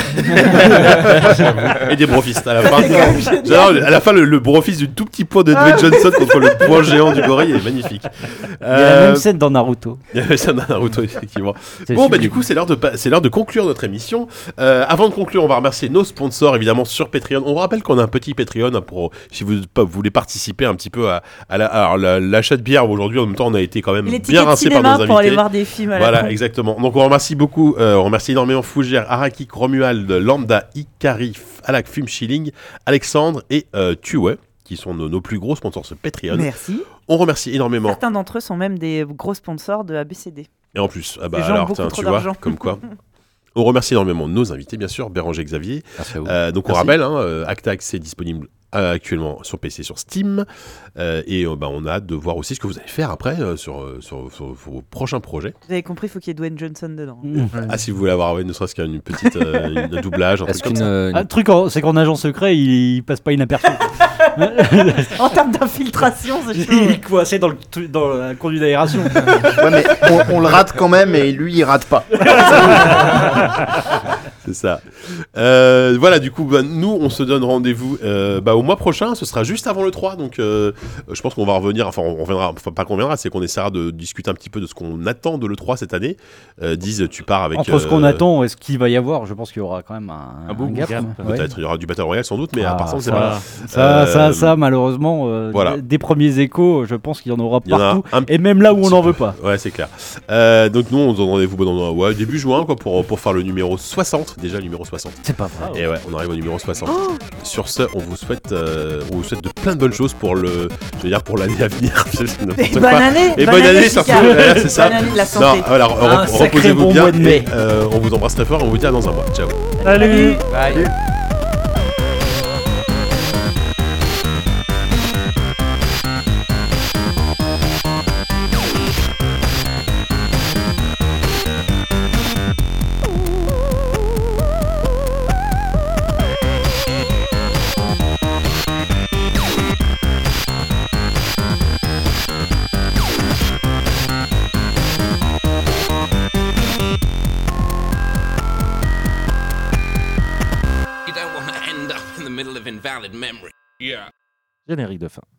Et des brofistes à la fin. Genre, à la fin, le, le brofist du tout petit poids de Dwayne Johnson contre le poids géant du gorille est magnifique. Il y a la même scène dans Naruto. Il y a la même scène dans Naruto, effectivement. C'est Bon, bah sublime. du coup, c'est l'heure de, pa- c'est l'heure de conclure notre émission. Euh, avant de conclure, on va remercier nos sponsors, évidemment, sur Patreon. On vous rappelle qu'on a un petit Patreon hein, pour, si vous, pas, vous voulez participer un petit peu à, à, la, à la, l'achat de bière. Aujourd'hui, en même temps, on a été quand même Les bien tickets de rincé par nos cinéma invités. pour aller voir des films à la Voilà, con. exactement. Donc, on remercie beaucoup, euh, on remercie énormément Fougère, Arakik, Romuald, Lambda, Icarif, Alak, Fum Schilling, Alexandre et euh, Tuway, qui sont nos, nos plus gros sponsors sur Patreon. Merci. On remercie énormément. Certains d'entre eux sont même des gros sponsors de A B C D. Et en plus, ah bah Les gens ont alors, beaucoup tiens, trop tu vois, d'argent. comme quoi. On remercie énormément nos invités, bien sûr, Béranger Xavier. Merci à vous. Euh, donc on Merci. rappelle, hein, euh, Actac, c'est disponible euh, actuellement sur P C, sur Steam. Euh, et euh, bah, on a hâte de voir aussi ce que vous allez faire après euh, sur, euh, sur, sur vos prochains projets. Vous avez compris, il faut qu'il y ait Dwayne Johnson dedans. Ah, si vous voulez avoir ouais, ne serait-ce qu'une petite euh, une- un doublage, un Est-ce truc comme qu'une, ça. euh, Un truc, en- c'est qu'en agent secret, il, il passe pas inaperçu. En termes d'infiltration, c'est chaud. Il est coincé dans, le, tru- dans la conduite d'aération. Ouais, mais on, on le rate quand même et lui il rate pas. C'est ça. Euh, voilà, du coup, bah, nous, on se donne rendez-vous euh, bah, au mois prochain. Ce sera juste avant le trois. Donc, euh, je pense qu'on va revenir. Enfin, on reviendra. Enfin, pas qu'on reviendra, c'est qu'on essaiera de discuter un petit peu de ce qu'on attend de l'E trois cette année. Euh, Diz, tu pars avec. Entre ce qu'on euh, attend et ce qu'il va y avoir, je pense qu'il y aura quand même un, Un beau gap. gap, Ouais. Peut-être il y aura du Battle Royale sans doute, mais Ah, à part ça, on sait ça, pas. Ça, Euh, ça, ça, malheureusement, euh, voilà. des, des premiers échos, je pense qu'il y en aura Il y en a partout. un Et même là où on n'en veut pas. Ouais, c'est clair. Euh, donc, nous, on se donne rendez-vous bon, dans, ouais, début juin quoi, pour, pour faire le numéro soixante. Déjà, le numéro soixante. C'est pas vrai. Et ouais, on arrive au numéro soixante. Sur ce, on vous souhaite, euh, on vous souhaite de plein de bonnes choses pour le, je veux dire pour l'année à venir. Et bonne année. Et bonne bonne année, Chica. surtout. Ouais, c'est ça. Bonne année de la santé. Non, voilà, re- Un sacré reposez-vous bon bien. mois de mai. Et, euh, on vous embrasse très fort et on vous dit à dans un mois. Ciao. Salut. Bye. You don't want to end up in the middle of invalid memory. Yeah. Générique de fin.